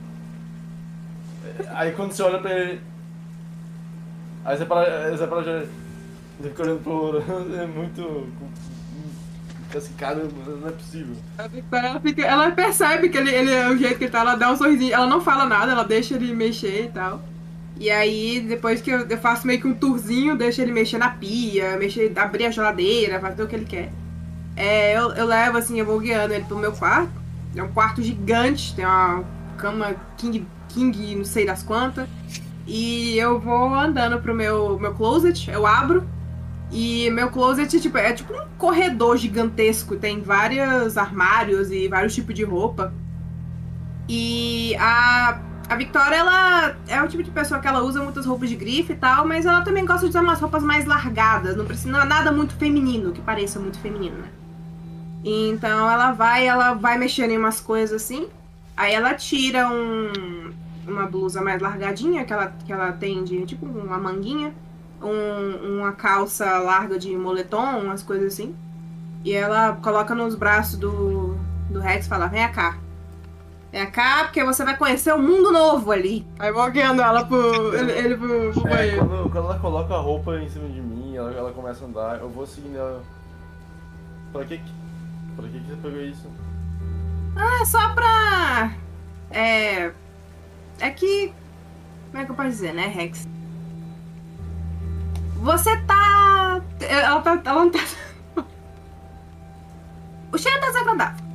[SPEAKER 6] Aí quando você olha pra ele... Aí você para, aí você para já... Você fica olhando pro ouro, é muito... Fica assim, caramba, não é possível.
[SPEAKER 4] a Victoria, ela, fica, ela percebe que ele, ele é o jeito que ele tá, ela dá um sorrisinho, ela não fala nada, ela deixa ele mexer e tal. E aí, depois que eu, eu faço meio que um tourzinho, deixo ele mexer na pia, mexer, abrir a geladeira, fazer o que ele quer. É, eu, eu levo assim, eu vou guiando ele pro meu quarto. É um quarto gigante, tem uma cama king, king não sei das quantas. E eu vou andando pro meu, meu closet, eu abro. E meu closet tipo, é tipo um corredor gigantesco, tem vários armários e vários tipos de roupa. E a, a Victoria, ela é o tipo de pessoa que ela usa muitas roupas de grife e tal, mas ela também gosta de usar umas roupas mais largadas, não precisa nada muito feminino, que pareça muito feminino, né? Então ela vai, ela vai mexendo em umas coisas assim, aí ela tira um, uma blusa mais largadinha que ela, que ela tem de tipo uma manguinha, um, uma calça larga de moletom, umas coisas assim. E ela coloca nos braços do, do Rex e fala, vem cá. Vem cá, porque você vai conhecer um mundo novo ali. Aí vou guiando ela pro, ele, ele pro, pro
[SPEAKER 6] É,
[SPEAKER 4] banheiro.
[SPEAKER 6] quando, quando ela coloca a roupa em cima de mim, ela, ela começa a andar, eu vou seguindo ela. Pra que que, pra que que você pegou isso?
[SPEAKER 4] Ah, é só pra... É... É que... Como é que eu posso dizer, né, Rex? Você tá... Ela tá... Ela não tá... O cheiro tá desagradável.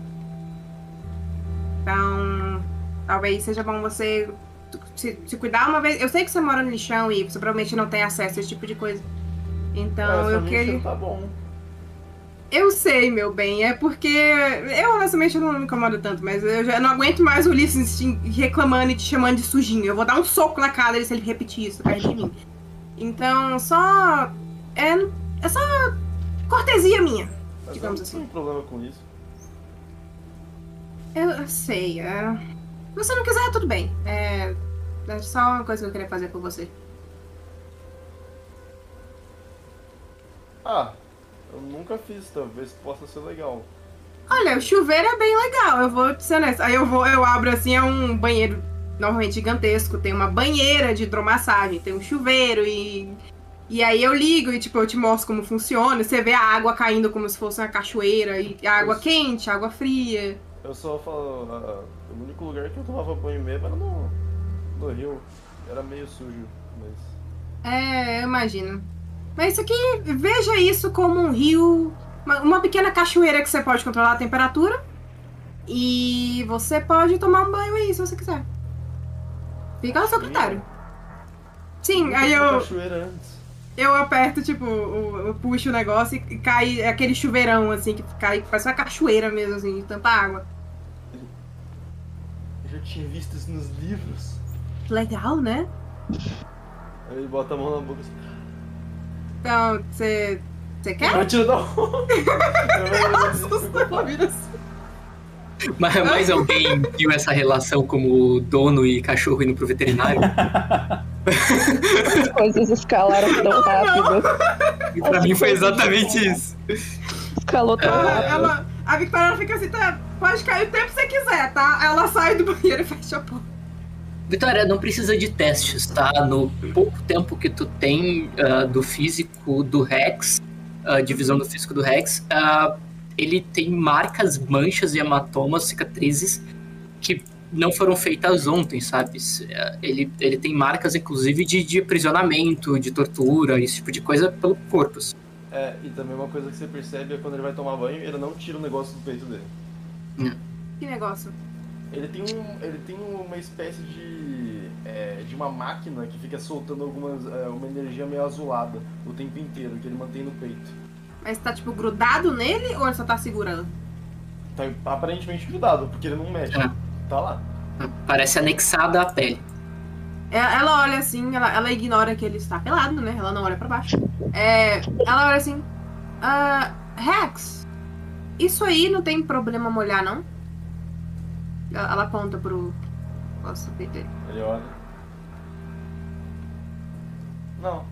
[SPEAKER 4] Então... Talvez seja bom você se, se cuidar uma vez... Eu sei que você mora no lixão e você provavelmente não tem acesso a esse tipo de coisa. Então
[SPEAKER 6] é,
[SPEAKER 4] eu queria...
[SPEAKER 6] Tá bom.
[SPEAKER 4] Eu sei, meu bem, é porque eu honestamente não me incomodo tanto, mas eu já não aguento mais o Ulisses reclamando e te chamando de sujinho. Eu vou dar um soco na cara dele se ele repetir isso perto de mim. Então, só... É, é só cortesia minha,
[SPEAKER 6] Mas
[SPEAKER 4] digamos
[SPEAKER 6] eu não
[SPEAKER 4] assim.
[SPEAKER 6] tenho problema com isso.
[SPEAKER 4] Eu, eu sei, é... Se você não quiser, tudo bem. É, é só uma coisa que eu queria fazer por você.
[SPEAKER 6] Ah... Eu nunca fiz, talvez possa ser legal.
[SPEAKER 4] Olha, o chuveiro é bem legal, eu vou ser honesta. Aí eu vou, eu abro assim, é um banheiro normalmente gigantesco, tem uma banheira de hidromassagem, tem um chuveiro e... E aí eu ligo e tipo, eu te mostro como funciona, você vê a água caindo como se fosse uma cachoeira, e a água
[SPEAKER 6] Eu-
[SPEAKER 4] quente, água fria.
[SPEAKER 6] Eu só falo, ah, o único lugar que eu tomava banho mesmo era no, no rio. Era meio sujo, mas...
[SPEAKER 4] É, eu imagino. Mas isso aqui, veja isso como um rio, uma, uma pequena cachoeira que você pode controlar a temperatura. E você pode tomar um banho aí, se você quiser. Fica ao seu critério. Sim,
[SPEAKER 6] Nunca
[SPEAKER 4] aí
[SPEAKER 6] fui na
[SPEAKER 4] eu,
[SPEAKER 6] cachoeira antes.
[SPEAKER 4] eu aperto, tipo, o- eu puxo o negócio e cai aquele chuveirão, assim, que cai, parece uma cachoeira mesmo, assim, de tanta água.
[SPEAKER 6] Eu já tinha visto isso nos livros.
[SPEAKER 4] Legal, né?
[SPEAKER 6] Aí ele bota a mão na boca assim.
[SPEAKER 4] Então, você... Você quer?
[SPEAKER 6] Eu tiro da roupa.
[SPEAKER 4] Assusta a vida assim.
[SPEAKER 2] Mas mais alguém viu essa relação como dono e cachorro indo pro veterinário?
[SPEAKER 5] As coisas escalaram tão rápido.
[SPEAKER 2] E pra mim foi exatamente isso.
[SPEAKER 5] Escalou tão
[SPEAKER 4] Ela,
[SPEAKER 5] rápido.
[SPEAKER 4] ela- a Victoria fica assim, tá, pode cair o tempo que você quiser, tá? Ela sai do banheiro e fecha a porta.
[SPEAKER 2] Vitória, não precisa de testes, tá? No pouco tempo que tu tem ah, do físico do Rex, a divisão do físico do Rex, ah, ele tem marcas, manchas e hematomas, cicatrizes que não foram feitas ontem, sabe? Ah, Ele, ele tem marcas, inclusive, de, de aprisionamento, de tortura, esse tipo de coisa pelo corpo. assim.
[SPEAKER 6] É, e também uma coisa que você percebe é quando ele vai tomar banho, ele não tira o negócio do peito dele.
[SPEAKER 4] Que negócio.
[SPEAKER 6] Ele tem, um, ele tem uma espécie de, é, de uma máquina que fica soltando algumas, é, uma energia meio azulada o tempo inteiro, que ele mantém no peito.
[SPEAKER 4] Mas tá, tipo, grudado nele ou ele só tá segurando?
[SPEAKER 6] Tá aparentemente grudado, porque ele não mexe.
[SPEAKER 2] É.
[SPEAKER 6] Tá lá.
[SPEAKER 2] Parece anexada à pele.
[SPEAKER 4] É, Ela olha assim, ela, ela ignora que ele está pelado, né? Ela não olha pra baixo. É, ela olha assim, ah, Rex, isso aí não tem problema molhar, não? Ela, ela aponta pro... Nossa, peito dele.
[SPEAKER 6] Ele olha. Não.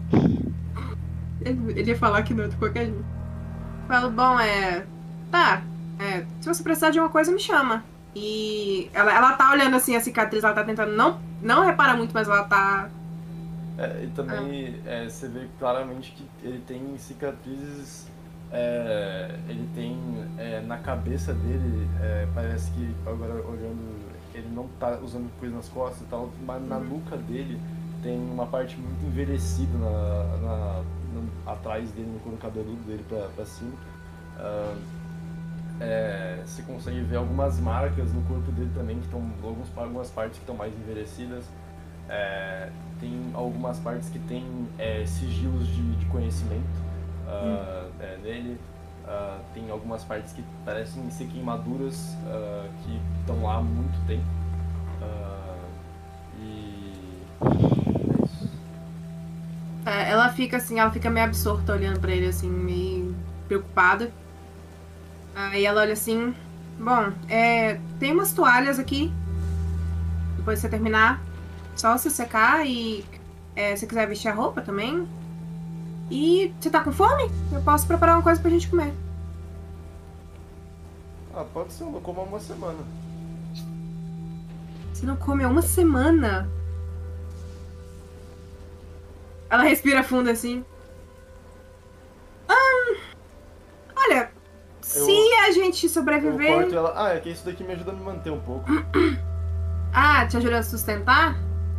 [SPEAKER 4] Ele, ele ia falar que não, de qualquer jeito. Falo, bom, é... Tá, é, se você precisar de uma coisa, me chama. E ela, ela tá olhando assim a cicatriz, ela tá tentando não, não repara muito, mas ela tá...
[SPEAKER 6] É, e também é, você vê claramente que ele tem cicatrizes. É, ele tem é, na cabeça dele, é, parece que agora olhando, ele não tá usando coisa nas costas e tal, mas na nuca dele tem uma parte muito envelhecida na, na, na- atrás dele, no couro cabeludo dele pra, pra cima. Ah, é, você consegue ver algumas marcas no corpo dele também, que estão alguns, algumas partes que estão mais envelhecidas. É, tem algumas partes que tem é, sigilos de, de conhecimento ah, é, nele. Ah, tem algumas partes que parecem ser queimaduras ah, que estão lá há muito tempo. Ah, e. É isso.
[SPEAKER 4] É, ela fica assim, ela fica meio absorta olhando pra ele assim, meio preocupada. Aí ela olha assim, bom, é, tem umas toalhas aqui. Depois que você terminar, só se secar e é, se quiser vestir a roupa também. E você tá com fome? Eu posso preparar uma coisa pra gente comer.
[SPEAKER 6] Ah, pode ser, eu não como há uma semana.
[SPEAKER 4] Você não come há uma semana? Ela respira fundo assim. Hum, olha,
[SPEAKER 6] Eu-
[SPEAKER 4] se a gente
[SPEAKER 6] Eu
[SPEAKER 4] sobreviver...
[SPEAKER 6] corto ela. Ah, é que isso daqui me ajuda a me manter um pouco.
[SPEAKER 4] Ah, te ajuda a sustentar?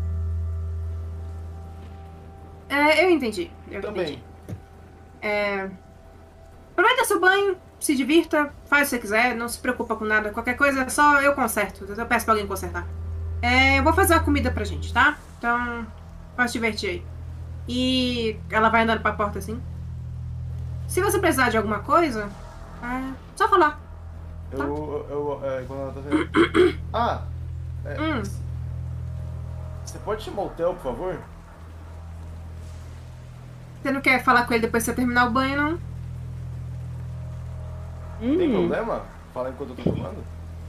[SPEAKER 4] É, eu entendi. Eu
[SPEAKER 6] Também.
[SPEAKER 4] entendi. É... Aproveita seu banho, se divirta, faz o que você quiser, não se preocupa com nada. Qualquer coisa, só eu conserto. Eu peço pra alguém consertar. É, eu vou fazer uma comida pra gente, tá? Então, pode se divertir aí. E ela vai andando pra porta assim. Se você precisar de alguma coisa, é só falar.
[SPEAKER 6] Eu. eu, eu é, quando ela tá saindo. Ah! É,
[SPEAKER 4] Hum.
[SPEAKER 6] Você pode chamar o Theo, por favor?
[SPEAKER 4] Você não quer falar com ele depois que você terminar o banho, não?
[SPEAKER 6] Tem
[SPEAKER 5] Hum.
[SPEAKER 6] problema? Fala enquanto eu tô tomando?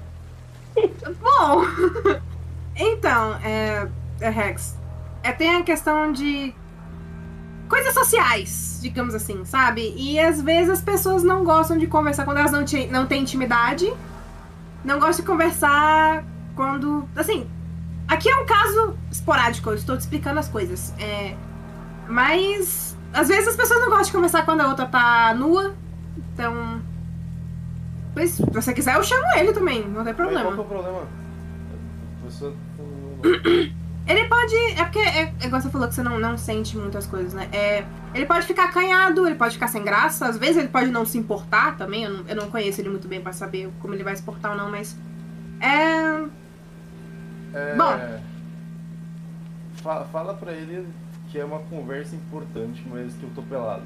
[SPEAKER 4] Bom, então, é, é, Rex, é, tem a questão de coisas sociais, digamos assim, sabe? E às vezes as pessoas não gostam de conversar quando elas não, te, não têm intimidade, não gostam de conversar quando, assim, aqui é um caso esporádico, eu estou te explicando as coisas, é, mas às vezes as pessoas não gostam de conversar quando a outra tá nua, então... Pois, se você quiser, eu chamo ele também, não tem
[SPEAKER 6] Mas qual que é
[SPEAKER 4] problema.
[SPEAKER 6] o problema? A pessoa.
[SPEAKER 4] Ele pode. É porque, é, é igual você falou que você não, não sente muitas coisas, né? É, ele pode ficar acanhado, ele pode ficar sem graça, às vezes ele pode não se importar também. Eu não, eu não conheço ele muito bem pra saber como ele vai se portar ou não, mas. É.
[SPEAKER 6] É...
[SPEAKER 4] Bom.
[SPEAKER 6] Fa- fala pra ele que é uma conversa importante, mas que eu tô pelado.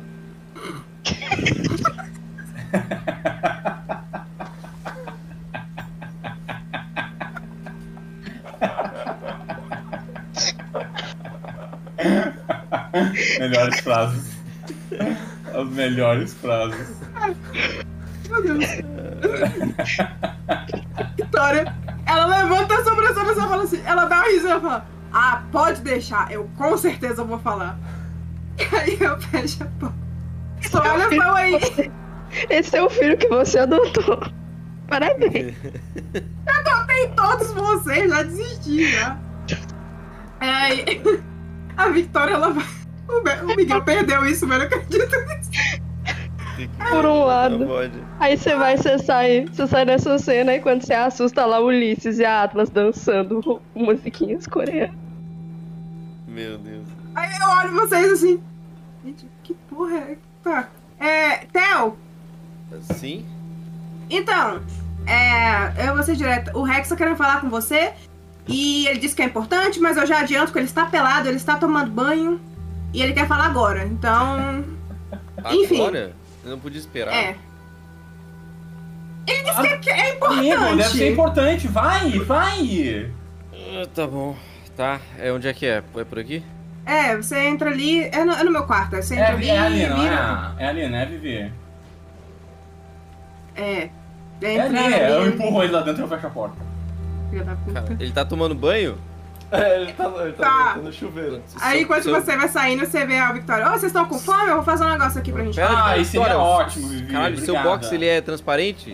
[SPEAKER 3] Melhores frases. As melhores frases.
[SPEAKER 4] Meu Deus. Vitória, ela levanta a sobrancelha e fala assim. Ela dá uma risada e fala: Ah, pode deixar, eu com certeza vou falar. E aí eu fecho a porta. Só olha só aí.
[SPEAKER 5] Esse é o filho que você adotou. Parabéns.
[SPEAKER 4] Adotei todos vocês, já desisti já. Aí, a Victoria, ela vai. O Be- o Miguel perdeu isso, velho. Eu acredito nisso.
[SPEAKER 5] Por um lado.
[SPEAKER 7] Não pode.
[SPEAKER 5] Aí você vai, você sai, você sai dessa cena e quando você assusta lá o Ulisses e a Atlas dançando musiquinhas coreanas.
[SPEAKER 7] Meu Deus.
[SPEAKER 4] Aí eu olho vocês assim. Gente, que porra é? Tá. É. Theo,
[SPEAKER 7] Sim?
[SPEAKER 4] então. É. Eu vou ser direta. O Rex tá querendo falar com você. E ele disse que é importante, mas eu já adianto que ele está pelado, ele está tomando banho. E ele quer falar agora. Então. Enfim.
[SPEAKER 7] Agora? Eu não podia esperar.
[SPEAKER 4] É. Ele disse que é- que é importante.
[SPEAKER 3] Amigo, deve ser importante. Vai, vai.
[SPEAKER 7] Ah, tá bom. Tá. É onde é que é? É por aqui?
[SPEAKER 4] É, você entra ali. É no, é no meu quarto. Você entra
[SPEAKER 3] É,
[SPEAKER 4] ali
[SPEAKER 3] é ali,
[SPEAKER 4] e
[SPEAKER 3] não
[SPEAKER 4] vira.
[SPEAKER 3] é? É ali, né, Vivi?
[SPEAKER 4] É.
[SPEAKER 3] É
[SPEAKER 4] Entra
[SPEAKER 3] ali,
[SPEAKER 4] ali.
[SPEAKER 3] eu empurro ele lá dentro e eu fecho a porta.
[SPEAKER 4] Filha da puta.
[SPEAKER 7] Cara, ele tá tomando banho?
[SPEAKER 6] É, ele tá, ele tá,
[SPEAKER 4] Tá.
[SPEAKER 6] tá no chuveiro.
[SPEAKER 4] Aí
[SPEAKER 7] Se eu-
[SPEAKER 4] quando
[SPEAKER 7] se eu-
[SPEAKER 4] você vai saindo, você vê a Victoria. Ô, vocês estão com fome? Eu vou fazer um negócio aqui pra gente.
[SPEAKER 7] Pera,
[SPEAKER 3] Ah,
[SPEAKER 7] pera,
[SPEAKER 3] isso seria
[SPEAKER 7] Vitória,
[SPEAKER 3] ótimo, Vivi.
[SPEAKER 7] Caralho, seu
[SPEAKER 3] Obrigada.
[SPEAKER 7] box ele é transparente?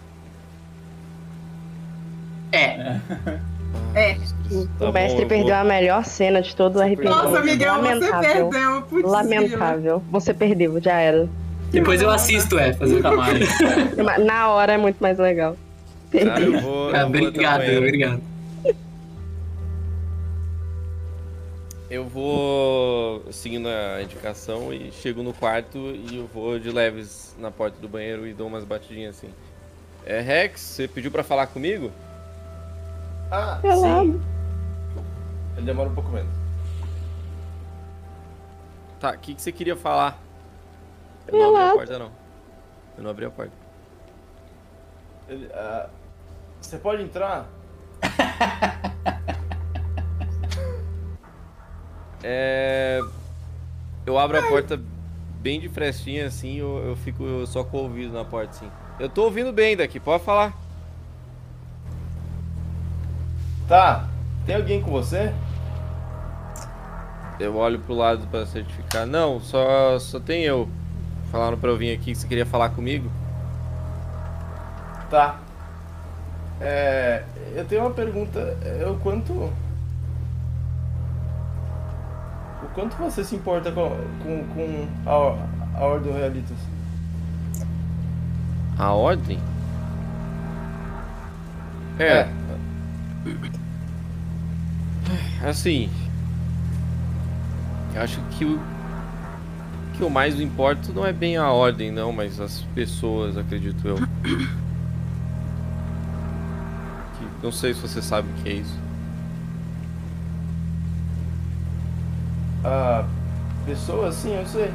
[SPEAKER 2] É,
[SPEAKER 4] É.
[SPEAKER 7] Tá
[SPEAKER 5] O mestre
[SPEAKER 7] bom, eu
[SPEAKER 5] perdeu
[SPEAKER 7] vou-
[SPEAKER 5] a melhor cena de todo o R P G.
[SPEAKER 4] Nossa, Miguel, você
[SPEAKER 5] Lamentável.
[SPEAKER 4] perdeu. Putz,
[SPEAKER 5] Lamentável. Você perdeu, já era.
[SPEAKER 2] depois eu assisto, é, fazer o camarada.
[SPEAKER 5] Na hora é muito mais legal.
[SPEAKER 7] Cara,
[SPEAKER 5] Perdi.
[SPEAKER 7] eu vou. eu
[SPEAKER 2] Ah,
[SPEAKER 7] vou
[SPEAKER 2] obrigado,
[SPEAKER 7] até o banheiro.
[SPEAKER 2] obrigado.
[SPEAKER 7] Eu vou seguindo a indicação e chego no quarto e eu vou de leves na porta do banheiro e dou umas batidinhas assim. É, Rex, você pediu pra falar comigo?
[SPEAKER 6] Ah,
[SPEAKER 5] Pelado.
[SPEAKER 6] sim. Ele demora um pouco menos.
[SPEAKER 7] Tá, o que, que você queria falar? Eu não abri a
[SPEAKER 5] Pelado.
[SPEAKER 7] porta, não. Eu não abri a porta.
[SPEAKER 6] Ele, ah, você pode entrar?
[SPEAKER 7] É... Eu abro a porta bem de frestinha assim, eu, eu fico só com o ouvido na porta assim. Eu tô ouvindo bem daqui, pode falar.
[SPEAKER 6] Tá. Tem alguém com você?
[SPEAKER 7] Eu olho pro lado pra certificar. Não, só, só tem eu. Falaram pra eu vir aqui que você queria falar comigo.
[SPEAKER 6] Tá. É, eu tenho uma pergunta. É, o quanto. O quanto você se importa com, com, com a, a Ordem Realitas?
[SPEAKER 7] A ordem? É.
[SPEAKER 6] É.
[SPEAKER 7] Assim. Eu acho que o que eu mais me importo não é bem a ordem, não, mas as pessoas, acredito eu. Que, não sei se você sabe o que é isso.
[SPEAKER 6] Ah, pessoas, sim, eu sei.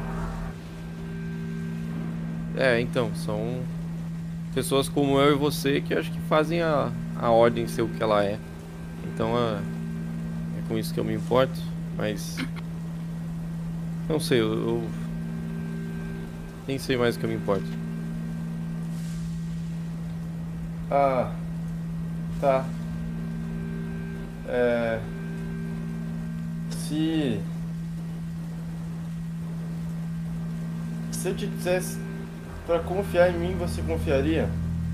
[SPEAKER 7] É, então, são pessoas como eu e você que eu acho que fazem a, a ordem ser o que ela é. Então é, é com isso que eu me importo, mas não sei, eu, eu nem sei mais o que eu me importo.
[SPEAKER 6] Ah, tá. É. Se. Se eu te dissesse pra confiar em mim, você confiaria?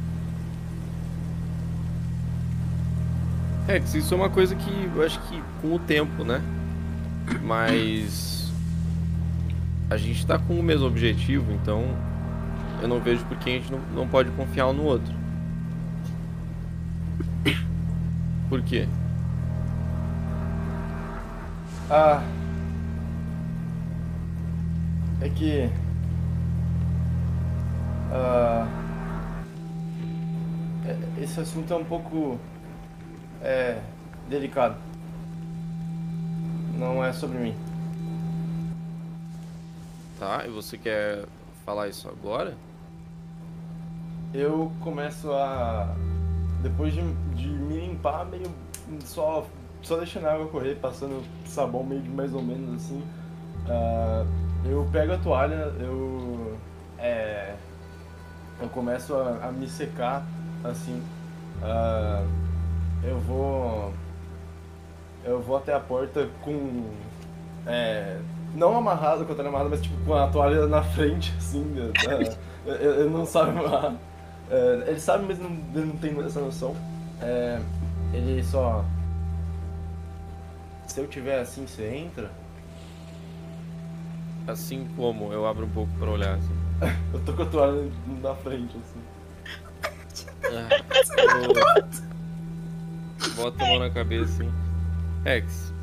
[SPEAKER 7] É, que isso é uma coisa que eu acho que com o tempo, né? Mas a gente tá com o mesmo objetivo, então eu não vejo por que a gente não, não pode confiar um no outro. Por quê?
[SPEAKER 6] Ah. É que. Ah. é- Esse assunto é um pouco. É. Delicado. Não é sobre mim.
[SPEAKER 7] Tá, e você quer falar isso agora?
[SPEAKER 6] Eu começo a. Depois de, de me limpar, meio. Só, só deixando a água correr, passando sabão meio de mais ou menos assim. ah, eu pego a toalha, eu. É. Eu começo a, a me secar assim. ah, eu vou. Eu vou até a porta com. É, não amarrado com a toalha amarrada, mas tipo com a toalha na frente, assim. é, eu, eu não sabe amarrar. É, ele sabe, mas não, ele não tem essa noção. É, ele só. Se eu tiver assim, você entra?
[SPEAKER 7] Assim como eu abro um pouco pra olhar, assim.
[SPEAKER 6] Eu tô com a toalha na frente, assim.
[SPEAKER 7] Ah, eu... Bota a mão na cabeça, assim. Rex.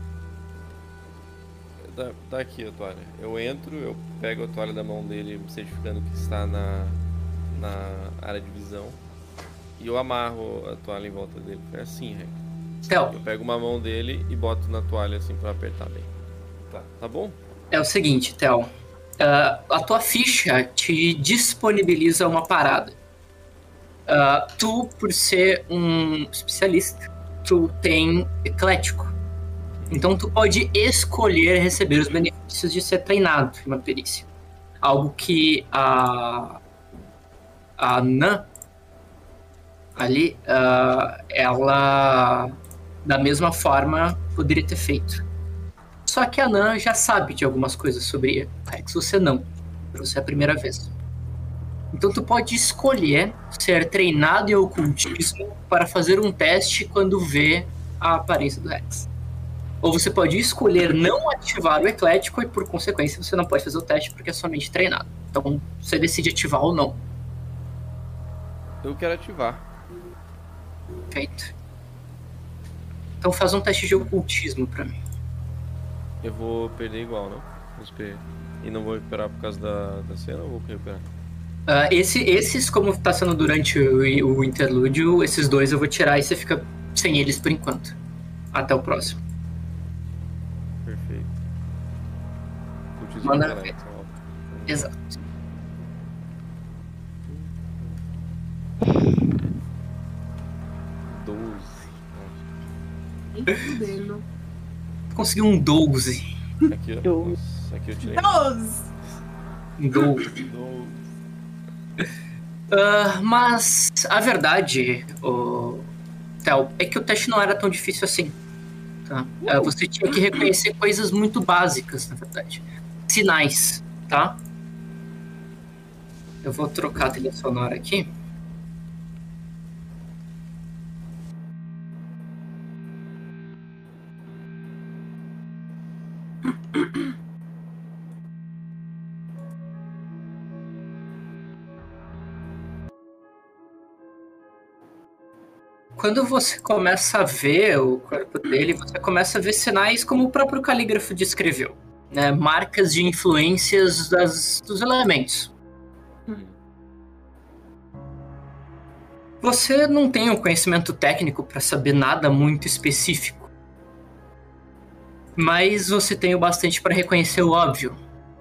[SPEAKER 7] Dá, dá aqui a toalha. Eu entro, eu pego a toalha da mão dele, certificando que está na, na área de visão. E eu amarro a toalha em volta dele. É assim, Rex.
[SPEAKER 2] Theo,
[SPEAKER 7] Eu pego uma mão dele e boto na toalha, assim, pra apertar bem.
[SPEAKER 6] Tá.
[SPEAKER 7] Tá bom?
[SPEAKER 2] é o seguinte, Theo. Ah, a tua ficha te disponibiliza uma parada. Ah, tu, por ser um especialista, tu tem eclético. Então tu pode escolher receber os benefícios de ser treinado em uma perícia. Algo que a a Nan ali, ah, ela da mesma forma poderia ter feito. Só que a Nan já sabe de algumas coisas sobre Rex, você não. Pra você é a primeira vez. Então tu pode escolher ser treinado em ocultismo para fazer um teste quando vê a aparência do Rex. Ou você pode escolher não ativar o eclético e por consequência você não pode fazer o teste porque é somente treinado. Então você decide ativar ou não.
[SPEAKER 7] Eu quero ativar.
[SPEAKER 2] Feito. Então faz um teste de ocultismo pra mim.
[SPEAKER 7] Eu vou perder igual, não? Vamos perder. E não vou recuperar por causa da, da cena ou vou recuperar?
[SPEAKER 2] Uh, esse, esses, como tá sendo durante o, o interlúdio, esses dois eu vou tirar e você fica sem eles por enquanto. Até o próximo.
[SPEAKER 7] Perfeito. Cultismo
[SPEAKER 2] Manda
[SPEAKER 7] do
[SPEAKER 2] ver.
[SPEAKER 7] Alex, ó.
[SPEAKER 2] Exato.
[SPEAKER 7] doze.
[SPEAKER 4] Nem fudendo.
[SPEAKER 2] Conseguiu um doze.
[SPEAKER 7] Aqui, ó.
[SPEAKER 5] doze.
[SPEAKER 7] Nossa, aqui eu tirei.
[SPEAKER 4] Doze!
[SPEAKER 2] Um doze.
[SPEAKER 7] doze.
[SPEAKER 2] Uh, mas a verdade, o Theo, é que o teste não era tão difícil assim. Tá? Uh, você tinha que reconhecer coisas muito básicas, na verdade. Sinais, tá? Eu vou trocar a trilha sonora aqui. Quando você começa a ver o corpo dele, você começa a ver sinais como o próprio calígrafo descreveu, né? Marcas de influências das, dos elementos. Você não tem um conhecimento técnico para saber nada muito específico, mas você tem o bastante para reconhecer o óbvio.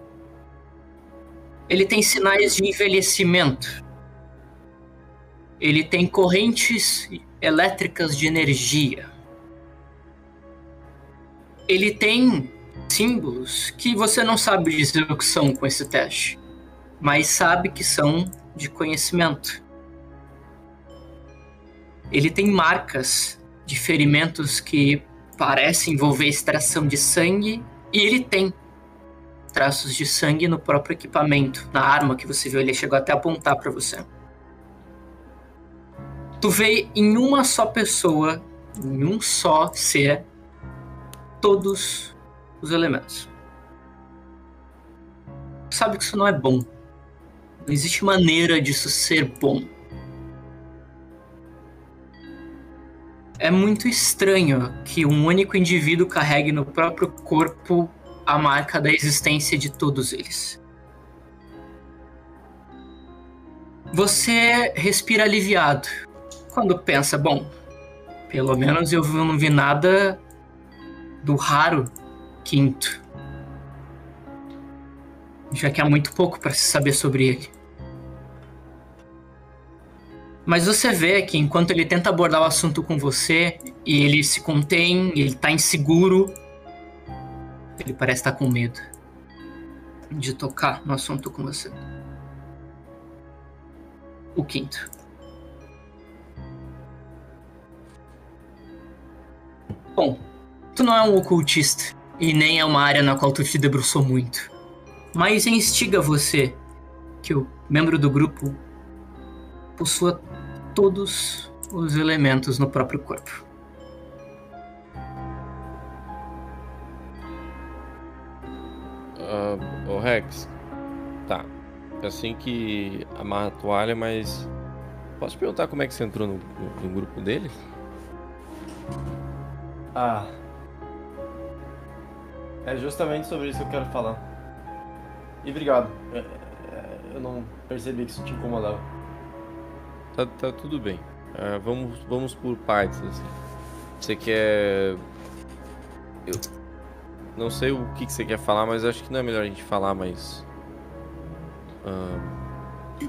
[SPEAKER 2] Ele tem sinais de envelhecimento. Ele tem correntes elétricas de energia. Ele tem símbolos que você não sabe dizer o que são com esse teste, mas sabe que são de conhecimento. Ele tem marcas de ferimentos que parecem envolver extração de sangue, e ele tem traços de sangue no próprio equipamento, na arma que você viu. Ele chegou até a apontar para você. Tu vê em uma só pessoa, em um só ser, todos os elementos. Tu sabe que isso não é bom. Não existe maneira disso ser bom. É muito estranho que um único indivíduo carregue no próprio corpo a marca da existência de todos eles. Você respira aliviado quando pensa, bom, pelo menos eu não vi nada do raro quinto. Já que há muito pouco para se saber sobre ele. Mas você vê que enquanto ele tenta abordar o assunto com você, e ele se contém, ele tá inseguro, ele parece estar com medo de tocar no assunto com você. O quinto. Bom, tu não é um ocultista, e nem é uma área na qual tu te debruçou muito. Mas instiga você que o membro do grupo possua todos os elementos no próprio corpo.
[SPEAKER 7] Uh, o Rex, tá. Assim que amarra a toalha, mas posso perguntar como é que você entrou no, no, no grupo dele?
[SPEAKER 6] Ah, é justamente sobre isso que eu quero falar. E obrigado. Eu, eu não percebi que isso te incomodava.
[SPEAKER 7] Tá, tá tudo bem. Uh, vamos, vamos por partes, assim. Você quer... Eu não sei o que, que você quer falar, mas acho que não é melhor a gente falar, mas... Uh...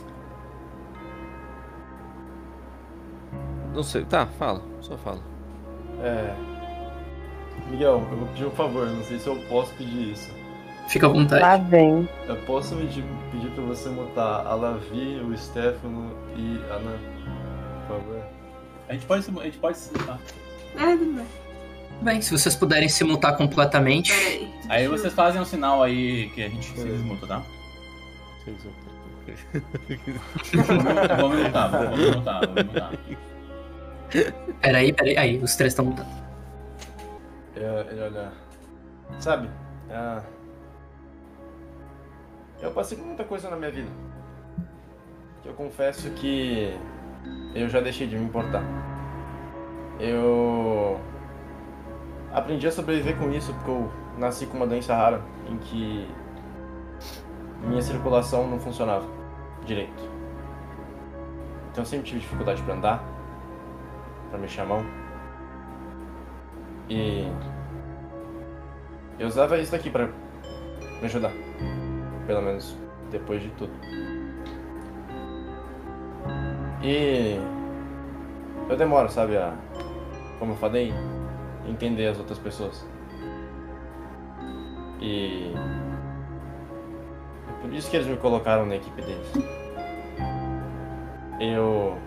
[SPEAKER 7] Não sei. Tá, fala. Só fala.
[SPEAKER 6] É... Miguel, eu vou pedir um favor. Não sei se eu posso pedir isso.
[SPEAKER 2] Fica à vontade.
[SPEAKER 5] Lá vem.
[SPEAKER 6] Eu posso pedir, pedir pra você mutar a Lavi, o Stefano e a Nan, por favor?
[SPEAKER 3] A gente pode se, a gente pode se mutar.
[SPEAKER 4] É, tudo bem.
[SPEAKER 2] Bem, se vocês puderem se mutar completamente.
[SPEAKER 4] Peraí.
[SPEAKER 3] Aí vocês fazem um sinal aí que a gente se desmuta, tá? Vou me mutar, vou me mutar, vou me mutar.
[SPEAKER 2] Peraí, peraí. Aí, os três estão mutando.
[SPEAKER 6] É, ele olha... Sabe, ah, eu passei por muita coisa na minha vida. Eu confesso que eu já deixei de me importar. Eu aprendi a sobreviver com isso porque eu nasci com uma doença rara em que minha circulação não funcionava direito. Então eu sempre tive dificuldade para andar, para mexer a mão. E eu usava isso daqui para me ajudar, pelo menos depois de tudo. E eu demoro, sabe, a, como eu falei, entender as outras pessoas. E por isso que eles me colocaram na equipe deles. Eu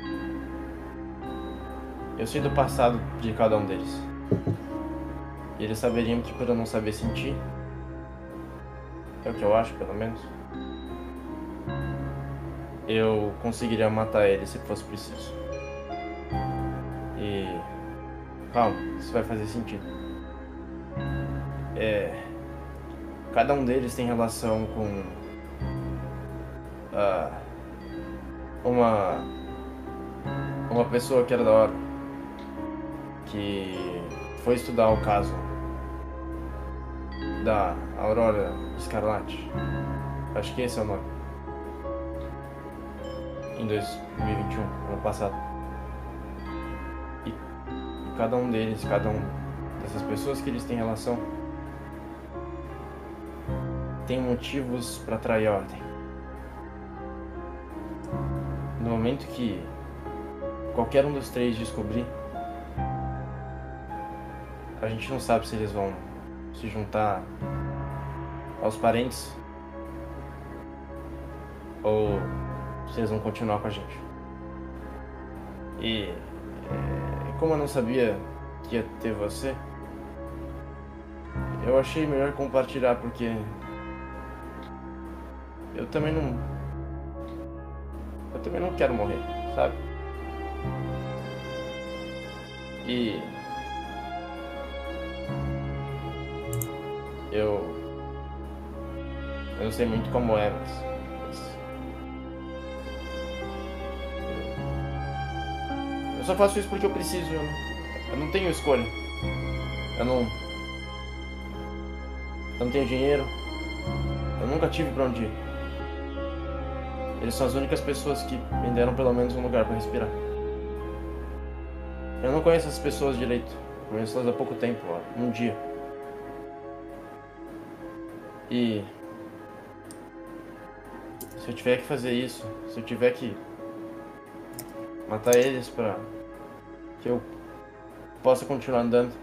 [SPEAKER 6] eu sei do passado de cada um deles. E eles saberiam que por eu não saber sentir, é o que eu acho, pelo menos, eu conseguiria matar eles se fosse preciso. E calma, isso vai fazer sentido. É, cada um deles tem relação com uh, uma uma pessoa que era da hora, que foi estudar o caso da Aurora Escarlate. Acho que esse é o nome. Em dois mil e vinte e um, ano passado. E, e cada um deles, cada um dessas pessoas que eles têm relação, tem motivos para trair a ordem. No momento que qualquer um dos três descobrir, a gente não sabe se eles vão se juntar aos parentes ou se eles vão continuar com a gente. E é, como eu não sabia que ia ter você, eu achei melhor compartilhar, porque eu também não eu também não quero morrer, sabe? E eu eu não sei muito como é, mas, mas eu só faço isso porque eu preciso. Eu não, eu não tenho escolha. Eu não eu não tenho dinheiro. Eu nunca tive pra onde ir. Eles são as únicas pessoas que me deram pelo menos um lugar pra respirar. Eu não conheço essas pessoas direito. Eu conheço elas há pouco tempo, ó, um dia. E se eu tiver que fazer isso, se eu tiver que matar eles pra que eu possa continuar andando,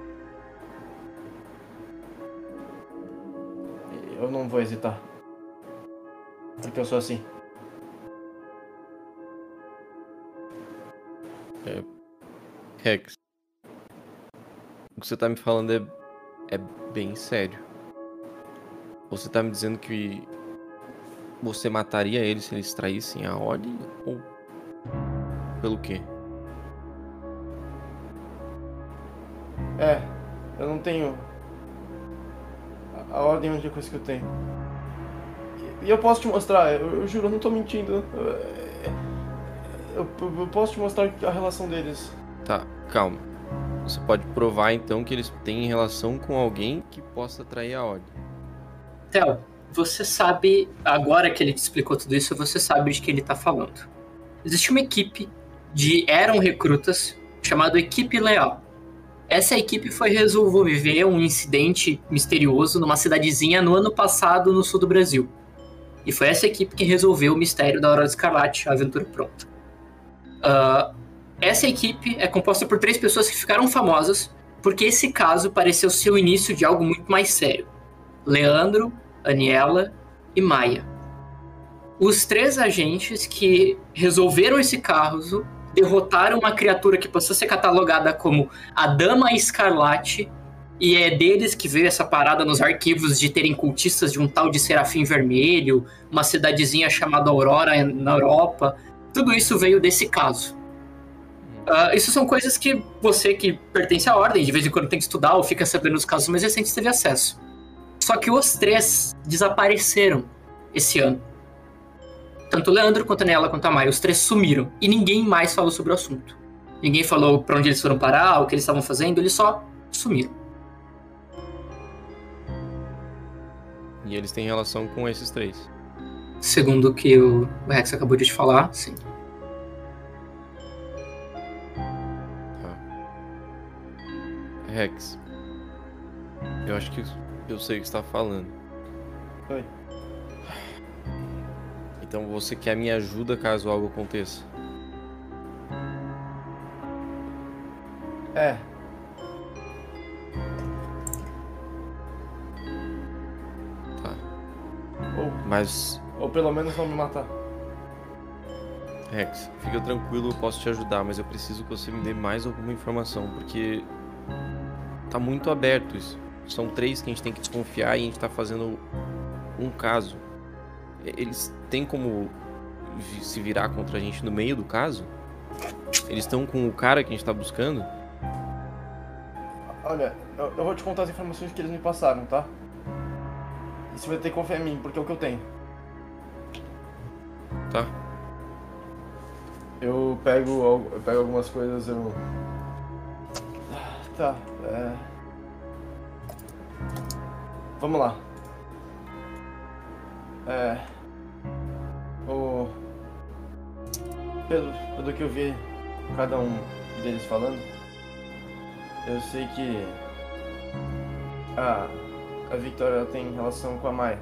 [SPEAKER 6] eu não vou hesitar. Porque eu sou assim.
[SPEAKER 7] É... Rex, o que você tá me falando é, é bem sério. Você tá me dizendo que você mataria eles se eles traíssem a ordem? Ou pelo quê?
[SPEAKER 6] É, eu não tenho... A, a ordem é a única coisa que eu tenho. E, e eu posso te mostrar, eu, eu juro, eu não tô mentindo. Eu, eu, eu posso te mostrar a relação deles.
[SPEAKER 7] Tá, calma. Você pode provar então que eles têm relação com alguém que possa trair a ordem.
[SPEAKER 2] Theo, você sabe, agora que ele te explicou tudo isso, você sabe de que ele tá falando. Existe uma equipe de eram recrutas chamada Equipe Leal. Essa equipe foi resolver um incidente misterioso numa cidadezinha no ano passado no sul do Brasil. E foi essa equipe que resolveu o mistério da Aurora Escarlate, a aventura pronta. Uh, essa equipe é composta por três pessoas que ficaram famosas porque esse caso pareceu ser o início de algo muito mais sério. Leandro, Aniela e Maia. Os três agentes que resolveram esse caso derrotaram uma criatura que passou a ser catalogada como a Dama Escarlate, e é deles que veio essa parada nos arquivos de terem cultistas de um tal de Serafim Vermelho, uma cidadezinha chamada Aurora na Europa. Tudo isso veio desse caso. Uh, isso são coisas que você que pertence à ordem, de vez em quando tem que estudar ou fica sabendo dos casos mais recentes, teve acesso. Só que os três desapareceram esse ano. Tanto o Leandro, quanto a Aniela, quanto a Maia, os três sumiram. E ninguém mais falou sobre o assunto. Ninguém falou pra onde eles foram parar, o que eles estavam fazendo, eles só sumiram.
[SPEAKER 7] E eles têm relação com esses três?
[SPEAKER 2] Segundo o que o Rex acabou de te falar, sim.
[SPEAKER 7] Tá. Rex, eu acho que eu sei o que você tá falando.
[SPEAKER 6] Oi.
[SPEAKER 7] Então você quer a minha ajuda caso algo aconteça?
[SPEAKER 6] É.
[SPEAKER 7] Tá.
[SPEAKER 6] Ou,
[SPEAKER 7] Mas,
[SPEAKER 6] ou pelo menos não me matar.
[SPEAKER 7] Rex, fica tranquilo, eu posso te ajudar, mas eu preciso que você me dê mais alguma informação, porque tá muito aberto isso. São três que a gente tem que desconfiar e a gente tá fazendo um caso. Eles têm como se virar contra a gente no meio do caso? Eles estão com o cara que a gente tá buscando?
[SPEAKER 6] Olha, eu, eu vou te contar as informações que eles me passaram, tá? E você vai ter que confiar em mim, porque é o que eu tenho.
[SPEAKER 7] Tá.
[SPEAKER 6] Eu pego, al- eu pego algumas coisas, eu... Tá, é... Vamos lá. É... O... Pelo, pelo que eu vi cada um deles falando, eu sei que a, a Victoria ela tem relação com a Maia.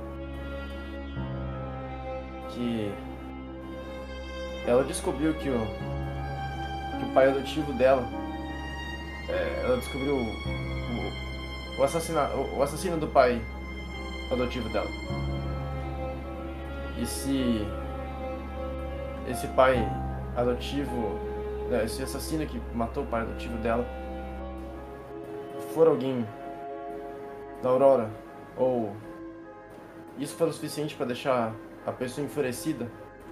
[SPEAKER 6] Que ela descobriu que o, que o pai adotivo dela, é, ela descobriu o, o, assassina, o, o assassino do pai adotivo dela. E se esse pai adotivo, né, esse assassino que matou o pai adotivo dela, for alguém da Aurora, ou isso for o suficiente para deixar a pessoa enfurecida,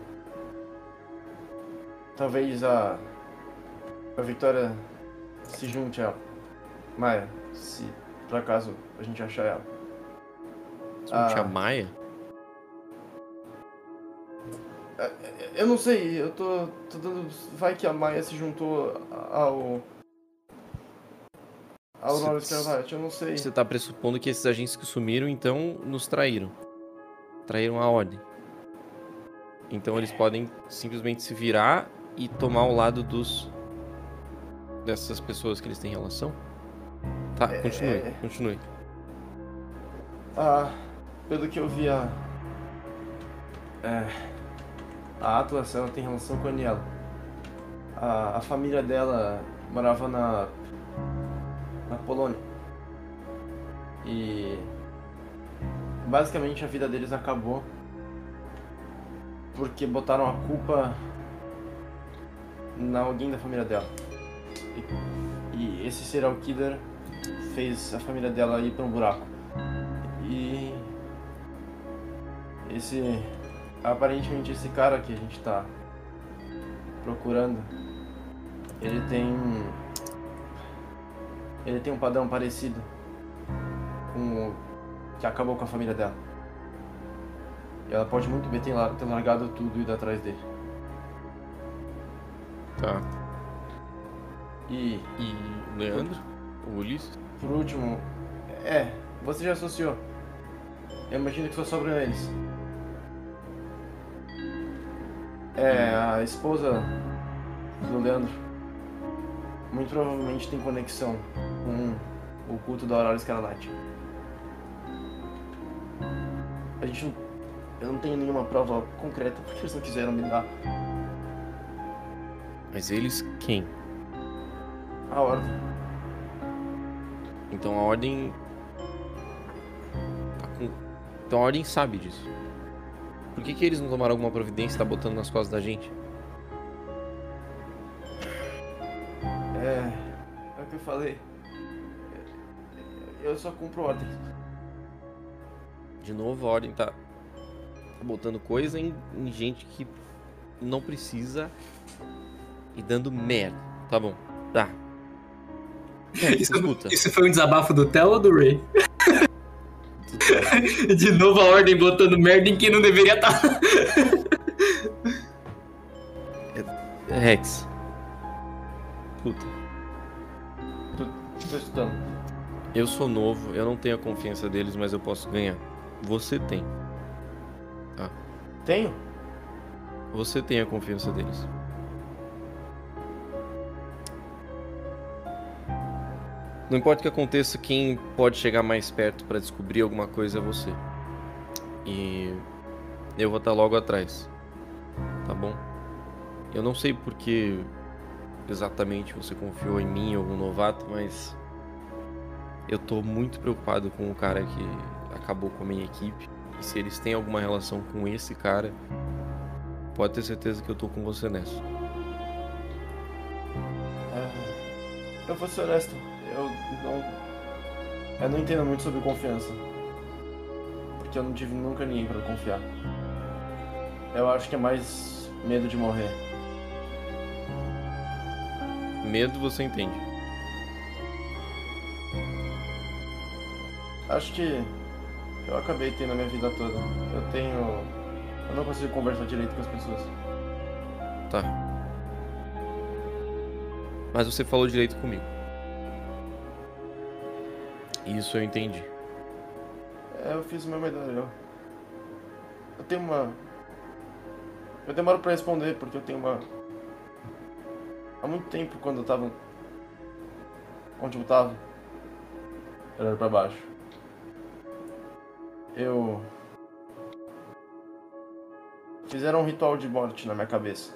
[SPEAKER 6] talvez a, a Victoria se junte a ela. Maia, se por acaso a gente achar ela.
[SPEAKER 7] Junte
[SPEAKER 6] Ah.
[SPEAKER 7] a Maia?
[SPEAKER 6] Eu não sei, eu tô, tô dando... Vai que a Maia se juntou ao... ao Aurora Scarlet, eu não sei.
[SPEAKER 7] Você tá pressupondo que esses agentes que sumiram, então, nos traíram. Traíram a ordem. Então eles podem simplesmente se virar e tomar o lado dos... dessas pessoas que eles têm relação? Tá, continue,
[SPEAKER 6] É.
[SPEAKER 7] continue.
[SPEAKER 6] Ah, pelo que eu vi, a... É... A Atlas, ela tem relação com a Aniela. A, a família dela morava na... na Polônia. E... basicamente a vida deles acabou porque botaram a culpa em alguém da família dela. E, e esse serial killer fez a família dela ir para um buraco. E... esse... aparentemente esse cara que a gente tá procurando, ele tem... ele tem um padrão parecido com o que acabou com a família dela. E ela pode muito bem ter lar- ter largado tudo e ido atrás dele.
[SPEAKER 7] Tá.
[SPEAKER 6] E,
[SPEAKER 7] E Leandro? O Ulisses?
[SPEAKER 6] por último, é, você já associou. Eu imagino que só sobram eles. É, a esposa do Leandro muito provavelmente tem conexão com o culto da Aurora Scarlet. A gente não... eu não tenho nenhuma prova concreta porque eles não quiseram me dar.
[SPEAKER 7] Mas eles quem?
[SPEAKER 6] A ordem.
[SPEAKER 7] Então a ordem... Tá com... Então a ordem sabe disso. Por que que eles não tomaram alguma providência e tá botando nas costas da gente?
[SPEAKER 6] É... é o que eu falei. Eu só cumpro ordens.
[SPEAKER 7] De novo, a ordem tá, tá botando coisa em, em gente que não precisa e dando merda. Tá bom, tá. É,
[SPEAKER 2] Isso,
[SPEAKER 7] escuta.
[SPEAKER 2] isso foi um desabafo do Theo ou do Ray? De novo a ordem botando merda em quem não deveria estar.
[SPEAKER 7] Rex. Escuta.
[SPEAKER 6] Tô, tô estudando.
[SPEAKER 7] Eu sou novo, eu não tenho a confiança deles, mas eu posso ganhar. Você tem.
[SPEAKER 6] Tenho?
[SPEAKER 7] Você tem a confiança deles. Não importa o que aconteça, quem pode chegar mais perto pra descobrir alguma coisa é você. E eu vou estar logo atrás. Tá bom? Eu não sei por que exatamente você confiou em mim, algum novato, mas eu tô muito preocupado com o cara que acabou com a minha equipe. E se eles têm alguma relação com esse cara, pode ter certeza que eu tô com você nessa.
[SPEAKER 6] É, eu vou ser honesto. Eu não... eu não entendo muito sobre confiança. Porque eu não tive nunca ninguém pra confiar. Eu acho que é mais medo de morrer.
[SPEAKER 7] Medo você entende.
[SPEAKER 6] Acho que eu acabei tendo a minha vida toda. Eu tenho... eu não consigo conversar direito com as pessoas.
[SPEAKER 7] Tá. Mas você falou direito comigo. Isso eu entendi.
[SPEAKER 6] É, eu fiz o meu melhor. Eu, eu tenho uma... Eu demoro pra responder porque eu tenho uma... Há muito tempo, quando eu tava... Onde eu tava... Eu era pra baixo. Eu... Fizeram um ritual de morte na minha cabeça.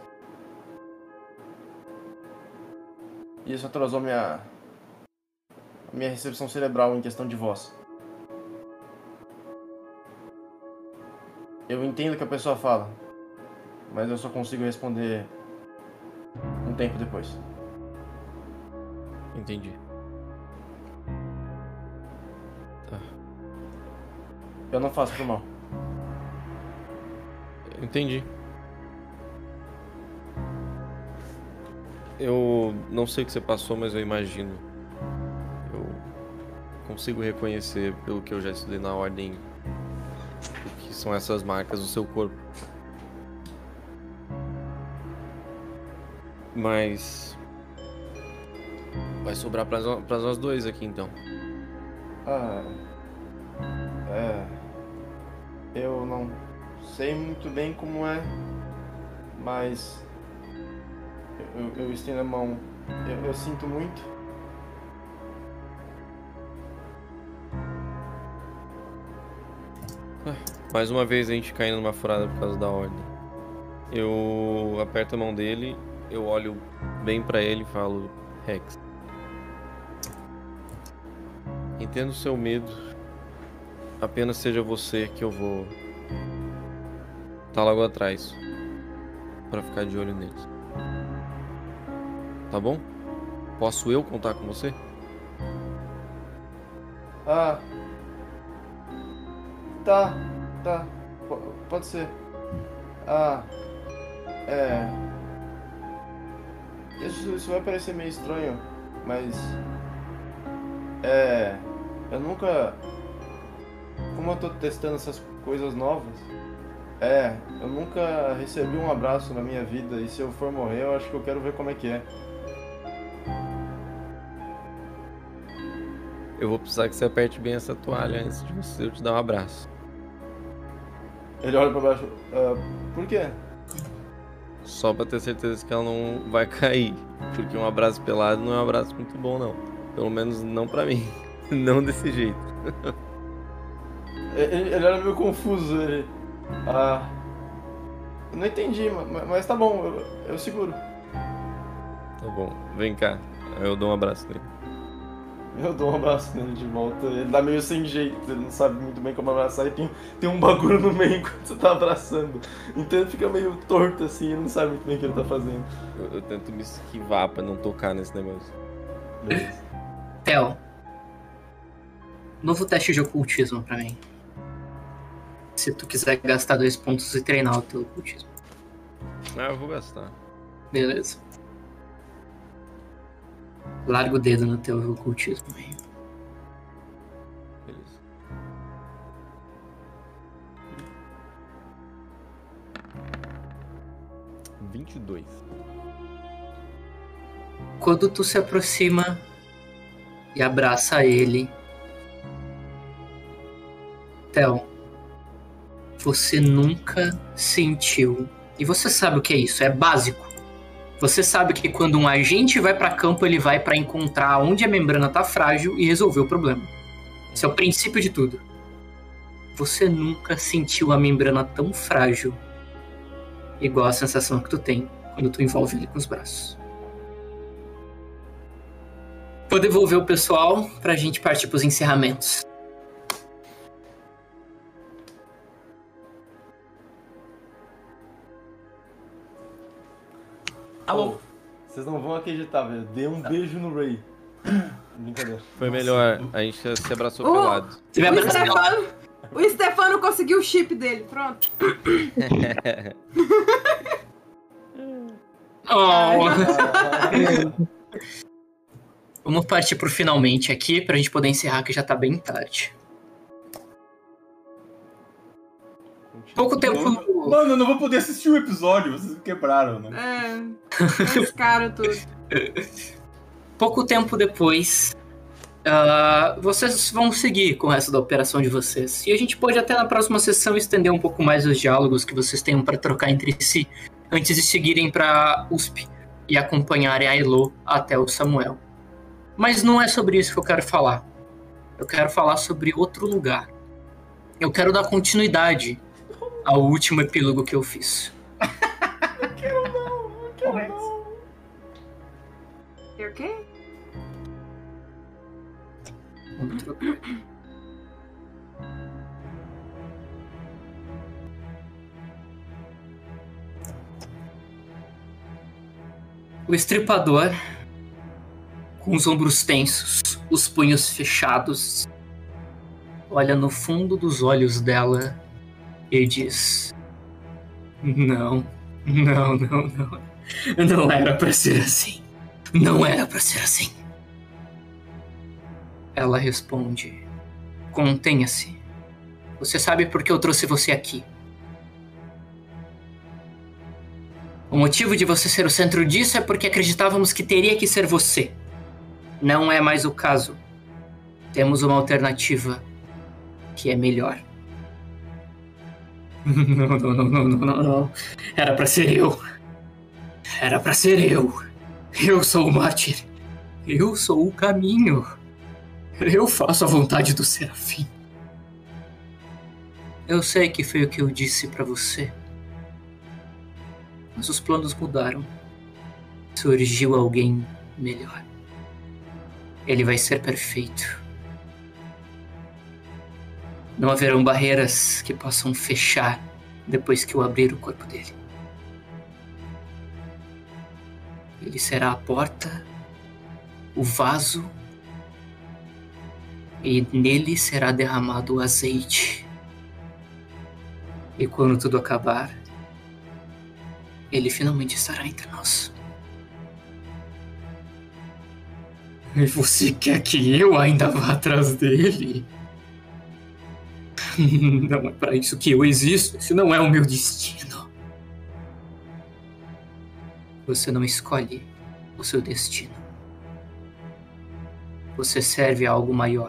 [SPEAKER 6] E isso atrasou minha... minha recepção cerebral em questão de voz. Eu entendo o que a pessoa fala, mas eu só consigo responder um tempo depois.
[SPEAKER 7] Entendi. Tá.
[SPEAKER 6] Eu não faço por mal.
[SPEAKER 7] Entendi. Eu não sei o que você passou, mas eu imagino. Eu consigo reconhecer, pelo que eu já estudei na ordem, o que são essas marcas do seu corpo. Mas vai sobrar pra nós, pra nós dois aqui, então.
[SPEAKER 6] Ah... É... Eu não sei muito bem como é, mas... Eu, eu estendo a mão. Eu, eu sinto muito.
[SPEAKER 7] Mais uma vez a gente caindo numa furada por causa da ordem. Eu aperto a mão dele, eu olho bem pra ele e falo: Rex, entendo o seu medo. Apenas seja você que eu vou tá logo atrás pra ficar de olho neles. Tá bom? Posso eu contar com você?
[SPEAKER 6] Ah... Tá, tá. P- pode ser. Ah... É... Isso, isso vai parecer meio estranho, mas... É... Eu nunca... Como eu tô testando essas coisas novas... É... Eu nunca recebi um abraço na minha vida, e se eu for morrer, eu acho que eu quero ver como é que é.
[SPEAKER 7] Eu vou precisar que você aperte bem essa toalha antes de você eu te dar um abraço.
[SPEAKER 6] Ele olha pra baixo. Ah, por quê?
[SPEAKER 7] Só pra ter certeza que ela não vai cair. Porque um abraço pelado não é um abraço muito bom, não. Pelo menos não pra mim. Não desse jeito.
[SPEAKER 6] Ele, ele era meio confuso. Ele... Ah... Eu não entendi, mas, mas tá bom, eu, eu seguro.
[SPEAKER 7] Tá bom, vem cá. Eu dou um abraço nele.
[SPEAKER 6] Eu dou um abraço nele de volta. Ele dá meio sem jeito, ele não sabe muito bem como abraçar e tem, tem um bagulho no meio enquanto você tá abraçando. Então ele fica meio torto assim, ele não sabe muito bem o que ele tá fazendo.
[SPEAKER 7] Eu, eu tento me esquivar pra não tocar nesse negócio.
[SPEAKER 6] Beleza.
[SPEAKER 2] Theo, novo teste de ocultismo pra mim. Se tu quiser gastar dois pontos e treinar o teu ocultismo.
[SPEAKER 7] Ah, eu vou gastar.
[SPEAKER 2] Beleza. Larga o dedo no teu ocultismo aí.
[SPEAKER 7] Beleza. vinte e dois.
[SPEAKER 2] Quando tu se aproxima e abraça ele, Theo, você nunca sentiu, e você sabe o que é isso, é básico. Você sabe que quando um agente vai para campo, ele vai para encontrar onde a membrana tá frágil e resolver o problema. Esse é o princípio de tudo. Você nunca sentiu a membrana tão frágil igual a sensação que tu tem quando tu envolve ele com os braços. Vou devolver o pessoal pra gente partir pros encerramentos.
[SPEAKER 6] Alô? Vocês não vão acreditar, velho. Dei um beijo no Ray. Brincadeira.
[SPEAKER 7] Foi melhor, a gente se abraçou
[SPEAKER 4] Oh!
[SPEAKER 7] pelado.
[SPEAKER 2] Você vai
[SPEAKER 4] O
[SPEAKER 2] abraçar ela.
[SPEAKER 4] Stefano, o Stefano conseguiu o chip dele, pronto.
[SPEAKER 2] Oh.
[SPEAKER 6] Ah,
[SPEAKER 2] Vamos partir pro finalmente aqui pra gente poder encerrar, que já tá bem tarde. Pouco tempo.
[SPEAKER 3] Mano, eu não vou poder assistir o episódio, vocês me quebraram, né?
[SPEAKER 4] É, descaro tudo.
[SPEAKER 2] pouco tempo depois, uh, vocês vão seguir com o resto da operação de vocês. E a gente pode até na próxima sessão estender um pouco mais os diálogos que vocês tenham para trocar entre si, antes de seguirem para U S P e acompanharem a Elo até o Samuel. Mas não é sobre isso que eu quero falar. Eu quero falar sobre outro lugar. Eu quero dar continuidade ao último epílogo que eu fiz.
[SPEAKER 6] Não quero não, não quero não.
[SPEAKER 4] E o quê?
[SPEAKER 2] Vamos trocar. O estripador, com os ombros tensos, os punhos fechados, olha no fundo dos olhos dela e diz: Não, não, não, não. Não era pra ser assim. Não era pra ser assim. Ela responde: Contenha-se. Você sabe por que eu trouxe você aqui. O motivo de você ser o centro disso é porque acreditávamos que teria que ser você. Não é mais o caso. Temos uma alternativa que é melhor. Não, não, não, não, não, não. Era pra ser eu. Era pra ser eu. Eu sou o mártir. Eu sou o caminho. Eu faço a vontade do Serafim. Eu sei que foi o que eu disse pra você. Mas os planos mudaram. Surgiu alguém melhor. Ele vai ser perfeito. Não haverão barreiras que possam fechar depois que eu abrir o corpo dele. Ele será a porta, o vaso, e nele será derramado o azeite. E quando tudo acabar, ele finalmente estará entre nós. E você quer que eu ainda vá atrás dele? Não é para isso que eu existo. Esse não é o meu destino. Você não escolhe o seu destino. Você serve a algo maior.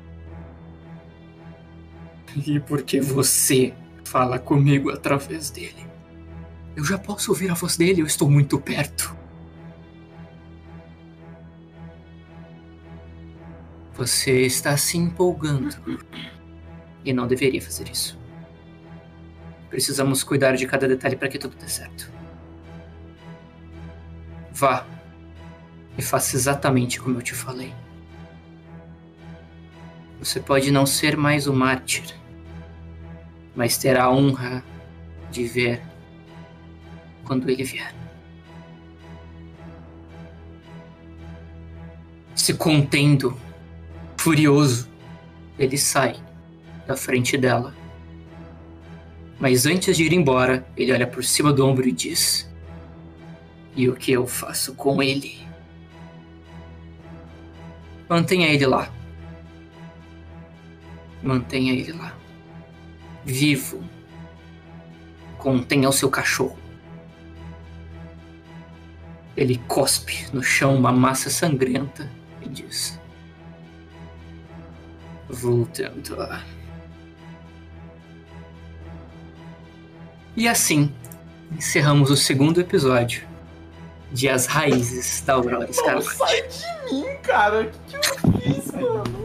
[SPEAKER 2] E porque você fala comigo através dele, eu já posso ouvir a voz dele. Eu estou muito perto. Você está se empolgando e não deveria fazer isso. Precisamos cuidar de cada detalhe para que tudo dê certo. Vá e faça exatamente como eu te falei. Você pode não ser mais o mártir, mas terá a honra de ver quando ele vier. Se contendo, furioso, ele sai da frente dela. Mas antes de ir embora, ele olha por cima do ombro e diz: E o que eu faço com ele? Mantenha ele lá. Mantenha ele lá. Vivo. Contenha o seu cachorro. Ele cospe no chão uma massa sangrenta e diz: Vou tentar. E assim, encerramos o segundo episódio de As Raízes da Aurora Escarlate.
[SPEAKER 6] Sai de mim, cara! O que, que eu fiz, mano?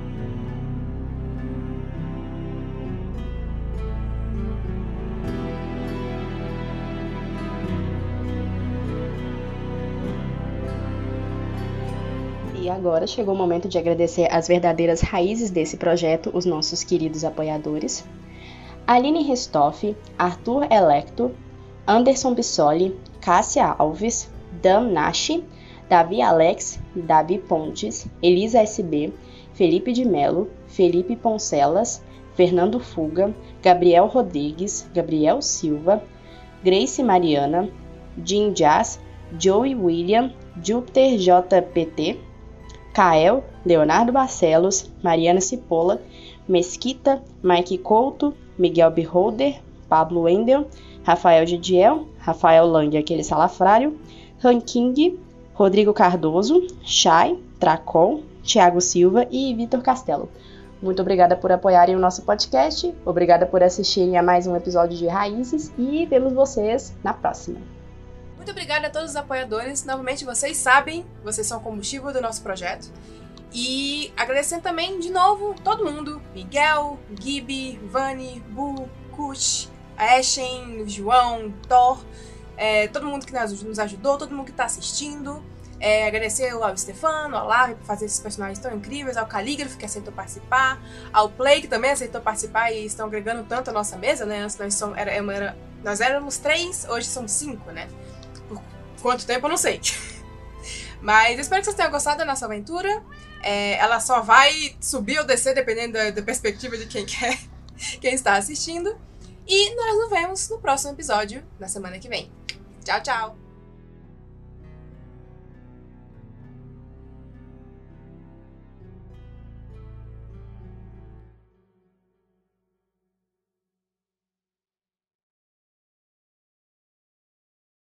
[SPEAKER 5] E agora chegou o momento de agradecer as verdadeiras raízes desse projeto, os nossos queridos apoiadores. Aline Ristoff, Arthur Electo, Anderson Bissoli, Cássia Alves, Dan Nashi, Davi Alex, Davi Pontes, Elisa S B, Felipe de Melo, Felipe Poncelas, Fernando Fuga, Gabriel Rodrigues, Gabriel Silva, Grace Mariana, Jim Jazz, Joey William, Júpiter J P T, Kael, Leonardo Barcelos, Mariana Cipolla, Mesquita, Mike Couto, Miguel Beholder, Pablo Wendel, Rafael Gidiel, Rafael Lang, aquele salafrário, Ranking,
[SPEAKER 8] Rodrigo Cardoso, Chay, Tracol, Thiago Silva e Vitor Castelo. Muito obrigada por apoiarem o nosso podcast, obrigada por assistirem a mais um episódio de Raízes e vemos vocês na próxima.
[SPEAKER 1] Muito obrigada a todos os apoiadores, novamente vocês sabem, vocês são o combustível do nosso projeto. E agradecendo também, de novo, todo mundo, Miguel, Gibi, Vani, Bu, Kush, Ashen, João, Thor, é, todo mundo que nos ajudou, todo mundo que está assistindo. É, agradecer ao Stefano, ao Larry por fazer esses personagens tão incríveis, ao Calígrafo que aceitou participar, ao Play que também aceitou participar e estão agregando tanto a nossa mesa, né? Antes nós, somos, era, era, nós éramos três, hoje somos cinco, né? Por quanto tempo eu não sei. Mas eu espero que vocês tenham gostado da nossa aventura. É, ela só vai subir ou descer dependendo da, da perspectiva de quem quer, quem está assistindo. E nós nos vemos no próximo episódio, na semana que vem. Tchau, tchau!